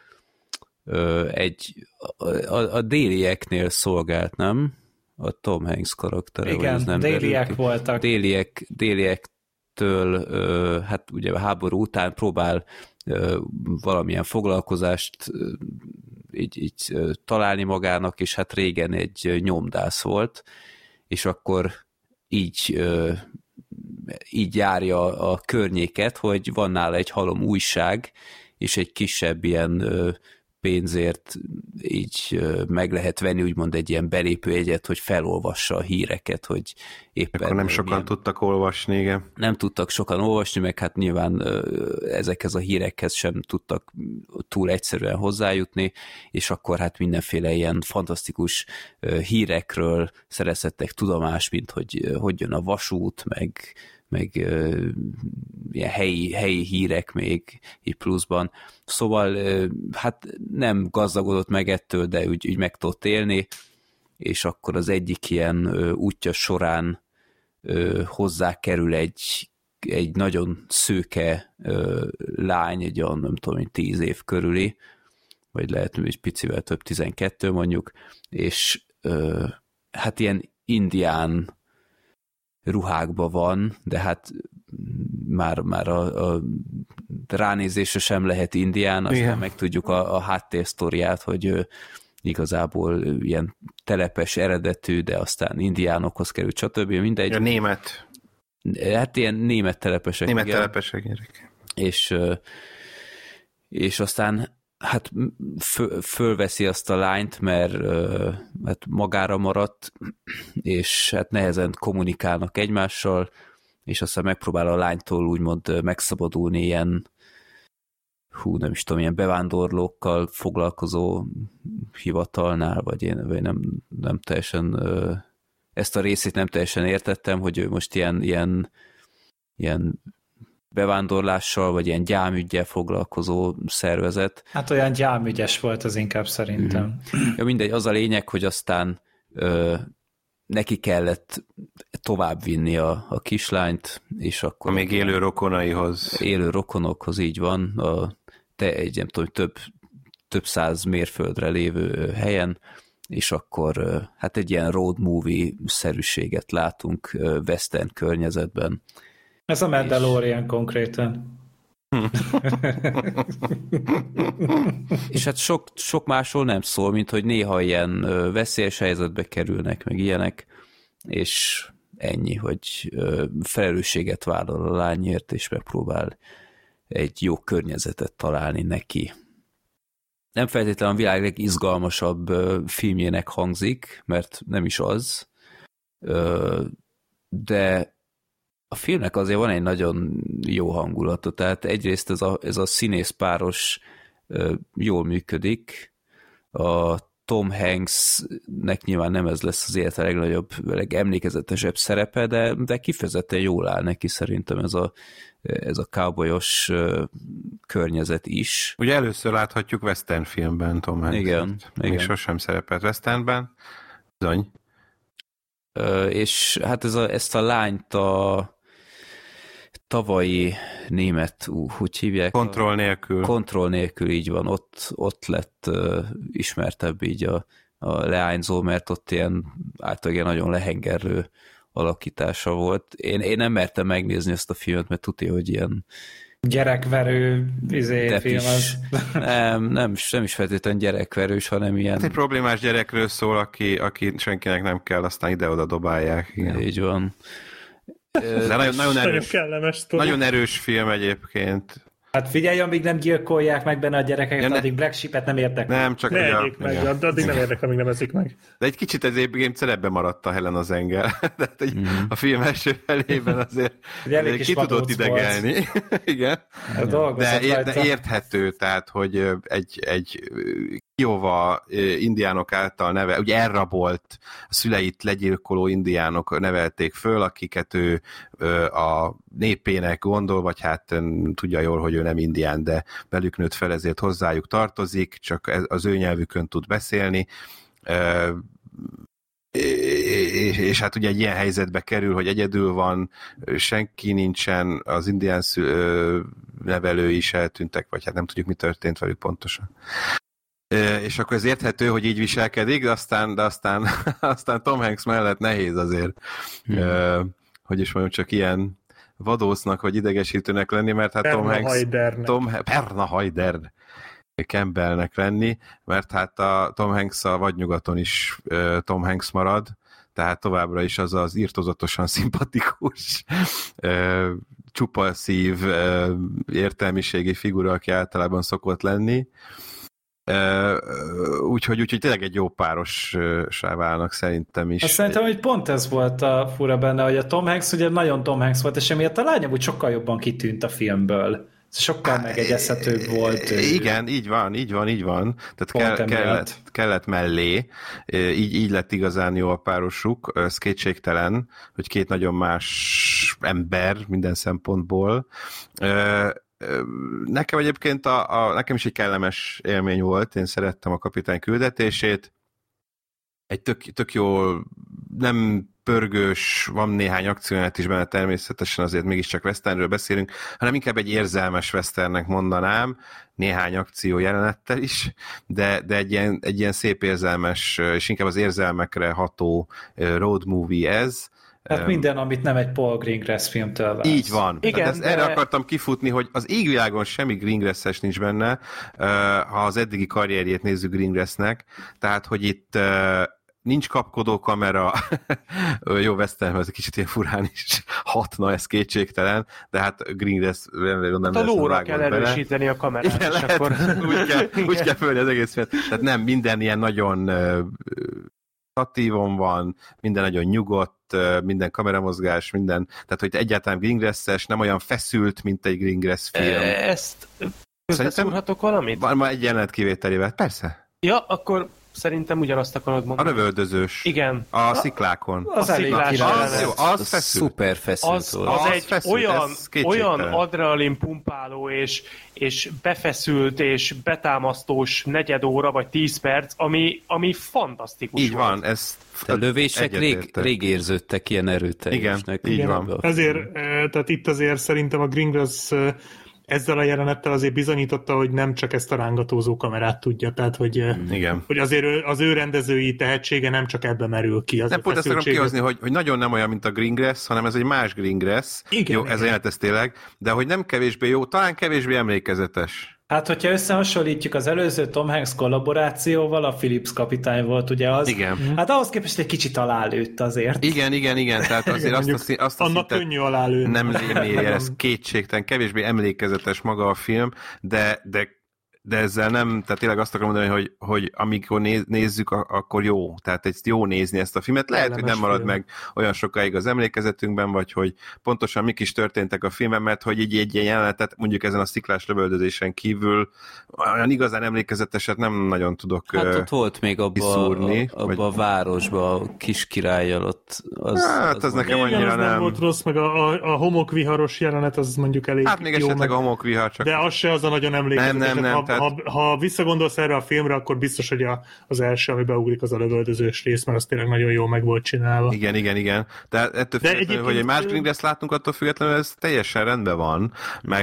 a délieknél szolgált, nem? A Tom Hanks karaktere. Igen, nem déliek voltak. Déliektől, hát ugye a háború után próbál valamilyen foglalkozást így találni magának, és hát régen egy nyomdász volt, és akkor így így járja a környéket, hogy van nála egy halom újság, és egy kisebb ilyen pénzért így meg lehet venni, úgymond egy ilyen belépőjegyet, hogy felolvassa a híreket, hogy éppen... Akkor nem sokan tudtak olvasni, igen. Nem tudtak sokan olvasni, meg hát nyilván ezekhez a hírekhez sem tudtak túl egyszerűen hozzájutni, és akkor hát mindenféle ilyen fantasztikus hírekről szerezhettek tudomást, mint hogy jön a vasút, meg ilyen helyi hírek még így pluszban. Szóval hát nem gazdagodott meg ettől, de úgy meg tudott élni, és akkor az egyik ilyen útja során hozzá kerül egy nagyon szőke lány, egy olyan, nem tudom, 10 év körüli, vagy lehet, hogy egy picivel több, 12 mondjuk, és hát ilyen indián ruhákban van, de hát már a ránézésre sem lehet indián, aztán igen. Megtudjuk a háttérsztoriát, hogy igazából ilyen telepes eredetű, de aztán indiánokhoz került, stb. Mindegy. A német. Hát ilyen német telepesek. Német telepesek. És aztán hát fölveszi azt a lányt, mert hát magára maradt, és hát nehezen kommunikálnak egymással, és aztán megpróbál a lánytól úgymond megszabadulni ilyen nem is tudom, ilyen bevándorlókkal foglalkozó hivatalnál, vagy én nem teljesen ezt a részét nem teljesen értettem, hogy ő most ilyen bevándorlással, vagy ilyen gyámüggyel foglalkozó szervezet. Hát olyan gyámügyes volt az inkább szerintem. Ja, mindegy, az a lényeg, hogy aztán neki kellett továbbvinni a kislányt, és akkor... Még élő rokonaihoz. Élő rokonokhoz, így van, nem tudom, több száz mérföldre lévő helyen, és akkor hát egy ilyen road movie-szerűséget látunk western környezetben. Ez a Mandalorian konkrétan. És hát sok másról nem szól, mint hogy néha ilyen veszélyes helyzetbe kerülnek, meg ilyenek, és ennyi, hogy felelősséget vállal a lányért, és megpróbál egy jó környezetet találni neki. Nem feltétlenül a világ legizgalmasabb filmjének hangzik, mert nem is az, de a filmnek azért van egy nagyon jó hangulata, tehát egyrészt ez a színészpáros jól működik, a Tom Hanksnek nyilván nem ez lesz az élete legnagyobb, legemlékezetesebb szerepe, de kifejezetten jól áll neki szerintem ez a cowboyos környezet is. Ugye először láthatjuk western filmben Tom Hanks. Igen. Még sosem szerepelt westernben. Bizony. És hát ezt a lányt a tavalyi német, hogy hívják? Kontroll nélkül, így van. Ott lett ismertebb így a leányzó, mert ott ilyen általában nagyon lehengerlő alakítása volt. Én nem mertem megnézni ezt a filmet, mert tudja, hogy ilyen gyerekverő film az. Nem is feltétlenül gyerekverős, hanem ilyen... Hát egy problémás gyerekről szól, aki senkinek nem kell, aztán ide-oda dobálják. Igen. Így van. De nagyon erős film egyébként. Hát figyelj, amíg nem gyilkolják meg benne a gyerekeket, addig Black Sheep-et nem értek. Nem, csak ne egyék meg, addig nem érdekel, amíg nem eszik meg. De egy kicsit ezért szerepbe maradt a Helen az Engel. De a film első felében azért ki tudott idegelni. Igen. De érthető, tehát, hogy egy Kiowa indiánok által ugye elrabolt, a szüleit legyilkoló indiánok nevelték föl, akiket ő a népének gondol, vagy hát tudja jól, hogy ő nem indián, de velük nőtt fel, ezért hozzájuk tartozik, csak az ő nyelvükön tud beszélni, és hát ugye egy ilyen helyzetbe kerül, hogy egyedül van, senki nincsen, az indián nevelői is eltűntek, vagy hát nem tudjuk, mi történt velük pontosan. És akkor ez érthető, hogy így viselkedik, de aztán Tom Hanks mellett nehéz azért, hogy is mondjam, csak ilyen vadósznak vagy idegesítőnek lenni, mert hát Perna Hajder Campbellnek lenni, mert hát a Tom Hanks a vadnyugaton is Tom Hanks marad, tehát továbbra is az az irtózatosan szimpatikus, csupa szív, értelmiségi figura, aki általában szokott lenni. Úgyhogy tényleg egy jó párossá válnak szerintem is. Azt szerintem, hogy pont ez volt a fura benne, hogy a Tom Hanks ugye nagyon Tom Hanks volt, és emiatt a lány úgy sokkal jobban kitűnt a filmből. Sokkal megegyezhetőbb volt. Igen, így van. Tehát kellett mellé. Így lett igazán jó a párosuk. Ez kétségtelen, hogy két nagyon más ember minden szempontból. Nekem egyébként nekem is egy kellemes élmény volt, én szerettem a kapitány küldetését. Egy tök jó, nem pörgős, van néhány akcióját is benne természetesen, azért mégiscsak westernről beszélünk, hanem inkább egy érzelmes westernnek mondanám, néhány akció jelenettel is, de egy ilyen szép érzelmes, és inkább az érzelmekre ható road movie ez. Hát minden, amit nem egy Paul Greengrass filmtől vársz. Így van. Igen, de... Erre akartam kifutni, hogy az égvilágon semmi Greengrass-es nincs benne, ha az eddigi karrierjét nézzük Greengrassnek, tehát, hogy itt nincs kapkodó kamera, jó westernben, ez egy kicsit ilyen furán is hatna, ez kétségtelen, de hát Greengrass nem a lóra kell erősíteni a kamerát, igen, és akkor... úgy kell fölni az egész film. Tehát nem, minden ilyen nagyon statívon van, minden nagyon nyugodt, minden kameramozgás, minden, tehát hogy egyáltalán Greengrass-es, nem olyan feszült, mint egy Greengrass film. Ezt összeszúrhatok valamit? Ma egy jelenet kivételével, persze. Ja, akkor szerintem ugyanazt akarod mondani. A rövöldözős. Igen. A sziklákon. Az sziklás jelenet. Az feszült. Szuper feszült. Az egy feszült, olyan adrenalin pumpáló és befeszült és betámasztós negyed óra vagy 10 perc, ami fantasztikus. Így van, ez a lövések rég érződtek ilyen erőteljesnek. Igen, így van. Ezért, tehát itt azért szerintem a Greengrass ezzel a jelenettel azért bizonyította, hogy nem csak ezt a rángatózó kamerát tudja, tehát hogy azért az ő rendezői tehetsége nem csak ebbe merül ki. Nem pont ezt akarom kihozni, hogy nagyon nem olyan, mint a Greengrass, hanem ez egy más Greengrass. Igen, jó, ez a jelenet ez tényleg, de hogy nem kevésbé jó, talán kevésbé emlékezetes. Hát, hogyha összehasonlítjuk az előző Tom Hanks kollaborációval, a Phillips kapitány volt ugye az. Igen. Hát ahhoz képest egy kicsit alálőtt azért. Igen. Tehát azért azt a annak könnyű alálőtt. Nem lémérje, ez kétségtelen, kevésbé emlékezetes maga a film, de ezzel nem, tehát tényleg azt akarom mondani, hogy amikor nézzük, akkor jó. Tehát egy jó nézni ezt a filmet. Lehet, hogy nem marad meg olyan sokáig az emlékezetünkben, vagy hogy pontosan mik is történtek a filmben, mert hogy egy ilyen jelenetet mondjuk ezen a sziklás lövöldözésen kívül olyan igazán emlékezeteset nem nagyon tudok hát ott volt még abba a városba, a kis királlyal ott. Az nekem annyira nem volt rossz, meg a homokviharos jelenet az mondjuk elég hát még jó. esetleg a homokvihar, csak... De az se az a nagyon emlékezetes. Nem. Ha visszagondolsz erre a filmre, akkor biztos, hogy az első, ami beugrik, az a lövöldözős rész, mert az tényleg nagyon jól meg volt csinálva. Igen. De ettől függetlenül, hogy egy más Greengrass látunk, attól függetlenül ez teljesen rendben van,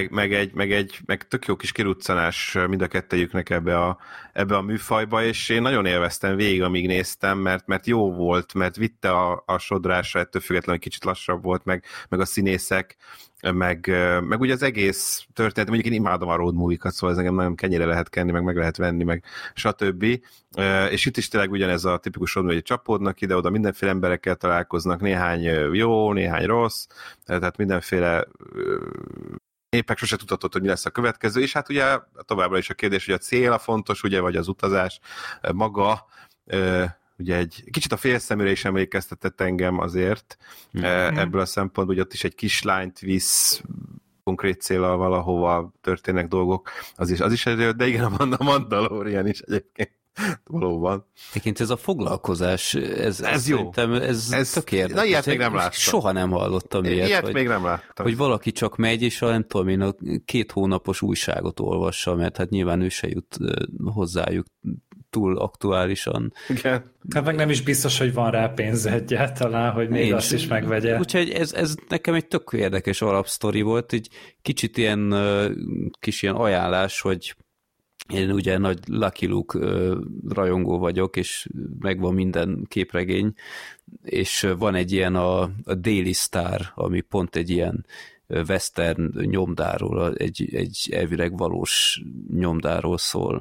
meg tök jó kis kiruccanás mind a kettejüknek ebbe a műfajba, és én nagyon élveztem végig, amíg néztem, mert jó volt, mert vitte a sodrásra, ettől függetlenül kicsit lassabb volt, meg a színészek, meg ugye az egész történet, mondjuk én imádom a road movie-kat, szóval ez engem nagyon kenyére lehet kenni, meg lehet venni, meg stb. És itt is tényleg ugyanez a tipikus road movie, hogy csapódnak ide-oda, mindenféle emberekkel találkoznak, néhány jó, néhány rossz, tehát mindenféle éppek sose tudhatod, hogy mi lesz a következő, és hát ugye továbbra is a kérdés, hogy a cél a fontos, ugye, vagy az utazás maga, ugye egy kicsit a félszeműre is emlékeztetett engem azért, ebből a szempontból, hogy ott is egy kislányt visz konkrét céllal valahova történnek dolgok, az is de igen, a Mandalorian is egyébként valóban. Egyébként ez a foglalkozás, ez jó. Ez tök érdekes. Na, ilyet még nem láttam. Soha nem hallottam ilyet. Még nem láttam. Hogy valaki csak megy, és nem tudom én, a 2 hónapos újságot olvassa, mert hát nyilván ő se jut hozzájuk túl aktuálisan. Igen. Hát meg nem is biztos, hogy van rá pénz egyáltalán, hogy még azt is megvegye. Úgyhogy ez nekem egy tök érdekes alapsztori volt, egy kicsit ilyen kis ilyen ajánlás, hogy én ugye nagy Lucky Luke rajongó vagyok, és megvan minden képregény, és van egy ilyen a Daily Star, ami pont egy ilyen western nyomdáról, egy elvileg valós nyomdáról szól,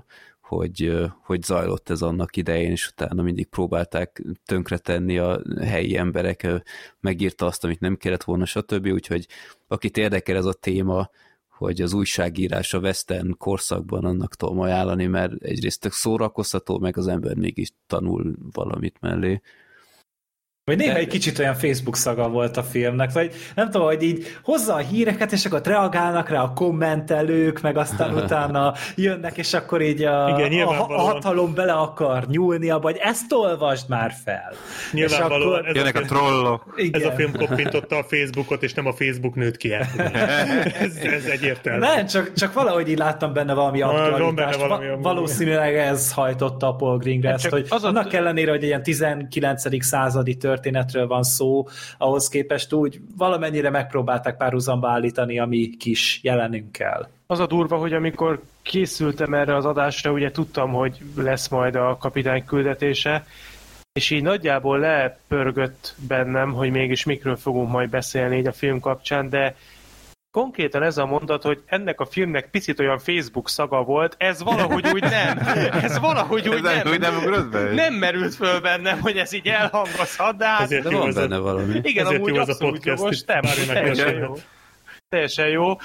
hogy zajlott ez annak idején, és utána mindig próbálták tönkretenni a helyi emberek, megírta azt, amit nem kellett volna, stb. Úgyhogy akit érdekel ez a téma, hogy az újságírás a western korszakban, annak tudom ajánlani, mert egyrészt tök szórakoztató, meg az ember mégis tanul valamit mellé. Vagy néha egy kicsit olyan Facebook szaga volt a filmnek, vagy nem tudom, hogy így hozza a híreket, és akkor reagálnak rá a kommentelők, meg aztán utána jönnek, és akkor így a hatalom bele akar nyúlni abba, hogy ezt olvasd már fel. Nyilvánvalóan akkor... jönnek a trollok. Ez a film koppintotta a Facebookot, és nem a Facebook nőtt ki. ez egyértelmű. Nem, csak valahogy így láttam benne valami aktualitást. Valószínűleg ez hajtotta a Paul Greengrass ezt, hogy annak ellenére, hogy ilyen 19. századi történetről van szó, ahhoz képest úgy valamennyire megpróbálták párhuzamba állítani a mi kis jelenünkkel. Az a durva, hogy amikor készültem erre az adásra, ugye tudtam, hogy lesz majd a kapitány küldetése, és így nagyjából lepörgött bennem, hogy mégis mikről fogunk majd beszélni így a film kapcsán, de konkrétan ez a mondat, hogy ennek a filmnek picit olyan Facebook szaga volt, ez valahogy úgy nem. Ez valahogy úgy nem merült föl bennem, hogy ez így elhangozhat, de hát... De van benne valami. Igen, amúgy abszolút jogos, teljesen jó. Teljesen jó.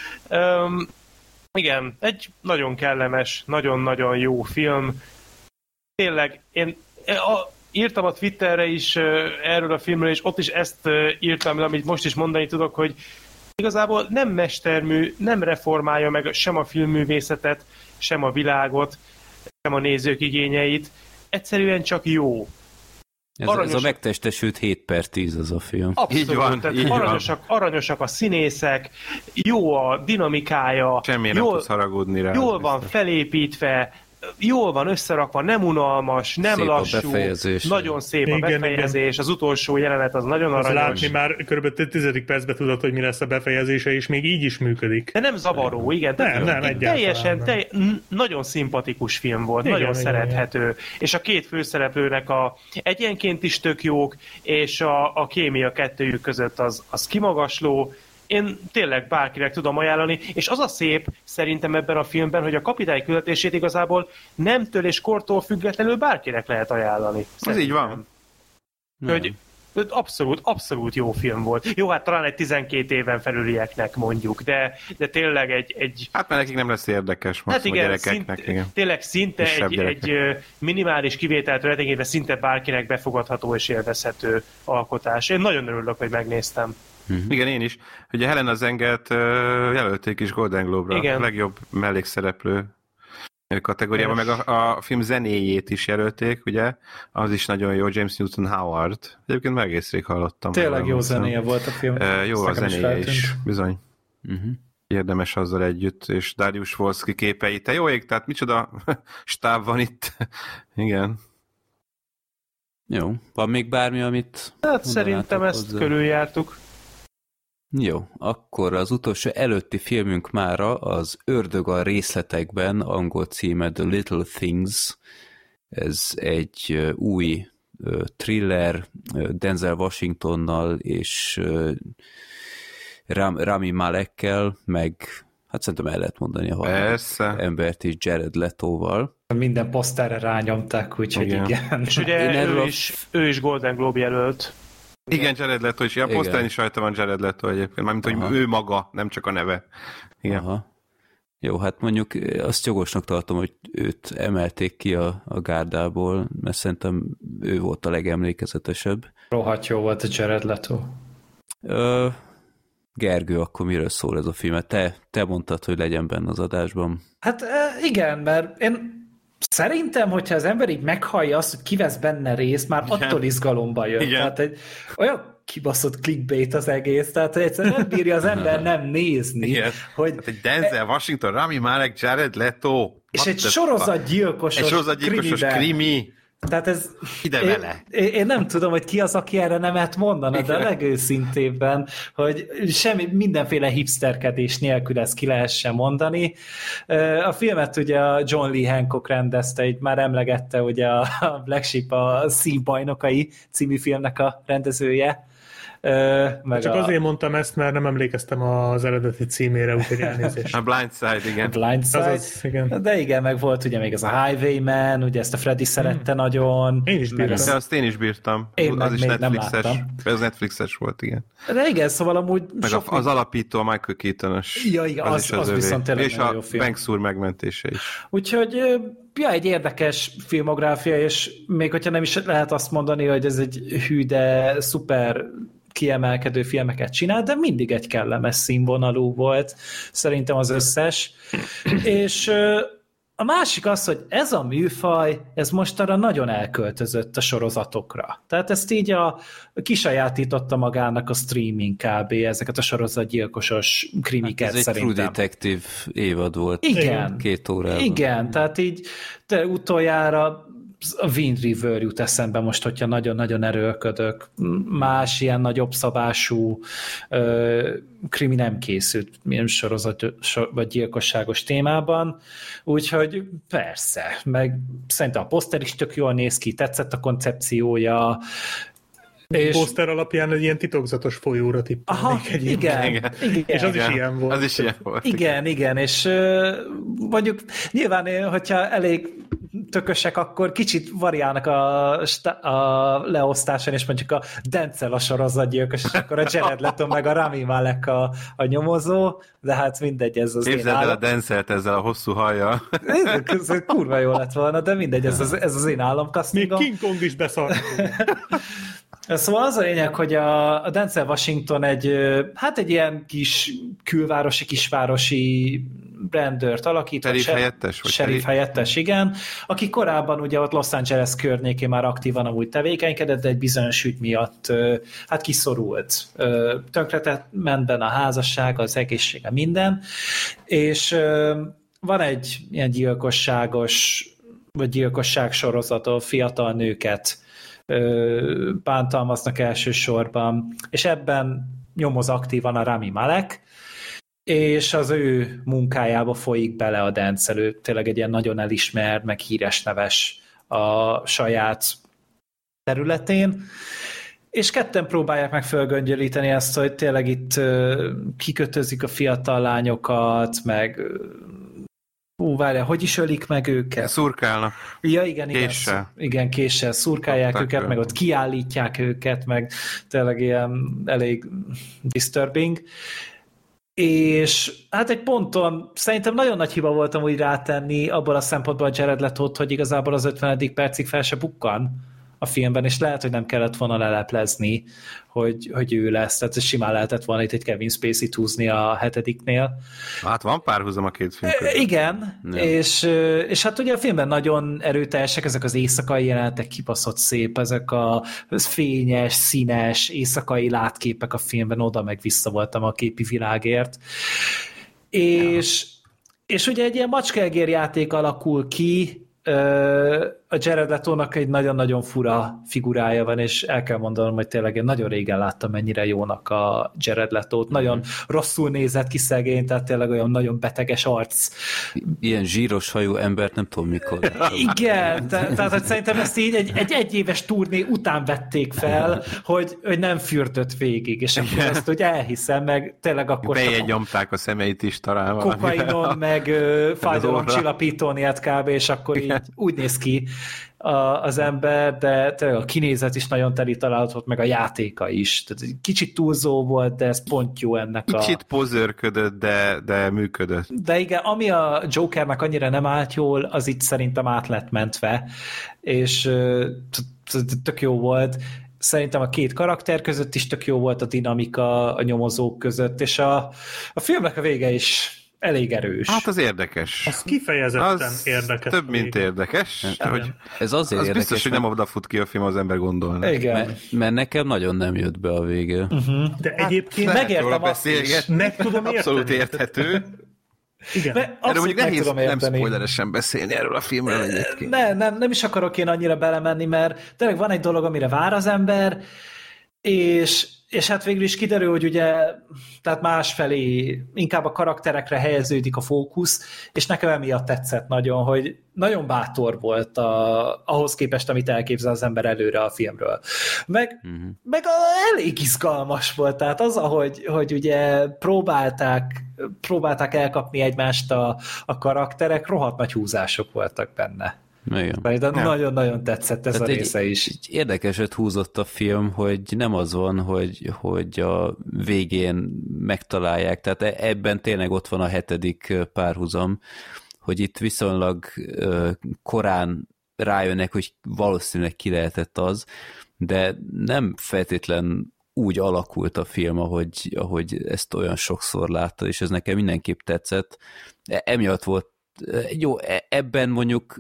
Igen, egy nagyon kellemes, nagyon-nagyon jó film. Tényleg, én írtam a Twitterre is erről a filmről, és ott is ezt írtam, amit most is mondani tudok, hogy igazából nem mestermű, nem reformálja meg sem a filmművészetet, sem a világot, sem a nézők igényeit. Egyszerűen csak jó. Ez a megtestesült 7/10 az a film. Abszolút, így van, aranyosak a színészek, jó a dinamikája. Semmire nem tudsz haragudni rá. Jól van felépítve, jól van összerakva, nem unalmas, nem szép lassú, nagyon szép a befejezés, az utolsó jelenet az nagyon aranyos. Látni már kb. 10. percben tudod, hogy mi lesz a befejezése, és még így is működik. De nem zavaró, igen. Nem, teljesen, nagyon szimpatikus film volt, igen, nagyon szerethető. Igen. És a két főszereplőnek egyenként is tök jók, és a kémia kettőjük között az kimagasló. Én tényleg bárkinek tudom ajánlani, és az a szép szerintem ebben a filmben, hogy a kapitány küldetését igazából nemtől és kortól függetlenül bárkinek lehet ajánlani. Ez így van. Hogy abszolút jó film volt. Jó, hát talán egy 12 éven felülieknek mondjuk, de tényleg egy... Hát mert nekik nem lesz érdekes, most hát igen, a gyerekeknek. Igen. Tényleg szinte egy minimális kivételt letekintve szinte bárkinek befogadható és élvezhető alkotás. Én nagyon örülök, hogy megnéztem. Igen, én is. Ugye Helena Zengert jelölték is Golden Globe-ra. Igen. A legjobb mellékszereplő kategóriában, meg a film zenéjét is jelölték, ugye? Az is nagyon jó, James Newton Howard. Egyébként meg egész rég hallottam. Tényleg jó zenéje volt a film. Jó a zenéje is, bizony. Érdemes azzal együtt, és Darius Wolski képei. Te jó ég, tehát micsoda stáb van itt. Igen. Jó. Van még bármi, amit... Hát szerintem ezt körüljártuk. Jó, akkor az utolsó előtti filmünk mára az Ördög a részletekben, angol címe The Little Things. Ez egy új thriller Denzel Washingtonnal és Rami Malekkel, meg hát szerintem el lehet mondani a harmadik embert is, Jared Letoval. Minden poszterre rányomták, úgyhogy igen. És ugye ő is Golden Globe jelölt. Igen, Jared Leto is. A poszteren is rajta van Jared Leto egyébként. Mármint, hogy ő maga, nem csak a neve. Igen. Aha. Jó, hát mondjuk azt jogosnak tartom, hogy őt emelték ki a gárdából, mert szerintem ő volt a legemlékezetesebb. Rohadt jó volt a Jared Leto. Gergő, akkor miről szól ez a film? Te mondtad, hogy legyen benne az adásban. Hát igen, mert én szerintem, hogyha az ember így meghallja azt, hogy kivesz benne részt, már attól izgalomba jön. Igen. Tehát egy olyan kibaszott clickbait az egész, tehát egyszerűen nem bírja az ember nem nézni. Igen. Hogy hát egy Denzel Washington, Rami Malek, Jared Leto. És egy sorozatgyilkosos krimi. Tehát ez... Ide vele. Én nem tudom, hogy ki az, aki erre nemet mondana, de a legőszintébben, hogy mindenféle hipsterkedés nélkül ezt ki lehessen mondani. A filmet ugye a John Lee Hancock rendezte, így már emlegette ugye a Black Sheep, a Színbajnokai című filmnek a rendezője. Meg Csak azért mondtam ezt, mert nem emlékeztem az eredeti címére, úgyhogy elnézést. A Blindside, igen. Blindside. Azaz, igen. De igen, meg volt ugye még az a Highwayman, ugye ezt a Freddy szerette nagyon. Én is meg bírtam. az- De azt én is bírtam. Én Az meg is még nem Netflixes. láttam. Ez Netflixes volt, igen. De igen, szóval amúgy Meg sok... az alapító, a Michael Keaton-os. Ja, igen, az övé. viszont tényleg és nagyon a jó film. Banks úr megmentése is. Úgyhogy ja, egy érdekes filmográfia, és még hogyha nem is lehet azt mondani, hogy ez egy hű, de szuper kiemelkedő filmeket csinál, de mindig egy kellemes színvonalú volt, szerintem az összes. És a másik az, hogy ez a műfaj, ez mostanra nagyon elköltözött a sorozatokra. Tehát ezt így kisajátította magának a streaming kb. Ezeket a sorozatgyilkosos krimiket Ez egy szerintem. True Detective évad volt. Igen. 2 órában. Igen, tehát így de utoljára a Wind River jut eszembe most, hogyha nagyon-nagyon erőlködök. Más ilyen nagyobb szabású krimi nem készült milyen sorozat vagy gyilkosságos témában, úgyhogy persze, meg szerintem a poszter is tök jól néz ki, tetszett a koncepciója, és... Poszter alapján egy ilyen titokzatos folyóra tippelnék egyébként. Igen. És az is ilyen volt. Az is ilyen volt. Igen, és mondjuk nyilván, hogyha elég tökösek, akkor kicsit variálnak a leosztáson, és mondjuk a Denzel a sorozatgyilkos, és akkor a Jared Leto meg a Rami Malek a nyomozó, de hát mindegy, ez az Képzeld el a Denzelt ezzel a hosszú hajjal. Ez kurva jó lett volna, de mindegy, ez az én Még államkasztingom. King Kong is beszart. Szóval az a lényeg, hogy a Denzel Washington egy ilyen kis külvárosi, kisvárosi rendőrt alakít. Sheriff helyettes? Vagy Sheriff helyettes, igen. Aki korábban ugye ott Los Angeles környékén már aktívan amúgy tevékenykedett, de egy bizonyos ügy miatt kiszorult. Tönkretett ment benne a házasság, az egészsége, minden. És van egy ilyen gyilkosság sorozató, fiatal nőket bántalmaznak elsősorban, és ebben nyomoz aktívan a Rami Malek, és az ő munkájába folyik bele a Denzel, ő tényleg egy ilyen nagyon elismert, meg híres neves a saját területén, és ketten próbálják meg fölgöngyölíteni ezt, hogy tényleg itt kikötözik a fiatal lányokat, meg várjál, hogy is ölik meg őket? Szurkálnak. Ja, igen. Késsel. Igen, késsel szurkálják Kapták őket, meg ott kiállítják őket, meg tényleg ilyen elég disturbing. És hát egy ponton szerintem nagyon nagy hiba voltam úgy rátenni abból a szempontból a Jared Letót, hogy igazából az 50. percig fel se bukkan a filmben, és lehet, hogy nem kellett volna leleplezni, hogy ő lesz. Tehát simán lehetett volna itt egy Kevin Spacey-t húzni a 7-nél. Hát van párhuzam a két film között. Igen, ja. és hát ugye a filmben nagyon erőteljesek ezek az éjszakai jelenetek, kibaszott szép, ezek a fényes, színes, éjszakai látképek a filmben, oda meg vissza voltam a képi világért. És ugye egy ilyen macskelgér játék alakul ki, a Jared Letónak egy nagyon-nagyon fura figurája van, és el kell mondanom, hogy tényleg én nagyon régen láttam mennyire jónak a Jared Letót. Nagyon rosszul nézett ki szegény, tehát tényleg olyan nagyon beteges arc. Ilyen zsíros hajú embert nem tudom mikor. Igen, tehát szerintem ezt így egy éves turné után vették fel, hogy nem fürdött végig, és akkor ezt úgy elhiszem, meg tényleg akkor bejegyomták a szemeit is talán. Kokainon, meg fájdalomcsillapító kb. És akkor így úgy néz ki az ember, de tényleg a kinézet is nagyon teli találatot, meg a játéka is. Tehát kicsit túlzó volt, de ez pont jó ennek kicsit pozőrködött, de működött. De igen, ami a Jokernek annyira nem állt jól, az itt szerintem át lett mentve, és tök jó volt. Szerintem a két karakter között is tök jó volt a dinamika a nyomozók között, és a filmnek a vége is elég erős. Hát az érdekes. Az kifejezetten érdekes. Több, mint érdekes. Hogy ez azért az érdekes, biztos, hogy nem odafut ki a film, az ember gondolna. Igen. Mert nekem nagyon nem jött be a vége. De egyébként megértem azt is. Meg tudom érteni. Abszolút érthető. Igen. Erről mondjuk nehéz nem spoileresen beszélni erről a filmről egyébként. Nem is akarok én annyira belemenni, mert tényleg van egy dolog, amire vár az ember, és És hát végül is kiderül, hogy ugye, tehát másfelé inkább a karakterekre helyeződik a fókusz, és nekem emiatt tetszett nagyon, hogy nagyon bátor volt ahhoz képest, amit elképzel az ember előre a filmről. Meg elég izgalmas volt, tehát az, hogy ugye próbálták elkapni egymást a karakterek, rohadt nagy húzások voltak benne. De nagyon-nagyon tetszett ez tehát a része is. Egy érdekeset húzott a film, hogy nem az van, hogy a végén megtalálják, tehát ebben tényleg ott van a 7. párhuzam, hogy itt viszonylag korán rájönnek, hogy valószínűleg ki lehetett az, de nem feltétlen úgy alakult a film, ahogy ezt olyan sokszor látta, és ez nekem mindenképp tetszett. Emiatt volt jó, ebben mondjuk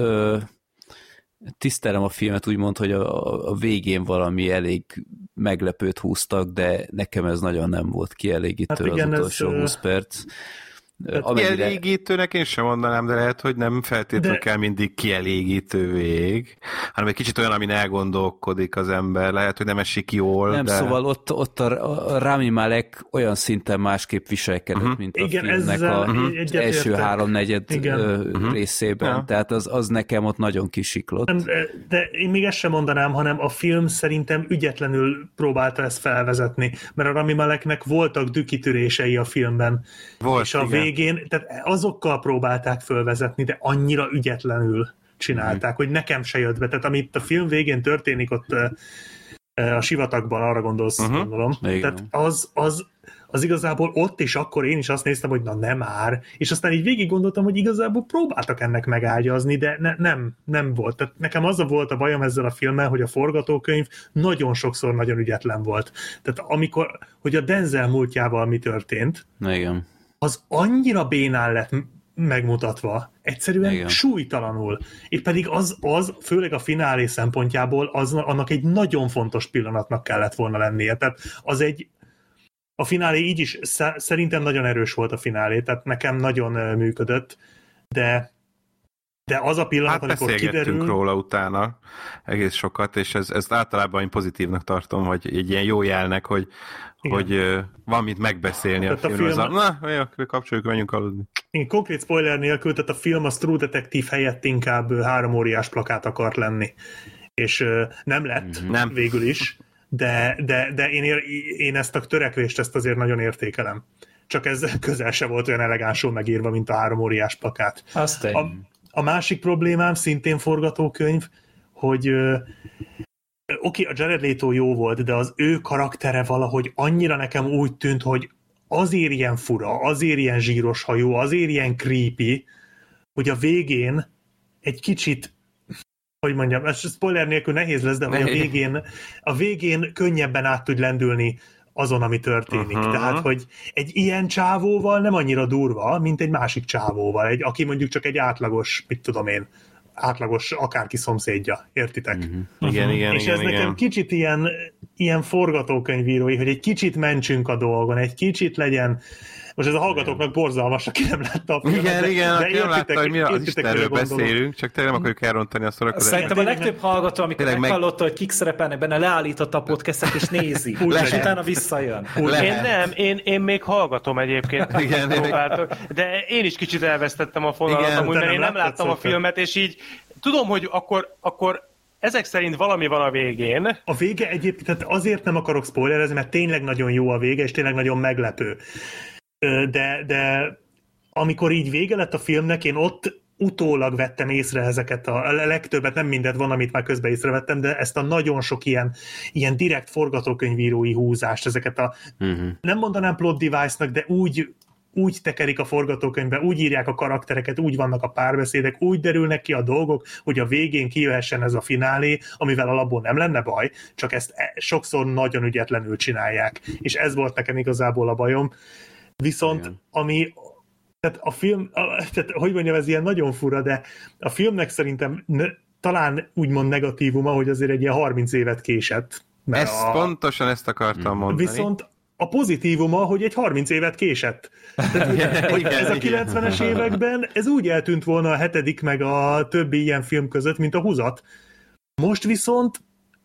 tisztelem a filmet, úgymond, hogy a végén valami elég meglepőt húztak, de nekem ez nagyon nem volt kielégítő, hát igen, az utolsó 20 perc. Kielégítőnek én sem mondanám, de lehet, hogy nem feltétlenül kell mindig kielégítő vég, hanem egy kicsit olyan, amin elgondolkodik az ember, lehet, hogy nem esik jól. Nem, szóval ott a Rami Malek olyan szinten másképp viselkedett, mint a filmnek az első 3/4 részében, ja. Tehát az nekem ott nagyon kisiklott. De én még ezt sem mondanám, hanem a film szerintem ügyetlenül próbálta ezt felvezetni, mert a Rami Maleknek voltak dühkitörései a filmben, volt, és a végén, tehát azokkal próbálták fölvezetni, de annyira ügyetlenül csinálták, hogy nekem se jött be. Tehát amit a film végén történik ott a sivatagban, arra gondolsz, gondolom. Tehát az igazából ott és akkor én is azt néztem, hogy na nem már, és aztán így végig gondoltam, hogy igazából próbáltak ennek megágyazni, de nem volt. Tehát nekem az volt a bajom ezzel a filmmel, hogy a forgatókönyv nagyon sokszor nagyon ügyetlen volt. Tehát amikor, hogy a Denzel múltjával mi történt, igen, az annyira bénán lett megmutatva, egyszerűen súlytalanul. Itt pedig az főleg a finálé szempontjából annak egy nagyon fontos pillanatnak kellett volna lennie. Tehát a finálé így is szerintem nagyon erős volt a finálé, tehát nekem nagyon működött, de az a pillanat, amikor beszélgettünk róla utána egész sokat, és ezt általában én pozitívnak tartom, hogy egy ilyen jó jelnek, hogy van mit megbeszélni a filmről. Na, jó, kapcsoljuk, menjünk aludni. Én konkrét spoiler nélkül, tehát a film az True Detective helyett inkább 3 óriás plakát akart lenni. És nem lett végül is, de én ezt a törekvést ezt azért nagyon értékelem. Csak ez közel se volt olyan elegánsul megírva, mint a 3 óriás plakát. A másik problémám, szintén forgatókönyv, hogy oké, a Jared Leto jó volt, de az ő karaktere valahogy annyira nekem úgy tűnt, hogy azért ilyen fura, azért ilyen zsíros hajú, azért ilyen creepy, hogy a végén egy kicsit, hogy mondjam, ez spoiler nélkül nehéz lesz, de hogy a végén könnyebben át tud lendülni azon, ami történik. Tehát, hogy egy ilyen csávóval nem annyira durva, mint egy másik csávóval, aki mondjuk csak egy átlagos, mit tudom én, átlagos akárki szomszédja, értitek? Igen. És ez nekem kicsit ilyen forgatókönyvírói, hogy egy kicsit mentsünk a dolgon, egy kicsit legyen, most ez a hallgatóknak borzalmas, aki nem látta a filmet. Igen, aki nem látta, hogy mi az Istenről beszélünk, csak tényleg nem akarjuk elrontani a szórakozást. Szerintem a legtöbb hallgató, amikor meghallotta, hogy kik szerepelnek benne, leállította a podcastet és nézi, és utána visszajön. Én még hallgatom egyébként. Igen, de én is kicsit elvesztettem a fonalat, amúgy, mert én nem láttam a filmet, és így tudom, hogy akkor ezek szerint valami van a végén. A vége egyébként, tehát azért nem akarok spoilerezni, mert tényleg nagyon jó a vége, és tényleg nagyon meglepő. De amikor így vége lett a filmnek, én ott utólag vettem észre ezeket a legtöbbet, nem mindet van, amit már közben észrevettem, de ezt a nagyon sok ilyen direkt forgatókönyvírói húzást, ezeket nem mondanám plot device-nak, de úgy tekerik a forgatókönyvbe, úgy írják a karaktereket, úgy vannak a párbeszédek, úgy derülnek ki a dolgok, hogy a végén kijöhessen ez a finálé, amivel alapból nem lenne baj, csak ezt sokszor nagyon ügyetlenül csinálják. És ez volt nekem igazából a bajom. Viszont tehát a film, tehát, hogy mondjam, ez ilyen nagyon fura, de a filmnek szerintem talán úgymond negatívuma, hogy azért egy ilyen 30 évet késett. Pontosan ezt akartam mondani. Viszont a pozitívuma, hogy egy 30 évet késett. Tehát, hogy ez a 90-es években, ez úgy eltűnt volna a 7. meg a többi ilyen film között, mint a húzat. Most viszont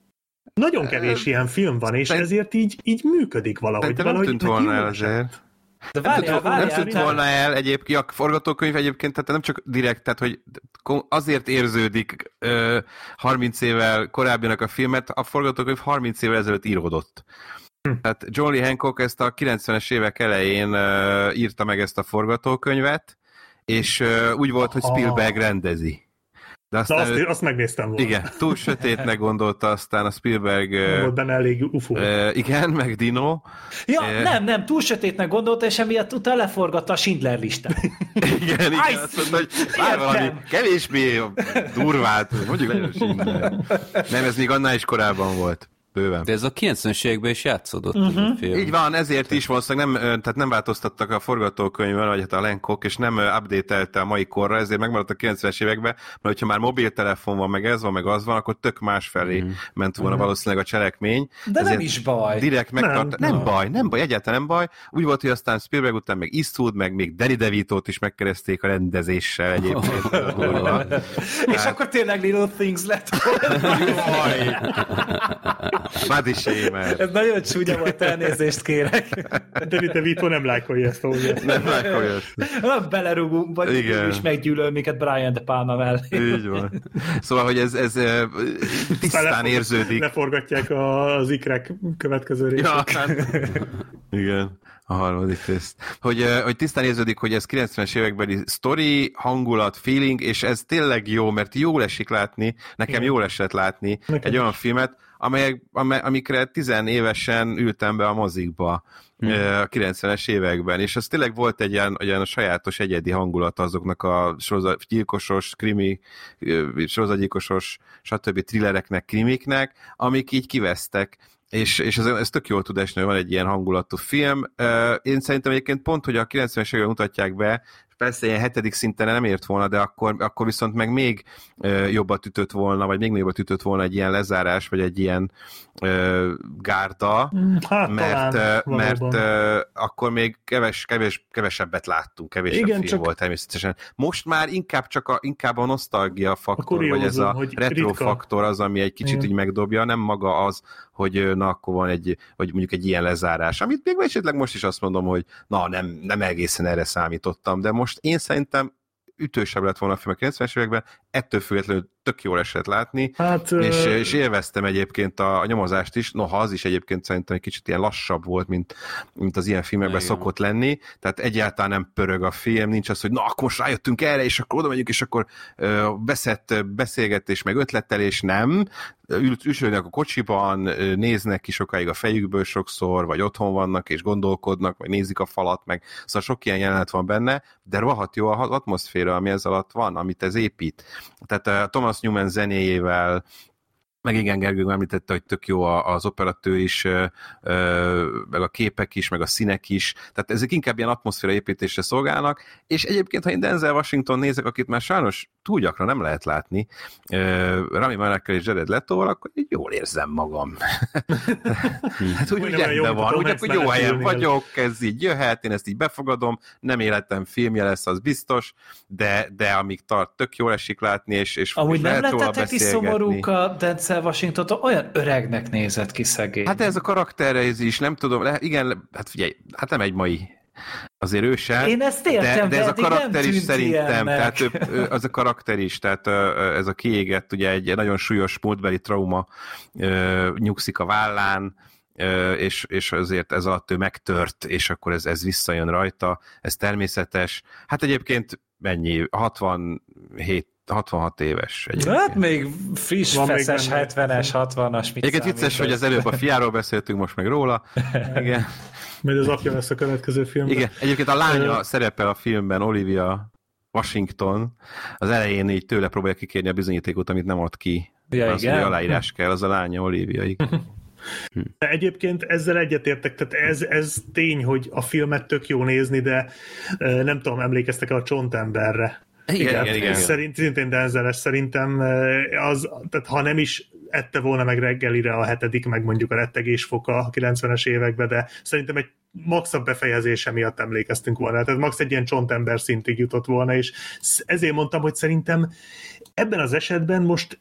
nagyon kevés ilyen film van, és ezért így működik valahogy. Nem tűnt volna el azért. De Nem tűnt volna el egyébként, a forgatókönyv egyébként, tehát nem csak direkt, tehát hogy azért érződik 30 évvel korábbinak a filmet, a forgatókönyv 30 évvel ezelőtt íródott. Tehát John Lee Hancock ezt a 90-es évek elején írta meg ezt a forgatókönyvet, és úgy volt, hogy Spielberg rendezi. De aztán azt megnéztem volna. Igen, túl sötétnek gondolta aztán a Spielberg. Nem volt benne elég UFO. Igen, meg Dino. Ja, nem, túl sötétnek gondolta, és emiatt utána leforgatta a Schindler listát. Igen, azt mondta, hogy már valami kevésbé durvát, mondjuk legyen a Schindler. Nem, ez még annál is korábban volt. Bőven. De ez a 90-es években is játszódott a film. Így van, ezért is valószínűleg tehát nem változtattak a forgatókönyvön, vagy hát a Hancock, és nem update-elte a mai korra, ezért megmaradt a 90-es években, mert hogyha már mobiltelefon van, meg ez van, meg az van, akkor tök más felé ment volna valószínűleg a cselekmény. De ezért nem is baj. Direkt megtart... Nem baj, egyáltalán nem baj. Úgy volt, hogy aztán Spielberg után meg Eastwood, meg még Danny DeVito-t is megkereszték a rendezéssel egyébként. És akkor tényleg Little Things lett. Body shamer. Ez nagyon csúnya volt, elnézést kérek. Danny DeVito nem lájkolja ezt, ahogy ezt. Nem lájkolja ezt. Belerúgunk, vagy is meggyűlöl minket Brian De Palma mellé. Így van. Szóval, hogy ez tisztán érződik. Leforgatják az ikrek következő részét. Ja, hát. Igen. A harmadik részt. Hogy tisztán érződik, hogy ez 90-es évekbeli sztori, hangulat, feeling, és ez tényleg jó, mert jól esik látni, nekem jól esett látni egy olyan filmet, amikre 10 évesen ültem be a mozikba a 90-es években, és az tényleg volt egy olyan sajátos egyedi hangulat azoknak a sorozatgyilkosos, krimi, sorozatgyilkosos, stb. Thrillereknek, krimiknek, amik így kivesztek. És ez tök jól tud esni, hogy van egy ilyen hangulatú film. Én szerintem egyébként pont, hogy a 90-es években mutatják be, persze ilyen 7. szinten nem ért volna, de akkor viszont meg még jobbat ütött volna, vagy még jobbat ütött volna egy ilyen lezárás, vagy egy ilyen gárda, hát, mert akkor még kevesebbet láttunk, kevesebb film csak volt természetesen. Most már inkább a nosztalgia faktor, vagy ez a retro faktor az, ami egy kicsit így megdobja, nem maga az, hogy na akkor van vagy mondjuk egy ilyen lezárás, amit még esetleg most is azt mondom, hogy na nem egészen erre számítottam, de most én szerintem ütősebb lett volna a film a 90-es években, ettől függetlenül tök jól esett látni, hát, és élveztem egyébként a nyomozást is, noha az is egyébként szerintem egy kicsit ilyen lassabb volt, mint az ilyen filmekben szokott lenni, tehát egyáltalán nem pörög a film, nincs az, hogy na, akkor most rájöttünk erre, és akkor oda megyünk, és akkor veszett beszélgetés, meg ötletelés, nem, ülsölnek a kocsiban, néznek ki sokáig a fejükből sokszor, vagy otthon vannak, és gondolkodnak, vagy nézik a falat, meg szóval sok ilyen jelenet van benne, de rohadt jó az atmoszféra, ami ez alatt van, amit ez épít. Tehát Thomas Newman zenéjével, meg igen, Gergő említette, hogy tök jó az operatőr is, meg a képek is, meg a színek is, tehát ezek inkább ilyen atmoszféra építésre szolgálnak, és egyébként, ha én Denzel Washington nézek, akit már sajnos túl gyakran nem lehet látni, Rami Malekkel és Jared Letoval, akkor így jól érzem magam. Hát úgy rendben van, úgy jó helyen vagyok, ez így jöhet, én ezt így befogadom, nem életem filmje lesz, az biztos, de amíg tart, tök jól esik látni, és amúgy nem lettetek is szomorúk a Denzel Washington, olyan öregnek nézett ki szegény. Hát ez a karakterre is, nem tudom, igen, hát figyelj, hát nem egy mai azért ő sem. Én ezt értem, de ez a karakter is szerintem, ilyennek. tehát az a karakter is, tehát ez a kiégett, ugye egy nagyon súlyos múltbeli trauma nyugszik a vállán, és azért ez alatt ő megtört, és akkor ez visszajön rajta, ez természetes. Hát egyébként mennyi? 66 éves. Egyébként. Hát még friss, feszes, 70-es, 60-as. Egyébként vicces, hogy az előbb a fiáról beszéltünk, most meg róla. Igen. Majd az apja lesz a következő filmben. Igen, egyébként a lánya szerepel a filmben, Olivia Washington. Az elején így tőle próbálja kikérni a bizonyítékot, amit nem ad ki. Ja, az, hogy aláírás kell, az a lánya, Olivia. De egyébként ezzel egyetértek, tehát ez tény, hogy a filmet tök jó nézni, de nem tudom, emlékeztek a Csontemberre. Igen. Szintén Denzeles, szerintem tehát ha nem is ette volna meg reggelire a 7., meg mondjuk a rettegésfoka a 90-es években, de szerintem egy maxabb befejezése miatt emlékeztünk volna. Tehát max egy ilyen Csontember szintig jutott volna, és ezért mondtam, hogy szerintem ebben az esetben most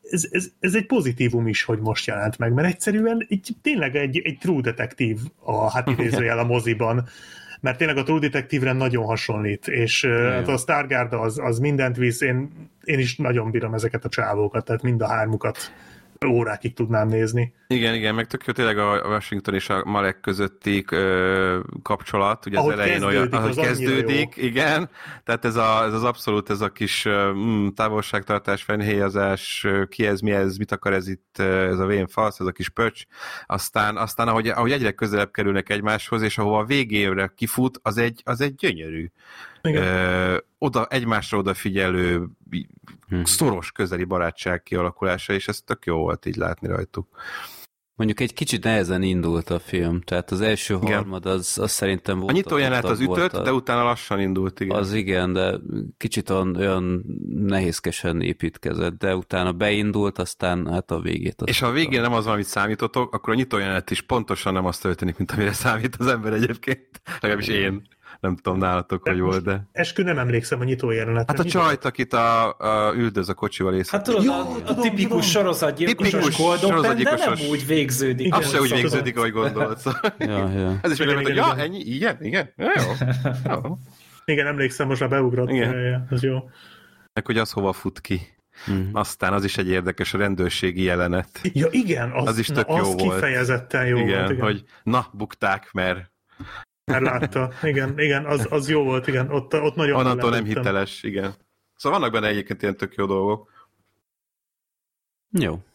ez egy pozitívum is, hogy most jelent meg, mert egyszerűen tényleg egy True Detective hát idézőjel a moziban, mert tényleg a True Detective-re nagyon hasonlít, és hát a Stargard az mindent visz, én is nagyon bírom ezeket a csávókat, tehát mind a hármukat órákig tudnám nézni. Igen, meg tök jó tényleg a Washington és a Malek közötti kapcsolat, ugye az elején olyan, ahogy kezdődik, igen, tehát ez az abszolút, ez a kis távolságtartás, fennhéjazás, ki ez, mi ez, mit akar ez itt, ez a vén fasz, ez a kis pöcs, aztán ahogy egyre közelebb kerülnek egymáshoz, és ahova a végére kifut, az egy gyönyörű. Egymásra odafigyelő szoros közeli barátság kialakulása, és ez tök jó volt így látni rajtuk. Mondjuk egy kicsit nehezen indult a film, tehát az első harmad az szerintem volt. A nyitójelenet az ütött, de utána lassan indult, igen. Az igen, de kicsit olyan nehézkesen építkezett, de utána beindult, aztán hát a végét. És ha a végén nem az van, amit számítotok, akkor a nyitójelenet is pontosan nem azt történik, mint amire számít az ember egyébként. Legalábbis én. Nem tudom nálatok, hogy volt, de... Eskü nem emlékszem a nyitójelenetre. Hát a csajt, akit üldöz a kocsival ész. Hát tudod, a tipikus sorozatgyilkosos Goldon, de nem úgy végződik. Igen, az se úgy végződik, ahogy gondolod. Ja. Ez is megjelent, hogy ennyi? Igen? Jó. Igen, emlékszem, most már beugrott. Ez jó. Meg hogy az hova fut ki. Aztán az is egy érdekes rendőrségi jelenet. Ja igen, az is tök jó volt. Kifejezetten jó volt. Igen, hogy bukták, mert látta. Igen, az jó volt, igen. Ott nagyon onnantól nem hiteles, igen. Szóval vannak benne egyébként ilyen tök jó dolgok. Jó.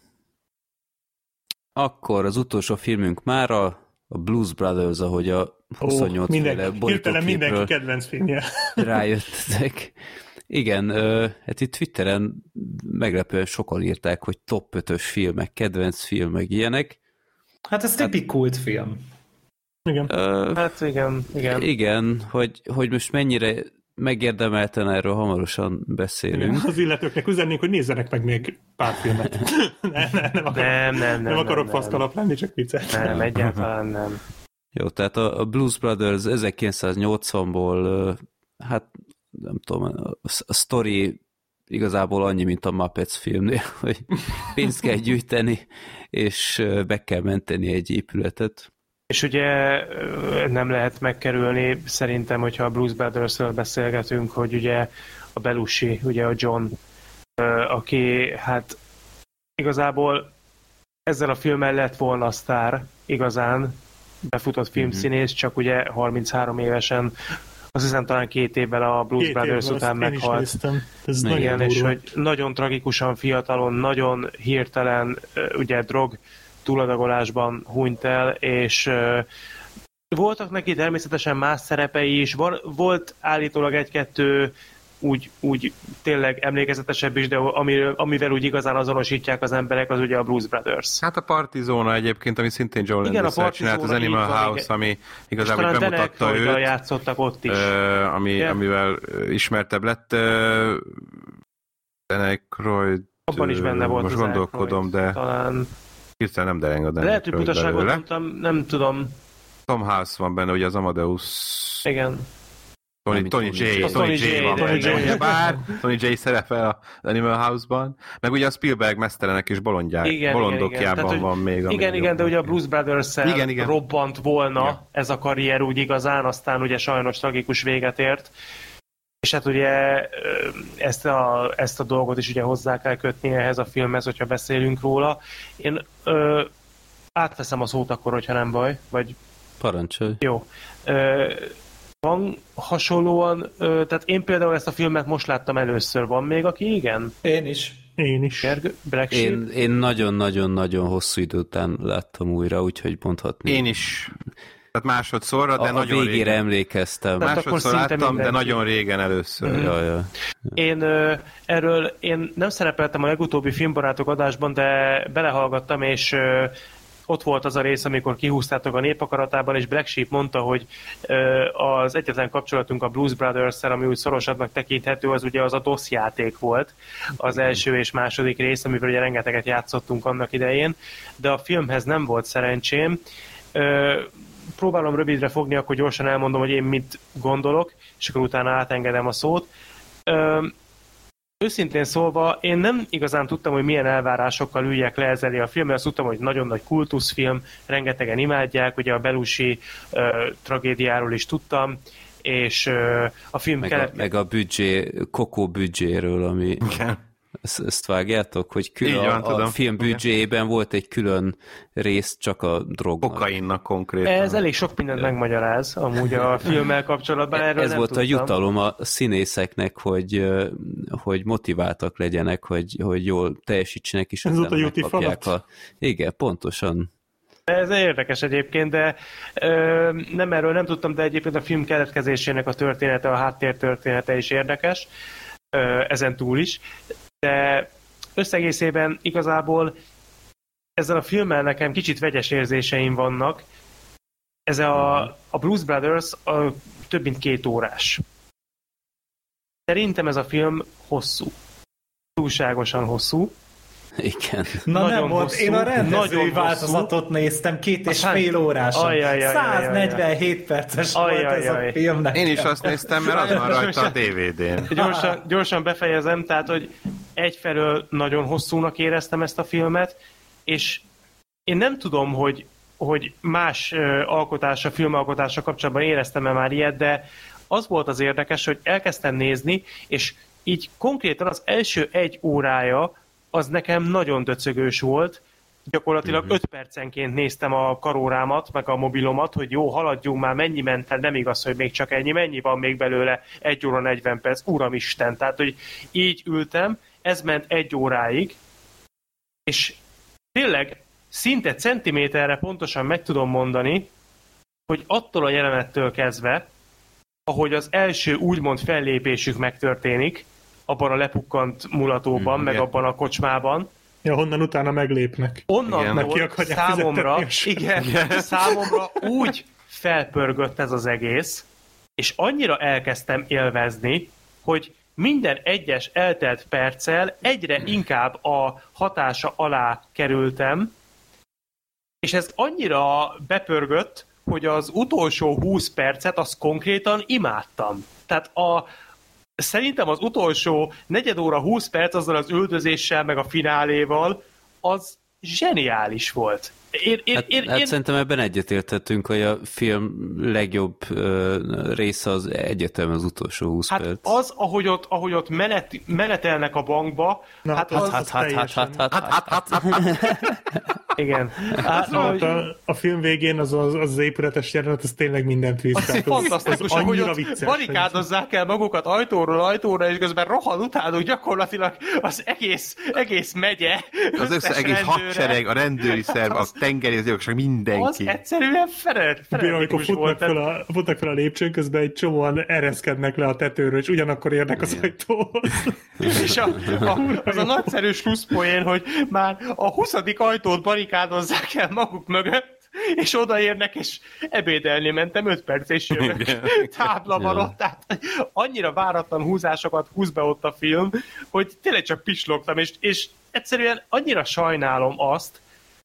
Akkor az utolsó filmünk mára a Blues Brothers, ahogy a 28 féle borítóképről mindenki kedvenc filmje. Rájöttek. Igen, hát itt Twitteren meglepően sokan írták, hogy top 5-ös filmek, kedvenc filmek, ilyenek. Hát ez tipik kultfilm. Igen. Hát igen. Igen, hogy most mennyire megérdemelten erről hamarosan beszélünk. Igen, az illetőknek üzennénk, hogy nézzenek meg még pár filmet. Nem akarok faszkalap lenni, csak viccet. Nem, egyáltalán nem. Jó, tehát a Blues Brothers 1980-ból, hát nem tudom, a sztori igazából annyi, mint a Muppets filmnél, hogy pénzt kell gyűjteni, és be kell menteni egy épületet. És ugye nem lehet megkerülni, szerintem, hogyha a Blues Brothers-ről beszélgetünk, hogy ugye a Belushi, ugye a John, aki hát igazából ezzel a filmmel lett volna a sztár, igazán befutott filmszínész, csak ugye 33 évesen, azt hiszem talán 2 évvel a Blues Brothers után meghalt. Igen, és hogy nagyon tragikusan fiatalon, nagyon hirtelen, ugye drog túladagolásban hunyt el, és voltak neki természetesen más szerepei is, volt állítólag egy-kettő úgy tényleg emlékezetesebb is, de amivel úgy igazán azonosítják az emberek, az ugye a Blues Brothers. Hát a Partizóna egyébként, ami szintén John Landis-szel csinált, az Animal House, ami igazából bemutatta őt. Játszottak ott is. Amivel ismertebb lett. Dan Aykroyd, abban is benne volt most gondolkodom, de talán hirtelen nem dereng a Dan lehet, hogy butaságot mondtam, nem tudom. Tom House van benne, ugye az Amadeus. Igen. Tony J van benne, bár Tony J szerepel az Animal House-ban, meg ugye a Spielberg mesztelenek és bolondokjában van még. Igen, de ugye a Blues Brothers-szel robbant volna ez a karrier úgy igazán, aztán ugye sajnos tragikus véget ért. És hát ugye ezt a dolgot is ugye hozzá kell kötni ehhez a filmhez, hogyha beszélünk róla. Én átveszem a szót akkor, hogyha nem baj, vagy... Parancsolj. Jó. Van hasonlóan, tehát én például ezt a filmet most láttam először, van még, aki igen? Én is. Én nagyon-nagyon-nagyon hosszú idő után láttam újra, úgyhogy mondhatni. Én is. Tehát másodszorra, de nagyon végére régen. Emlékeztem. Másodszor láttam, de nagyon régen először. Ja. Én nem szerepeltem a legutóbbi Filmbarátok adásban, de belehallgattam, és ott volt az a rész, amikor kihúztátok a Népakaratában, és Black Sheep mondta, hogy az egyetlen kapcsolatunk a Blues Brothers-szel, ami úgy szorosabbnak tekinthető, az ugye az a DOS játék volt, az első és második rész, amivel ugye rengeteget játszottunk annak idején, de a filmhez nem volt szerencsém. Próbálom rövidre fogni, akkor gyorsan elmondom, hogy én mit gondolok, és akkor utána átengedem a szót. Őszintén szólva, én nem igazán tudtam, hogy milyen elvárásokkal üljek le ezzel a filmmel. Azt tudtam, hogy nagyon nagy kultuszfilm, rengetegen imádják, ugye a Belushi tragédiáról is tudtam, és a film meg a büdzsé, Coco büdzséről, ami... Igen. Ezt vágjátok, hogy külön van, a film büdzséjében volt egy külön rész csak a drognak. Kokainnak konkrétan. Ez elég sok mindent megmagyaráz, amúgy a filmmel kapcsolatban. Erről Ez nem volt tudtam. a jutalom a színészeknek, hogy motiváltak legyenek, hogy jól teljesítsenek, és Ez volt a Juti megkapják falat. Igen, pontosan. Ez érdekes egyébként, de nem erről nem tudtam, de egyébként a film keletkezésének a története, a háttértörténete is érdekes, ezen túl is. De összegészében igazából ezzel a filmmel nekem kicsit vegyes érzéseim vannak. Ez a Blues Brothers több mint 2 órás. Szerintem ez a film hosszú. Túlságosan hosszú. Igen. Na Nagyon nem volt, hosszú, én a rendezői nagyon változatot néztem, 2,5 óráson. 147 perces volt ez a film nekem. Én is azt néztem, mert az van rajta a DVD-n. Gyorsan befejezem, tehát, hogy egyfelől nagyon hosszúnak éreztem ezt a filmet, és én nem tudom, hogy más filmalkotása kapcsolatban éreztem-e már ilyet, de az volt az érdekes, hogy elkezdtem nézni, és így konkrétan az első 1 órája az nekem nagyon döcögős volt. Gyakorlatilag 5 percenként néztem a karórámat, meg a mobilomat, hogy jó, haladjunk már, mennyi ment el, nem igaz, hogy még csak ennyi, mennyi van még belőle, 1 óra 40 perc, uramisten. Tehát, hogy így ültem, ez ment 1 óráig, és tényleg szinte centiméterre pontosan meg tudom mondani, hogy attól a jelenettől kezdve, ahogy az első úgymond fellépésük megtörténik, abban a lepukkant mulatóban, meg abban a kocsmában. Ja, honnan utána meglépnek. Onnantól számomra úgy felpörgött ez az egész, és annyira elkezdtem élvezni, hogy minden egyes eltelt perccel egyre inkább a hatása alá kerültem, és ez annyira bepörgött, hogy az utolsó 20 percet azt konkrétan imádtam. Tehát szerintem az utolsó 4 óra 20 perc azzal az üldözéssel, meg a fináléval, az zseniális volt. Én szerintem ebben egyetértettünk, hogy a film legjobb része az egyetem az utolsó 20 perc. Az, ahogy ott menetelnek a bankba, igen. A film végén az épületes jelenet, az tényleg mindent visz. Az fantasztikus, hogy ott barikádozzák el magukat ajtóról ajtóra, és közben rohan utánuk gyakorlatilag az egész megye. Az egész hadsereg, a rendőri szerv, a tengerészgyilkosság, mindenki. Az egyszerűen amikor futnak fel a lépcsőn, közben egy csomóan ereszkednek le a tetőről, és ugyanakkor érnek az ajtóhoz. És az a nagyszerű slusszpoén, hogy már a 20. ajtót barikádozzák el maguk mögött, és odaérnek, és ebédelni mentem, 5 perc, és jövök. Tábla van ott, tehát annyira váratlan húzásokat húz be ott a film, hogy tényleg csak pislogtam, és egyszerűen annyira sajnálom azt,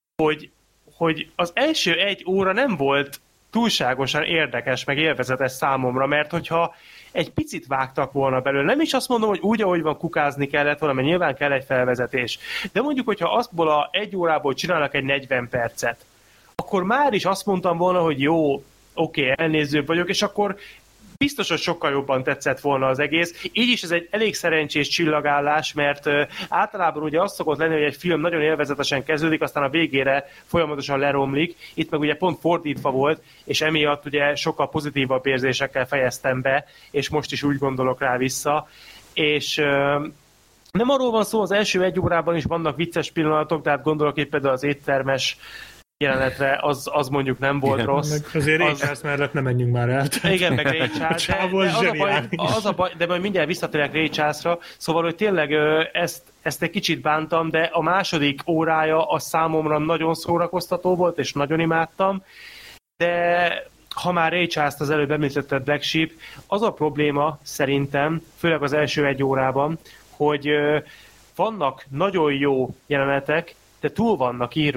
hogy az első 1 óra nem volt túlságosan érdekes, meg élvezetes számomra, mert hogyha egy picit vágtak volna belőle, nem is azt mondom, hogy úgy, ahogy van, kukázni kellett volna, mert nyilván kell egy felvezetés. De mondjuk, hogyha azból a 1 órából csinálnak egy 40 percet, akkor már is azt mondtam volna, hogy jó, oké, elnézőbb vagyok, és akkor biztos, hogy sokkal jobban tetszett volna az egész. Így is ez egy elég szerencsés csillagállás, mert általában ugye az szokott lenni, hogy egy film nagyon élvezetesen kezdődik, aztán a végére folyamatosan leromlik. Itt meg ugye pont fordítva volt, és emiatt ugye sokkal pozitívabb érzésekkel fejeztem be, és most is úgy gondolok rá vissza. És nem arról van szó, az első 1 órában is vannak vicces pillanatok, tehát gondolok itt például az éttermes jelenetre, az mondjuk nem volt rossz. Azért Ray Charles mellett nem menjünk már el. Igen, meg Ray Charles, de az a baj, de majd mindjárt visszatérek Ray Charlesra, szóval, hogy tényleg ezt egy kicsit bántam, de a második órája a számomra nagyon szórakoztató volt, és nagyon imádtam, de ha már Ray Charles-t az előbb említetted, Black Sheep, az a probléma szerintem, főleg az első 1 órában, hogy vannak nagyon jó jelenetek, de túl vannak írva.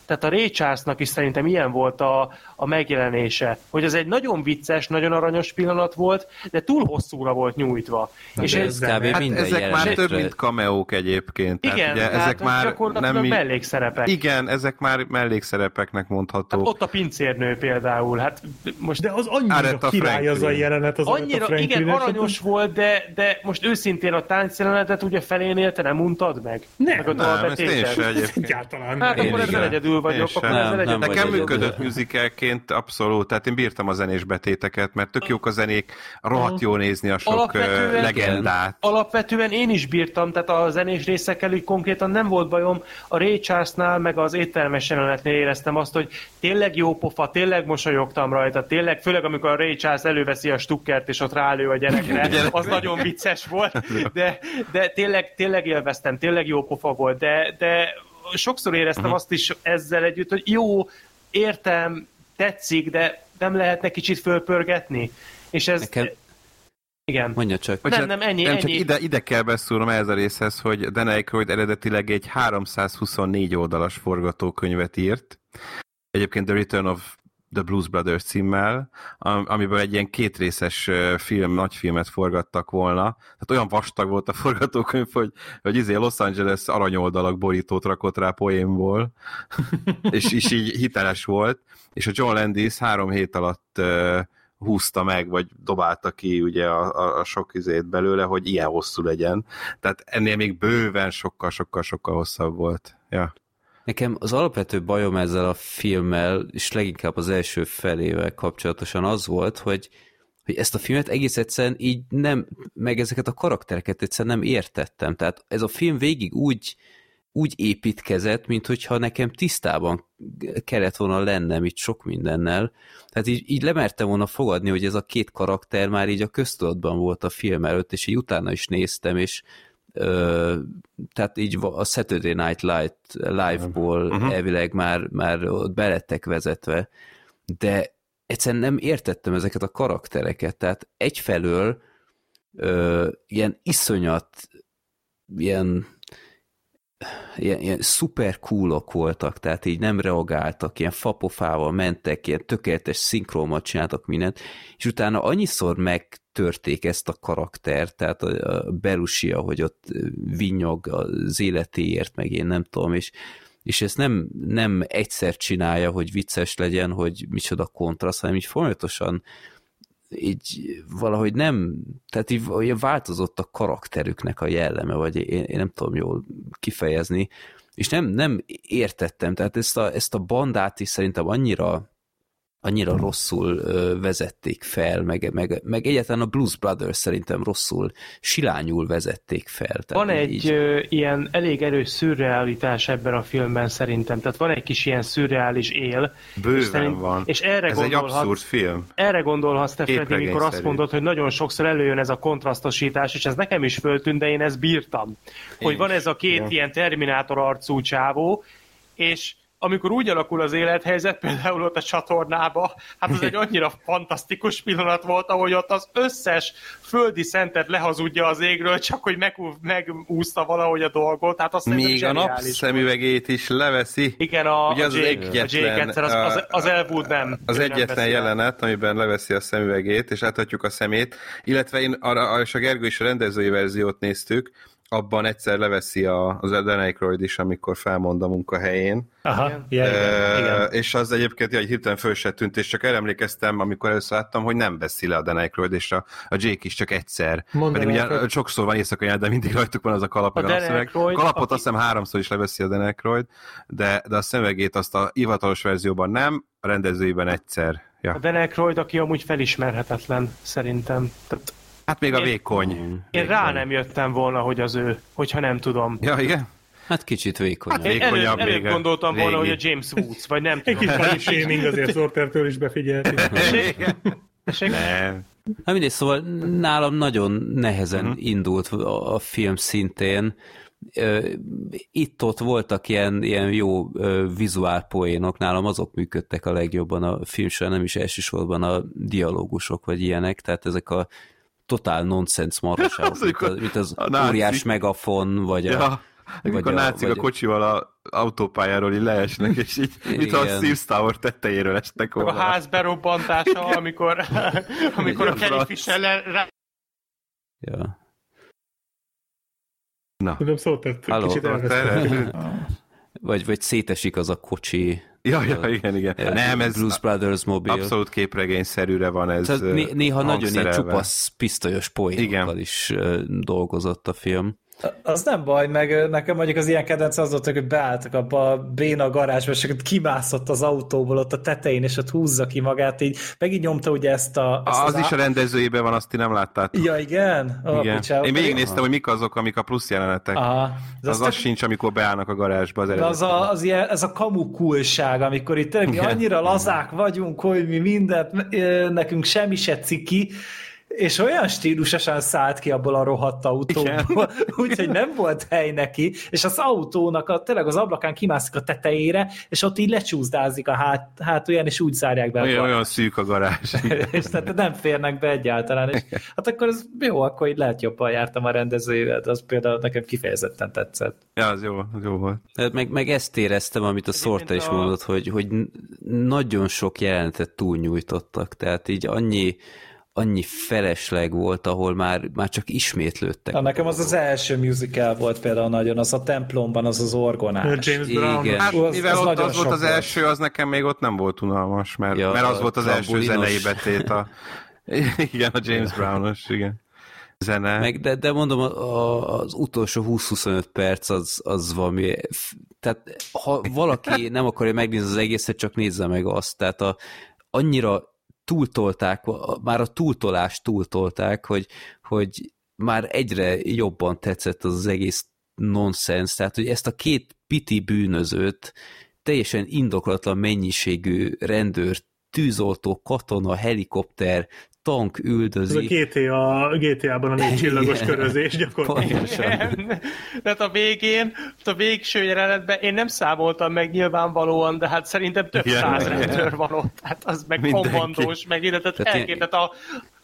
Tehát a Ray Charlesnak is szerintem ilyen volt a megjelenése, hogy ez egy nagyon vicces, nagyon aranyos pillanat volt, de túl hosszúra volt nyújtva. És ez kb. Minden ezek már több, mint cameók egyébként. Igen, tehát, ugye, tehát ezek már gyakorlatilag nem mellékszerepek. Igen, ezek már mellékszerepeknek mondhatók. Hát ott a pincérnő például. Hát most De az annyira Aretha király az a Franklin. jelenet, az annyira, Aretha igen, Franklin-es. aranyos volt, de most őszintén a táncjelenetet ugye felénél te nem untad meg? Nem, meg a Nem, ezt én dalbetétet? sem egyébként. Egyáltalán Hát nem. akkor Én ezzel sem. egyedül vagyok, Én akkor sem. ezzel egyedül Nem Nekem vagyok. működött musicalként abszolút, tehát én bírtam a zenés betéteket, mert tök jók a zenék, rohadt jó nézni a sok Alapvetően- legendát. Alapvetően én is bírtam, tehát a zenés részekkel úgy konkrétan nem volt bajom. A Ray Charlesnál, meg az éttermes jelenetnél éreztem azt, hogy tényleg jó pofa, tényleg mosolyogtam rajta, tényleg, főleg amikor a Ray Charles előveszi a stukkert, és ott rálő a gyerekre, az nagyon vicces volt, de tényleg élveztem, tényleg jó pofa volt, de sokszor éreztem azt is ezzel együtt, hogy jó, értem, tetszik, de nem lehetne kicsit fölpörgetni. És ez... Nekem- Igen. Mondja csak. Nem, ennyi. Csak ide kell beszúrnom ez a részhez, hogy Dan Aykroyd eredetileg egy 324 oldalas forgatókönyvet írt. Egyébként The Return of the Blues Brothers címmel, amiből egy ilyen kétrészes nagyfilmet forgattak volna. Tehát olyan vastag volt a forgatókönyv, hogy Los Angeles aranyoldalak borítót rakott rá poénból, és így hiteles volt. És a John Landis 3 hét alatt húzta meg, vagy dobálta ki ugye a sok izét belőle, hogy ilyen hosszú legyen. Tehát ennél még bőven sokkal hosszabb volt. Ja. Nekem az alapvető bajom ezzel a filmmel, és leginkább az első felével kapcsolatosan az volt, hogy ezt a filmet egész egyszerűen így nem, meg ezeket a karaktereket egyszerűen nem értettem. Tehát ez a film végig úgy építkezett, mint hogyha nekem tisztában kellett volna lennem itt sok mindennel. Tehát így lemertem volna fogadni, hogy ez a két karakter már így a köztudatban volt a film előtt, és így utána is néztem, és tehát így a Saturday Night Live-ból elvileg már ott belettek vezetve, de egyszerűen nem értettem ezeket a karaktereket, tehát egyfelől ilyen iszonyat ilyen szuper coolok voltak, tehát így nem reagáltak, ilyen fapofával mentek, ilyen tökéletes szinkronmat csináltak mindent, és utána annyiszor megtörték ezt a karaktert, tehát a Belushi, hogy ott vinnyog az életéért, meg én nem tudom, és ezt nem egyszer csinálja, hogy vicces legyen, hogy micsoda kontraszt, hanem így folyamatosan így valahogy nem, tehát így változott a karakterüknek a jelleme, vagy én nem tudom jól kifejezni, és nem értettem, tehát ezt a bandát is szerintem annyira rosszul vezették fel, meg egyáltalán a Blues Brothers szerintem rosszul, silányul vezették fel. Tehát van egy ilyen elég erős szürrealitás ebben a filmben szerintem, tehát van egy kis ilyen szürreális él. Bőven van. És erre ez egy abszurd film. Erre gondolhatsz te, Freddy, mikor azt Képregényszerű. mondod, hogy nagyon sokszor előjön ez a kontrasztosítás, és ez nekem is föltűnt, de én ezt bírtam. Hogy van ez a két ilyen Terminátor arcú csávó, és amikor úgy alakul az élethelyzet, például ott a csatornába, hát ez egy annyira fantasztikus pillanat volt, ahogy ott az összes földi szentet lehazudja az égről, csak hogy megúszta valahogy a dolgot. Hát azt még a napszemüvegét is leveszi. Igen, ugye a Jake, az Elwood nem. Az egyetlen jelenet, amiben leveszi a szemüvegét, és láthatjuk a szemét, illetve én és a Gergő is a rendezői verziót néztük, abban egyszer leveszi az Dan Aykroyd is, amikor felmond a munkahelyén. Aha, igen. És az egyébként egy hirtelen föl se tűnt, és csak emlékeztem, amikor először láttam, hogy nem veszi le a Dan Aykroyd, és a Jake is csak egyszer. Pedig ugye sokszor van éjszaka, de mindig rajtuk van az a kalap, meg a napszemüveg. Kalapot azt hiszem 3-szor is leveszi a Dan Aykroyd, de a szemüvegét azt a hivatalos verzióban nem, a rendezőiben egyszer. Ja. A Dan Aykroyd, aki amúgy felismerhetetlen, szerintem. Tehát hát még a vékony. Én rá nem jöttem volna, hogy az ő, hogyha nem tudom. Ja, igen? Hát kicsit vékony. Hát vékonyabb előbb gondoltam volna, hogy a James Woods, vagy nem Egy tudom. kis body shaming azért Sortertől is befigyelti. Nem. Hát mindegy, szóval nálam nagyon nehezen indult a film szintén. Itt-ott voltak ilyen jó vizuálpoénok, nálam azok működtek a legjobban a film során, nem is elsősorban a dialógusok vagy ilyenek, tehát ezek a totál nonsens marhaságok, mint az óriás megafon, vagy Amikor nácik a kocsival a autópályáról így leesnek, és így, mintha a Steve Tower tetejéről estek volna. A ház berobbantása, amikor a Carrie Fisher Ja. Na. Nem szólt, kicsit elvesztem. Vagy szétesik az a kocsi. Ja, igen. Nem, ez Blues Brothers mobil. abszolút képregényszerűre van ez. Néha nagyon ilyen csupasz pisztolyos poénokkal is dolgozott a film. Az nem baj, meg nekem mondjuk az ilyen kedvenc az volt, hogy beálltak abba a béna garázsba, és kimászott az autóból ott a tetején, és ott húzza ki magát, így megint nyomta ugye ezt az is a rendezőjében van, azt ti nem láttátok. Ja, igen? Igen. Én végignéztem, hogy mik azok, amik a plusz jelenetek. Az sincs, amikor beállnak a garázsba az eredet. Ez a kamu coolság, amikor itt annyira lazák vagyunk, hogy mi mindent, nekünk semmi se ciki, és olyan stílusosan szállt ki abból a rohadt autóból, úgyhogy nem volt hely neki, és az autónak tényleg az ablakán kimászik a tetejére, és ott így lecsúszdázik a hátulján, és úgy zárják be. Olyan szűk a garázs. És tehát nem férnek be egyáltalán. És hát akkor ez jó, akkor így lehet jobban jártam a rendezőjével, de az például nekem kifejezetten tetszett. Ja, az jó volt. Meg ezt éreztem, amit a Sorter is mondott, hogy nagyon sok jelenetet túlnyújtottak, tehát így annyi felesleg volt, ahol már csak ismétlődtek. Nekem az első musical volt például nagyon, az a templomban, az orgonás. James Brown. Igen. Hát, mivel ott az volt az első, az nekem még ott nem volt unalmas, mert az volt az első zenei betét. Igen, a James Brown-os, igen. Zene. De mondom, az utolsó 20-25 perc az valami... Tehát ha valaki nem akarja megnézni az egészet, csak nézze meg azt. Tehát annyira túltolták, már a túltolást túltolták, hogy már egyre jobban tetszett az egész nonsens, tehát hogy ezt a két piti bűnözőt teljesen indoklatlan mennyiségű rendőr, tűzoltó, katona, helikopter, tank üldözi. Ez a GTA-ban a 4 csillagos körözés gyakorlatilag. Tehát a végső jelenetben én nem számoltam meg nyilvánvalóan, de hát szerintem több száz rendőr van ott. Hát az meg kommandós, meg ide, tehát elképett a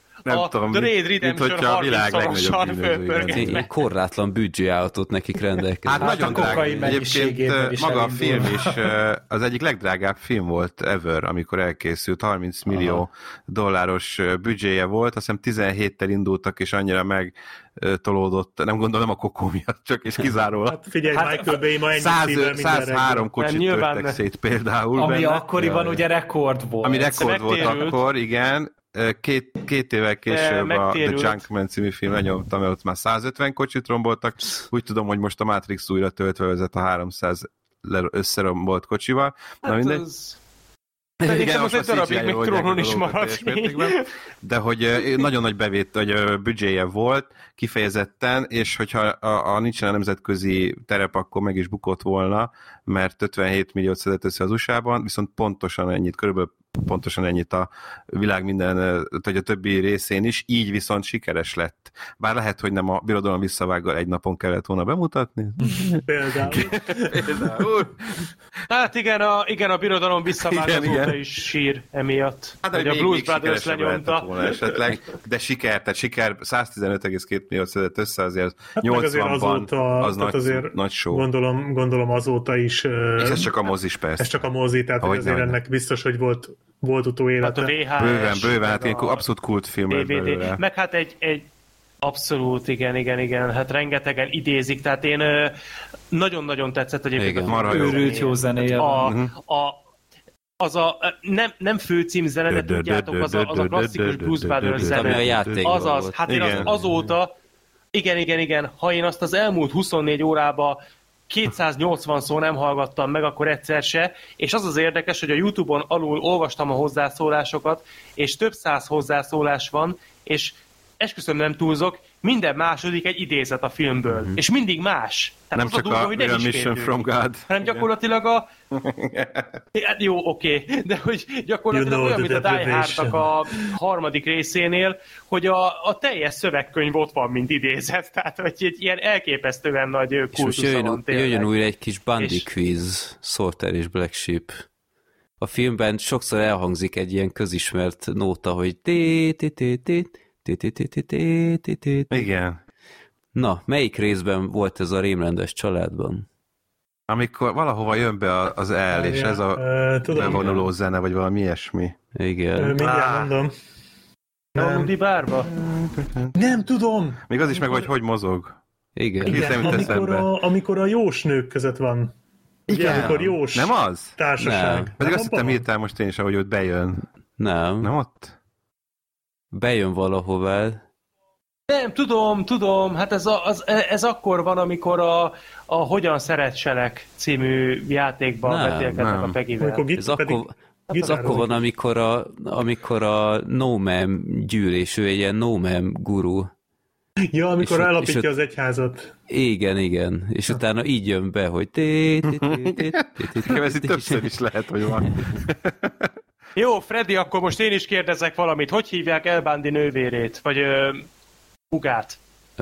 Raid Redemption 30-szorosan fölpörgetve. Korlátlan büdzséállatot nekik rendelkezni. Hát nagyon drága. Egyébként maga a film is az egyik legdrágább film volt ever, amikor elkészült. 30 millió dolláros büdzséje volt, azt hiszem 17-tel indultak, és annyira megtolódott, nem gondolom a kokó miatt, csak és kizárólag. Hát figyelj, Michael Bay ma ennyi szívvel 103 kocsit törtek szét például. Ami akkoriban ugye rekord volt. Ami rekord volt akkor, igen. Két évvel később a The Junkman című film lenyomtam, mert ott már 150 kocsit romboltak. Úgy tudom, hogy most a Matrix újra töltve vezet a 300 összerombolt kocsival. Hát na, igen, most egy darabig még trónon is maradt. De hogy nagyon nagy büdzséje volt, kifejezetten, és hogyha nincsen a nemzetközi terep, akkor meg is bukott volna, mert 57 milliót szedett össze az USA-ban, viszont pontosan ennyit, körülbelül pontosan ennyit a világ minden, vagy a többi részén is, így viszont sikeres lett. Bár lehet, hogy nem a Birodalom visszavággal egy napon kellett volna bemutatni. Például. Hát igen, a Birodalom visszavág azóta is sír emiatt. Hát, hogy a Blues Brothers lenyomta. Esetleg, de siker 115,2 milliót szedett össze, azért hát 80-ban az nagy show. Gondolom azóta is. És ez csak a mozis, persze. Ez csak a mozi, tehát azért ennek biztos, hogy volt utóélete. Hát bőven, hát abszolút kultfilm belőle. Meg hát egy abszolút, igen, hát rengetegen idézik, tehát én nagyon-nagyon tetszett egyébként. Őrült jó zenéje. Nem főcímzene, de tudjátok, az a klasszikus Blues Brothers zene. Azaz, hát én azóta, igen, ha én azt az elmúlt 24 órában 280-szor nem hallgattam meg, akkor egyszer se, és az érdekes, hogy a YouTube-on alul olvastam a hozzászólásokat, és több száz hozzászólás van, és esküszöm, nem túlzok, minden második egy idézet a filmből, és mindig más. Tehát nem csak a Mission from God. Hanem gyakorlatilag hát jó, oké, de hogy gyakorlatilag olyan, mint a Die Hardnak a harmadik részénél, hogy a teljes szövegkönyv ott van, mint idézet, tehát hogy egy ilyen elképesztően nagy kultusza van tényleg. Jöjjön újra egy kis Bundy quiz, Sorter és Black Sheep. A filmben sokszor elhangzik egy ilyen közismert nóta, hogy igen. Na, melyik részben volt ez a rémrendes családban? Amikor valahova jön be az el, és ez a bevonuló zene, vagy valami ilyesmi. Igen. Mindjárt mondom. Nudi bárba? Nem tudom! Még az is meg, hogy mozog. Igen. Igen, amikor a jós nők között van. Igen. Amikor jós nem az? társaság. Pedig azt hittem hirtelen most én is, ahogy ott bejön. Nem. Nem ott? Bejön valahová. Nem, tudom. Hát ez akkor van, amikor a Hogyan szeretselek című játékban vetélkednek a Peggyvel. Ez akkor van, amikor a No Man gyűlés, ő egy ilyen No Man guru. Ja, amikor elapítja az egyházat. Igen. És utána így jön be, hogy... Ez itt többször is lehet, hogy van. Jó, Freddy, akkor most én is kérdezek valamit. Hogy hívják El Bundy nővérét? Vagy hugát?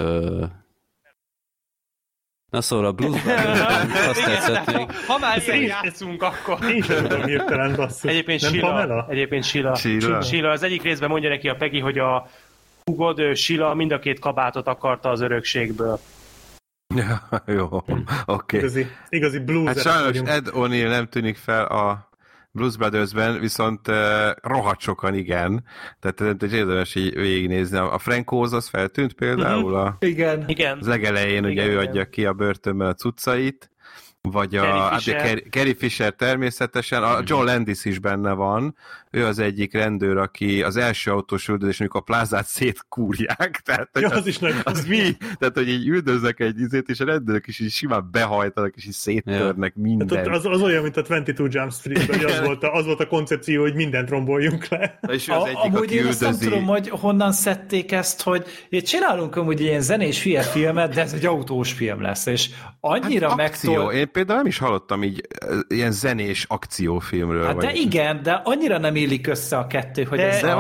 Na szóval a Blues Brothers-ben azt tetszett még. Ha már ilyen játszunk, akkor... Én sem tudom hirtelen, basszus. Egyébként Sheila. Az egyik részben mondja neki a Peggy, hogy a hugod, Sheila mind a két kabátot akarta az örökségből. Ja, jó, oké. Igazi blues. Hát sajnos Ed O'Neill nem tűnik fel a Blues Brothers-ben, viszont rohadt sokan igen. Tehát érdemes így végignézni. A Frank Oz az feltűnt például Igen. Az legelején, ugye ő adja ki a börtönben a cuccait, vagy a Carrie Fisher természetesen, a John Landis is benne van, ő az egyik rendőr, aki az első autós üldözés, amikor a plázát szétkúrják, tehát az mi? Tehát, hogy így üldöznek egy izét, és a rendőrök is így simán behajtanak, és így széttörnek mindent. Hát az olyan, mint a 22 Jump Street, hogy az volt a koncepció, hogy mindent romboljunk le. És az egyik, amúgy aki én azt nem tudom, hogy honnan szedték ezt, hogy csinálunk amúgy ilyen zenés hülye filmet, de ez egy autós film lesz, és annyira akció. Én például nem is hallottam így ilyen zenés akciófilmről. Hát de igen, de annyira nem illik össze a kettő, hogy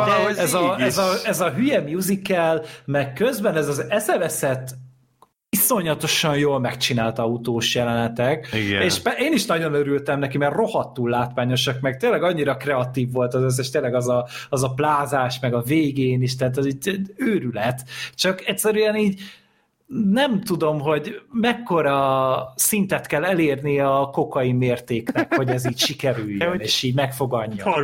ez a hülye musical, meg közben ez az eszeveszett, iszonyatosan jól megcsinált autós jelenetek, igen. És én is nagyon örültem neki, mert rohadtul látványosak, meg tényleg annyira kreatív volt az összes, tényleg az a plázás, meg a végén is, tehát az így őrület. Csak egyszerűen így nem tudom, hogy mekkora szintet kell elérni a kokain mértéknek, hogy ez így sikerüljön, és így megfoganja. Ha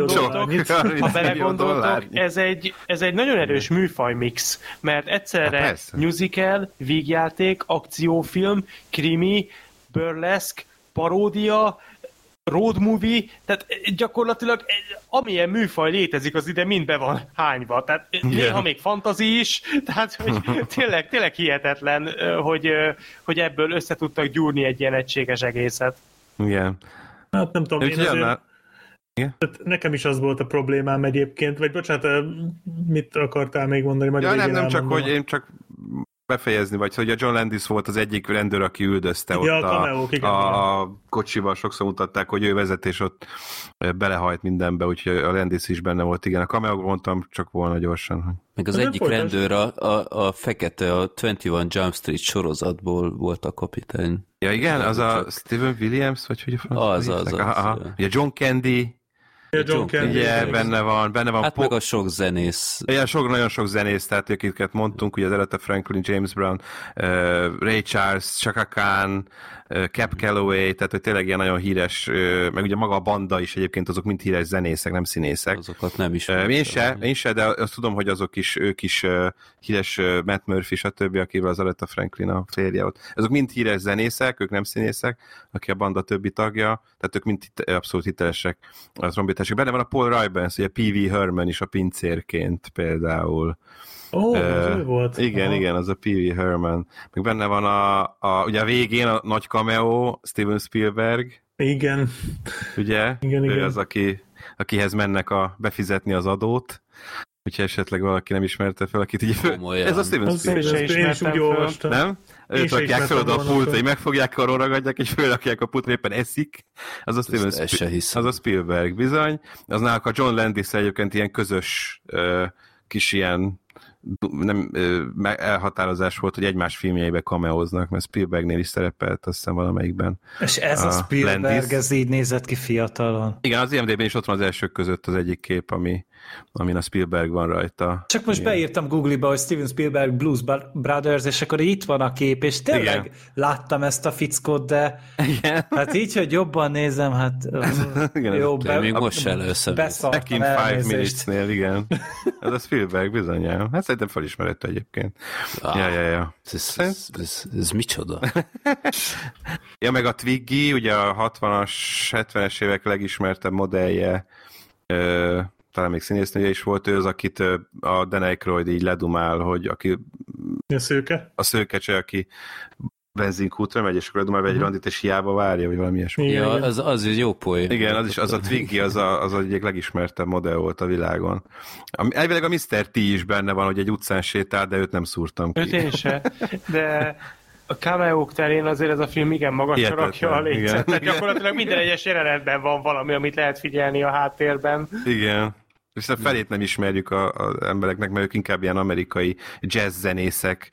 belegondoltok, ez egy nagyon erős műfajmix, mert egyszerre musical, vígjáték, akciófilm, krimi, burleszk, paródia, road movie, tehát gyakorlatilag amilyen műfaj létezik, az ide mind be van hányva. Tehát néha még fantasy is, tehát hogy tényleg hihetetlen, hogy ebből össze tudtak gyúrni egy ilyen egységes egészet. Igen. Hát nem tudom, nekem is az volt a problémám egyébként, vagy bocsánat, mit akartál még mondani? Nem csak, hogy én csak befejezni, vagy hogy a John Landis volt az egyik rendőr, aki üldözte ott a kocsival, sokszor mutatták, hogy ő vezet, és ott belehajt mindenbe, úgyhogy a Landis is benne volt, igen. A cameo mondtam csak volna gyorsan. Meg az egyik rendőr a fekete, a 21 Jump Street sorozatból volt a kapitány. Ja igen, az a Steven Williams, vagy hogy az. Ugye John Candy, ugye, benne van hát meg a sok zenész. Igen, nagyon sok zenész, tehát akiket mondtunk, ugye az Aretha Franklin, James Brown, Ray Charles, Chaka Khan, Cab Calloway, tehát hogy tényleg ilyen nagyon híres, meg ugye maga a banda is egyébként, azok mind híres zenészek, nem színészek. Azokat nem is. Én se, de azt tudom, hogy ők is híres, Matt Murphy, stb., akivel az Aretha Franklin a férje ott. Azok mind híres zenészek, ők nem színészek, aki a banda többi tagja, tehát ők mind abszolút hitelesek a trombitások. Benne van a Paul Rybens, ugye P.V. Herman is a pincérként például. Az volt. Igen, az a P.V. Herman. Meg benne van ugye a végén a nagy cameo, Steven Spielberg. Igen. Ugye? Igen. Ő az, akihez mennek befizetni az adót. Úgyhogy esetleg valaki nem ismerte fel, akit így... Ez a Steven Spielberg. Én is úgy olvastam. Nem? Őt rakják fel oda a pultra, hogy megfogják, arról ragadják, és fölrakják a pultra, éppen eszik. Az a Spielberg bizony. Az náluk a John Landis egyébként ilyen közös kis ilyen elhatározás volt, hogy egymás filmjeibe cameóznak, mert Spielbergnél is szerepelt, azt hiszem valamelyikben. És ez a Spielberg, Landis. ez így nézett ki fiatalon. Igen, az IMDb-ben is ott van az elsők között az egyik kép, amin a Spielberg van rajta. Csak most beírtam Google-ba, hogy Steven Spielberg Blues Brothers, és akkor itt van a kép, és tényleg láttam ezt a fickót, de Igen. hát így, hogy jobban nézem, hát Igen, jó, De még most se először. Back in beszartam 5 elnézést. minutes-nél, igen. Ez a Spielberg bizonyám. Hát szerintem felismerette egyébként. Ja. Ez micsoda? Ja, meg a Twiggy, ugye a 60-as, 70-es évek legismertebb modellje, talán még színésznője is volt, ő az, akit a Dan Aykroyd így ledumál, hogy aki... A szőke? A szőkecse, aki benzinkútra megy, és akkor ledumál egy randit, és hiába várja, vagy valami ilyesmi. Ja, az egy jó poén. Igen, az a Twiggy, az egyik legismertebb modell volt a világon. Elvileg a Mr. T is benne van, hogy egy utcán sétál, de őt nem szúrtam ki. Őt én se, de a cameók terén azért ez a film igen magasra rakja a lécet. Tehát gyakorlatilag minden egyes jelenetben van valami, amit lehet figyelni a háttérben. Igen. És a felét nem ismerjük az embereknek, mert ők inkább ilyen amerikai jazz zenészek,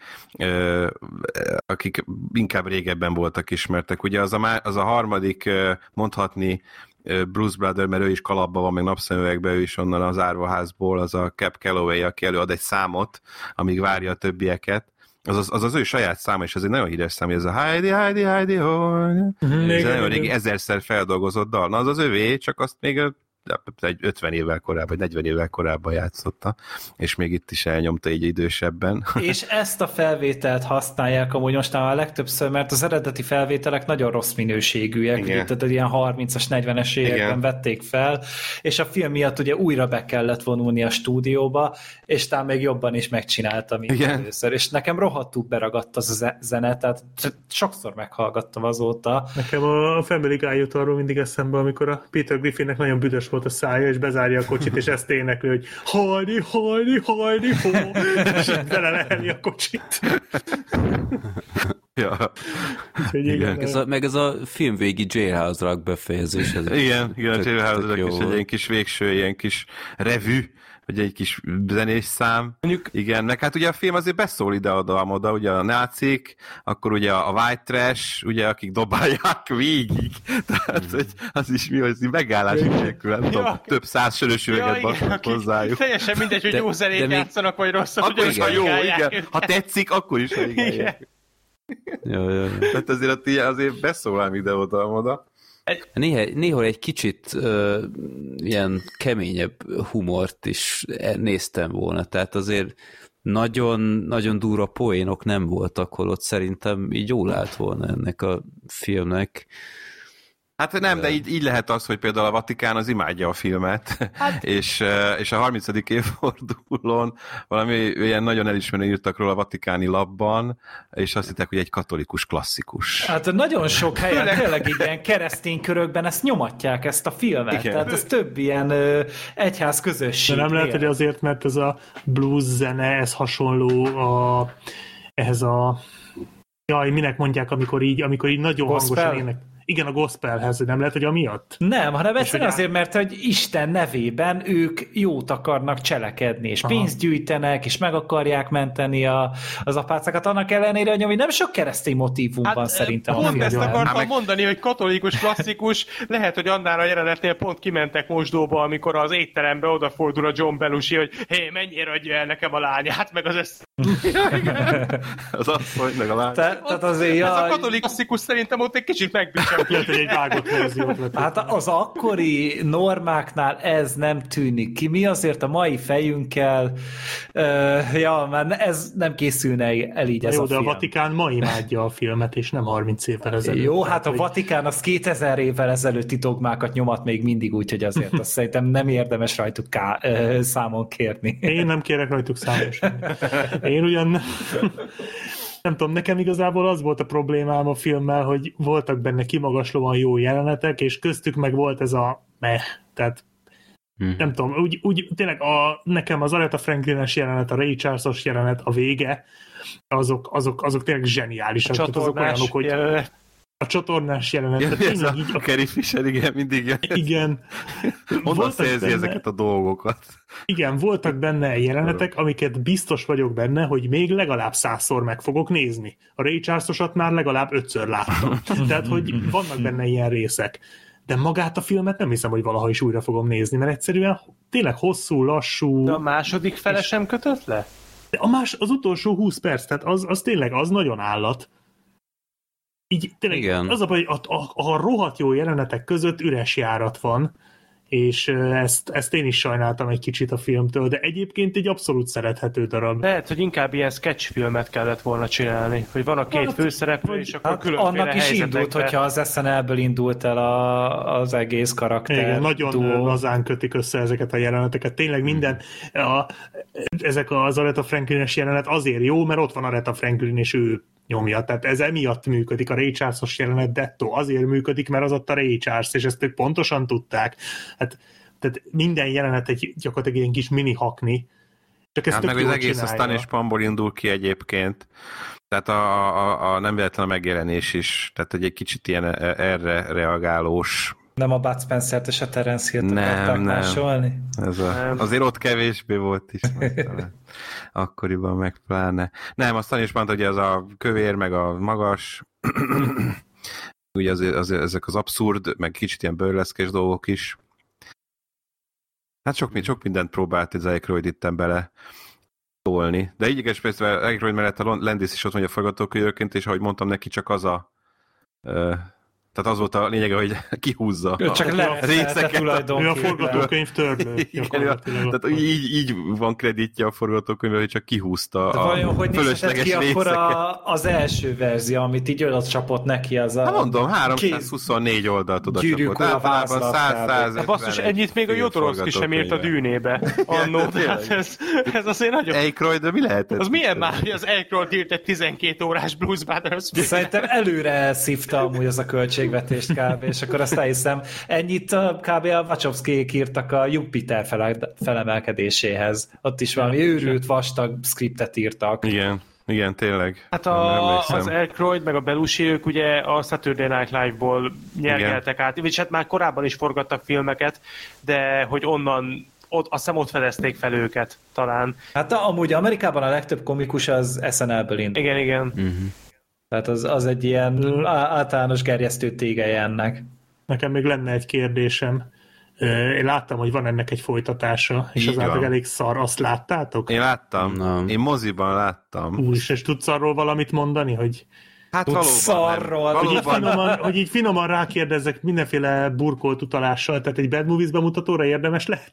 akik inkább régebben voltak ismertek. Ugye az a harmadik, mondhatni Bruce Brother, mert ő is kalapban van, meg napszemüvegben, ő is onnan az árvaházból, az a Cab Calloway, aki előad egy számot, amíg várja a többieket. Az ő saját száma, és ez egy nagyon híres szám, hogy ez a Heidi, ho. Ez nagyon régi, 1000-szer feldolgozott dal. Na, az övé, csak azt még egy 50 évvel korábban, vagy 40 évvel korábban játszotta, és még itt is elnyomta így idősebben. És ezt a felvételt használják amúgy mostanában a legtöbbször, mert az eredeti felvételek nagyon rossz minőségűek, ugye, tehát ilyen 30-as, 40-es években vették fel, és a film miatt ugye újra be kellett vonulni a stúdióba, és talán még jobban is megcsinálta, mint először. És nekem rohadtul beragadt az a zene, tehát sokszor meghallgattam azóta. Nekem a Family Guy jut arról mindig eszembe, amikor a Peter Griffinnek nagyon büdös volt a szája, és bezárja a kocsit, és ezt énekli, hogy hajdi, hó, és így belelelni a kocsit. Ja. Igen. Meg ez a film végi Jailhouse Rock befejezés. Igen, a Jailhouse Rock is egy ilyen kis végső, ilyen kis revű, vagy egy kis zenés szám. Igen, meg hát ugye a film azért beszól ide-oda, ugye a nácik, akkor ugye a white trash, ugye akik dobálják végig. Tehát az is mi, hogy megállás nélkül, nem tudom, több 100 sörös üveget basznak hozzájuk. Teljesen mindegy, hogy jó zenét játszanak, vagy rosszat, akkor is, ha jó, igen. Ha tetszik, akkor is, ha igen. Tehát azért beszól ám ide-oda. Néha egy kicsit ilyen keményebb humort is néztem volna, tehát azért nagyon, nagyon durva poénok nem voltak, holott szerintem így jól állt volna ennek a filmnek. Hát nem, de így lehet az, hogy például a Vatikán az imádja a filmet, és a 30. évfordulón valami ilyen nagyon elismerően írtak róla a Vatikáni Labban, és azt hitták, hogy egy katolikus klasszikus. Hát nagyon sok helyen, tényleg ilyen keresztény körökben ezt nyomatják, ezt a filmet, igen. Tehát ez több ilyen egyház közösség. De nem lehet, hogy azért, mert ez a blues zene, ez hasonló ehhez a... Jaj, minek mondják, amikor így nagyon hangosan ének. Igen, a gospelhez, nem lehet, hogy amiatt? Nem, hanem egyszerűen azért, mert hogy Isten nevében ők jót akarnak cselekedni, és pénzt gyűjtenek, és meg akarják menteni az apácákat, annak ellenére, hogy ami nem sok keresztény motívum van szerintem a filmben. Ezt akartam mondani, hogy katolikus, klasszikus, lehet, hogy annál a jelenetnél pont kimentek mosdóba, amikor az étterembe odafordul a John Belushi, hogy hé, mennyire adja el nekem a lányát, meg az az asszony, meg a lány. Tehát azért, ez a katolikus klasszikus szerintem ott egy kicsit megbítsam. Lehet, hogy egy vágott verziót lett. Hát az akkori normáknál ez nem tűnik ki. Mi azért a mai fejünkkel már ez nem készülne el így ez a film. De a Vatikán ma imádja a filmet, és nem 30 évvel ezelőtt. Jó, hát a Vatikán az 2000 évvel ezelőtti dogmákat nyomat még mindig úgy, hogy azért azt szerintem nem érdemes rajtuk számon kérni. Én nem kérek rajtuk számon. Én ugyan... Nem tudom, nekem igazából az volt a problémám a filmmel, hogy voltak benne kimagaslóan jó jelenetek, és köztük meg volt ez a tehát nem tudom, úgy tényleg nekem az Aretha Franklin-es jelenet, a Ray Charles-os jelenet, a vége, azok tényleg zseniálisak. A csatornás olyanok, hogy A csatornás jelenet. Ja, tényleg így a Carrie Fisher, igen, mindig. Igen. Honnan szerzi ezeket a dolgokat? Igen, voltak benne jelenetek, amiket biztos vagyok benne, hogy még legalább 100-szor meg fogok nézni. A Ray Charles-osat már legalább 5-ször láttam. Tehát, hogy vannak benne ilyen részek. De magát a filmet nem hiszem, hogy valaha is újra fogom nézni, mert egyszerűen tényleg hosszú, lassú. De a második fele sem kötött le? De az utolsó 20 perc, tehát az tényleg, az nagyon állat. Így tényleg igen. Az a baj, hogy a rohadt jó jelenetek között üres járat van, és ezt én is sajnáltam egy kicsit a filmtől, de egyébként egy abszolút szerethető darab. Lehet, hogy inkább ilyen sketchfilmet kellett volna csinálni, hogy van a két főszereplő, és akkor különféle annak is indult, hogyha az SNL-ből indult el az egész karakter. Igen, nagyon lazán kötik össze ezeket a jeleneteket. Tényleg minden, ezek az Aretha Franklin-es jelenet azért jó, mert ott van Aretha Franklin, és ő nyomja. Tehát ez emiatt működik. A Ray Charles-os jelenet dettó azért működik, mert az ott a Ray Charles, és ezt ők pontosan tudták. Tehát minden jelenet gyakorlatilag ilyen kis mini hakni. Csak ezt meg az egész a Stan és Pamból indul ki egyébként. Tehát a nem véletlen a megjelenés is. Tehát egy kicsit ilyen erre reagálós. Nem a Bud Spencer-t és a Terence Hill-t akarták másolni? Azért ott kevésbé volt is. Akkoriban meg pláne. Nem, a Stan és Pant ugye az a kövér, meg a magas, ugye ezek az abszurd, meg kicsit ilyen burleszkes dolgok is. Hát sok mindent próbált ez Aykroyd itten bele tolni. De így igaz, persze Aykroyd mellett a Landis is ott mondja a forgatókönyvként, és ahogy mondtam neki, csak az a tehát az volt a lényege, hogy kihúzza csak a részeket. Ő a forgatókönyv törlő. Tehát így van kreditje a forgatókönyvvel, hogy csak kihúzta a fölösleges ki részeket. Akkor az első verzió, amit így oda csapott neki, az a... Hát mondom, 324 oldalt oda csapott. Általában 100-150. Basszus, ennyit még a Jodorowsky sem írt a Dűnébe annó. Ez azért nagyon... Aykroyd, mi lehetett? Az milyen már, hogy az Aykroyd írt egy 12 órás Blues Brothers? Szerintem előre szívta amúgy az a költségvetést kb. És akkor azt elhiszem, ennyit kb. A Wachowskiék írtak a Jupiter felemelkedéséhez. Ott is valami őrült, vastag skriptet írtak. Igen, tényleg. Hát az Aykroyd meg a Belushi, ők ugye a Saturday Night Live-ból nyergeltek át, és hát már korábban is forgattak filmeket, de hogy onnan azt hiszem ott fedezték fel őket talán. Hát amúgy Amerikában a legtöbb komikus az SNL-ből indul. Igen. Uh-huh. Tehát az egy ilyen általános gerjesztő tégelye ennek. Nekem még lenne egy kérdésem. Én láttam, hogy van ennek egy folytatása, és az által elég szar. Azt láttátok? Én láttam. No. Én moziban láttam. És tudsz arról valamit mondani, hogy... Hát valóban. Hogy így finoman rákérdezzek mindenféle burkolt utalással, tehát egy Bad Movies bemutatóra érdemes lehet?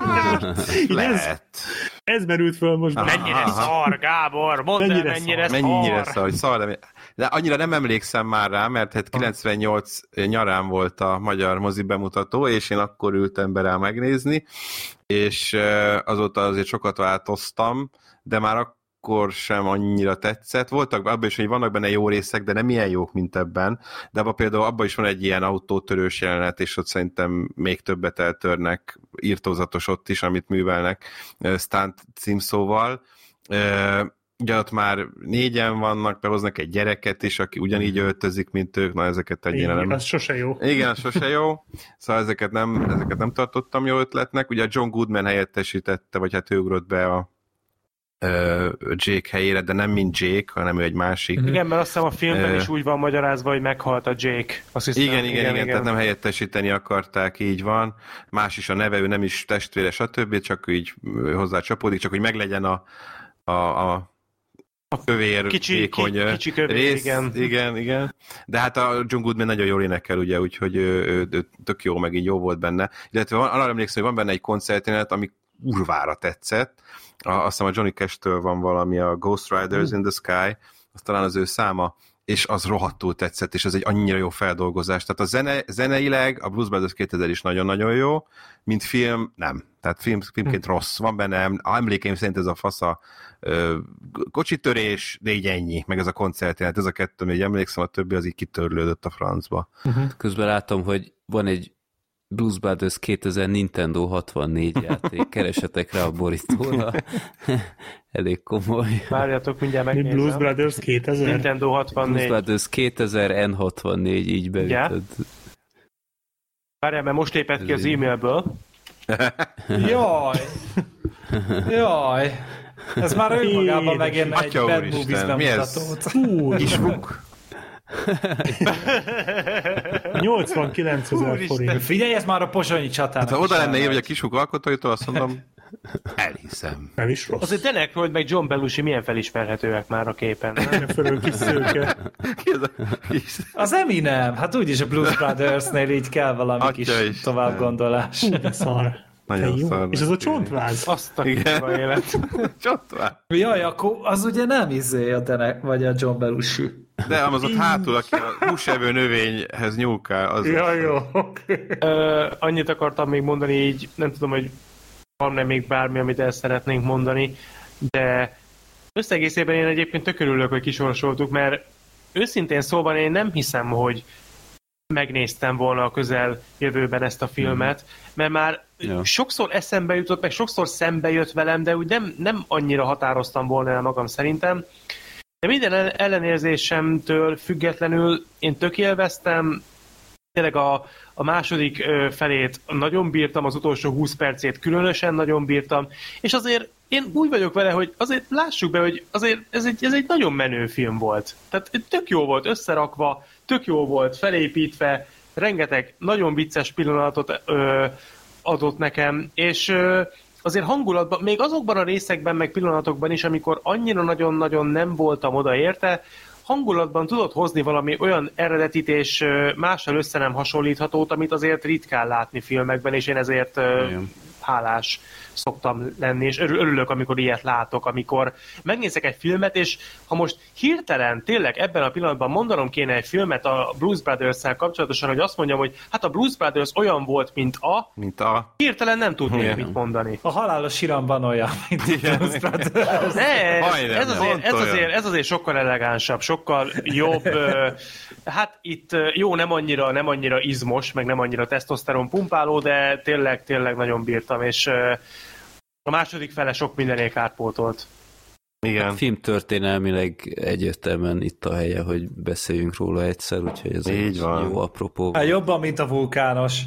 Lehet. Ez merült föl most. Mennyire szar, Gábor? Mondd el, mennyire szar, hogy szar. De annyira nem emlékszem már rá, mert hát 98 nyarán volt a magyar mozi bemutató, és én akkor ültem be rá megnézni, és azóta azért sokat változtam, de már akkor sem annyira tetszett. Voltak abban is, hogy vannak benne jó részek, de nem ilyen jók, mint ebben. De abban is van egy ilyen autótörős jelenet, és ott szerintem még többet eltörnek, írtózatos ott is, amit művelnek stunt címszóval. Ugye ott már 4-en vannak, behoznak egy gyereket is, aki ugyanígy öltözik, mint ők, na ezeket ennyire nem... Az sose jó. Igen, az sose jó. Szóval ezeket nem tartottam jó ötletnek. Ugye a John Goodman helyettesítette, vagy hát ő ugrott be a Jake helyére, de nem mint Jake, hanem ő egy másik. Igen, mert azt hiszem a filmben is úgy van magyarázva, hogy meghalt a Jake. Azt hiszem, igen, tehát nem helyettesíteni akarták, így van. Más is a neve, ő nem is testvére, stb., csak így hozzá csapódik, csak hogy meglegyen a kövér, kicsi kövér, rész. Igen. De hát a John Goodman nagyon jól énekel, ugye, úgyhogy ő tök jó, meg így jó volt benne. Illetve arra emlékszem, hogy van benne egy koncertjelenet, ami urvára tetszett. Azt hiszem a Johnny Cash-től van valami, a Ghost Riders in the Sky, az talán az ő száma, és az rohadtul tetszett, és ez egy annyira jó feldolgozás. Tehát a zeneileg a Blues Brothers 2000 is nagyon-nagyon jó, mint film nem. Tehát filmként rossz. Van benne, emlékeim szerint ez a fasza kocsitörés, de így ennyi, meg ez a koncertjelenet, ez a kettő, még emlékszem, a többi az így kitörlődött a francba. Közben látom, hogy van egy Blues Brothers 2000 Nintendo 64 játék. Keresetek rá a borítóra. Elég komoly. Várjatok, mindjárt Mi megnézem. Blues Brothers 2000? Nintendo 64. Blues Brothers 2000 N64, így beütöd. Várjál, mert most lépett ki az e-mailből. Jaj! Jaj! Ez már önmagában megérne egy Atya Bad úristen, Movies mi ez? bemutatót. Kisvuk. 89 000 forint. Figyelj, ez már a pozsonyi csatának. Hát, ha oda is lenne írva, hogy a elmegy. Kisvuk alkotóitól, azt mondom, elhiszem. Nem is rossz. Azért Dan Aykroyd meg John Belushi milyen felismerhetőek már a képen. Nem? Fölül kis szőke. Ki ez a kis... Az Eminem, hát úgyis a Blues Brothersnél így kell valami Atya kis Isten. tovább gondolás. Szar. Nagyon Te jó. szar. És ez a csontváz? Azt a Igen. kurva élet. Csontváz. Jaj, akkor az ugye nem a Denek, vagy a John Belushi. De az ott hátul, aki a húsevő növényhez nyúlkál, az... Ja, jó, oké. Annyit akartam még mondani, így nem tudom, hogy van-e még bármi, amit el szeretnénk mondani, de összegészében én egyébként tök örülök, hogy kisorsoltuk, mert őszintén szólva én nem hiszem, hogy megnéztem volna a közeljövőben ezt a filmet, mert már sokszor eszembe jutott, meg sokszor szembe jött velem, de úgy nem annyira határoztam volna el magam szerintem. De minden ellenérzésemtől függetlenül én tök élveztem, tényleg a második felét nagyon bírtam, az utolsó 20 percét különösen nagyon bírtam, és azért én úgy vagyok vele, hogy azért lássuk be, hogy azért ez egy nagyon menő film volt. Tehát tök jó volt összerakva, tök jó volt felépítve, rengeteg nagyon vicces pillanatot adott nekem, és azért hangulatban, még azokban a részekben, meg pillanatokban is, amikor annyira nagyon-nagyon nem voltam oda érte, hangulatban tudott hozni valami olyan eredetit és mással össze nem hasonlíthatót, amit azért ritkán látni filmekben, és én ezért hálás szoktam lenni, és örülök, amikor ilyet látok, amikor megnézek egy filmet, és ha most hirtelen, tényleg ebben a pillanatban mondanom kéne egy filmet a Blues Brothers-szel kapcsolatosan, hogy azt mondjam, hogy hát a Blues Brothers olyan volt, mint a... Hirtelen nem tudnék mit mondani. A halálos iramban olyan, mint a Blues Brothers. Ez azért sokkal elegánsabb, sokkal jobb. Hát itt jó, nem annyira izmos, meg nem annyira tesztoszteron pumpáló, de tényleg nagyon bírtam, és a második fele sok mindené kárpótolt. Igen. Filmtörténelmileg egyértelműen itt a helye, hogy beszéljünk róla egyszer, úgyhogy ez így van. Jó apropó. Hát jobban, mint a vulkános.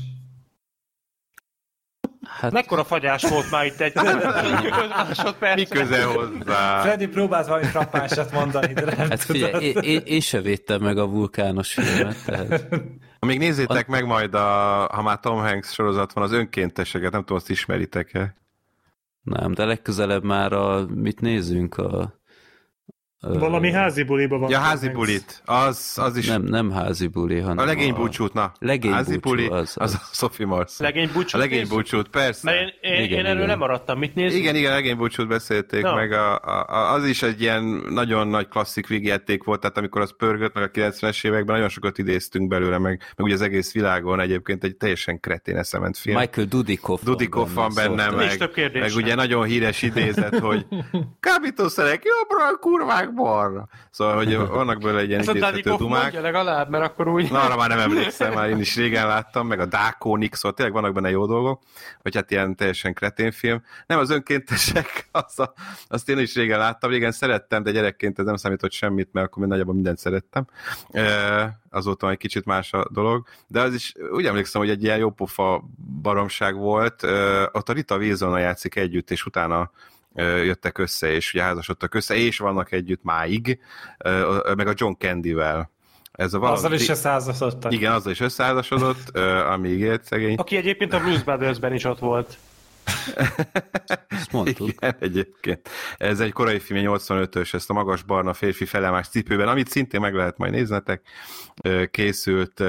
Hát... Mekkora fagyás volt már itt egy 5 másodperc. Mi köze hozzá? Freddy próbált valami frappánsat mondani, de nem Hát figyelj, én se védtem meg a vulkános filmet, tehát... Még nézzétek meg majd, ha már Tom Hanks sorozat van, az Önkénteseket, nem tudom, azt ismeritek-e? Nem, de legközelebb már mit nézzünk? Valami házi buliba van. Ja, házi bulit. Az is... Nem házi buli, hanem a legénybúcsút, na. Házi buli, az a Sophie Marceau. Legénybúcsút? A legénybúcsút, persze. Mert én erről nem maradtam. Mit nézzük? Igen, legénybúcsút beszélték, meg az is egy ilyen nagyon nagy klasszik vígjáték volt, tehát amikor az pörgött, meg a 90-es években nagyon sokat idéztünk belőle, meg ugye az egész világon egyébként egy teljesen kretén eszement film. Michael Dudikoff van benne, meg ugye nagyon híres idézet, hogy kábítószerek jobbra, kurvák balra. Szóval, hogy vannak belőle egy ilyen idézhető dumák. Mondja legalább, mert akkor úgy... Na, arra már nem emlékszem, már én is régen láttam, meg a Dákónik, szóval tényleg vannak benne jó dolgok, vagy hát ilyen teljesen kretén film. Nem, az Önkéntesek, azt én is régen láttam, régen szerettem, de gyerekként ez nem számított semmit, mert akkor még nagyjából mindent szerettem. Azóta egy kicsit más a dolog, de az is úgy emlékszem, hogy egy ilyen jópofa baromság volt. Ott a Rita Wilsonnal játszik együtt, és utána jöttek össze, és ugye házasodtak össze, és vannak együtt máig, meg a John Candyvel. Azzal is összeházasodtak. Igen, azzal is összeházasodott, amíg élt szegény. Aki egyébként a Blues Brothersben is ott volt. Ezt mondtuk. Igen, egyébként. Ez egy korai film, 85-ös, ezt a magas barna férfi felemás cipőben, amit szintén meg lehet majd néznetek, készült,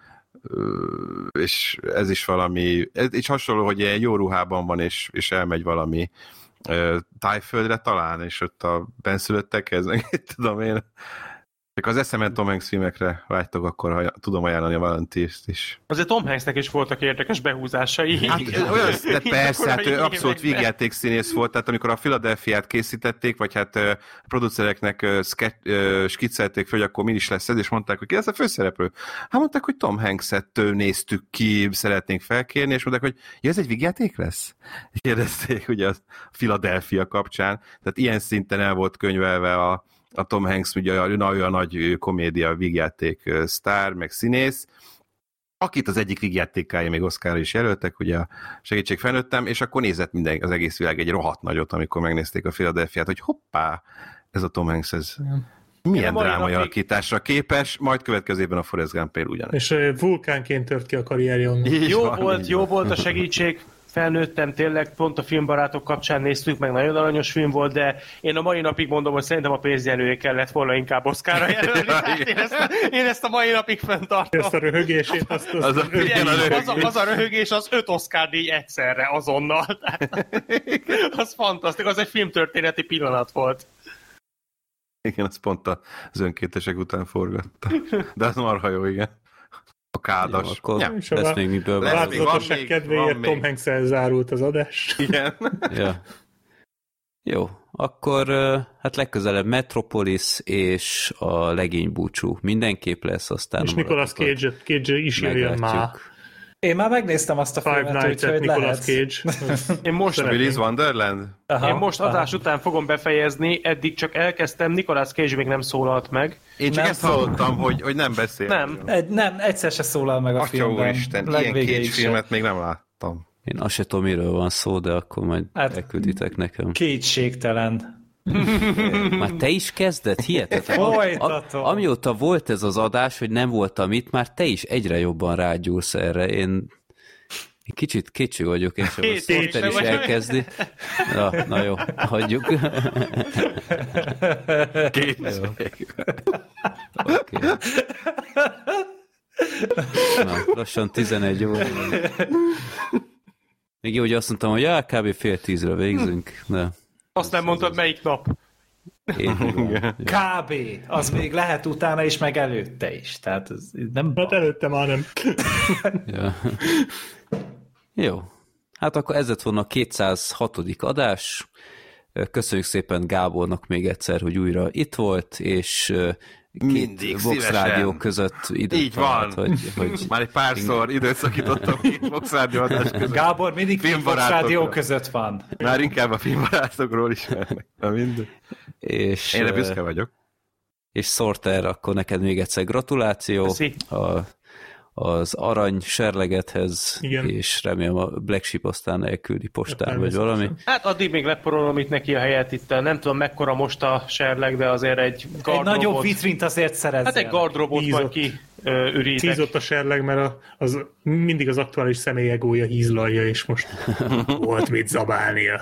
és ez is valami, ez is hasonló, hogy ilyen jó ruhában van, és elmegy valami Tájföldre talán, és ott a benszülöttekhez, meg tudom én, Az eszement Tom Hanks filmekre vágytok, akkor tudom ajánlani a Valentist is. Azért Tom Hanksnek is voltak érdekes behúzásai. Hát, olyan, de persze, hát ő abszolút vígjátékszínész volt, tehát amikor a Philadelphiát készítették, vagy hát a producereknek skiccelték fel, hogy akkor mi is lesz ez, és mondták, hogy ki lesz a főszereplő. Hát mondták, hogy Tom Hanks-et néztük ki, szeretnénk felkérni, és mondták, hogy ja, ez egy vígjáték lesz? És kérdezték ugye a Philadelphia kapcsán, tehát ilyen szinten el volt könyvelve a Tom Hanks, ugye olyan nagy komédia vígjáték sztár, meg színész, akit az egyik vígjátékája még Oscarra is jelöltek, ugye a Segítség felnőttem, és akkor nézett az egész világ egy rohadt nagyot, amikor megnézték a Philadelphiát, hogy hoppá, ez a Tom Hanks, ez milyen drámai alakításra képes, majd következőben a Forrest Gump ugyanaz. És vulkánként tört ki a karrierje onnan. Jó volt a Segítség. Felnőttem, tényleg pont a Filmbarátok kapcsán néztük, meg nagyon aranyos film volt, de én a mai napig mondom, hogy szerintem a pénzjelője kellett volna inkább Oscarra jelölni. Én ezt a mai napig fenntartom. Ezt a röhögését, az a röhögés, az 5 Oscar díj egyszerre, azonnal. Az fantasztikus, az egy filmtörténeti pillanat volt. Igen, az pont az önkéntesek után forgatta. De az marha jó, igen. A kádas. Jó, akkor lesz még miből van. Változatosság kedvéért Tom Hanks-el zárult az adás. Igen. Ja. Jó, akkor hát legközelebb Metropolis és a Legénybúcsú. Mindenképp lesz, aztán... És Nicolas Cage is jöjjön már. Én már megnéztem azt a filmet, úgyhogy Nicolas lehet. Cage. Én most Willy's Wonderland? Én most adás után fogom befejezni, eddig csak elkezdtem, Nicolas Cage még nem szólalt meg. Én csak ezt hallottam, hogy nem beszél. Nem, egyszer se szólal meg a filmben. Úristen, ilyen Cage filmet még nem láttam. Én azt se tudom, miről van szó, de akkor majd elkülditek nekem. Kétségtelen. Már te is kezded? Hihetetlen. Amióta volt ez az adás, hogy nem voltam itt, már te is egyre jobban rágyúlsz erre. Én kicsit kicsi vagyok, és a Sorter is elkezdi. Na jó, hagyjuk. Okay. Na, lassan 11 óra. Még jó, hogy azt mondtam, hogy kb. 9:30-re végzünk. De azt nem mondtad, melyik nap? Kb. Az még lehet utána is, meg előtte is. Tehát ez nem... Hát előtte már nem. Ja. Jó. Hát akkor ez lett volna a 206. adás. Köszönjük szépen Gábornak még egyszer, hogy újra itt volt, és mindig Vox Rádió között időt így van. Hogy már egy párszor időt szakítottam két Vox Rádió adás között. Gábor mindig két Vox Rádió között van. Már inkább a filmbarátokról ismernek. Na mindegy. És, én büszke vagyok. És Sorter, akkor neked még egyszer gratuláció az arany serlegethez, igen. És remélem a Black Sheep aztán elküldi postán, vagy valami. Hát addig még leporolom itt neki a helyet itt, nem tudom mekkora most a serleg, de azért egy gardróbot. Egy nagyobb vitrint azért szerezzen. Hát egy gardróbot majd ki ürítek. Hízott a serleg, mert mindig az aktuális személyegója hízlalja, és most volt mit zabálnia.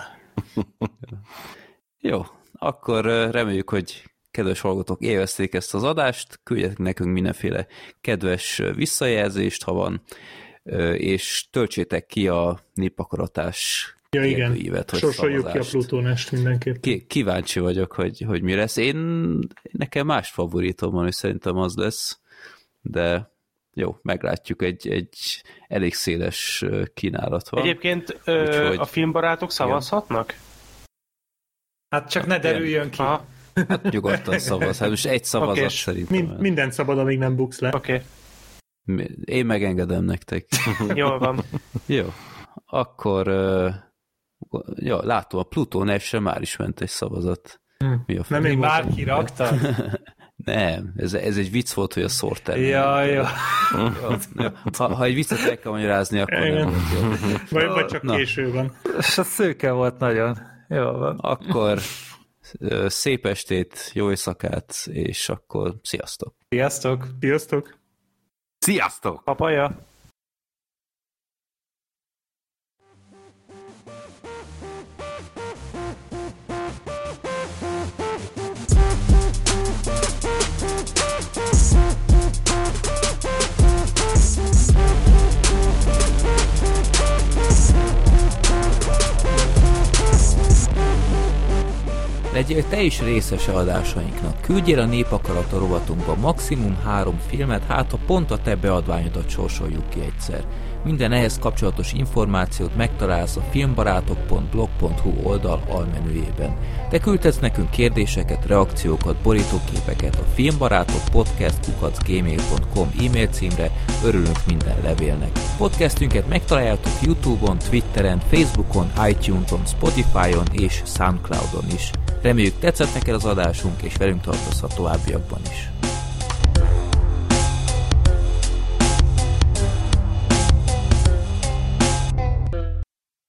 Jó, akkor reméljük, hogy kedves hallgatók, élvezték ezt az adást, küldjetek nekünk mindenféle kedves visszajelzést, ha van, és töltsétek ki a népakaratás kérdőívet. Sorsoljuk ki a Plutónást mindenképp. Kíváncsi vagyok, hogy mi lesz. Nekem más favoritom van, és szerintem az lesz, de jó, meglátjuk, egy elég széles kínálat van. Egyébként úgyhogy... a filmbarátok szavazhatnak? Hát csak ne derüljön ki. Aha. Hát nyugodtan szavaz. Hát most egy szavazat szerintem. Mindent szabad, amíg nem buksz le. Oké. Én megengedem nektek. Jól van. Jó. Akkor látom, a Pluton F-re már is ment egy szavazat. Mi a nem én már kirakta? Nem, ez egy vicc volt, hogy a Sorter. Ja. Ha egy viccet el kell magyarázni, akkor nem volt jó. Vagy csak késő van. És a szőke volt nagyon. Jó van. Akkor szép estét, jó éjszakát, és akkor sziasztok! Sziasztok! Sziasztok! Sziasztok! Papaja! Legyél te is részese adásainknak. Küldjél a Népakarata rovatunkba maximum 3 filmet, hát ha pont a te beadványodat sorsoljuk ki egyszer. Minden ehhez kapcsolatos információt megtalálsz a filmbarátok.blog.hu oldal almenüjében. Te küldhetsz nekünk kérdéseket, reakciókat, borítóképeket a filmbarátokpodcast@gmail.com e-mail címre, örülünk minden levélnek. Podcastünket megtaláljátok YouTube-on, Twitteren, Facebookon, iTunes-on, Spotify-on és Soundcloud-on is. Reméljük tetszett neked az adásunk, és velünk tartozhat továbbiakban is.